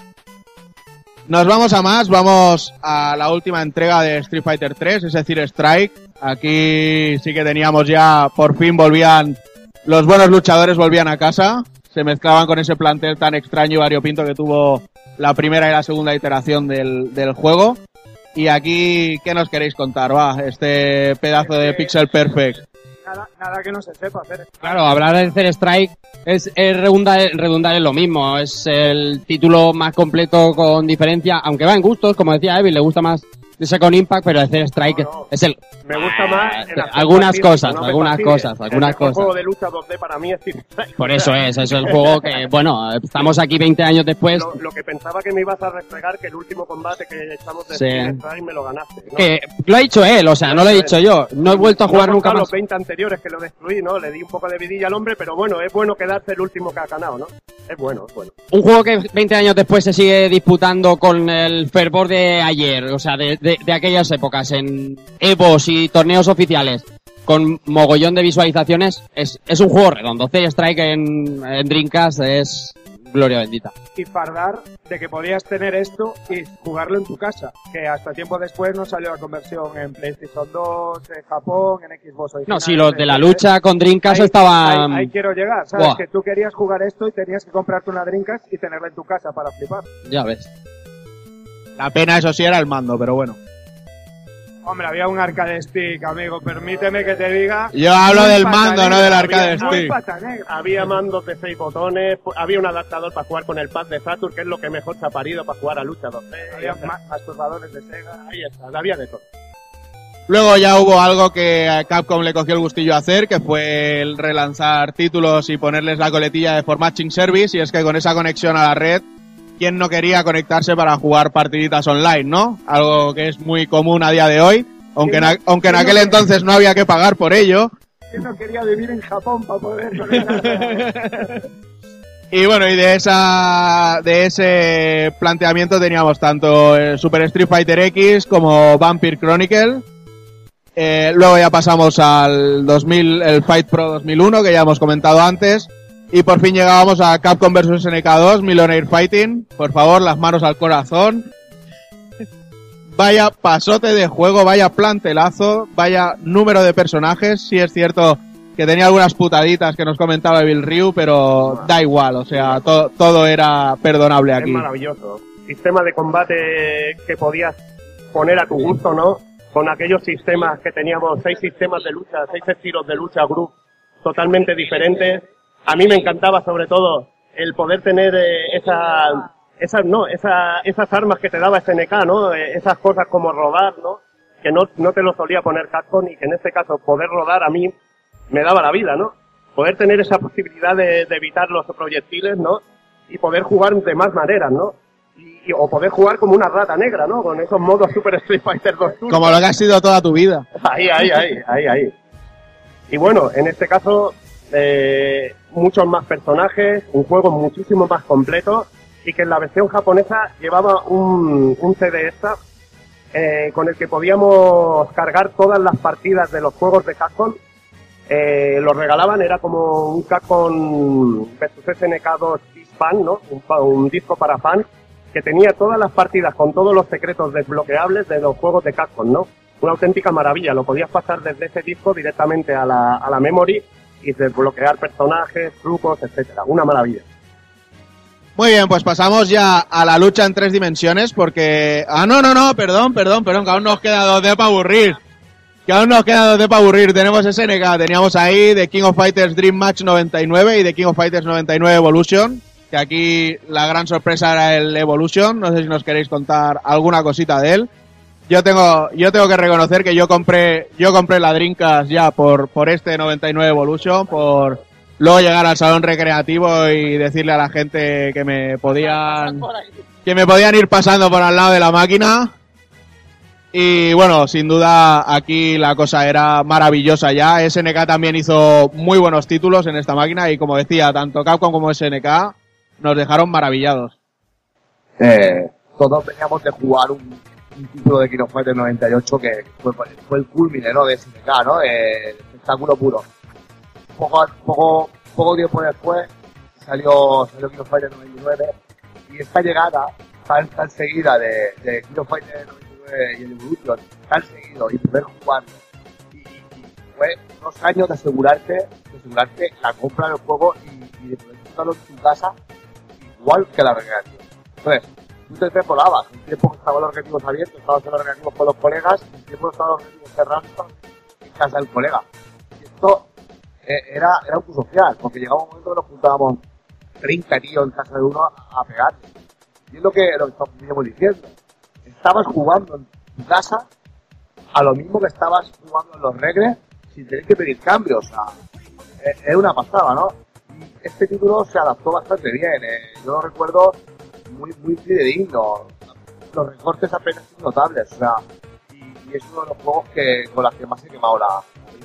Nos vamos a más, vamos a la última entrega de Street Fighter tres, es decir, Strike. Aquí sí que teníamos ya, por fin volvían... Los buenos luchadores volvían a casa, se mezclaban con ese plantel tan extraño y variopinto que tuvo la primera y la segunda iteración del, del juego. Y aquí, ¿qué nos queréis contar? Va, este pedazo de Pixel Perfect. Nada, nada que no se sepa hacer. Claro, hablar de hacer Strike es, es redundar, redundar en lo mismo. Es el título más completo con diferencia, aunque va en gustos, como decía Evil, le gusta más de Second Impact, pero hacer Strike no, no. es el... Me gusta más... En algunas partido, cosas, no algunas cosas, algunas el cosas. juego de lucha dos D para mí es Strike. Por eso es, eso es el juego que, bueno, estamos aquí veinte años después. Lo, lo que pensaba que me ibas a restregar, que el último combate que echamos de sí. Strike me lo ganaste, ¿no? Que lo ha dicho él, o sea, no lo he dicho yo. No he vuelto a jugar no nunca más. los veinte anteriores que lo destruí, ¿no? Le di un poco de vidilla al hombre, pero bueno, es bueno quedarse el último que ha ganado, ¿no? Es bueno, es bueno. Un juego que veinte años después se sigue disputando con el fervor de ayer, o sea, de, de, de aquellas épocas, en Evos y torneos oficiales, con mogollón de visualizaciones, es, es un juego redondo. C-Strike en, en Dreamcast es gloria bendita. Y fardar de que podías tener esto y jugarlo en tu casa, que hasta tiempo después no salió la conversión en PlayStation dos, en Japón, en Xbox original. No, si los de la lucha con Dreamcast ahí, estaban... Ahí, ahí quiero llegar, ¿sabes? Buah. Que tú querías jugar esto y tenías que comprarte una Dreamcast y tenerla en tu casa para flipar. Ya ves. La pena, eso sí, era el mando, pero bueno. Hombre, había un arcade stick, amigo, permíteme que te diga... Yo hablo del mando, no del arcade stick. Había mandos de seis botones, había un adaptador para jugar con el pad de Saturn, que es lo que mejor se ha parido para jugar a lucha dos D. Había masturbadores de Sega, ahí está, había de todo. Luego ya hubo algo que a Capcom le cogió el gustillo a hacer, que fue el relanzar títulos y ponerles la coletilla de Formatching Service, y es que con esa conexión a la red, ¿quién no quería conectarse para jugar partiditas online, no? Algo que es muy común a día de hoy, aunque en, a, aunque en aquel entonces no había que pagar por ello. ¿Quién no quería vivir en Japón para poder conectarse? Y bueno, y de esa de ese planteamiento teníamos tanto el Super Street Fighter X como Vampire Chronicle. Eh, luego ya pasamos al dos mil, el Fight Pro dos mil uno, que ya hemos comentado antes. Y por fin llegábamos a Capcom versus S N K dos, Millionaire Fighting. Por favor, las manos al corazón. Vaya pasote de juego, vaya plantelazo, vaya número de personajes. Sí es cierto que tenía algunas putaditas que nos comentaba Evil Ryu, pero da igual, o sea, to- todo era perdonable aquí. Es maravilloso. Sistema de combate que podías poner a tu gusto, ¿no? Con aquellos sistemas que teníamos, seis sistemas de lucha, seis estilos de lucha, group, totalmente diferentes. A mí me encantaba sobre todo el poder tener eh, esa, esas, no, esa, esas armas que te daba S N K, ¿no? Eh, esas cosas como rodar, ¿no? Que no, no te lo solía poner Capcom y que en este caso poder rodar a mí me daba la vida, ¿no? Poder tener esa posibilidad de, de evitar los proyectiles, ¿no? Y poder jugar de más maneras, ¿no? Y, o poder jugar como una rata negra, ¿no? Con esos modos Super Street Fighter dos. Como lo que ha sido toda tu vida. Ahí, ahí, ahí, ahí, ahí. Y bueno, en este caso, eh, muchos más personajes, un juego muchísimo más completo y que en la versión japonesa llevaba un, un C D extra eh, con el que podíamos cargar todas las partidas de los juegos de Capcom. Eh, los regalaban, era como un Capcom versus S N K dos Fan, ¿no? Un, un disco para fans que tenía todas las partidas con todos los secretos desbloqueables de los juegos de Capcom, ¿no? Una auténtica maravilla, lo podías pasar desde ese disco directamente a la, a la memory y desbloquear personajes, trucos, etcétera. Una maravilla. Muy bien, pues pasamos ya a la lucha en tres dimensiones porque... Ah, no, no, no, perdón, perdón, perdón, que aún nos queda dos D para aburrir. Que aún nos queda dos D para aburrir. Tenemos S N K, teníamos ahí The King of Fighters Dream Match noventa y nueve y The King of Fighters noventa y nueve Evolution. Que aquí la gran sorpresa era el Evolution. No sé si nos queréis contar alguna cosita de él. Yo tengo, yo tengo que reconocer que yo compré, yo compré la Dreamcast ya por, por este noventa y nueve Evolution, por luego llegar al salón recreativo y decirle a la gente que me podían, que me podían ir pasando por al lado de la máquina. Y bueno, sin duda aquí la cosa era maravillosa ya. S N K también hizo muy buenos títulos en esta máquina y como decía, tanto Capcom como S N K nos dejaron maravillados. Eh, todos veníamos de jugar un, un título de King of Fighters noventa y ocho que fue, fue el culmine, ¿no? De S N K, ¿no? Eh, espectáculo puro. Poco, poco, poco tiempo después salió, salió King of Fighters noventa y nueve y esta llegada tan, tan seguida de, de King of Fighters noventa y nueve y el Evolution, tan seguido y poder jugarlo. Y, y fue dos años de asegurarte, de asegurarte la compra del juego y, y de poder disfrutarlo en tu casa igual que la recreativa. Entonces, tú te preparabas, un tiempo que estaban los recreativos abiertos, estabas en los recreativos con los colegas, un tiempo que estaban los recreativos cerrados en casa del colega. Y esto eh, era, era un curso social, porque llegaba un momento que nos juntábamos treinta tíos en casa de uno a, a pegar. Y es lo que, lo que estamos diciendo. Estabas jugando en tu casa a lo mismo que estabas jugando en los regres sin tener que pedir cambios. O sea, es, es una pasada, ¿no? Este título se adaptó bastante bien, eh. Yo lo recuerdo muy muy fidedigno, los recortes apenas son notables, o sea, y, y es uno de los juegos que con los que más he quemado la...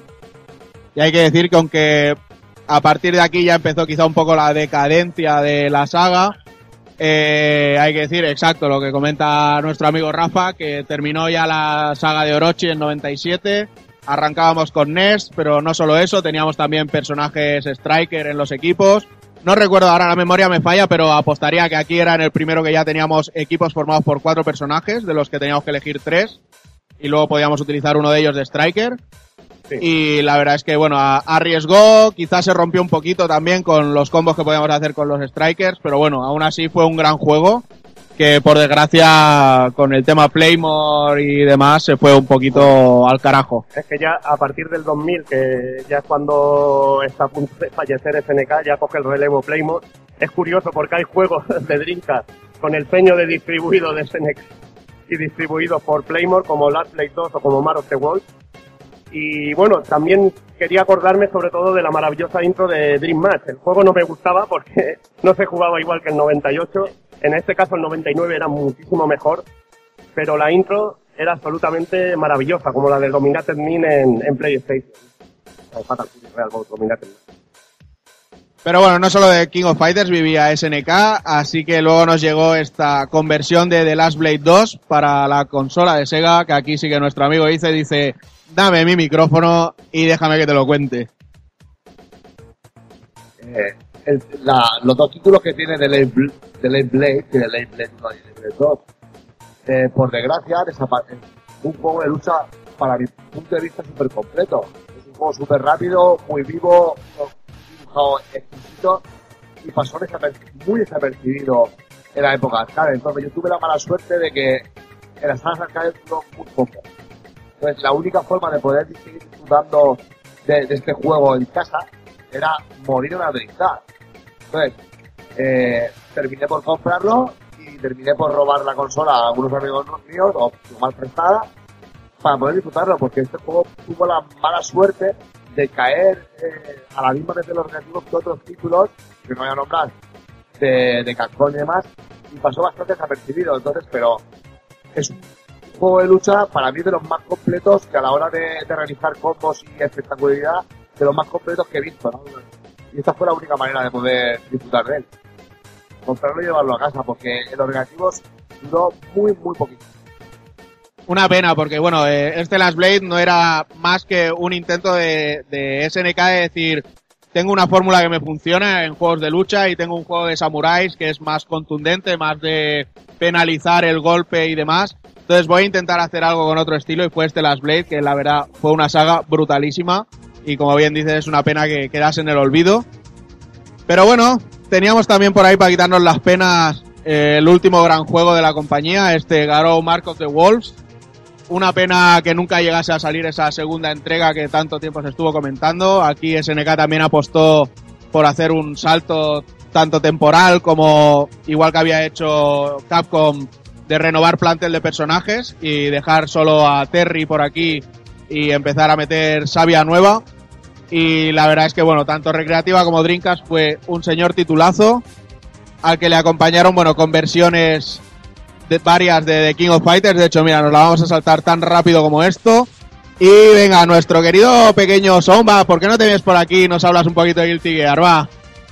Y hay que decir que aunque a partir de aquí ya empezó quizá un poco la decadencia de la saga, eh, hay que decir exacto lo que comenta nuestro amigo Rafa, que terminó ya la saga de Orochi en noventa y siete. Arrancábamos con N E S, pero no solo eso, teníamos también personajes Striker en los equipos. No recuerdo ahora, la memoria me falla, pero apostaría que aquí era en el primero que ya teníamos equipos formados por cuatro personajes, de los que teníamos que elegir tres, y luego podíamos utilizar uno de ellos de Striker. Sí. Y la verdad es que, bueno, arriesgó, quizás se rompió un poquito también con los combos que podíamos hacer con los Strikers, pero bueno, aún así fue un gran juego. Que por desgracia con el tema Playmore y demás se fue un poquito al carajo. Es que ya a partir del dos mil, que ya es cuando está a punto de fallecer S N K, ya coge el relevo Playmore. Es curioso porque hay juegos de Dreamcast con el peño de distribuido de S N K y distribuidos por Playmore como Last Blade dos o como Mar of the Wolves. Y bueno, también quería acordarme sobre todo de la maravillosa intro de Dream Match. El juego no me gustaba porque no se jugaba igual que el noventa y ocho. En este caso el noventa y nueve era muchísimo mejor, pero la intro era absolutamente maravillosa, como la de Dominated Min en, en PlayStation. Real Dominated Min. Pero bueno, no solo de King of Fighters vivía S N K, así que luego nos llegó esta conversión de The Last Blade dos para la consola de Sega, que aquí sí que nuestro amigo dice, dice, dame mi micrófono y déjame que te lo cuente. Eh, el- la- los dos títulos que tiene de Late Bl- de Late Blade, que de Late Blade uno y Late Blade dos, eh, por desgracia, desapa- es un juego de lucha, para mi punto de vista, súper completo. Es un juego súper rápido, muy vivo, dibujado exquisito, y pasó desaperci- muy desapercibido en la época arcade. Entonces yo tuve la mala suerte de que en las salas arcade duró muy poco. Entonces la única forma de poder seguir disfrutando de, de este juego en casa era morir en una brincar. Entonces, eh, terminé por comprarlo y terminé por robar la consola a algunos amigos míos o mal prestada para poder disfrutarlo, porque este juego tuvo la mala suerte de caer eh, a la misma vez de los negativos que otros títulos, que no voy a nombrar, de, de Capcom y demás, y pasó bastante desapercibido. Entonces, pero es un juego de lucha para mí de los más completos, que a la hora de, de realizar combos y espectacularidad, de los más completos que he visto, ¿no? Y esta fue la única manera de poder disfrutar de él. Comprarlo y llevarlo a casa, porque en los negativos duró muy, muy poquito. Una pena, porque bueno, eh, este Last Blade no era más que un intento de, de S N K de decir, tengo una fórmula que me funciona en juegos de lucha y tengo un juego de samuráis que es más contundente, más de penalizar el golpe y demás. Entonces voy a intentar hacer algo con otro estilo, y fue este Last Blade, que la verdad fue una saga brutalísima y como bien dices es una pena que quedase en el olvido. Pero bueno, teníamos también por ahí para quitarnos las penas eh, el último gran juego de la compañía, este Garou Mark of the Wolves. Una pena que nunca llegase a salir esa segunda entrega que tanto tiempo se estuvo comentando. Aquí S N K también apostó por hacer un salto tanto temporal como igual que había hecho Capcom, de renovar plantel de personajes y dejar solo a Terry por aquí y empezar a meter savia nueva. Y la verdad es que bueno, tanto Recreativa como Dreamcast fue un señor titulazo al que le acompañaron, bueno, conversiones de varias de, de King of Fighters. De hecho, mira, nos la vamos a saltar tan rápido como esto. Y venga, nuestro querido pequeño Somba, ¿por qué no te vienes por aquí y nos hablas un poquito de Guilty Gear, va?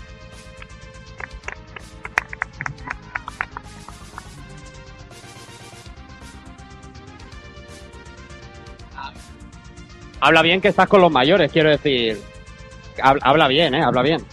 Habla bien, que estás con los mayores, quiero decir. Habla, habla bien, eh, habla bien.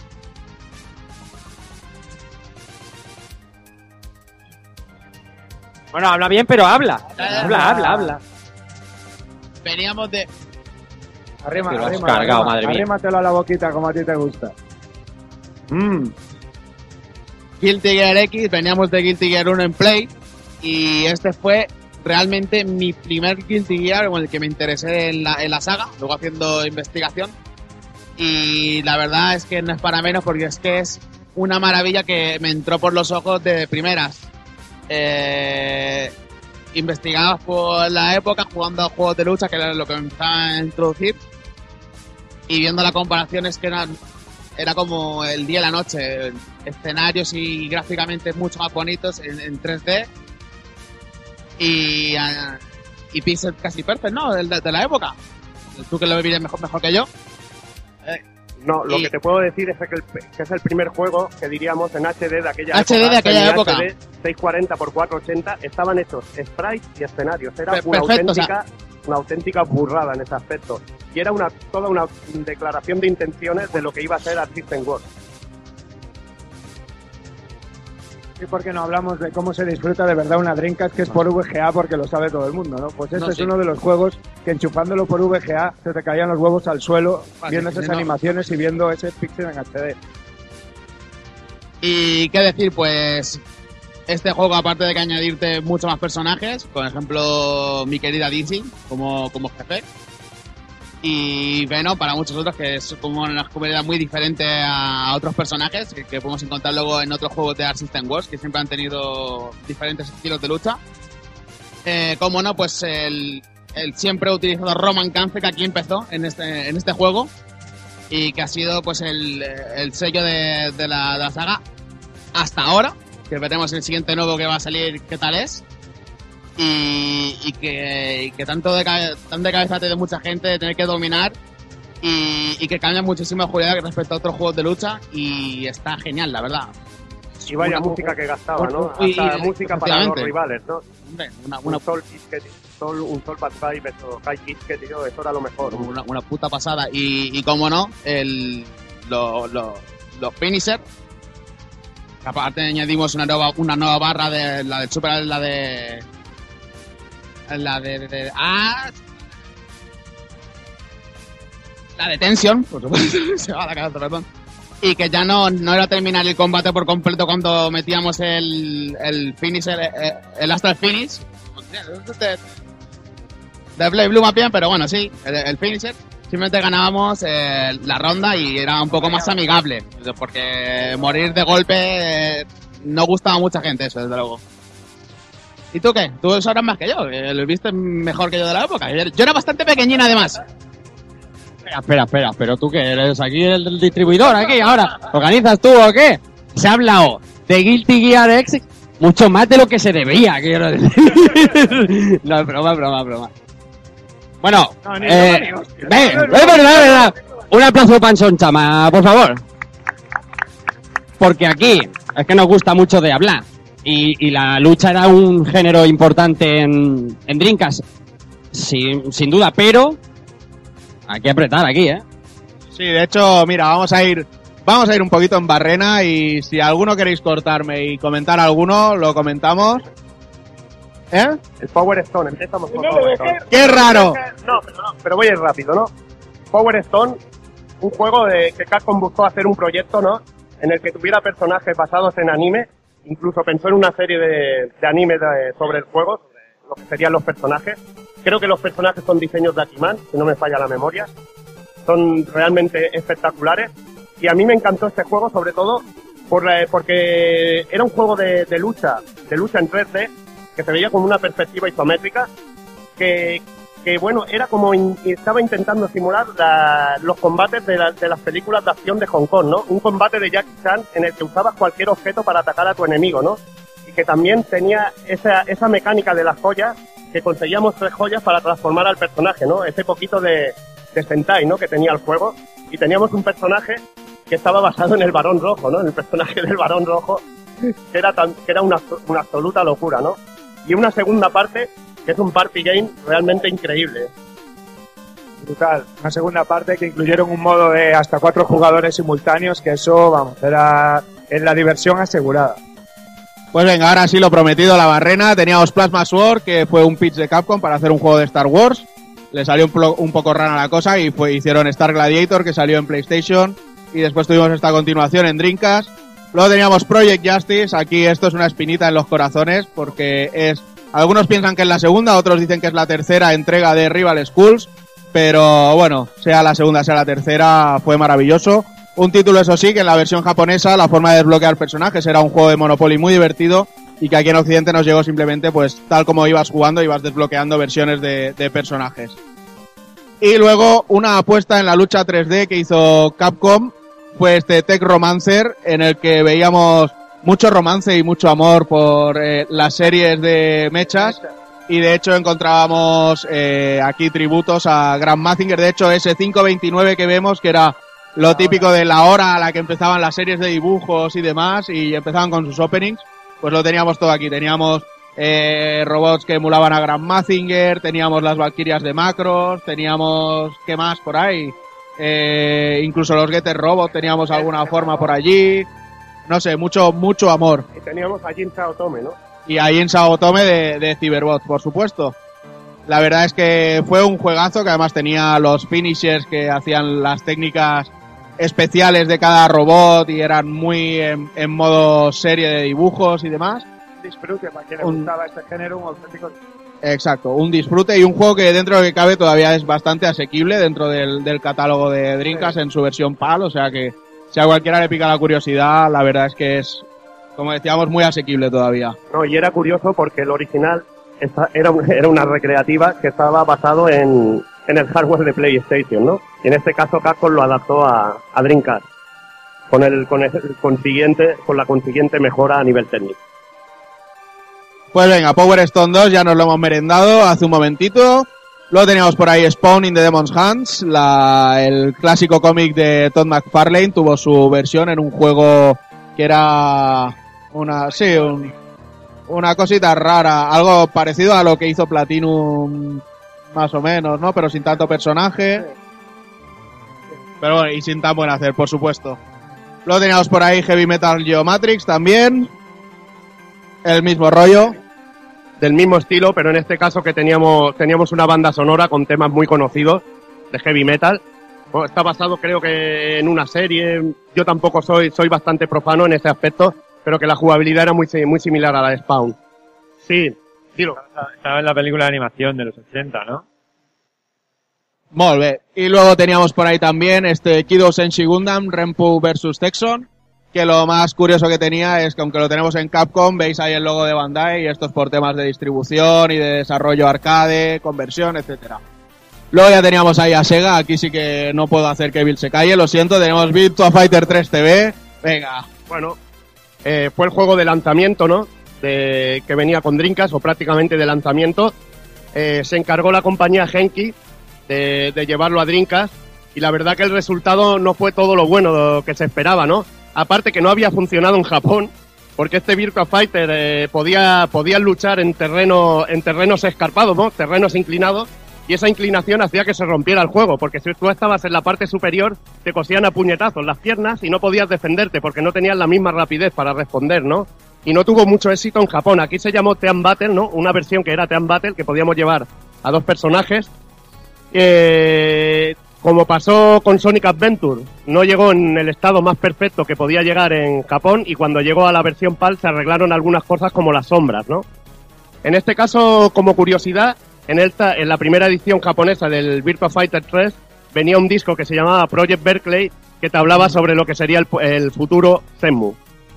Bueno, habla bien, pero habla. Habla, habla, habla. Veníamos de... Arrima, Te lo has arrima, cargado, arrima, madre mía. arrímatelo a la boquita como a ti te gusta. Mm. Guilty Gear X, veníamos de Guilty Gear uno en Play y este fue realmente mi primer Guilty Gear con el que me interesé en la, en la saga, luego haciendo investigación, y la verdad es que no es para menos porque es que es una maravilla que me entró por los ojos de primeras. Eh, investigados por la época, jugando a juegos de lucha, que era lo que me empezaba a introducir, y viendo las comparaciones que eran, era como el día y la noche, escenarios y gráficamente mucho más bonitos en, en tres D y, uh, y pixel casi perfect, ¿no? De, de la época. Tú que lo vives mejor, mejor que yo. Eh, no, lo y... que te puedo decir es que, el, que es el primer juego que diríamos en H D de aquella H D época. de aquella época. H D seiscientos cuarenta por cuatrocientos ochenta estaban hechos sprites y escenarios. Era Per- una perfecto, auténtica, o sea... una auténtica burrada en ese aspecto. Y era una toda una declaración de intenciones de lo que iba a ser Art System Works. Sí, porque no hablamos de cómo se disfruta de verdad una Dreamcast, que es por V G A, porque lo sabe todo el mundo, ¿no? Pues este No, es sí. uno de los juegos que enchufándolo por V G A se te caían los huevos al suelo, Ah, viendo sí, esas sí, no. animaciones y viendo ese pixel en H D. Y qué decir, pues este juego, aparte de que añadirte muchos más personajes, por ejemplo mi querida Dizzy como, como jefe, y Venom para muchos otros, que es como una comunidad muy diferente a otros personajes que, que podemos encontrar luego en otros juegos de Art System Wars, que siempre han tenido diferentes estilos de lucha. Eh, como no, pues el, el siempre utilizado Roman Cance, que aquí empezó en este, en este juego, y que ha sido pues el, el sello de, de, la, de la saga hasta ahora, que veremos el siguiente nuevo que va a salir qué tal es, y, y que, y que tanto de, cabe- tan de cabeza de mucha gente de tener que dominar, y, y que cambia muchísimo la jugabilidad respecto a otros juegos de lucha, y está genial, la verdad. Y vaya Una- música que gastaba, ¿no? y- Hasta y- música para los efectivamente. rivales, ¿no? Hombre, una, una, Un Soul Kiss que Soul, un Soul Bad Vibe, eso, High Kiss que tío, eso era lo mejor. una, una puta pasada. Y, y como no, el, lo, lo, los finisher. Aparte añadimos una nueva, una nueva barra de la del Super, la de... La de... de, de ah, la de Tension, por supuesto, se va a la cabeza, perdón. Y que ya no, no era terminar el combate por completo cuando metíamos el, el finisher, el, el Astral Finish. De Play Blue más bien, pero bueno, sí, el, el finisher. Simplemente ganábamos eh, la ronda y era un poco más amigable. Porque morir de golpe eh, no gustaba a mucha gente eso, desde luego. ¿Y tú qué? Tú sabrás más que yo, eh, lo viste mejor que yo de la época. Yo era bastante pequeñina además. Espera, espera, espera, pero tú que eres aquí el, el distribuidor, aquí, ahora, ¿organizas tú o qué? Se ha hablado de Guilty Gear X mucho más de lo que se debía, quiero decir. No, broma, broma, broma. Bueno, No, ni eh, broma, ni hostia. ve, No, no, no, es verdad, no, es no. verdad. Un aplauso Panson Chama, por favor. Porque aquí es que nos gusta mucho de hablar. Y, y la lucha era un género importante en, en Dreamcast, sin, sin duda, pero hay que apretar aquí, ¿eh? Sí, de hecho, mira, vamos a ir vamos a ir un poquito en barrena y si alguno queréis cortarme y comentar alguno, lo comentamos. ¿Eh? El Power Stone, empezamos con Power Stone. ¡Qué raro! No, pero no, pero voy a ir rápido, ¿no? Power Stone, un juego de que Capcom buscó hacer un proyecto, ¿no? En el que tuviera personajes basados en anime, incluso pensó en una serie de, de anime de- sobre el juego, sobre lo que serían los personajes. Creo que los personajes son diseños de Akiman, si no me falla la memoria. Son realmente espectaculares. Y a mí me encantó este juego, sobre todo por la- porque era un juego de, de lucha, de lucha en tres D, que se veía con una perspectiva isométrica, que, que bueno, era como in- estaba intentando simular la- los combates de, la- de las películas de acción de Hong Kong, ¿no? Un combate de Jackie Chan en el que usabas cualquier objeto para atacar a tu enemigo, ¿no? Y que también tenía esa, esa mecánica de las joyas, que conseguíamos tres joyas para transformar al personaje, ¿no? Ese poquito de, de Sentai, ¿no? Que tenía el juego. Y teníamos un personaje que estaba basado en el Barón Rojo, ¿no? En el personaje del Barón Rojo, que era, tan, que era una, una absoluta locura, ¿no? Y una segunda parte, que es un party game realmente increíble. Brutal. Una segunda parte que incluyeron un modo de hasta cuatro jugadores simultáneos, que eso, vamos, era en la diversión asegurada. Pues venga, ahora sí lo prometido, la barrena. Teníamos Plasma Sword, que fue un pitch de Capcom para hacer un juego de Star Wars. Le salió un, plo- un poco rana la cosa y fue, hicieron Star Gladiator, que salió en PlayStation. Y después tuvimos esta continuación en Dreamcast. Luego teníamos Project Justice. Aquí esto es una espinita en los corazones porque es... Algunos piensan que es la segunda, otros dicen que es la tercera entrega de Rival Schools. Pero bueno, sea la segunda, sea la tercera, fue maravilloso. Un título, eso sí, que en la versión japonesa la forma de desbloquear personajes era un juego de Monopoly muy divertido y que aquí en Occidente nos llegó simplemente pues tal como ibas jugando, ibas desbloqueando versiones de, de personajes. Y luego una apuesta en la lucha tres D que hizo Capcom fue este Tech Romancer, en el que veíamos mucho romance y mucho amor por eh, las series de mechas. Y de hecho encontrábamos eh, aquí tributos a Grand Mazinger. De hecho ese cinco veintinueve que vemos, que era lo típico de la hora a la que empezaban las series de dibujos y demás, y empezaban con sus openings, pues lo teníamos todo aquí. Teníamos eh, robots que emulaban a Grand Mazinger, teníamos las Valkyrias de Macros, teníamos... ¿qué más por ahí? Eh, incluso los Getter Robot teníamos alguna forma por allí. No sé, mucho, mucho amor. Y teníamos a Jin Sao Tome, ¿no? Y ahí en Sao Tome de, de Cyberbot, por supuesto. La verdad es que fue un juegazo que además tenía los finishers que hacían las técnicas especiales de cada robot y eran muy en, en modo serie de dibujos y demás. Disfrute, para quien le Un- gustaba este género, un auténtico... Exacto, un disfrute y un juego que dentro de lo que cabe todavía es bastante asequible dentro del, del catálogo de Dreamcast en su versión PAL, o sea que si a cualquiera le pica la curiosidad, la verdad es que es, como decíamos, muy asequible todavía. No, y era curioso porque el original esta- era, un- era una recreativa que estaba basado en, en el hardware de PlayStation, ¿no? Y en este caso Capcom lo adaptó a, a Dreamcast con el, con el consiguiente, con la consiguiente mejora a nivel técnico. Pues venga, Power Stone dos ya nos lo hemos merendado hace un momentito. Luego teníamos por ahí Spawn in the Demon's Hands, la, el clásico cómic de Todd McFarlane, tuvo su versión en un juego que era una, sí, un, una cosita rara, algo parecido a lo que hizo Platinum más o menos, ¿no? Pero sin tanto personaje. Pero bueno, y sin tan buen hacer, por supuesto. Luego teníamos por ahí Heavy Metal Geomatrix también. El mismo rollo. Del mismo estilo, pero en este caso que teníamos, teníamos una banda sonora con temas muy conocidos de heavy metal. Bueno, está basado creo que en una serie. Yo tampoco soy, soy bastante profano en ese aspecto, pero que la jugabilidad era muy, muy similar a la de Spawn. Sí, dilo. Estaba en la película de animación de los ochenta, ¿no? Molt bé. Y luego teníamos por ahí también este Kido Senshi Gundam Renpu versus Texon, que lo más curioso que tenía es que aunque lo tenemos en Capcom, veis ahí el logo de Bandai y esto es por temas de distribución y de desarrollo arcade, conversión, etcétera. Luego ya teníamos ahí a Sega, aquí sí que no puedo hacer que Bill se calle, lo siento, tenemos Virtua Fighter tres T V, venga. Bueno, eh, fue el juego de lanzamiento, ¿no? De, que venía con Dreamcast, o prácticamente de lanzamiento. Eh, se encargó la compañía Genki de, de llevarlo a Dreamcast y la verdad que el resultado no fue todo lo bueno que se esperaba, ¿no? Aparte que no había funcionado en Japón, porque este Virtua Fighter eh, podía, podía luchar en terreno, en terrenos escarpados, ¿no? Terrenos inclinados, y esa inclinación hacía que se rompiera el juego, porque si tú estabas en la parte superior, te cosían a puñetazos las piernas y no podías defenderte, porque no tenías la misma rapidez para responder, ¿no? Y no tuvo mucho éxito en Japón. Aquí se llamó Team Battle, ¿no? Una versión que era Team Battle, que podíamos llevar a dos personajes. Eh... Como pasó con Sonic Adventure, no llegó en el estado más perfecto que podía llegar en Japón y cuando llegó a la versión PAL se arreglaron algunas cosas como las sombras, ¿no? En este caso, como curiosidad, en, esta, en la primera edición japonesa del Virtua Fighter tres venía un disco que se llamaba Project Berkeley que te hablaba sobre lo que sería el, el futuro Shenmue.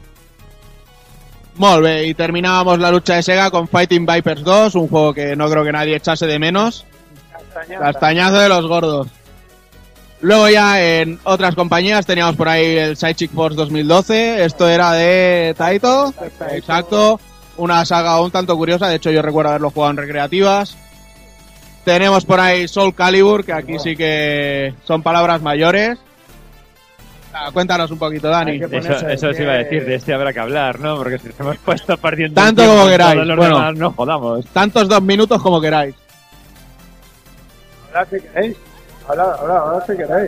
Molt bé, y terminábamos la lucha de Sega con Fighting Vipers dos, un juego que no creo que nadie echase de menos. Castañazo, Castañazo de los gordos. Luego ya en otras compañías teníamos por ahí el Psychic Force dos mil doce, esto era de Taito, exacto, una saga un tanto curiosa, de hecho yo recuerdo haberlo jugado en recreativas. Tenemos por ahí Soul Calibur, que aquí sí que son palabras mayores. Ah, cuéntanos un poquito, Dani. Eso, eso os iba a decir, de este habrá que hablar, ¿no? Porque si nos hemos puesto perdiendo tanto tiempo, como queráis, todos los bueno, demás, no jodamos. Tantos dos minutos como queráis. Ahora si queréis. Ahora, ahora, ahora si queréis.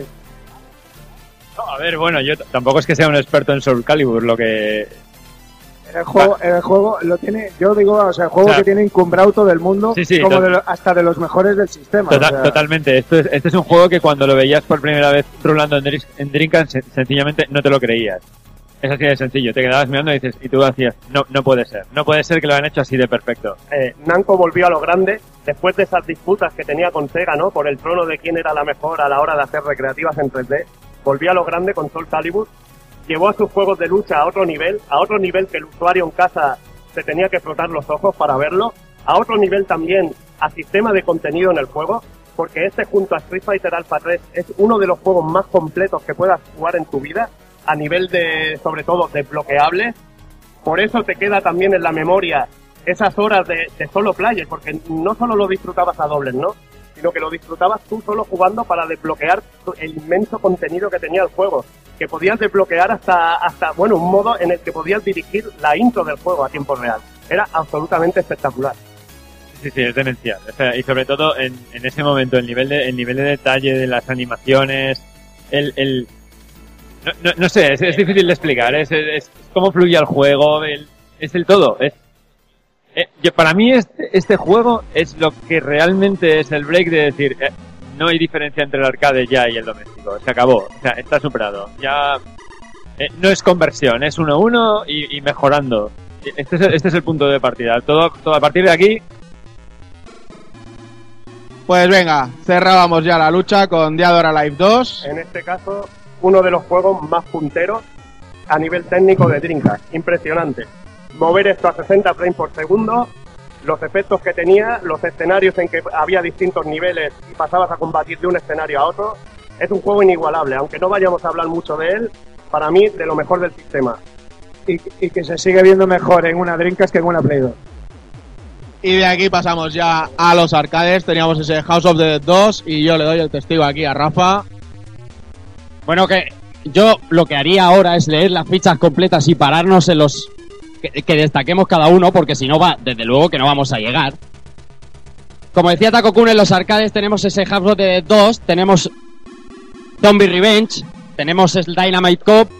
No, a ver, bueno, yo t- tampoco es que sea un experto en Soul Calibur, lo que... El juego, el juego lo tiene, yo digo, o sea, el juego O sea, que tiene encumbrado todo el mundo, sí, sí, como to- de lo- hasta de los mejores del sistema. Tota- o sea, Totalmente, Esto es, este es un juego que cuando lo veías por primera vez rulando en, Dri- en Dreamcast, sen- sencillamente no te lo creías. Es así de sencillo, te quedabas mirando y dices, y tú decías, no, no puede ser, no puede ser que lo hayan hecho así de perfecto. Eh, Namco volvió a lo grande después de esas disputas que tenía con Sega, ¿no? Por el trono de quién era la mejor a la hora de hacer recreativas en tres D. Volvió a lo grande con Soul Calibur. Llevó a sus juegos de lucha a otro nivel, a otro nivel que el usuario en casa se tenía que frotar los ojos para verlo, a otro nivel también a sistema de contenido en el juego, porque este junto a Street Fighter Alpha tres es uno de los juegos más completos que puedas jugar en tu vida, a nivel de, sobre todo, desbloqueables. Por eso te queda también en la memoria esas horas de, de solo player, porque no solo lo disfrutabas a dobles, ¿no? Sino que lo disfrutabas tú solo jugando para desbloquear el inmenso contenido que tenía el juego, que podías desbloquear hasta, hasta bueno, un modo en el que podías dirigir la intro del juego a tiempo real. Era absolutamente espectacular. Sí, sí, es demencial. O sea, y sobre todo en, en ese momento, el nivel de, el nivel de detalle de las animaciones, el... el no, no, no sé, es, es difícil de explicar, es, es, es cómo fluye el juego, el, es el todo, es... Eh, yo, para mí este, este juego es lo que realmente es el break de decir, eh, no hay diferencia entre el arcade ya y el doméstico, se acabó, o sea, está superado, ya eh, no es conversión, es uno a uno y, y mejorando. Este es, el, este es el punto de partida, todo, todo a partir de aquí. Pues venga, cerrábamos ya la lucha con Dead or Alive dos. En este caso, uno de los juegos más punteros a nivel técnico de Dreamcast, impresionante. Mover esto a sesenta frames por segundo, los efectos que tenía, los escenarios en que había distintos niveles y pasabas a combatir de un escenario a otro, es un juego inigualable, aunque no vayamos a hablar mucho de él, para mí de lo mejor del sistema. Y, y que se sigue viendo mejor en una Dreamcast que en una Play dos. Y de aquí pasamos ya a los arcades, teníamos ese House of the Dead dos y yo le doy el testigo aquí a Rafa. Bueno, que yo lo que haría ahora es leer las fichas completas y pararnos en los... Que, que destaquemos cada uno, porque si no va, desde luego que no vamos a llegar. Como decía Taco Kun, en los arcades tenemos ese House of the Dead dos, tenemos Zombie Revenge, tenemos el Dynamite Cop,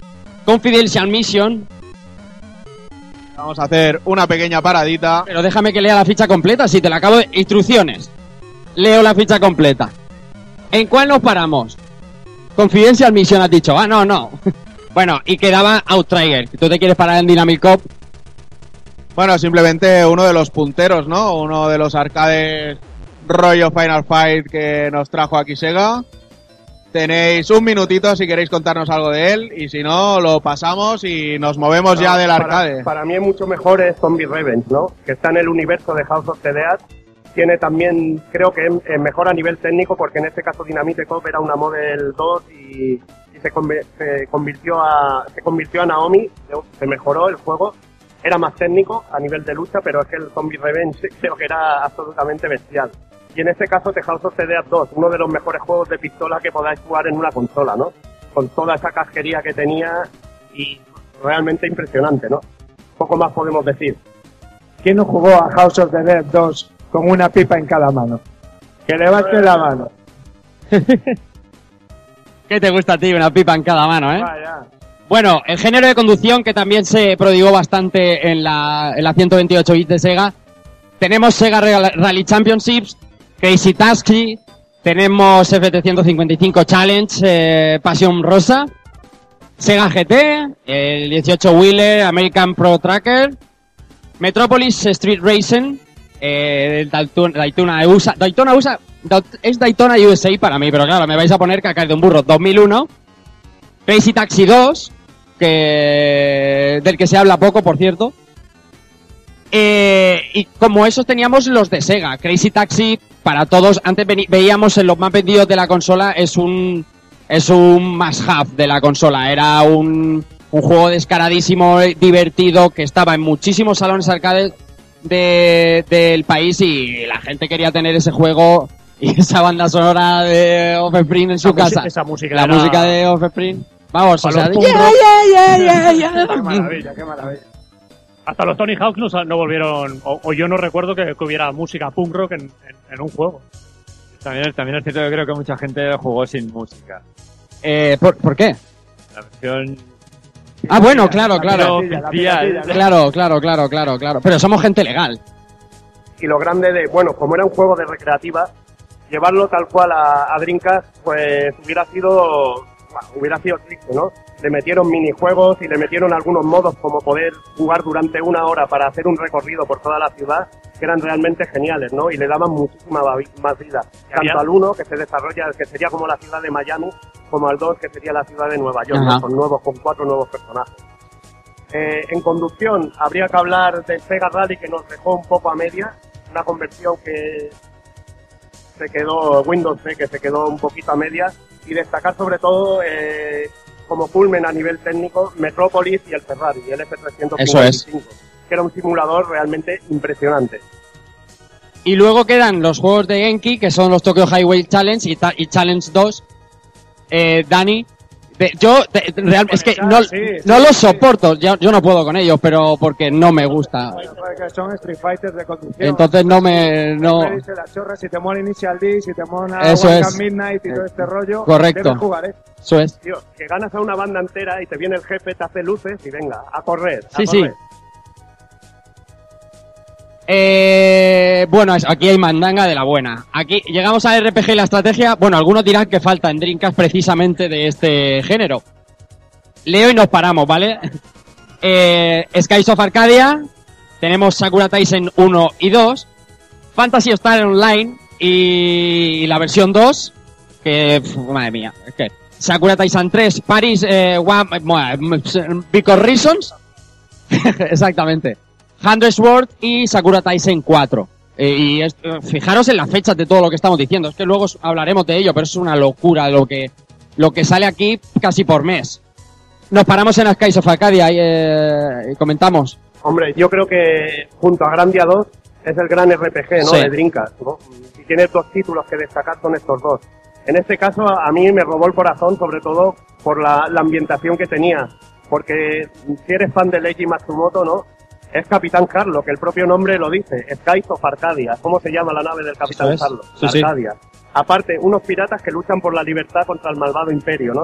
Confidential Mission. Vamos a hacer una pequeña paradita. Pero déjame que lea la ficha completa, si te la acabo de... Instrucciones. Leo la ficha completa. ¿En cuál nos paramos? Confidential Mission has dicho. Ah, no, no. Bueno, y quedaba Outrider. ¿Tú te quieres parar en Dynamic Cop? Bueno, simplemente uno de los punteros, ¿no? Uno de los arcades rollo Final Fight que nos trajo aquí Sega. Tenéis un minutito si queréis contarnos algo de él, y si no, lo pasamos y nos movemos No, ya del para- arcade. Para mí es mucho mejor es Zombie Revenge, ¿no? Que está en el universo de House of the Dead. Tiene también, creo que es es mejor a nivel técnico, porque en este caso Dynamite Cop era una Model dos y, y se, conve- se convirtió a se convirtió a Naomi, se mejoró el juego. Era más técnico a nivel de lucha, pero es que el Zombie Revenge creo que era absolutamente bestial. Y en este caso The House of the Dead dos, uno de los mejores juegos de pistola que podáis jugar en una consola, ¿no? Con toda esa casquería que tenía y realmente impresionante, ¿no? Poco más podemos decir. ¿Quién no jugó a House of the Dead dos con una pipa en cada mano? Que levante la mano. ¿Qué te gusta a ti? Una pipa en cada mano, ¿eh? Vaya. Bueno, el género de conducción que también se prodigó bastante en la, en la ciento veintiocho bits de Sega. Tenemos Sega Rally Championships, Crazy Taxi, tenemos F T ciento cincuenta y cinco Challenge, eh, Passion Rosa, Sega G T, el dieciocho Wheeler, American Pro Tracker, Metropolis Street Racing, eh, Daytona, Daytona U S A, Daytona U S A, es Daytona U S A para mí, pero claro, me vais a poner caca de un burro, dos mil uno, Crazy Taxi dos, que del que se habla poco, por cierto. Eh, y como esos teníamos los de Sega. Crazy Taxi, para todos, antes veni- veíamos en los más vendidos de la consola, es un es un must-have de la consola. Era un, un juego descaradísimo, divertido, que estaba en muchísimos salones arcades de, del país, y la gente quería tener ese juego y esa banda sonora de Offspring en su Esa musi- casa. esa música La era- música de Offspring. Vamos, o Para sea, los de- punk yeah, rock. yeah, yeah, yeah, yeah. Qué maravilla, qué maravilla. Hasta los Tony Hawk no, sa- no volvieron, o, o yo no recuerdo que, que hubiera música punk rock en, en, en un juego. También, también es cierto que creo que mucha gente jugó sin música. Eh, ¿por, ¿Por qué? La versión... Ah, bueno, claro, La claro. piratilla, la piratilla, ¿no? Claro, claro, claro, claro, claro. Pero somos gente legal. Y lo grande de, bueno, como era un juego de recreativa, llevarlo tal cual a, a Dreamcast, pues hubiera sido, bueno, hubiera sido triste, ¿no? Le metieron minijuegos y le metieron algunos modos como poder jugar durante una hora para hacer un recorrido por toda la ciudad, que eran realmente geniales, ¿no? Y le daban muchísima va- más vida. había- Tanto al uno, que se desarrolla, que sería como la ciudad de Miami, como al dos, que sería la ciudad de Nueva York, Ajá. ¿no? Con nuevos, con cuatro nuevos personajes. Eh, en conducción, habría que hablar del Sega Rally, que nos dejó un poco a media, una conversión que se quedó, Windows C, que se quedó un poquito a media, y destacar sobre todo, eh, como culmen a nivel técnico, Metropolis y el Ferrari, el F trescientos cincuenta y cinco, que era un simulador realmente impresionante. Y luego quedan los juegos de Genki, que son los Tokyo Highway Challenge y, ta- y Challenge dos. Eh, Dani, de- yo de- real- es que no, sí, sí, no los sí. soporto, yo, yo no puedo con ellos, pero porque no me gusta. Que son Street Fighters de conducción. Entonces no me... no Me dice la chorra, si te mola Initial D, si te mola Eso One es. Cup Midnight y todo este rollo, Correcto. debes jugar, ¿eh? Eso es. Tío, que ganas a una banda entera y te viene el jefe, te hace luces y venga, a correr. a Sí, sí. correr. Eh, bueno, es- aquí hay mandanga de la buena. Aquí llegamos al R P G y la estrategia. Bueno, algunos dirán que falta en Dreamcast precisamente de este género. Leo y nos paramos, ¿vale? Eh, Skies of Arcadia. Tenemos Sakura Taisen uno y dos. Fantasy Star Online y la versión dos. Que, pf, madre mía, es que Sakura Taisen tres, Paris, eh, one, eh, Because Reasons. Exactamente. Hundred Sword y Sakura Taisen cuatro. Eh, y es- eh, fijaros en las fechas de todo lo que estamos diciendo. Es que luego hablaremos de ello, pero es una locura lo que, lo que sale aquí casi por mes. Nos paramos en Skies of Arcadia y, eh, y comentamos. Hombre, yo creo que junto a Grandia dos es el gran R P G, ¿no? Sí. De Dreamcast, ¿no? Si tienes dos títulos que destacar son estos dos. En este caso a mí me robó el corazón, sobre todo por la, la ambientación que tenía. Porque si eres fan de Leiji Matsumoto, ¿no? Es Capitán Carlo, que el propio nombre lo dice. Skies of Arcadia. ¿Cómo se llama la nave del Capitán Eso es. Carlo? Sí, sí. Arcadia. Aparte, unos piratas que luchan por la libertad contra el malvado imperio, ¿no?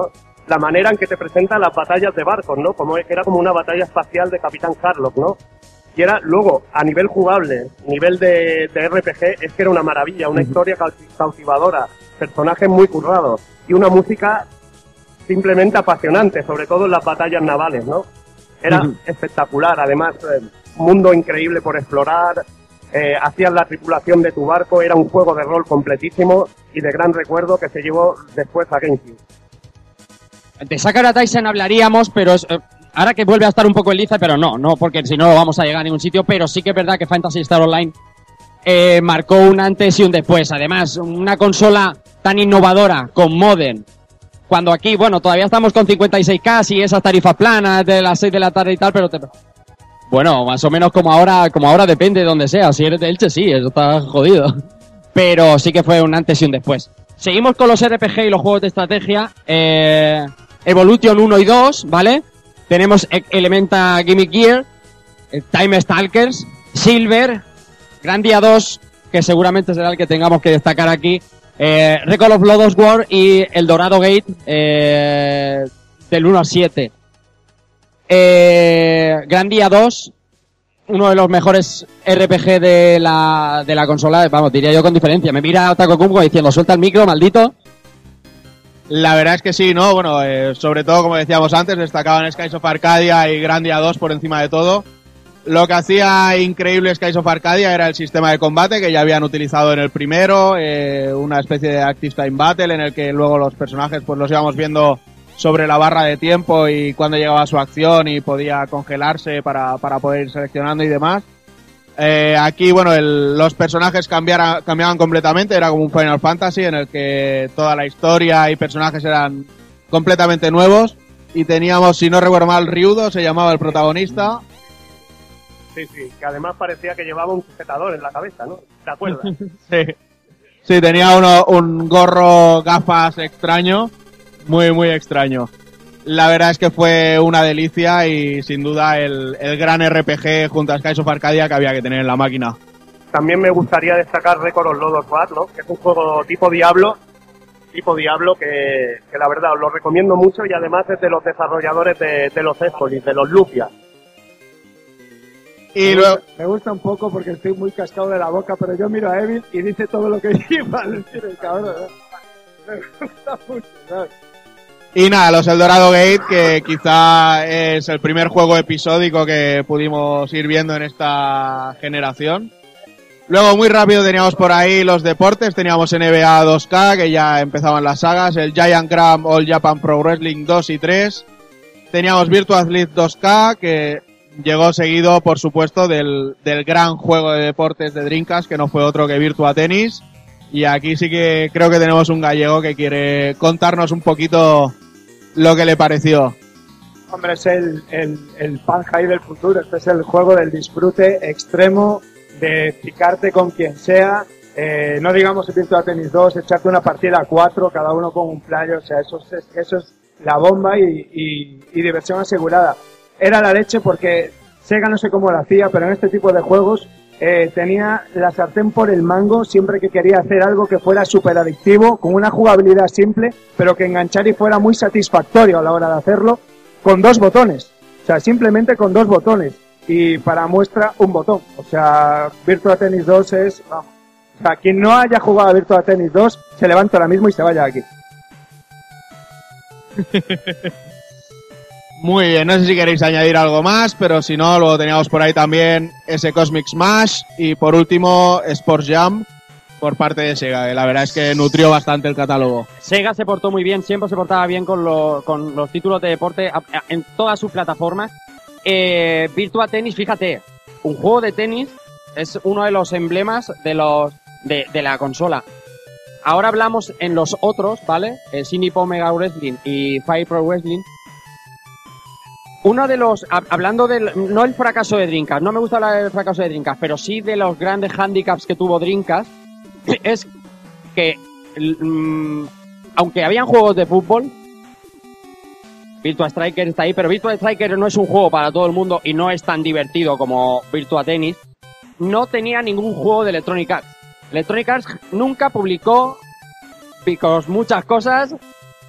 la manera en que te presenta las batallas de barcos, ¿no? Como que era como una batalla espacial de Capitán Harlock, ¿no? Y era, luego, a nivel jugable, nivel de, de R P G, es que era una maravilla, una historia cautivadora, personajes muy currados y una música simplemente apasionante, sobre todo en las batallas navales, ¿no? Era uh-huh. espectacular, además, eh, mundo increíble por explorar, eh, hacías la tripulación de tu barco, era un juego de rol completísimo y de gran recuerdo que se llevó después a GameCube. De Sakura Taisen hablaríamos, pero es, eh, ahora que vuelve a estar un poco en liza, pero no, no, porque si no, no vamos a llegar a ningún sitio, pero sí que es verdad que Phantasy Star Online eh, marcó un antes y un después. Además, una consola tan innovadora, con modem, cuando aquí, bueno, todavía estamos con cincuenta y seis K y esas tarifas planas de las seis de la tarde y tal, pero te... bueno, más o menos como ahora, como ahora depende de donde sea. Si eres de Elche, sí, eso está jodido. Pero sí que fue un antes y un después. Seguimos con los R P G y los juegos de estrategia. Eh, Evolution uno y dos, ¿vale? Tenemos Elementa Game Gear, Time Stalkers, Silver, Grandia dos, que seguramente será el que tengamos que destacar aquí, eh, Record of Lodoss War y El Dorado Gate, eh, del uno al siete. Eh, Grandia dos, uno de los mejores R P G de la, de la consola, vamos, diría yo con diferencia. Me mira Taco Kumbo diciendo, suelta el micro, maldito. La verdad es que sí, ¿no? Bueno, eh, sobre todo, como decíamos antes, destacaban Skies of Arcadia y Grandia dos por encima de todo. Lo que hacía increíble Skies of Arcadia era el sistema de combate que ya habían utilizado en el primero, eh, una especie de Active Time Battle en el que luego los personajes pues los íbamos viendo sobre la barra de tiempo y cuando llegaba su acción y podía congelarse para, para poder ir seleccionando y demás. Eh, aquí, bueno, el, los personajes cambiara, cambiaban completamente, era como un Final Fantasy en el que toda la historia y personajes eran completamente nuevos y teníamos, si no recuerdo mal, Ryudo, se llamaba el protagonista. Sí, sí, que además parecía que llevaba un sujetador en la cabeza, ¿no? ¿Te acuerdas? Sí, sí, tenía uno, un gorro, gafas extraño, muy, muy extraño. La verdad es que fue una delicia y sin duda el, el gran R P G junto a Skies of Arcadia que había que tener en la máquina. También me gustaría destacar Record of Lodoss War, ¿no? Que es un juego tipo Diablo, tipo Diablo que, que la verdad os lo recomiendo mucho y además es de los desarrolladores de, de los Escolis, de los Lufia. Y me, luego... gusta, me gusta un poco porque estoy muy cascado de la boca, pero yo miro a Evil y dice todo lo que iba a decir el cabrón, ¿no? Me gusta mucho, ¿sabes? Y nada, los El Dorado Gate, que quizá es el primer juego episódico que pudimos ir viendo en esta generación. Luego, muy rápido, teníamos por ahí los deportes. Teníamos N B A dos K, que ya empezaban las sagas. El Giant Grab All Japan Pro Wrestling dos y tres. Teníamos Virtua Athlete dos K, que llegó seguido, por supuesto, del, del gran juego de deportes de Dreamcast, que no fue otro que Virtua Tennis. Y aquí sí que creo que tenemos un gallego que quiere contarnos un poquito lo que le pareció. Hombre, es el, el, el pan high del futuro. Este es el juego del disfrute extremo, de picarte con quien sea. Eh, no digamos el Virtua Tennis dos, echarte una partida a cuatro, cada uno con un playo. O sea, eso es, eso es la bomba y, y, y diversión asegurada. Era la leche porque Sega no sé cómo lo hacía, pero en este tipo de juegos eh, tenía la sartén por el mango siempre que quería hacer algo que fuera súper adictivo, con una jugabilidad simple, pero que enganchara y fuera muy satisfactorio a la hora de hacerlo, con dos botones. O sea, simplemente con dos botones. Y para muestra, un botón. O sea, Virtua Tennis dos es... Vamos. O sea, quien no haya jugado a Virtua Tennis dos, se levanta ahora mismo y se vaya aquí. Muy bien, no sé si queréis añadir algo más, pero si no, luego teníamos por ahí también ese Cosmic Smash y por último Sports Jam por parte de Sega, que la verdad es que nutrió bastante el catálogo. Sega se portó muy bien, siempre se portaba bien con, lo, con los títulos de deporte a, a, en todas sus plataformas. Eh, Virtua Tennis, fíjate, un juego de tenis es uno de los emblemas de los de, de la consola. Ahora hablamos en los otros, ¿vale? Eh, Sinipo Mega Wrestling y Fire Pro Wrestling. Uno de los, hablando del, no el fracaso de Dreamcast, no me gusta hablar del fracaso de Dreamcast, pero sí de los grandes handicaps que tuvo Dreamcast, es que, mmm, aunque habían juegos de fútbol, Virtua Striker está ahí, pero Virtua Striker no es un juego para todo el mundo y no es tan divertido como Virtua Tennis, no tenía ningún juego de Electronic Arts. Electronic Arts nunca publicó, because muchas cosas,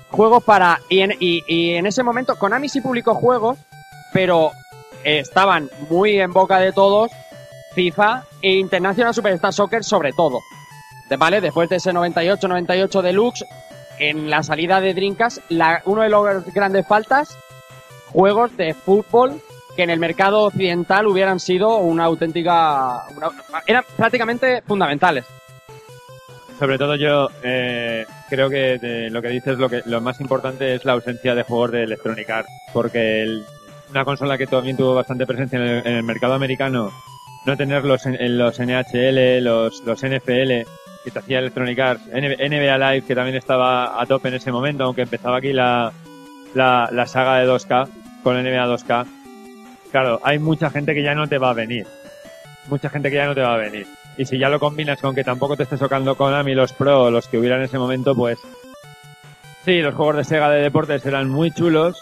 juegos para... Y en, y, y en ese momento Konami sí publicó juegos, pero eh, estaban muy en boca de todos FIFA e International Superstar Soccer sobre todo. De, ¿vale? Después de ese noventa y ocho noventa y ocho Deluxe, en la salida de Dreamcast, la, uno de los grandes faltas, juegos de fútbol que en el mercado occidental hubieran sido una auténtica... Una, eran prácticamente fundamentales. Sobre todo yo eh, creo que de lo que dices lo que lo más importante es la ausencia de juegos de Electronic Arts, porque el, una consola que también tuvo bastante presencia en el, en el mercado americano, no tener los, en, los N H L, los, los N F L que te hacía Electronic Arts, N B A Live que también estaba a tope en ese momento, aunque empezaba aquí la, la, la saga de dos K con N B A dos K. Claro, hay mucha gente que ya no te va a venir. Mucha gente que ya no te va a venir. Y si ya lo combinas con que tampoco te estés tocando Konami los Pro, los que hubieran en ese momento, pues... Sí, los juegos de Sega de deportes eran muy chulos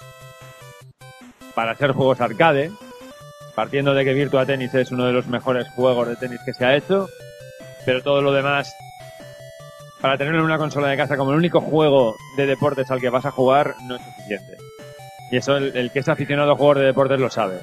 para ser juegos arcade, partiendo de que Virtua Tennis es uno de los mejores juegos de tenis que se ha hecho, pero todo lo demás, para tenerlo en una consola de casa como el único juego de deportes al que vas a jugar, no es suficiente. Y eso el, el que es aficionado a juegos de deportes lo sabe.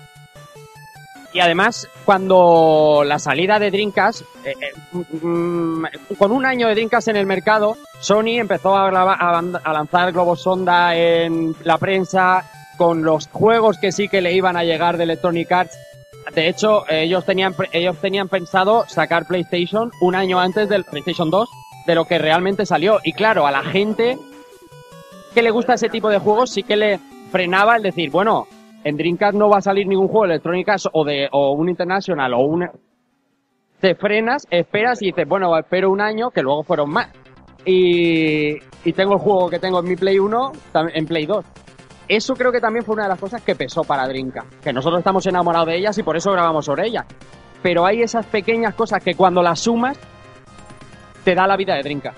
Y además, cuando la salida de Dreamcast, eh, eh, mm, con un año de Dreamcast en el mercado, Sony empezó a, graba, a, a lanzar globos sonda en la prensa con los juegos que sí que le iban a llegar de Electronic Arts. De hecho, ellos tenían ellos tenían pensado sacar PlayStation un año antes del PlayStation dos de lo que realmente salió. Y claro, a la gente que le gusta ese tipo de juegos sí que le frenaba el decir, bueno, en Dreamcast no va a salir ningún juego de Electronic Arts o de o un International o un... Te frenas, esperas y dices, bueno, espero un año, que luego fueron más. Y, y tengo el juego que tengo en mi Play uno, en Play dos. Eso creo que también fue una de las cosas que pesó para Dreamcast. Que nosotros estamos enamorados de ellas y por eso grabamos sobre ellas. Pero hay esas pequeñas cosas que cuando las sumas, te da la vida de Dreamcast.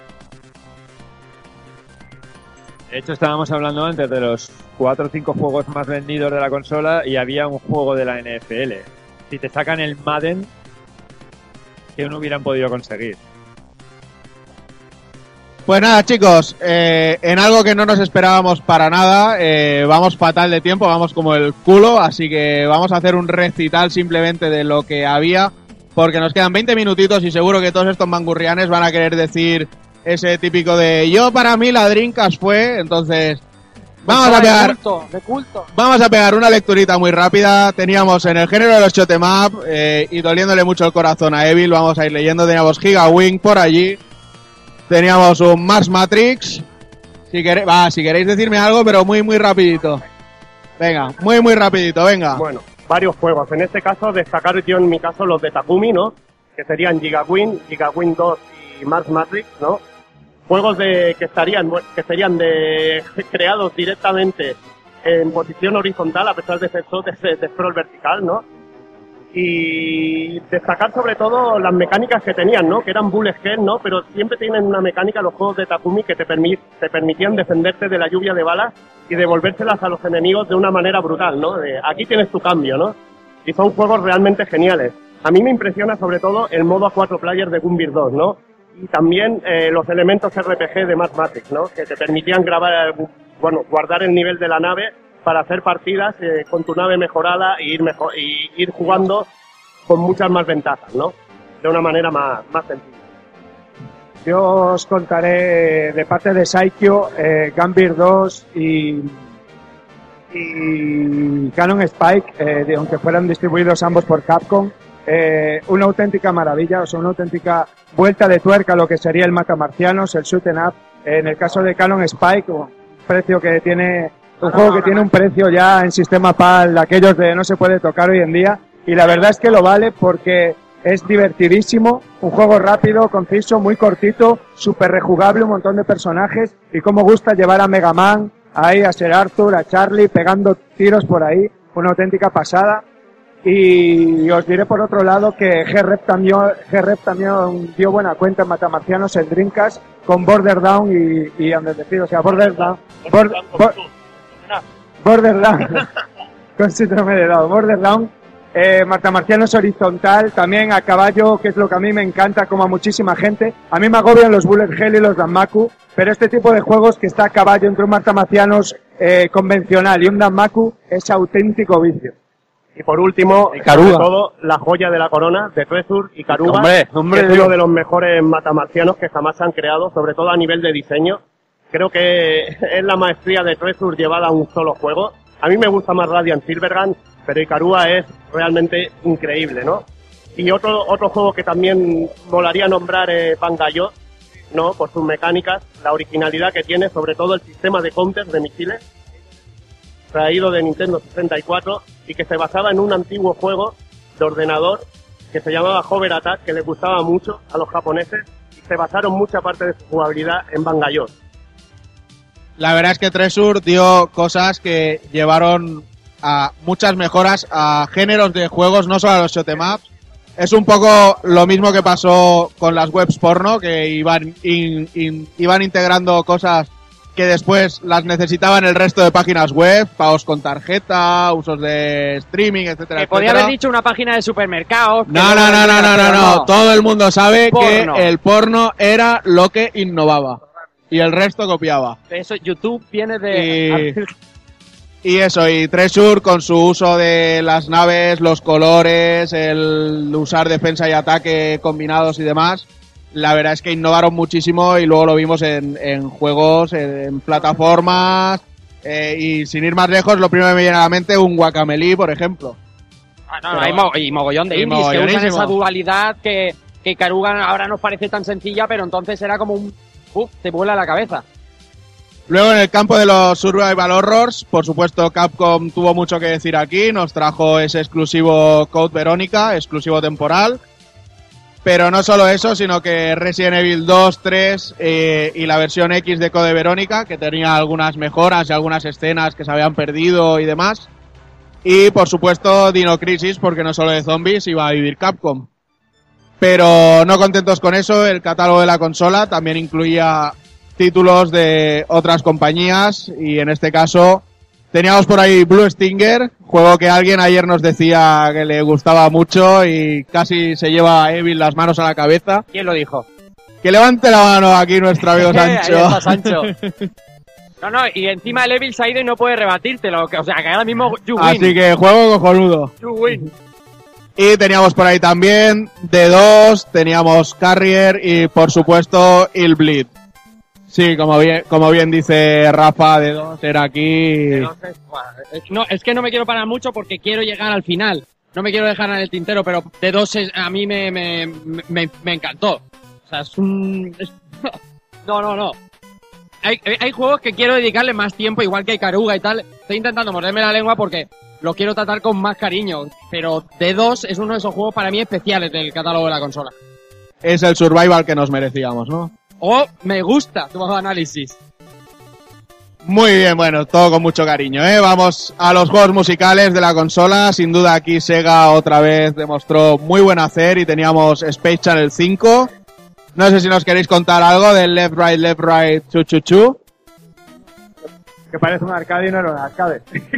De hecho, estábamos hablando antes de los cuatro o cinco juegos más vendidos de la consola y había un juego de la N F L. Si te sacan el Madden, que no hubieran podido conseguir. Pues nada, chicos, eh, en algo que no nos esperábamos para nada, eh, vamos fatal de tiempo, vamos como el culo, así que vamos a hacer un recital simplemente de lo que había, porque nos quedan veinte minutitos y seguro que todos estos mangurrianes van a querer decir ese típico de yo para mí la Dreamcast fue, entonces vamos a pegar de culto, de culto. Vamos a pegar una lecturita muy rápida. Teníamos en el género de los shoot 'em up eh, y doliéndole mucho el corazón a Evil, vamos a ir leyendo, teníamos Giga Wing por allí. Teníamos un Mars Matrix. Si queréis, va, si queréis decirme algo, pero muy muy rapidito. Venga, muy muy rapidito, venga. Bueno, varios juegos. En este caso destacar yo en mi caso los de Takumi, ¿no? Que serían Giga Wing, Giga Wing dos y Mars Matrix, ¿no? Juegos de que estarían que serían de creados directamente en posición horizontal a pesar de ser de, de scroll vertical, ¿no? Y destacar sobre todo las mecánicas que tenían, ¿no? Que eran bullet hell, ¿no? Pero siempre tienen una mecánica los juegos de Takumi que te, permit, te permitían defenderte de la lluvia de balas y devolvérselas a los enemigos de una manera brutal, ¿no? De, aquí tienes tu cambio, ¿no? Y son juegos realmente geniales. A mí me impresiona sobre todo el modo a cuatro players de Gunbir dos, ¿no? Y también eh, los elementos R P G de Mars Matrix, ¿no? Que te permitían grabar, bueno, guardar el nivel de la nave para hacer partidas eh, con tu nave mejorada e ir mejor y ir jugando con muchas más ventajas, ¿no? De una manera más, más sencilla. Yo os contaré de parte de Saikyo, eh, Gunbir dos y, y Cannon Spike, eh, de, aunque fueran distribuidos ambos por Capcom, eh, una auténtica maravilla, o sea, una auténtica vuelta de tuerca a lo que sería el Matamarcianos, el shoot 'em up. En el caso de Cannon Spike, un precio que tiene, un juego que tiene un precio ya en sistema PAL, aquellos de no se puede tocar hoy en día, y la verdad es que lo vale porque es divertidísimo, un juego rápido, conciso, muy cortito, súper rejugable, un montón de personajes, y cómo gusta llevar a Mega Man, ahí a Sir Arthur, a Charlie, pegando tiros por ahí, una auténtica pasada. Y os diré por otro lado que G-Rep también, G-Rep también dio buena cuenta en Matamarcianos en Dreamcast con Border Down y, y decir, o sea, Border Down, Border, Border, Border Down, con síndrome de Down, Border Down, eh, Matamarcianos horizontal, también a caballo, que es lo que a mí me encanta, como a muchísima gente. A mí me agobian los Bullet Hell y los Danmaku, pero este tipo de juegos que está a caballo entre un martamacianos eh, convencional y un Danmaku es auténtico vicio. Y por último, Ikaruga. sobre todo, la joya de la corona de Treasure y Ikaruga, Hombre, hombre, que es uno Dios. de los mejores matamarcianos que jamás se han creado, sobre todo a nivel de diseño. Creo que es la maestría de Treasure llevada a un solo juego. A mí me gusta más Radiant Silvergun, pero Ikaruga es realmente increíble, ¿no? Y otro otro juego que también molaría nombrar es Bangalore, ¿no? Por sus mecánicas, la originalidad que tiene, sobre todo el sistema de counters de misiles, traído de Nintendo sesenta y cuatro y que se basaba en un antiguo juego de ordenador que se llamaba Hover Attack, que les gustaba mucho a los japoneses, y se basaron mucha parte de su jugabilidad en Bangalore. La verdad es que Treasure dio cosas que llevaron a muchas mejoras a géneros de juegos, no solo a los shoot 'em ups. Es un poco lo mismo que pasó con las webs porno, que iban, in- in- iban integrando cosas que después las necesitaban el resto de páginas web, pagos con tarjeta, usos de streaming, etcétera, Que podía etcétera. haber dicho una página de supermercados. que No, no, no, no, no, no, no. Todo el mundo sabe Porno. que el porno era lo que innovaba y el resto copiaba. Eso, YouTube viene de... Y eso, y Treasure con su uso de las naves, los colores, el usar defensa y ataque combinados y demás, la verdad es que innovaron muchísimo y luego lo vimos en, en juegos, en, en plataformas, eh, y sin ir más lejos, lo primero que me viene a la mente, un Guacamelee, por ejemplo. Ah, no, no, hay mo- y mogollón de Y indies que usan mogollonísimo. esa dualidad que, que Ikaruga ahora nos parece tan sencilla, pero entonces era como un... Uf, te vuela la cabeza. Luego en el campo de los Survival Horrors, por supuesto Capcom tuvo mucho que decir aquí, nos trajo ese exclusivo Code Verónica, exclusivo temporal. Pero no solo eso, sino que Resident Evil dos, tres eh, y la versión X de Code Verónica, que tenía algunas mejoras y algunas escenas que se habían perdido y demás. Y por supuesto Dino Crisis, porque no solo de zombies iba a vivir Capcom. Pero no contentos con eso, el catálogo de la consola también incluía títulos de otras compañías y en este caso teníamos por ahí Blue Stinger, juego que alguien ayer nos decía que le gustaba mucho y casi se lleva a Evil las manos a la cabeza. ¿Quién lo dijo? Que levante la mano aquí nuestro amigo Ahí Sancho. está Sancho. No, no, y encima el Evil se ha ido y no puede rebátírtelo. que- O sea, que ahora mismo you win. Así que juego cojonudo. You win. Y teníamos por ahí también D dos, teníamos Carrier y por supuesto Il Bleed. Sí, como bien, como bien dice Rafa, D dos era aquí. Entonces, buah, es- No, es que no me quiero parar mucho porque quiero llegar al final. No me quiero dejar en el tintero, pero D dos es- a mí me, me, me, me encantó. O sea, es un... es- No, no, no. Hay, hay juegos que quiero dedicarle más tiempo, igual que hay Ikaruga y tal. Estoy intentando morderme la lengua porque lo quiero tratar con más cariño. Pero D dos es uno de esos juegos para mí especiales del catálogo de la consola. Es el survival que nos merecíamos, ¿no? Oh, me gusta tu análisis. Muy bien, bueno, todo con mucho cariño, ¿eh? Vamos a los juegos musicales de la consola. Sin duda aquí Sega otra vez demostró muy buen hacer y teníamos Space Channel cinco. No sé si nos queréis contar algo del Left Right, Left Right, Chu Chu Chu. Que parece un arcade y no era un arcade.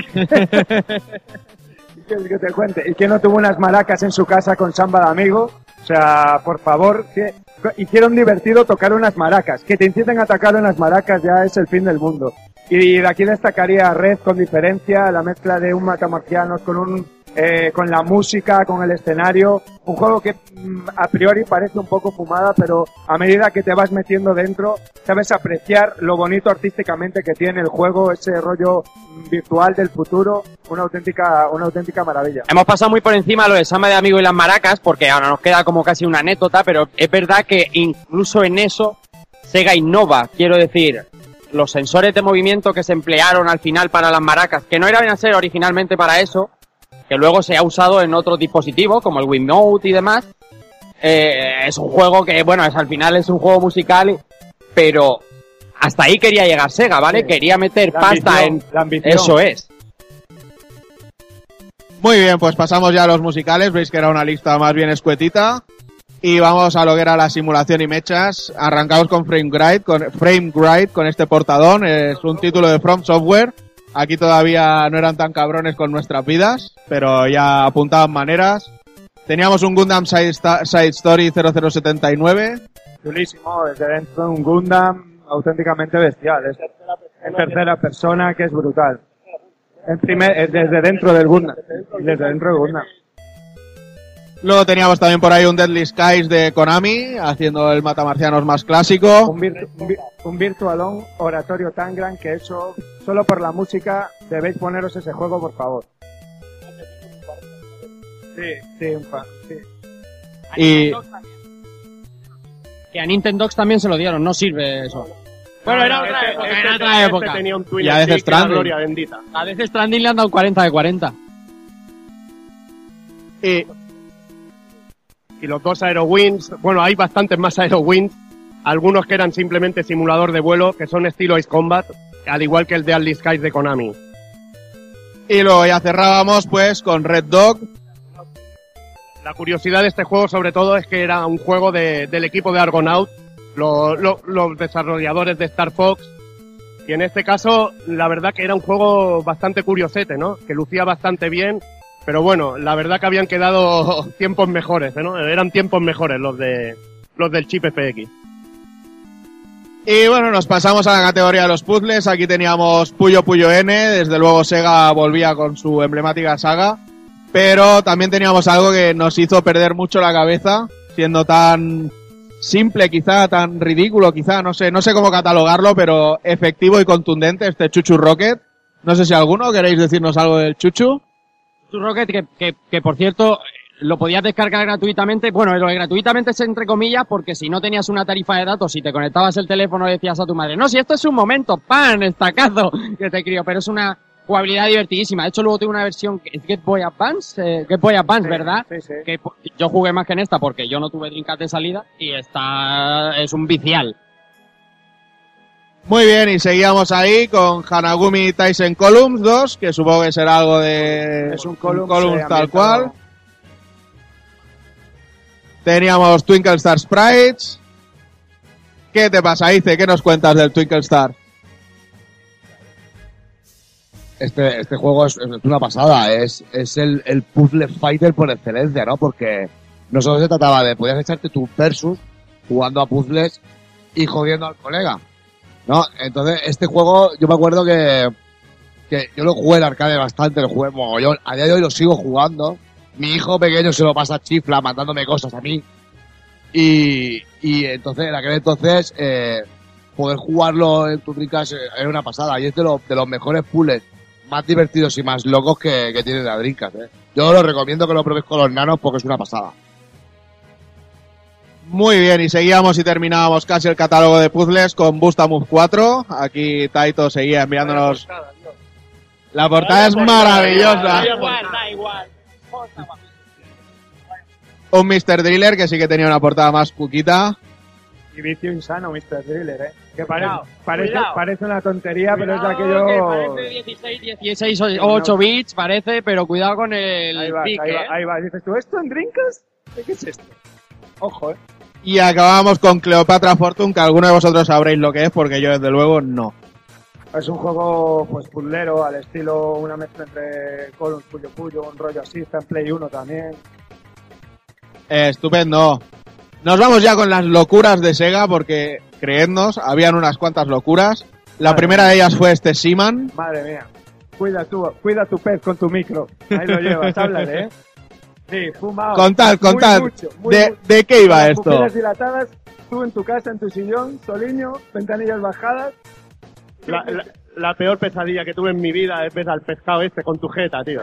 ¿Qué que te cuente? ¿Y que no tuvo unas maracas en su casa con samba de amigo? O sea, por favor, que hicieron divertido tocar unas maracas. Que te inciten a atacar unas maracas ya es el fin del mundo. Y de aquí destacaría Red con diferencia, la mezcla de un matamarcianos con un eh, con la música, con el escenario. Un juego que mm, a priori parece un poco fumada, pero a medida que te vas metiendo dentro, sabes apreciar lo bonito artísticamente que tiene el juego, ese rollo mm, virtual del futuro, una auténtica, una auténtica maravilla. Hemos pasado muy por encima lo de Samba de Amigo y las maracas, porque ahora nos queda como casi una anécdota, pero es verdad que incluso en eso Sega innova. Quiero decir, los sensores de movimiento que se emplearon al final para las maracas, que no eran a ser originalmente para eso, que luego se ha usado en otros dispositivos, como el Wiimote y demás, eh, es un juego que, bueno, es, al final es un juego musical, pero hasta ahí quería llegar Sega, ¿vale? Sí. Quería meter La pasta ambición, en... la ambición. Eso es. Muy bien, pues pasamos ya a los musicales. Veis que era una lista más bien escuetita. Y vamos a lo que era la simulación y mechas. Arrancamos con Frame Gride, con Frame Gride, con este portadón. Es un título de From Software. Aquí todavía no eran tan cabrones con nuestras vidas, pero ya apuntaban maneras. Teníamos un Gundam Side, Sta- Side Story cero cero setenta y nueve. Chulísimo, desde dentro de un Gundam, auténticamente bestial. Es en tercera persona, que es brutal. En primer, es desde dentro del Gundam. Desde dentro del Gundam. Luego teníamos también por ahí un Deadly Skies de Konami, haciendo el Matamarcianos más clásico. Un, virtu un, vi un Virtualon oratorio tan gran que eso, solo por la música, debéis poneros ese juego, por favor. Sí, sí, un pa sí. Y... Que a Nintendo también se lo dieron, no sirve eso. Bueno, era otra Este- época, este- era otra este época. tenía un Twin Y a veces Stick, la Stranding. gloria bendita. A veces Stranding le han dado cuarenta de cuarenta. Y... Y los dos Aerowings, bueno, hay bastantes más Aerowings, algunos que eran simplemente simulador de vuelo, que son estilo Ace Combat, al igual que el de Deadly Skies de Konami. Y luego ya cerrábamos pues con Red Dog. La curiosidad de este juego, sobre todo, es que era un juego de, del equipo de Argonaut, lo- lo- los desarrolladores de Star Fox, y en este caso, la verdad que era un juego bastante curiosete, ¿no? Que lucía bastante bien, pero bueno, la verdad que habían quedado tiempos mejores, ¿no? Eran tiempos mejores los de los del chip F X. Y bueno, nos pasamos a la categoría de los puzzles. Aquí teníamos Puyo Puyo N, desde luego Sega volvía con su emblemática saga, pero también teníamos algo que nos hizo perder mucho la cabeza, siendo tan simple quizá, tan ridículo quizá, no sé, no sé cómo catalogarlo, pero efectivo y contundente, este Chuchu Rocket. No sé si alguno queréis decirnos algo del Chuchu. Tu Rocket, que, que, que por cierto, lo podías descargar gratuitamente. Bueno, lo de gratuitamente es entre comillas, porque si no tenías una tarifa de datos, si te conectabas el teléfono decías a tu madre, no, si esto es un momento, pan, estacazo, que te crío, pero es una jugabilidad divertidísima. De hecho, luego tengo una versión, que es Game Boy Advance, eh, Game Boy Advance, Sí, ¿verdad? sí, sí. Que po- yo jugué más que en esta porque yo no tuve Dreamcast de salida y está, es un vicial. Muy bien, y seguíamos ahí con Hanagumi Tyson Columns dos, que supongo que será algo de... Es un Columns, Columns eh, tal ambientado- cual. Teníamos Twinkle Star Sprites. ¿Qué te pasa, Ice? ¿Qué nos cuentas del Twinkle Star? Este, este juego es, es una pasada, es, es el, el puzzle fighter por excelencia, ¿no? Porque no solo se trataba de, podías echarte tu versus jugando a puzzles y jodiendo al colega, ¿no? Entonces, este juego, yo me acuerdo que, que yo lo jugué en arcade bastante, lo jugué mogollón, a día de hoy lo sigo jugando, mi hijo pequeño se lo pasa chifla mandándome cosas a mí, y, y entonces, en aquel entonces, eh, poder jugarlo en tu Dreamcast era una pasada, y es de, lo, de los mejores puzzles más divertidos y más locos que, que tiene la Dreamcast, ¿eh? Yo lo recomiendo que lo probéis con los nanos porque es una pasada. Muy bien, y seguíamos y terminábamos casi el catálogo de puzzles con Busta Move cuatro. Aquí Taito seguía enviándonos... La portada es maravillosa. Da igual, da igual. Un mister Driller que sí que tenía una portada más cuquita. Y vicio insano, mister Driller, ¿eh? Que pare Cuidado, parece, cuidado. parece una tontería, pero es de Cuidado, que aquello... parece dieciséis, dieciséis o ocho bits, parece, pero cuidado con el Ahí va, pique, ahí va, ¿eh? ahí va. Dices tú, ¿esto en Dreamcast? ¿Qué es esto? Ojo, ¿eh? Y acabamos con Cleopatra Fortune, que alguno de vosotros sabréis lo que es, porque yo desde luego no. Es un juego, pues, puzzlero, al estilo, una mezcla entre Columns, Puyo Puyo, un rollo así, está en Play uno también. Eh, estupendo. Nos vamos ya con las locuras de Sega, porque, creednos, habían unas cuantas locuras. La Madre primera mía. de ellas fue este Seaman. Madre mía. Cuida tu, cuida tu pez con tu micro. Ahí lo llevas, háblale, ¿eh? Sí, fumado. Contad, Muy contad. mucho, muy ¿De, mucho. ¿De qué iba Con las esto? pupilas dilatadas, tú en tu casa, en tu sillón, soliño, ventanillas bajadas. La, la, la peor pesadilla que tuve en mi vida es ver al pescado este con tu jeta, tío.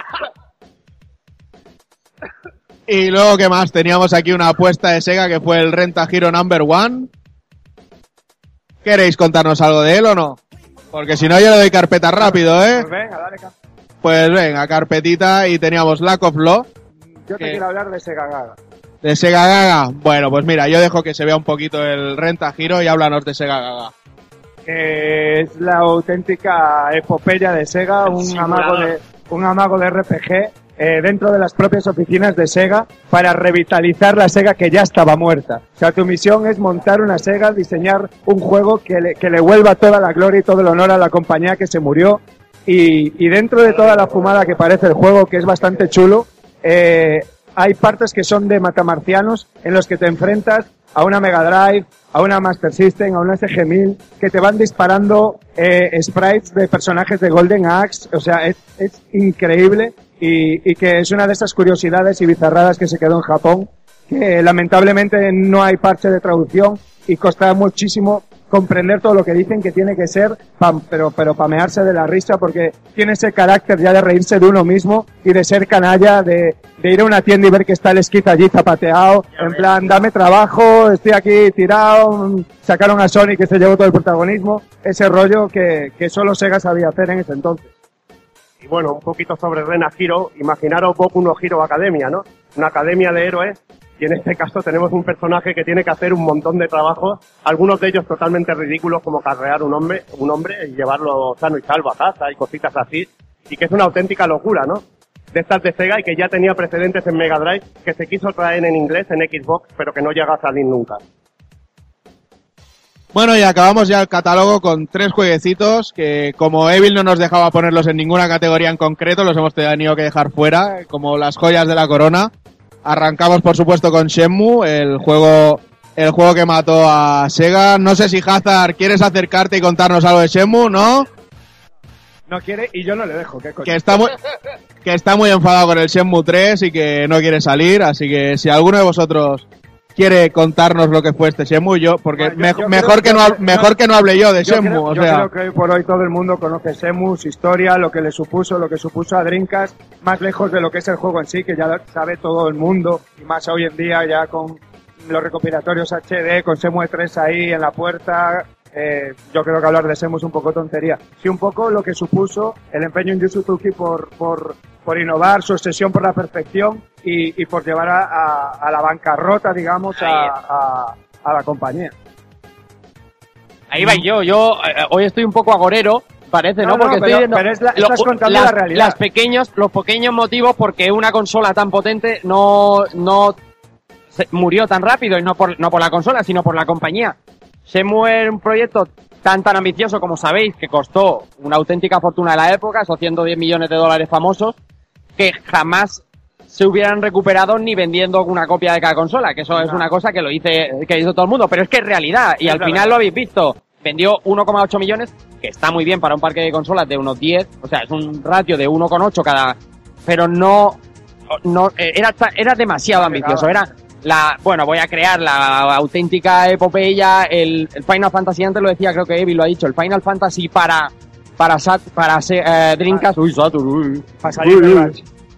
Y luego, ¿qué más? Teníamos aquí una apuesta de Sega que fue el Renta Hero Number One. ¿Queréis contarnos algo de él o no? Porque si no, yo le doy carpeta rápido, ¿eh? Pues venga, dale, ca- Pues venga, carpetita, y teníamos Lack of Love Yo te ¿Qué? quiero hablar de Sega Gaga. de Sega Gaga. Bueno, pues mira, yo dejo que se vea un poquito el Renta Hero y háblanos de Sega Gaga. Que es la auténtica epopeya de Sega, un simulador. amago de, un amago de R P G eh, dentro de las propias oficinas de Sega para revitalizar la Sega que ya estaba muerta. O sea, tu misión es montar una Sega, diseñar un juego que le, que le vuelva toda la gloria y todo el honor a la compañía que se murió. Y, y dentro de toda la fumada que parece el juego, que es bastante chulo, eh, hay partes que son de matamarcianos en los que te enfrentas a una Mega Drive, a una Master System, a una S G mil, que te van disparando eh, sprites de personajes de Golden Axe, o sea, es, es increíble y, y que es una de esas curiosidades y bizarradas que se quedó en Japón, que lamentablemente no hay parche de traducción y cuesta muchísimo comprender todo lo que dicen, que tiene que ser, pam, pero, pero pamearse de la risa, porque tiene ese carácter ya de reírse de uno mismo y de ser canalla, de, de ir a una tienda y ver que está el esquiz allí zapateado, en plan, dame trabajo, estoy aquí tirado, sacaron a Sony que se llevó todo el protagonismo, ese rollo que, que solo Sega sabía hacer en ese entonces. Y bueno, un poquito sobre Rena Hero, imaginaros Boku no Hero Academia, ¿no? Una academia de héroes. Y en este caso tenemos un personaje que tiene que hacer un montón de trabajos, algunos de ellos totalmente ridículos, como carrear un hombre, un hombre y llevarlo sano y salvo a casa y cositas así, y que es una auténtica locura, ¿no? De estas de Sega y que ya tenía precedentes en Mega Drive, que se quiso traer en inglés en Xbox, pero que no llega a salir nunca. Bueno, y acabamos ya el catálogo con tres jueguecitos que, como Evil no nos dejaba ponerlos en ninguna categoría en concreto, los hemos tenido que dejar fuera, como las joyas de la corona. Arrancamos, por supuesto, con Shenmue, el juego el juego que mató a Sega. No sé si Hazard quieres acercarte y contarnos algo de Shenmue, ¿no? No quiere y yo no le dejo. ¿Qué coño? Que está muy que está muy enfadado con el Shenmue tres y que no quiere salir, así que si alguno de vosotros quiere contarnos lo que fue este Shenmue, yo porque Bueno, yo- me- yo mejor creo- que no hab- yo- mejor que no hable yo de Yo Shenmue, creo, o yo sea, creo que hoy por hoy todo el mundo conoce Shenmue, su historia, lo que le supuso, lo que supuso a Dreamcast, más lejos de lo que es el juego en sí, que ya lo sabe todo el mundo, y más hoy en día ya con los recopilatorios H D, con Shenmue tres ahí en la puerta. Eh, yo creo que hablar de Shenmue es un poco tontería. Sí, un poco lo que supuso el empeño en Yu Suzuki por, por, por innovar, su obsesión por la perfección y, y por llevar a, a, a la bancarrota, digamos, a, a, a la compañía. Ahí va yo, yo eh, hoy estoy un poco agorero, parece, ¿no? No, no, Porque pero- estoy viendo pero es la- lo- estás contando las, la realidad. las pequeños, los pequeños motivos porque una consola tan potente no, no se- murió tan rápido y no por, no por la consola, sino por la compañía. Shenmue es un proyecto tan tan ambicioso como sabéis, que costó una auténtica fortuna de la época, esos ciento diez millones de dólares famosos, que jamás se hubieran recuperado ni vendiendo una copia de cada consola, que eso es una cosa que lo dice, que hizo todo el mundo, pero es que es realidad, y Es al la final verdad. lo habéis visto, vendió uno coma ocho millones, que está muy bien para un parque de consolas de unos diez, o sea, es un ratio de uno coma ocho cada, pero no, no, eh, era, ta- era demasiado ambicioso, era la, bueno, voy a crear la auténtica epopeya, el, el Final Fantasy, antes lo decía, creo que Evil lo ha dicho, el Final Fantasy para, para Sat, para se- eh, Dreamcast, uy, Saturn, uy. Para salir Uy, de uy. las-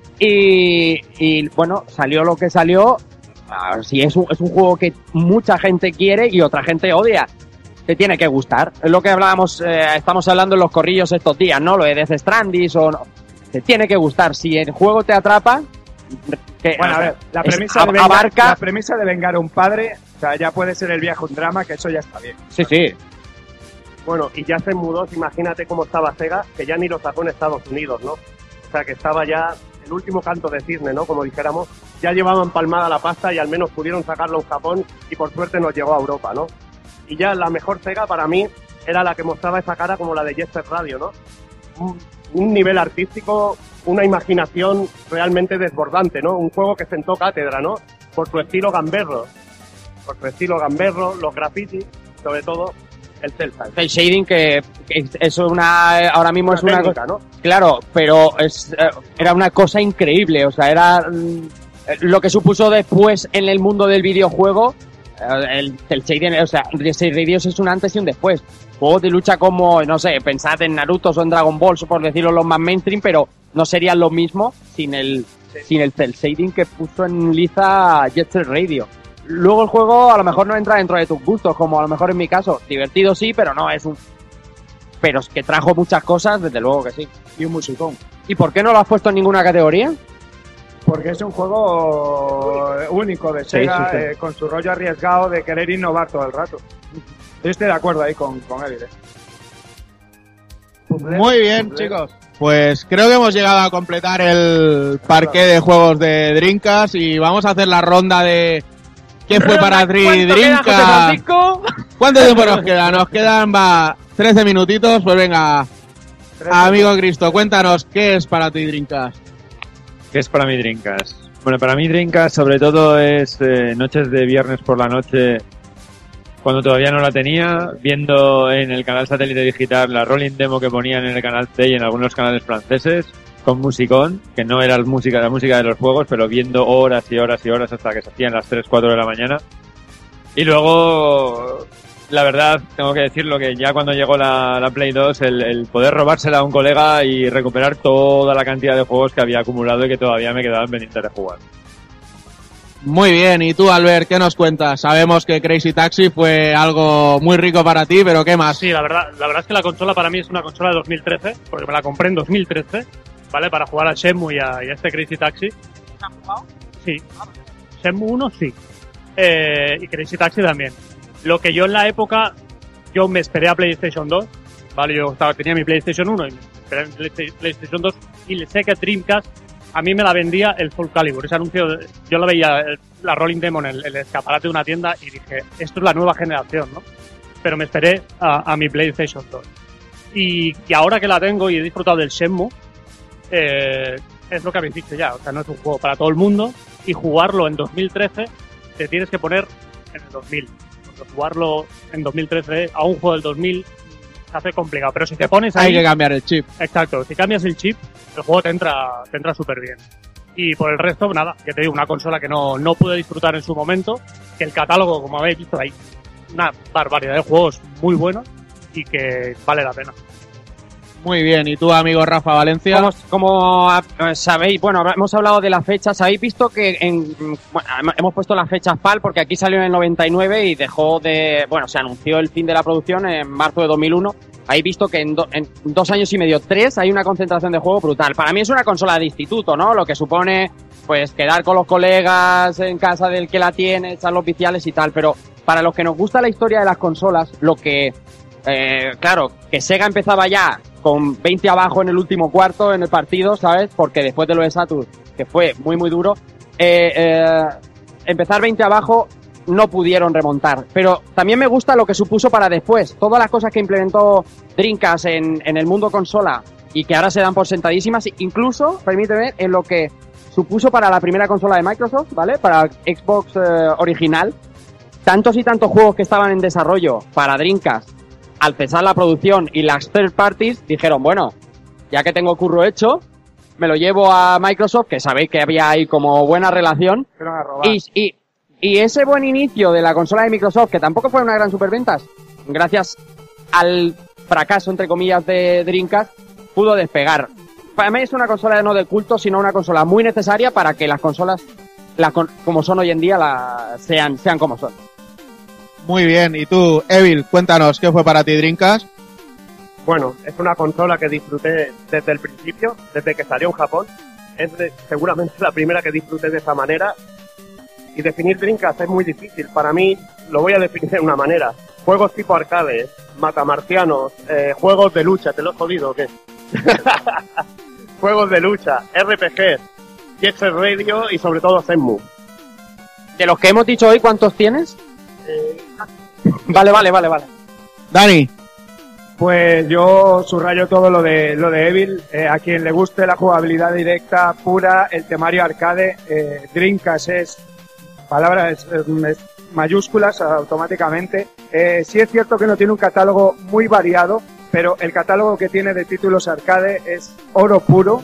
Y, y bueno, salió lo que salió. Ah, sí, es un, es un juego que mucha gente quiere y otra gente odia. Te tiene que gustar. Es lo que hablábamos, eh, estamos hablando en los corrillos estos días, ¿no? Lo de Death Stranding o no. Te tiene que gustar. Si el juego te atrapa, que, Bueno, o a sea, ver, la es- premisa, de ab- vengar, abarca. la premisa de vengar a un padre, o sea, ya puede ser el viaje un drama, que eso ya está bien. Sí, sí. Bueno, y ya se mudó, imagínate cómo estaba Sega, que ya ni lo sacó en Estados Unidos, ¿no? O sea, que estaba ya el último canto de cisne, ¿no? Como dijéramos, ya llevaban palmada la pasta y al menos pudieron sacarlo en Japón y por suerte nos llegó a Europa, ¿no? Y ya la mejor Sega para mí era la que mostraba esa cara como la de Jet Set Radio, ¿no? Un, un nivel artístico, una imaginación realmente desbordante, ¿no? Un juego que sentó cátedra, ¿no? Por su estilo gamberro, por su estilo gamberro, los graffiti, sobre todo el cel shading. El shading que, que es una, ahora mismo Una es una técnica, cosa, ¿no? claro, pero es, eh, era una cosa increíble, o sea, era mm, eh, lo que supuso después en el mundo del videojuego, eh, el, el shading, o sea, Jet Radio es un antes y un después. Juegos de lucha como, no sé, pensad en Naruto o en Dragon Ball, por decirlo los más mainstream, pero no serían lo mismo sin el, sin el cel shading que puso en liza Jet Set Radio. Luego el juego a lo mejor no entra dentro de tus gustos, como a lo mejor en mi caso. Divertido sí, pero no es un... Pero es que trajo muchas cosas, desde luego que sí. Y un musicón. ¿Y por qué no lo has puesto en ninguna categoría? Porque es un juego único de Sega, sí, sí. eh, con su rollo arriesgado de querer innovar todo el rato. Yo estoy de acuerdo ahí con, con Evil, ¿eh? Muy bien, chicos. Pues creo que hemos llegado a completar el parqué de juegos de Dreamcast y vamos a hacer la ronda de ¿qué fue para ti ¿Cuánto queda, José Dreamcast? Francisco? ¿Cuánto tiempo nos queda? Nos quedan va trece minutitos, pues venga. Amigo Cristo, cuéntanos qué es para ti Dreamcast. ¿Qué es para mí Dreamcast? Bueno, para mí Dreamcast sobre todo es eh, noches de viernes por la noche, cuando todavía no la tenía, viendo en el canal satélite digital la rolling demo que ponían en el canal C y en algunos canales franceses, con musicón, que no era la música, la música de los juegos, pero viendo horas y horas y horas hasta que se hacían las tres, cuatro de la mañana. Y luego, la verdad, tengo que decirlo, que ya cuando llegó la, la Play dos, el, el poder robársela a un colega y recuperar toda la cantidad de juegos que había acumulado y que todavía me quedaban pendientes de jugar. Muy bien, y tú, Albert, ¿qué nos cuentas? Sabemos que Crazy Taxi fue algo muy rico para ti, pero ¿qué más? Sí, la verdad, la verdad es que la consola para mí es una consola de dos mil trece, porque me la compré en dos mil trece, ¿vale? Para jugar a Shenmue y a, y a este Crazy Taxi. ¿Has jugado? Sí. Shenmue uno sí. Eh, y Crazy Taxi también. Lo que yo en la época, yo me esperé a PlayStation dos, ¿vale? Yo estaba, tenía mi PlayStation uno y me esperé en Play- PlayStation dos y sé que Dreamcast a mí me la vendía el Soul Calibur. Ese anuncio, de- yo lo veía, el- la Rolling Demo en el, el escaparate de una tienda y dije, esto es la nueva generación, ¿no? Pero me esperé a, a mi PlayStation dos. Y, y ahora que la tengo y he disfrutado del Shenmue, eh, es lo que habéis dicho ya. O sea, no es un juego para todo el mundo y jugarlo en dos mil trece te tienes que poner en el dos mil. Porque jugarlo en dos mil trece a un juego del dos mil se hace complicado. Pero si te pones ahí... Hay que cambiar el chip. Exacto, si cambias el chip, el juego te entra te entra súper bien. Y por el resto, nada, ya te digo, una consola que no, no pude disfrutar en su momento, que el catálogo, como habéis visto, hay una barbaridad de juegos muy buenos y que vale la pena. Muy bien, ¿y tú, amigo Rafa Valencia? Como, como eh, sabéis, bueno, hemos hablado de las fechas. Habéis visto que en, bueno, hemos puesto las fechas P A L porque aquí salió en el noventa y nueve y dejó de, bueno, se anunció el fin de la producción en marzo de dos mil uno. Habéis visto que en, do, en dos años y medio, tres, hay una concentración de juego brutal. Para mí es una consola de instituto, ¿no? Lo que supone, pues, quedar con los colegas en casa del que la tiene, echar los viciales y tal. Pero para los que nos gusta la historia de las consolas, lo que, eh, claro, que Sega empezaba ya con veinte abajo en el último cuarto en el partido, ¿sabes? Porque después de lo de Saturn, que fue muy muy duro, eh, eh, empezar veinte abajo no pudieron remontar. Pero también me gusta lo que supuso para después. Todas las cosas que implementó Dreamcast en, en el mundo consola y que ahora se dan por sentadísimas, incluso, permíteme, en lo que supuso para la primera consola de Microsoft, ¿vale? Para Xbox eh, original. Tantos y tantos juegos que estaban en desarrollo para Dreamcast, al cesar la producción y las third parties, dijeron, bueno, ya que tengo curro hecho, me lo llevo a Microsoft, que sabéis que había ahí como buena relación. Y, y, y ese buen inicio de la consola de Microsoft, que tampoco fue una gran superventas, gracias al fracaso, entre comillas, de Dreamcast, pudo despegar. Para mí es una consola no de culto, sino una consola muy necesaria para que las consolas, la, como son hoy en día, la, sean, sean como son. Muy bien, y tú, Evil, cuéntanos, ¿qué fue para ti Dreamcast? Bueno, es una consola que disfruté desde el principio, desde que salió en Japón. Es de, seguramente la primera que disfruté de esa manera. Y definir Dreamcast es muy difícil. Para mí, lo voy a definir de una manera. Juegos tipo arcade, matamarcianos, eh, juegos de lucha, ¿te lo he jodido o qué? Juegos de lucha, R P G, Jet Set Radio y sobre todo Shenmue. De los que hemos dicho hoy, ¿cuántos tienes? Eh, Vale, vale, vale, vale. Dani. Pues yo subrayo todo lo de lo de Evil. Eh, a quien le guste la jugabilidad directa, pura, el temario arcade, eh, Dreamcast es palabras es, mayúsculas automáticamente. Eh, sí es cierto que no tiene un catálogo muy variado, pero el catálogo que tiene de títulos arcade es oro puro.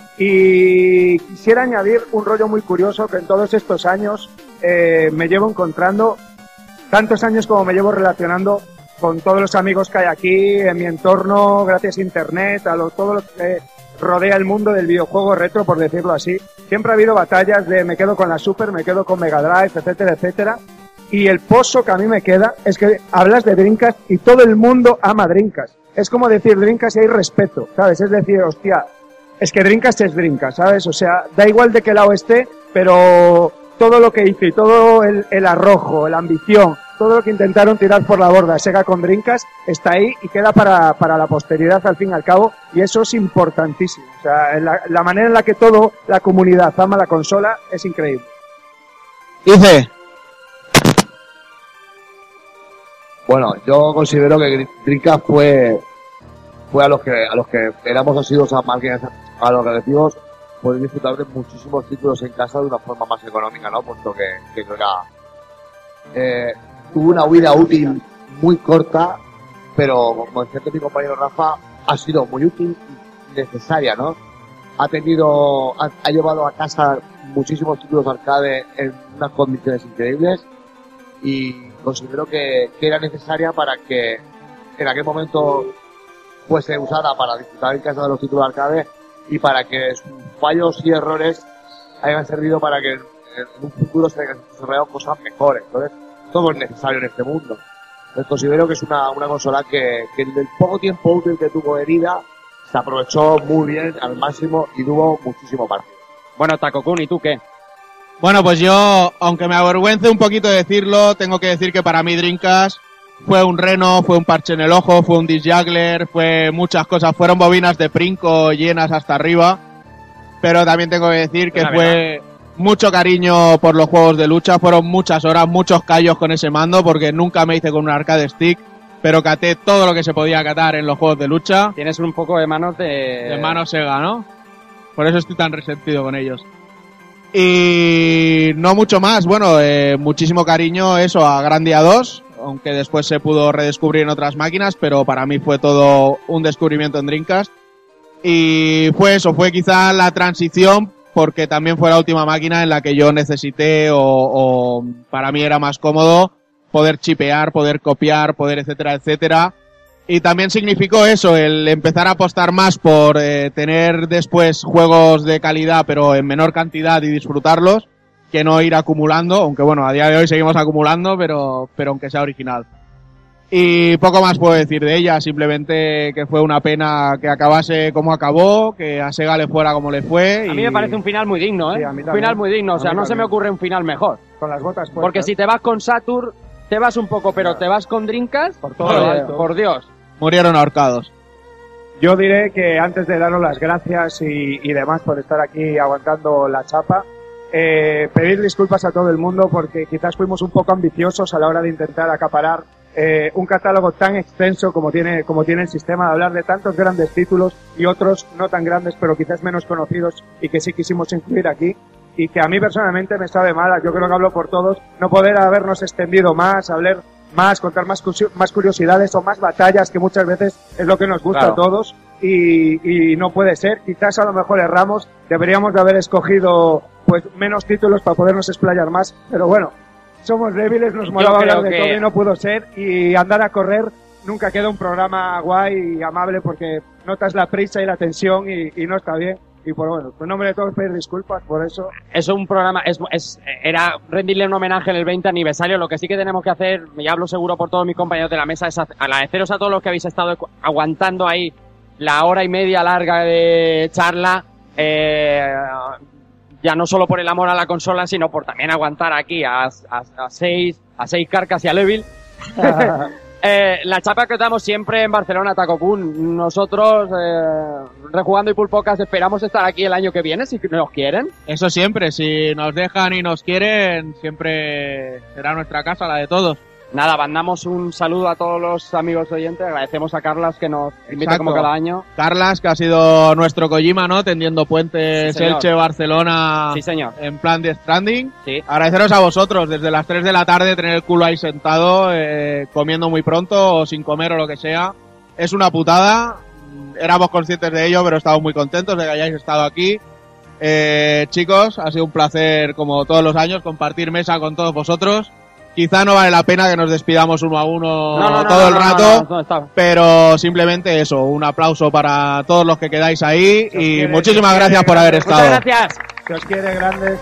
Y quisiera añadir un rollo muy curioso que en todos estos años eh, me llevo encontrando, tantos años como me llevo relacionando con todos los amigos que hay aquí, en mi entorno, gracias a internet, a lo, todo lo que rodea el mundo del videojuego retro, por decirlo así. Siempre ha habido batallas de me quedo con la Super, me quedo con Mega Drive, etcétera, etcétera. Y el pozo que a mí me queda es que hablas de Dreamcast y todo el mundo ama Dreamcast. Es como decir Dreamcast y hay respeto, ¿sabes? Es decir, hostia, es que Dreamcast es Dreamcast, ¿sabes? O sea, da igual de qué lado esté, pero todo lo que hizo y todo el, el arrojo, la ambición, todo lo que intentaron tirar por la borda Sega con Dreamcast está ahí y queda para, para la posteridad al fin y al cabo, y eso es importantísimo. O sea, la, la manera en la que toda la comunidad ama la consola es increíble. Dice. Bueno, yo considero que Dreamcast fue fue a los que a los que éramos asiduos a máquinas a los agresivos poder disfrutar de muchísimos títulos en casa de una forma más económica, ¿no? Puesto que, que no era... Eh, tuvo una vida útil muy corta, pero como decía mi compañero Rafa, ha sido muy útil y necesaria, ¿no? Ha tenido, ha, ha llevado a casa muchísimos títulos arcade en unas condiciones increíbles y considero que, que era necesaria para que en aquel momento fuese usada para disfrutar en casa de los títulos arcade y para que sus fallos y errores hayan servido para que en, en un futuro se hayan desarrollado cosas mejores. Entonces, todo es necesario en este mundo. Entonces, considero que es una, una consola que, que en el poco tiempo útil que tuvo de vida se aprovechó muy bien al máximo y tuvo muchísimo partido. Bueno, Takokun, ¿y tú qué? Bueno, pues yo, aunque me avergüence un poquito decirlo, tengo que decir que para mí Dreamcast fue un reno, fue un parche en el ojo, fue un disc juggler, fue muchas cosas, fueron bobinas de Princo llenas hasta arriba, pero también tengo que decir que fue mucho cariño por los juegos de lucha, fueron muchas horas, muchos callos con ese mando, porque nunca me hice con un arcade stick, pero caté todo lo que se podía catar en los juegos de lucha. Tienes un poco de manos de... De manos Sega, ¿no? Por eso estoy tan resentido con ellos. Y no mucho más, bueno, eh, muchísimo cariño eso a Grandia dos, aunque después se pudo redescubrir en otras máquinas, pero para mí fue todo un descubrimiento en Dreamcast. Y fue eso, fue quizá la transición, porque también fue la última máquina en la que yo necesité o, o para mí era más cómodo poder chipear, poder copiar, poder etcétera, etcétera. Y también significó eso, el empezar a apostar más por eh, tener después juegos de calidad pero en menor cantidad y disfrutarlos, que no ir acumulando, aunque bueno, a día de hoy seguimos acumulando, pero, pero aunque sea original. Y poco más puedo decir de ella, simplemente que fue una pena que acabase como acabó, que a Sega le fuera como le fue. A y... mí me parece un final muy digno, ¿eh? Sí, a mí un también. final muy digno, o A sea, mí no se también. me ocurre un final mejor. Con las botas puestas. Porque si te vas con Saturn, te vas un poco, pero te vas con Dreamcast, por todo lo alto. por Dios. Murieron ahorcados. Yo diré que antes de daros las gracias y, y demás por estar aquí aguantando la chapa, eh, pedir disculpas a todo el mundo porque quizás fuimos un poco ambiciosos a la hora de intentar acaparar eh, un catálogo tan extenso como tiene, como tiene el sistema, de hablar de tantos grandes títulos y otros no tan grandes pero quizás menos conocidos y que sí quisimos incluir aquí. Y que a mí personalmente me sabe mal, yo creo que hablo por todos, no poder habernos extendido más, hablar más, contar más, cursi- más curiosidades o más batallas, que muchas veces es lo que nos gusta Claro. a todos y, y no puede ser. Quizás a lo mejor erramos, deberíamos de haber escogido pues menos títulos para podernos explayar más, pero bueno, somos débiles, nos molaba creo hablar de que- todo y no pudo ser, y andar a correr nunca queda un programa guay y amable porque notas la prisa y la tensión y, y no está bien. Y por bueno, en nombre de todos pedir disculpas por eso. Es un programa, es, es, era rendirle un homenaje en el veinte aniversario. Lo que sí que tenemos que hacer, y hablo seguro por todos mis compañeros de la mesa, es agradeceros a todos los que habéis estado aguantando ahí la hora y media larga de charla. Eh, ya no solo por el amor a la consola, sino por también aguantar aquí a, a, a seis, a seis carcas y a Levil. Eh, la chapa que os damos siempre en Barcelona, Takokun. Nosotros, eh, Rejugando y Pulpocas, esperamos estar aquí el año que viene, si nos quieren. Eso siempre, si nos dejan y nos quieren, siempre será nuestra casa, la de todos. Nada, mandamos un saludo a todos los amigos oyentes. Agradecemos a Carlas que nos invita Exacto. como cada año. Carlas, que ha sido nuestro Kojima, ¿no? Tendiendo puentes, Sí, señor. Elche, Barcelona, Sí, señor. en plan de Stranding. Sí. Agradeceros a vosotros, desde las tres de la tarde, tener el culo ahí sentado, eh, comiendo muy pronto o sin comer o lo que sea. Es una putada. Éramos conscientes de ello, pero estamos muy contentos de que hayáis estado aquí. Eh, chicos, ha sido un placer, como todos los años, compartir mesa con todos vosotros. Quizá no vale la pena que nos despidamos uno a uno No, no, no, todo no, el no, rato, no, no, no, está. pero simplemente eso, un aplauso para todos los que quedáis ahí Se os y quiere, muchísimas se os gracias quiere, por haber gracias. estado. Muchas gracias. Se os quiere grandes.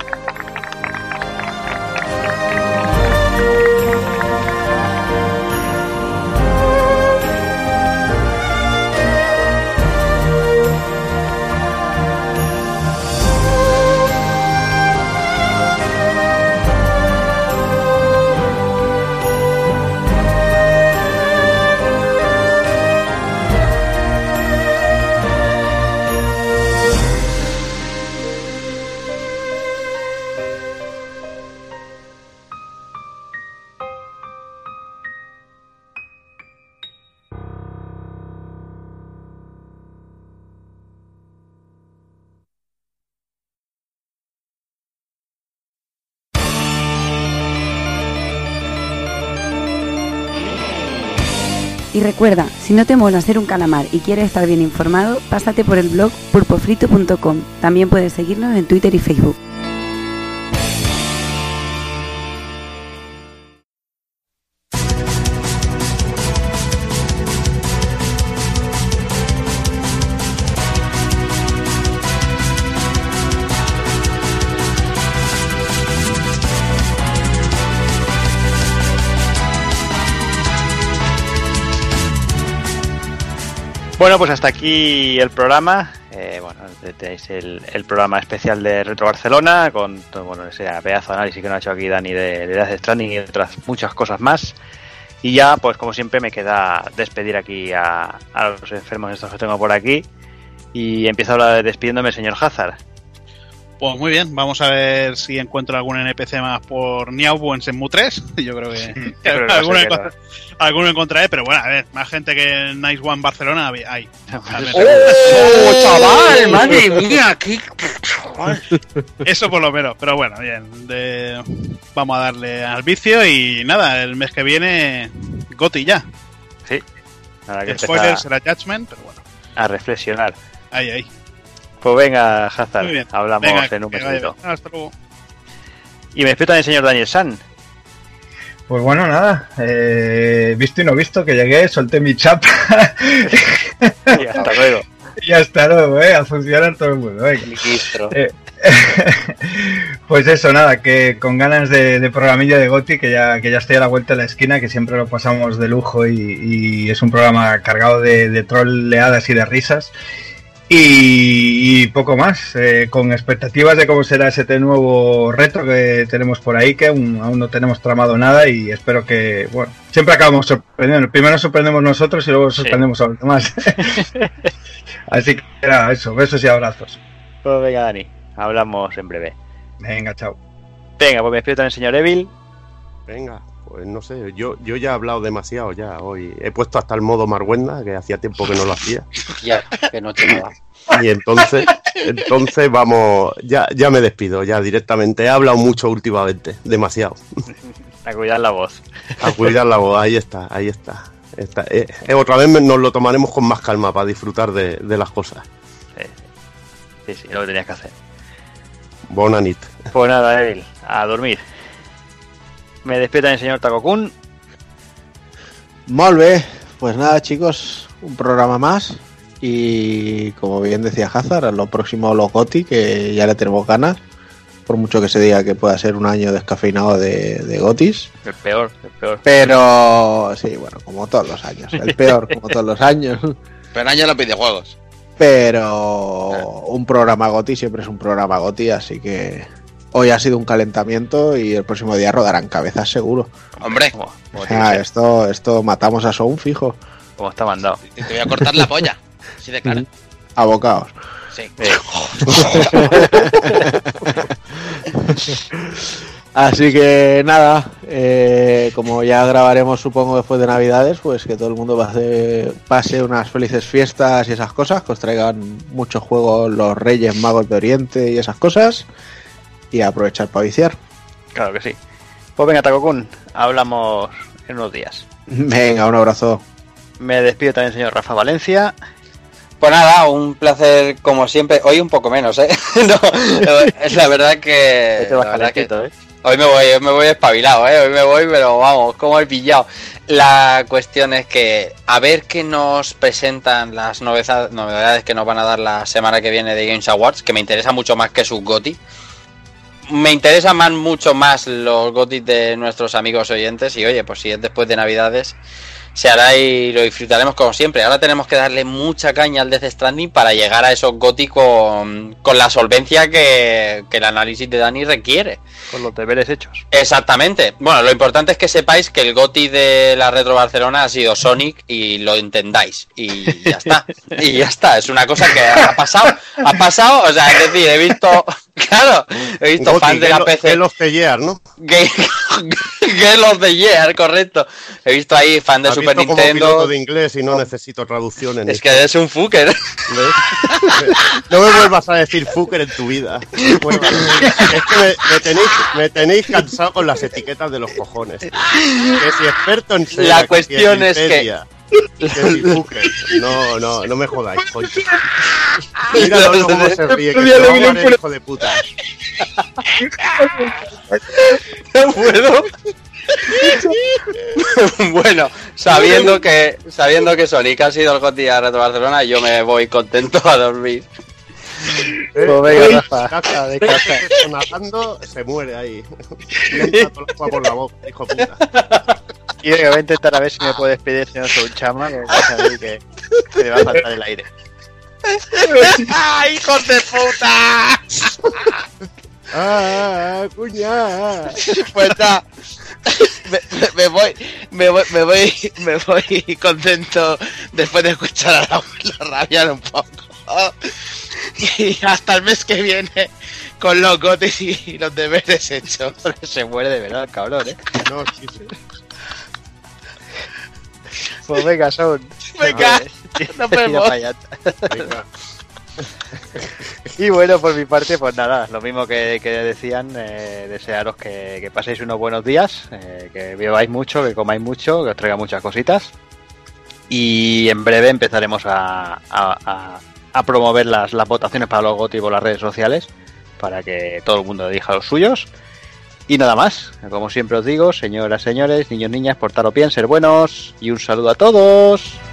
Y recuerda, si no te mola ser un calamar y quieres estar bien informado, pásate por el blog pulpofrito punto com. También puedes seguirnos en Twitter y Facebook. Bueno, pues hasta aquí el programa. Eh, bueno, tenéis el, el programa especial de Retro Barcelona con todo, bueno, ese pedazo de análisis que nos ha hecho aquí Dani de, de Death Stranding y otras muchas cosas más. Y ya, pues como siempre, me queda despedir aquí a, a los enfermos estos que tengo por aquí. Y empiezo a hablar despidiéndome, señor Hazard. Pues muy bien, vamos a ver si encuentro algún N P C más por Niau o en Shenmue tres. Yo creo que, Yo creo que alguno, no sé encontraré, alguno encontraré, pero bueno, a ver, más gente que en Nice One Barcelona hay. ¡Oh, chaval! ¡Madre mía! ¡Qué... Eso por lo menos, pero bueno, bien. De... Vamos a darle al vicio y nada, el mes que viene, Goti ya. Sí. Nada, que Spoilers será Judgment, pero bueno. A reflexionar. Ahí, ahí. Pues venga, Hazard, Muy bien. hablamos Venga, en un que mesito. vaya. Hasta luego. Y me despido también el señor Daniel San. Pues bueno, nada, eh, visto y no visto, que llegué, solté mi chapa. Y hasta luego. Y hasta luego, eh, a funcionar todo el mundo. Venga. Eh, pues eso, nada, que con ganas de, de programilla de Goti, que ya, que ya estoy a la vuelta de la esquina, que siempre lo pasamos de lujo y, y es un programa cargado de, de trolleadas y de risas. Y, y poco más, eh, con expectativas de cómo será ese nuevo reto que tenemos por ahí, que aún, aún no tenemos tramado nada y espero que, bueno, siempre acabamos sorprendiendo. Primero sorprendemos nosotros y luego sorprendemos sí. a los demás. Así que era eso, besos y abrazos. Pues venga, Dani, hablamos en breve. Venga, chao. Venga, pues me despido también, señor Evil. Venga, pues no sé, yo, yo ya he hablado demasiado ya hoy. He puesto hasta el modo Marguenda, que hacía tiempo que no lo hacía. Ya, que noche me va. Y entonces, entonces vamos, ya, ya me despido, ya directamente. He hablado mucho últimamente, demasiado. A cuidar la voz. A cuidar la voz, ahí está, ahí está. está. Eh, eh, otra vez nos lo tomaremos con más calma para disfrutar de, de las cosas. Sí, sí, sí, lo que tenías que hacer. Bona nit. Pues nada, Evil, a dormir. Me despido también, señor Takokun. Molt bé, pues nada, chicos, un programa más. Y como bien decía Hazard, a lo próximo los Goti, que ya le tenemos ganas. Por mucho que se diga que pueda ser un año descafeinado de, de Gotis. El peor, el peor. Pero sí, bueno, como todos los años. El peor, como todos los años. Pero año los videojuegos. Pero un programa Goti siempre es un programa Goti, así que hoy ha sido un calentamiento y el próximo día rodarán cabezas seguro. Hombre, como, como o sea, esto, esto matamos a Sound fijo. Como está mandado. Te voy a cortar la polla. Así de cara. Abocaos. Sí. Eh. Así que nada, eh, como ya grabaremos supongo después de Navidades, pues que todo el mundo pase, pase unas felices fiestas y esas cosas, que os traigan muchos juegos los Reyes Magos de Oriente y esas cosas, y aprovechar para viciar. Claro que sí. Pues venga, Takokun, hablamos en unos días. Venga, un abrazo. Me despido también, señor Rafa Valencia. Pues nada, un placer como siempre. Hoy un poco menos, ¿eh? No, es la verdad que... Este va la verdad que ¿eh? Hoy me voy, hoy me voy espabilado, ¿eh? Hoy me voy, pero vamos, como he pillado. La cuestión es que a ver qué nos presentan las novedades, novedades que nos van a dar la semana que viene de Games Awards, que me interesa mucho más que sus GOTY. Me interesan más, mucho más los GOTY de nuestros amigos oyentes y oye, pues si es después de Navidades... se hará y lo disfrutaremos como siempre. Ahora tenemos que darle mucha caña al Death Stranding para llegar a esos GOTY con, con la solvencia que, que el análisis de Dani requiere. Con los deberes hechos. Exactamente. Bueno, lo importante es que sepáis que el GOTY de la Retro Barcelona ha sido Sonic y lo entendáis. Y ya está. Y ya está. Es una cosa que ha pasado. Ha pasado, o sea, es decir, he visto... Claro, he visto fans de la P C. Game of the Year, ¿no? Game, Game of the Year, correcto. He visto ahí fan de Super Nintendo. Nintendo. Como piloto de inglés y no necesito traducciones. Es que eres un fucker. No me vuelvas a decir fucker en tu vida. Bueno, es que me, me, tenéis, me tenéis cansado con las etiquetas de los cojones. Que si experto en Sega, La cuestión que si es que Que si Fuker. No, no, no me jodáis, coño. Míralo cómo se ríe, que se va a morir el hijo de puta. No puedo. Bueno, sabiendo que sabiendo que Sonic ha sido el G O T Y de Retro Barcelona, yo me voy contento a dormir. Eh, Pues venga, eh, Rafa, caza, de caza. Nadando, se muere ahí. Le entra todo el agua por la boca, hijo de puta. Y venga, voy a intentar a ver si me puedo despedir si no soy un chama, que, que, que, que me va a faltar el aire. ¡Ah, hijos de puta! ¡Ah, cuña! Pues nada, me, me- me voy, me voy, me voy, me voy contento después de escuchar a la abuela rabiar un poco. Y hasta el mes que viene con los gotes y los deberes hechos. Se muere de verdad, cabrón, ¿eh? No, sí, sí. Pues venga, son. Venga, nos vemos. Venga. Y bueno, por mi parte, pues nada, lo mismo que, que decían, eh, desearos que, que paséis unos buenos días, eh, que bebáis mucho, que comáis mucho, que os traiga muchas cositas. Y en breve empezaremos a, a, a, a promover las, las votaciones para los GOTY por las redes sociales, para que todo el mundo elija los suyos. Y nada más, como siempre os digo, señoras, señores, niños, niñas, portaros bien, ser buenos, y un saludo a todos.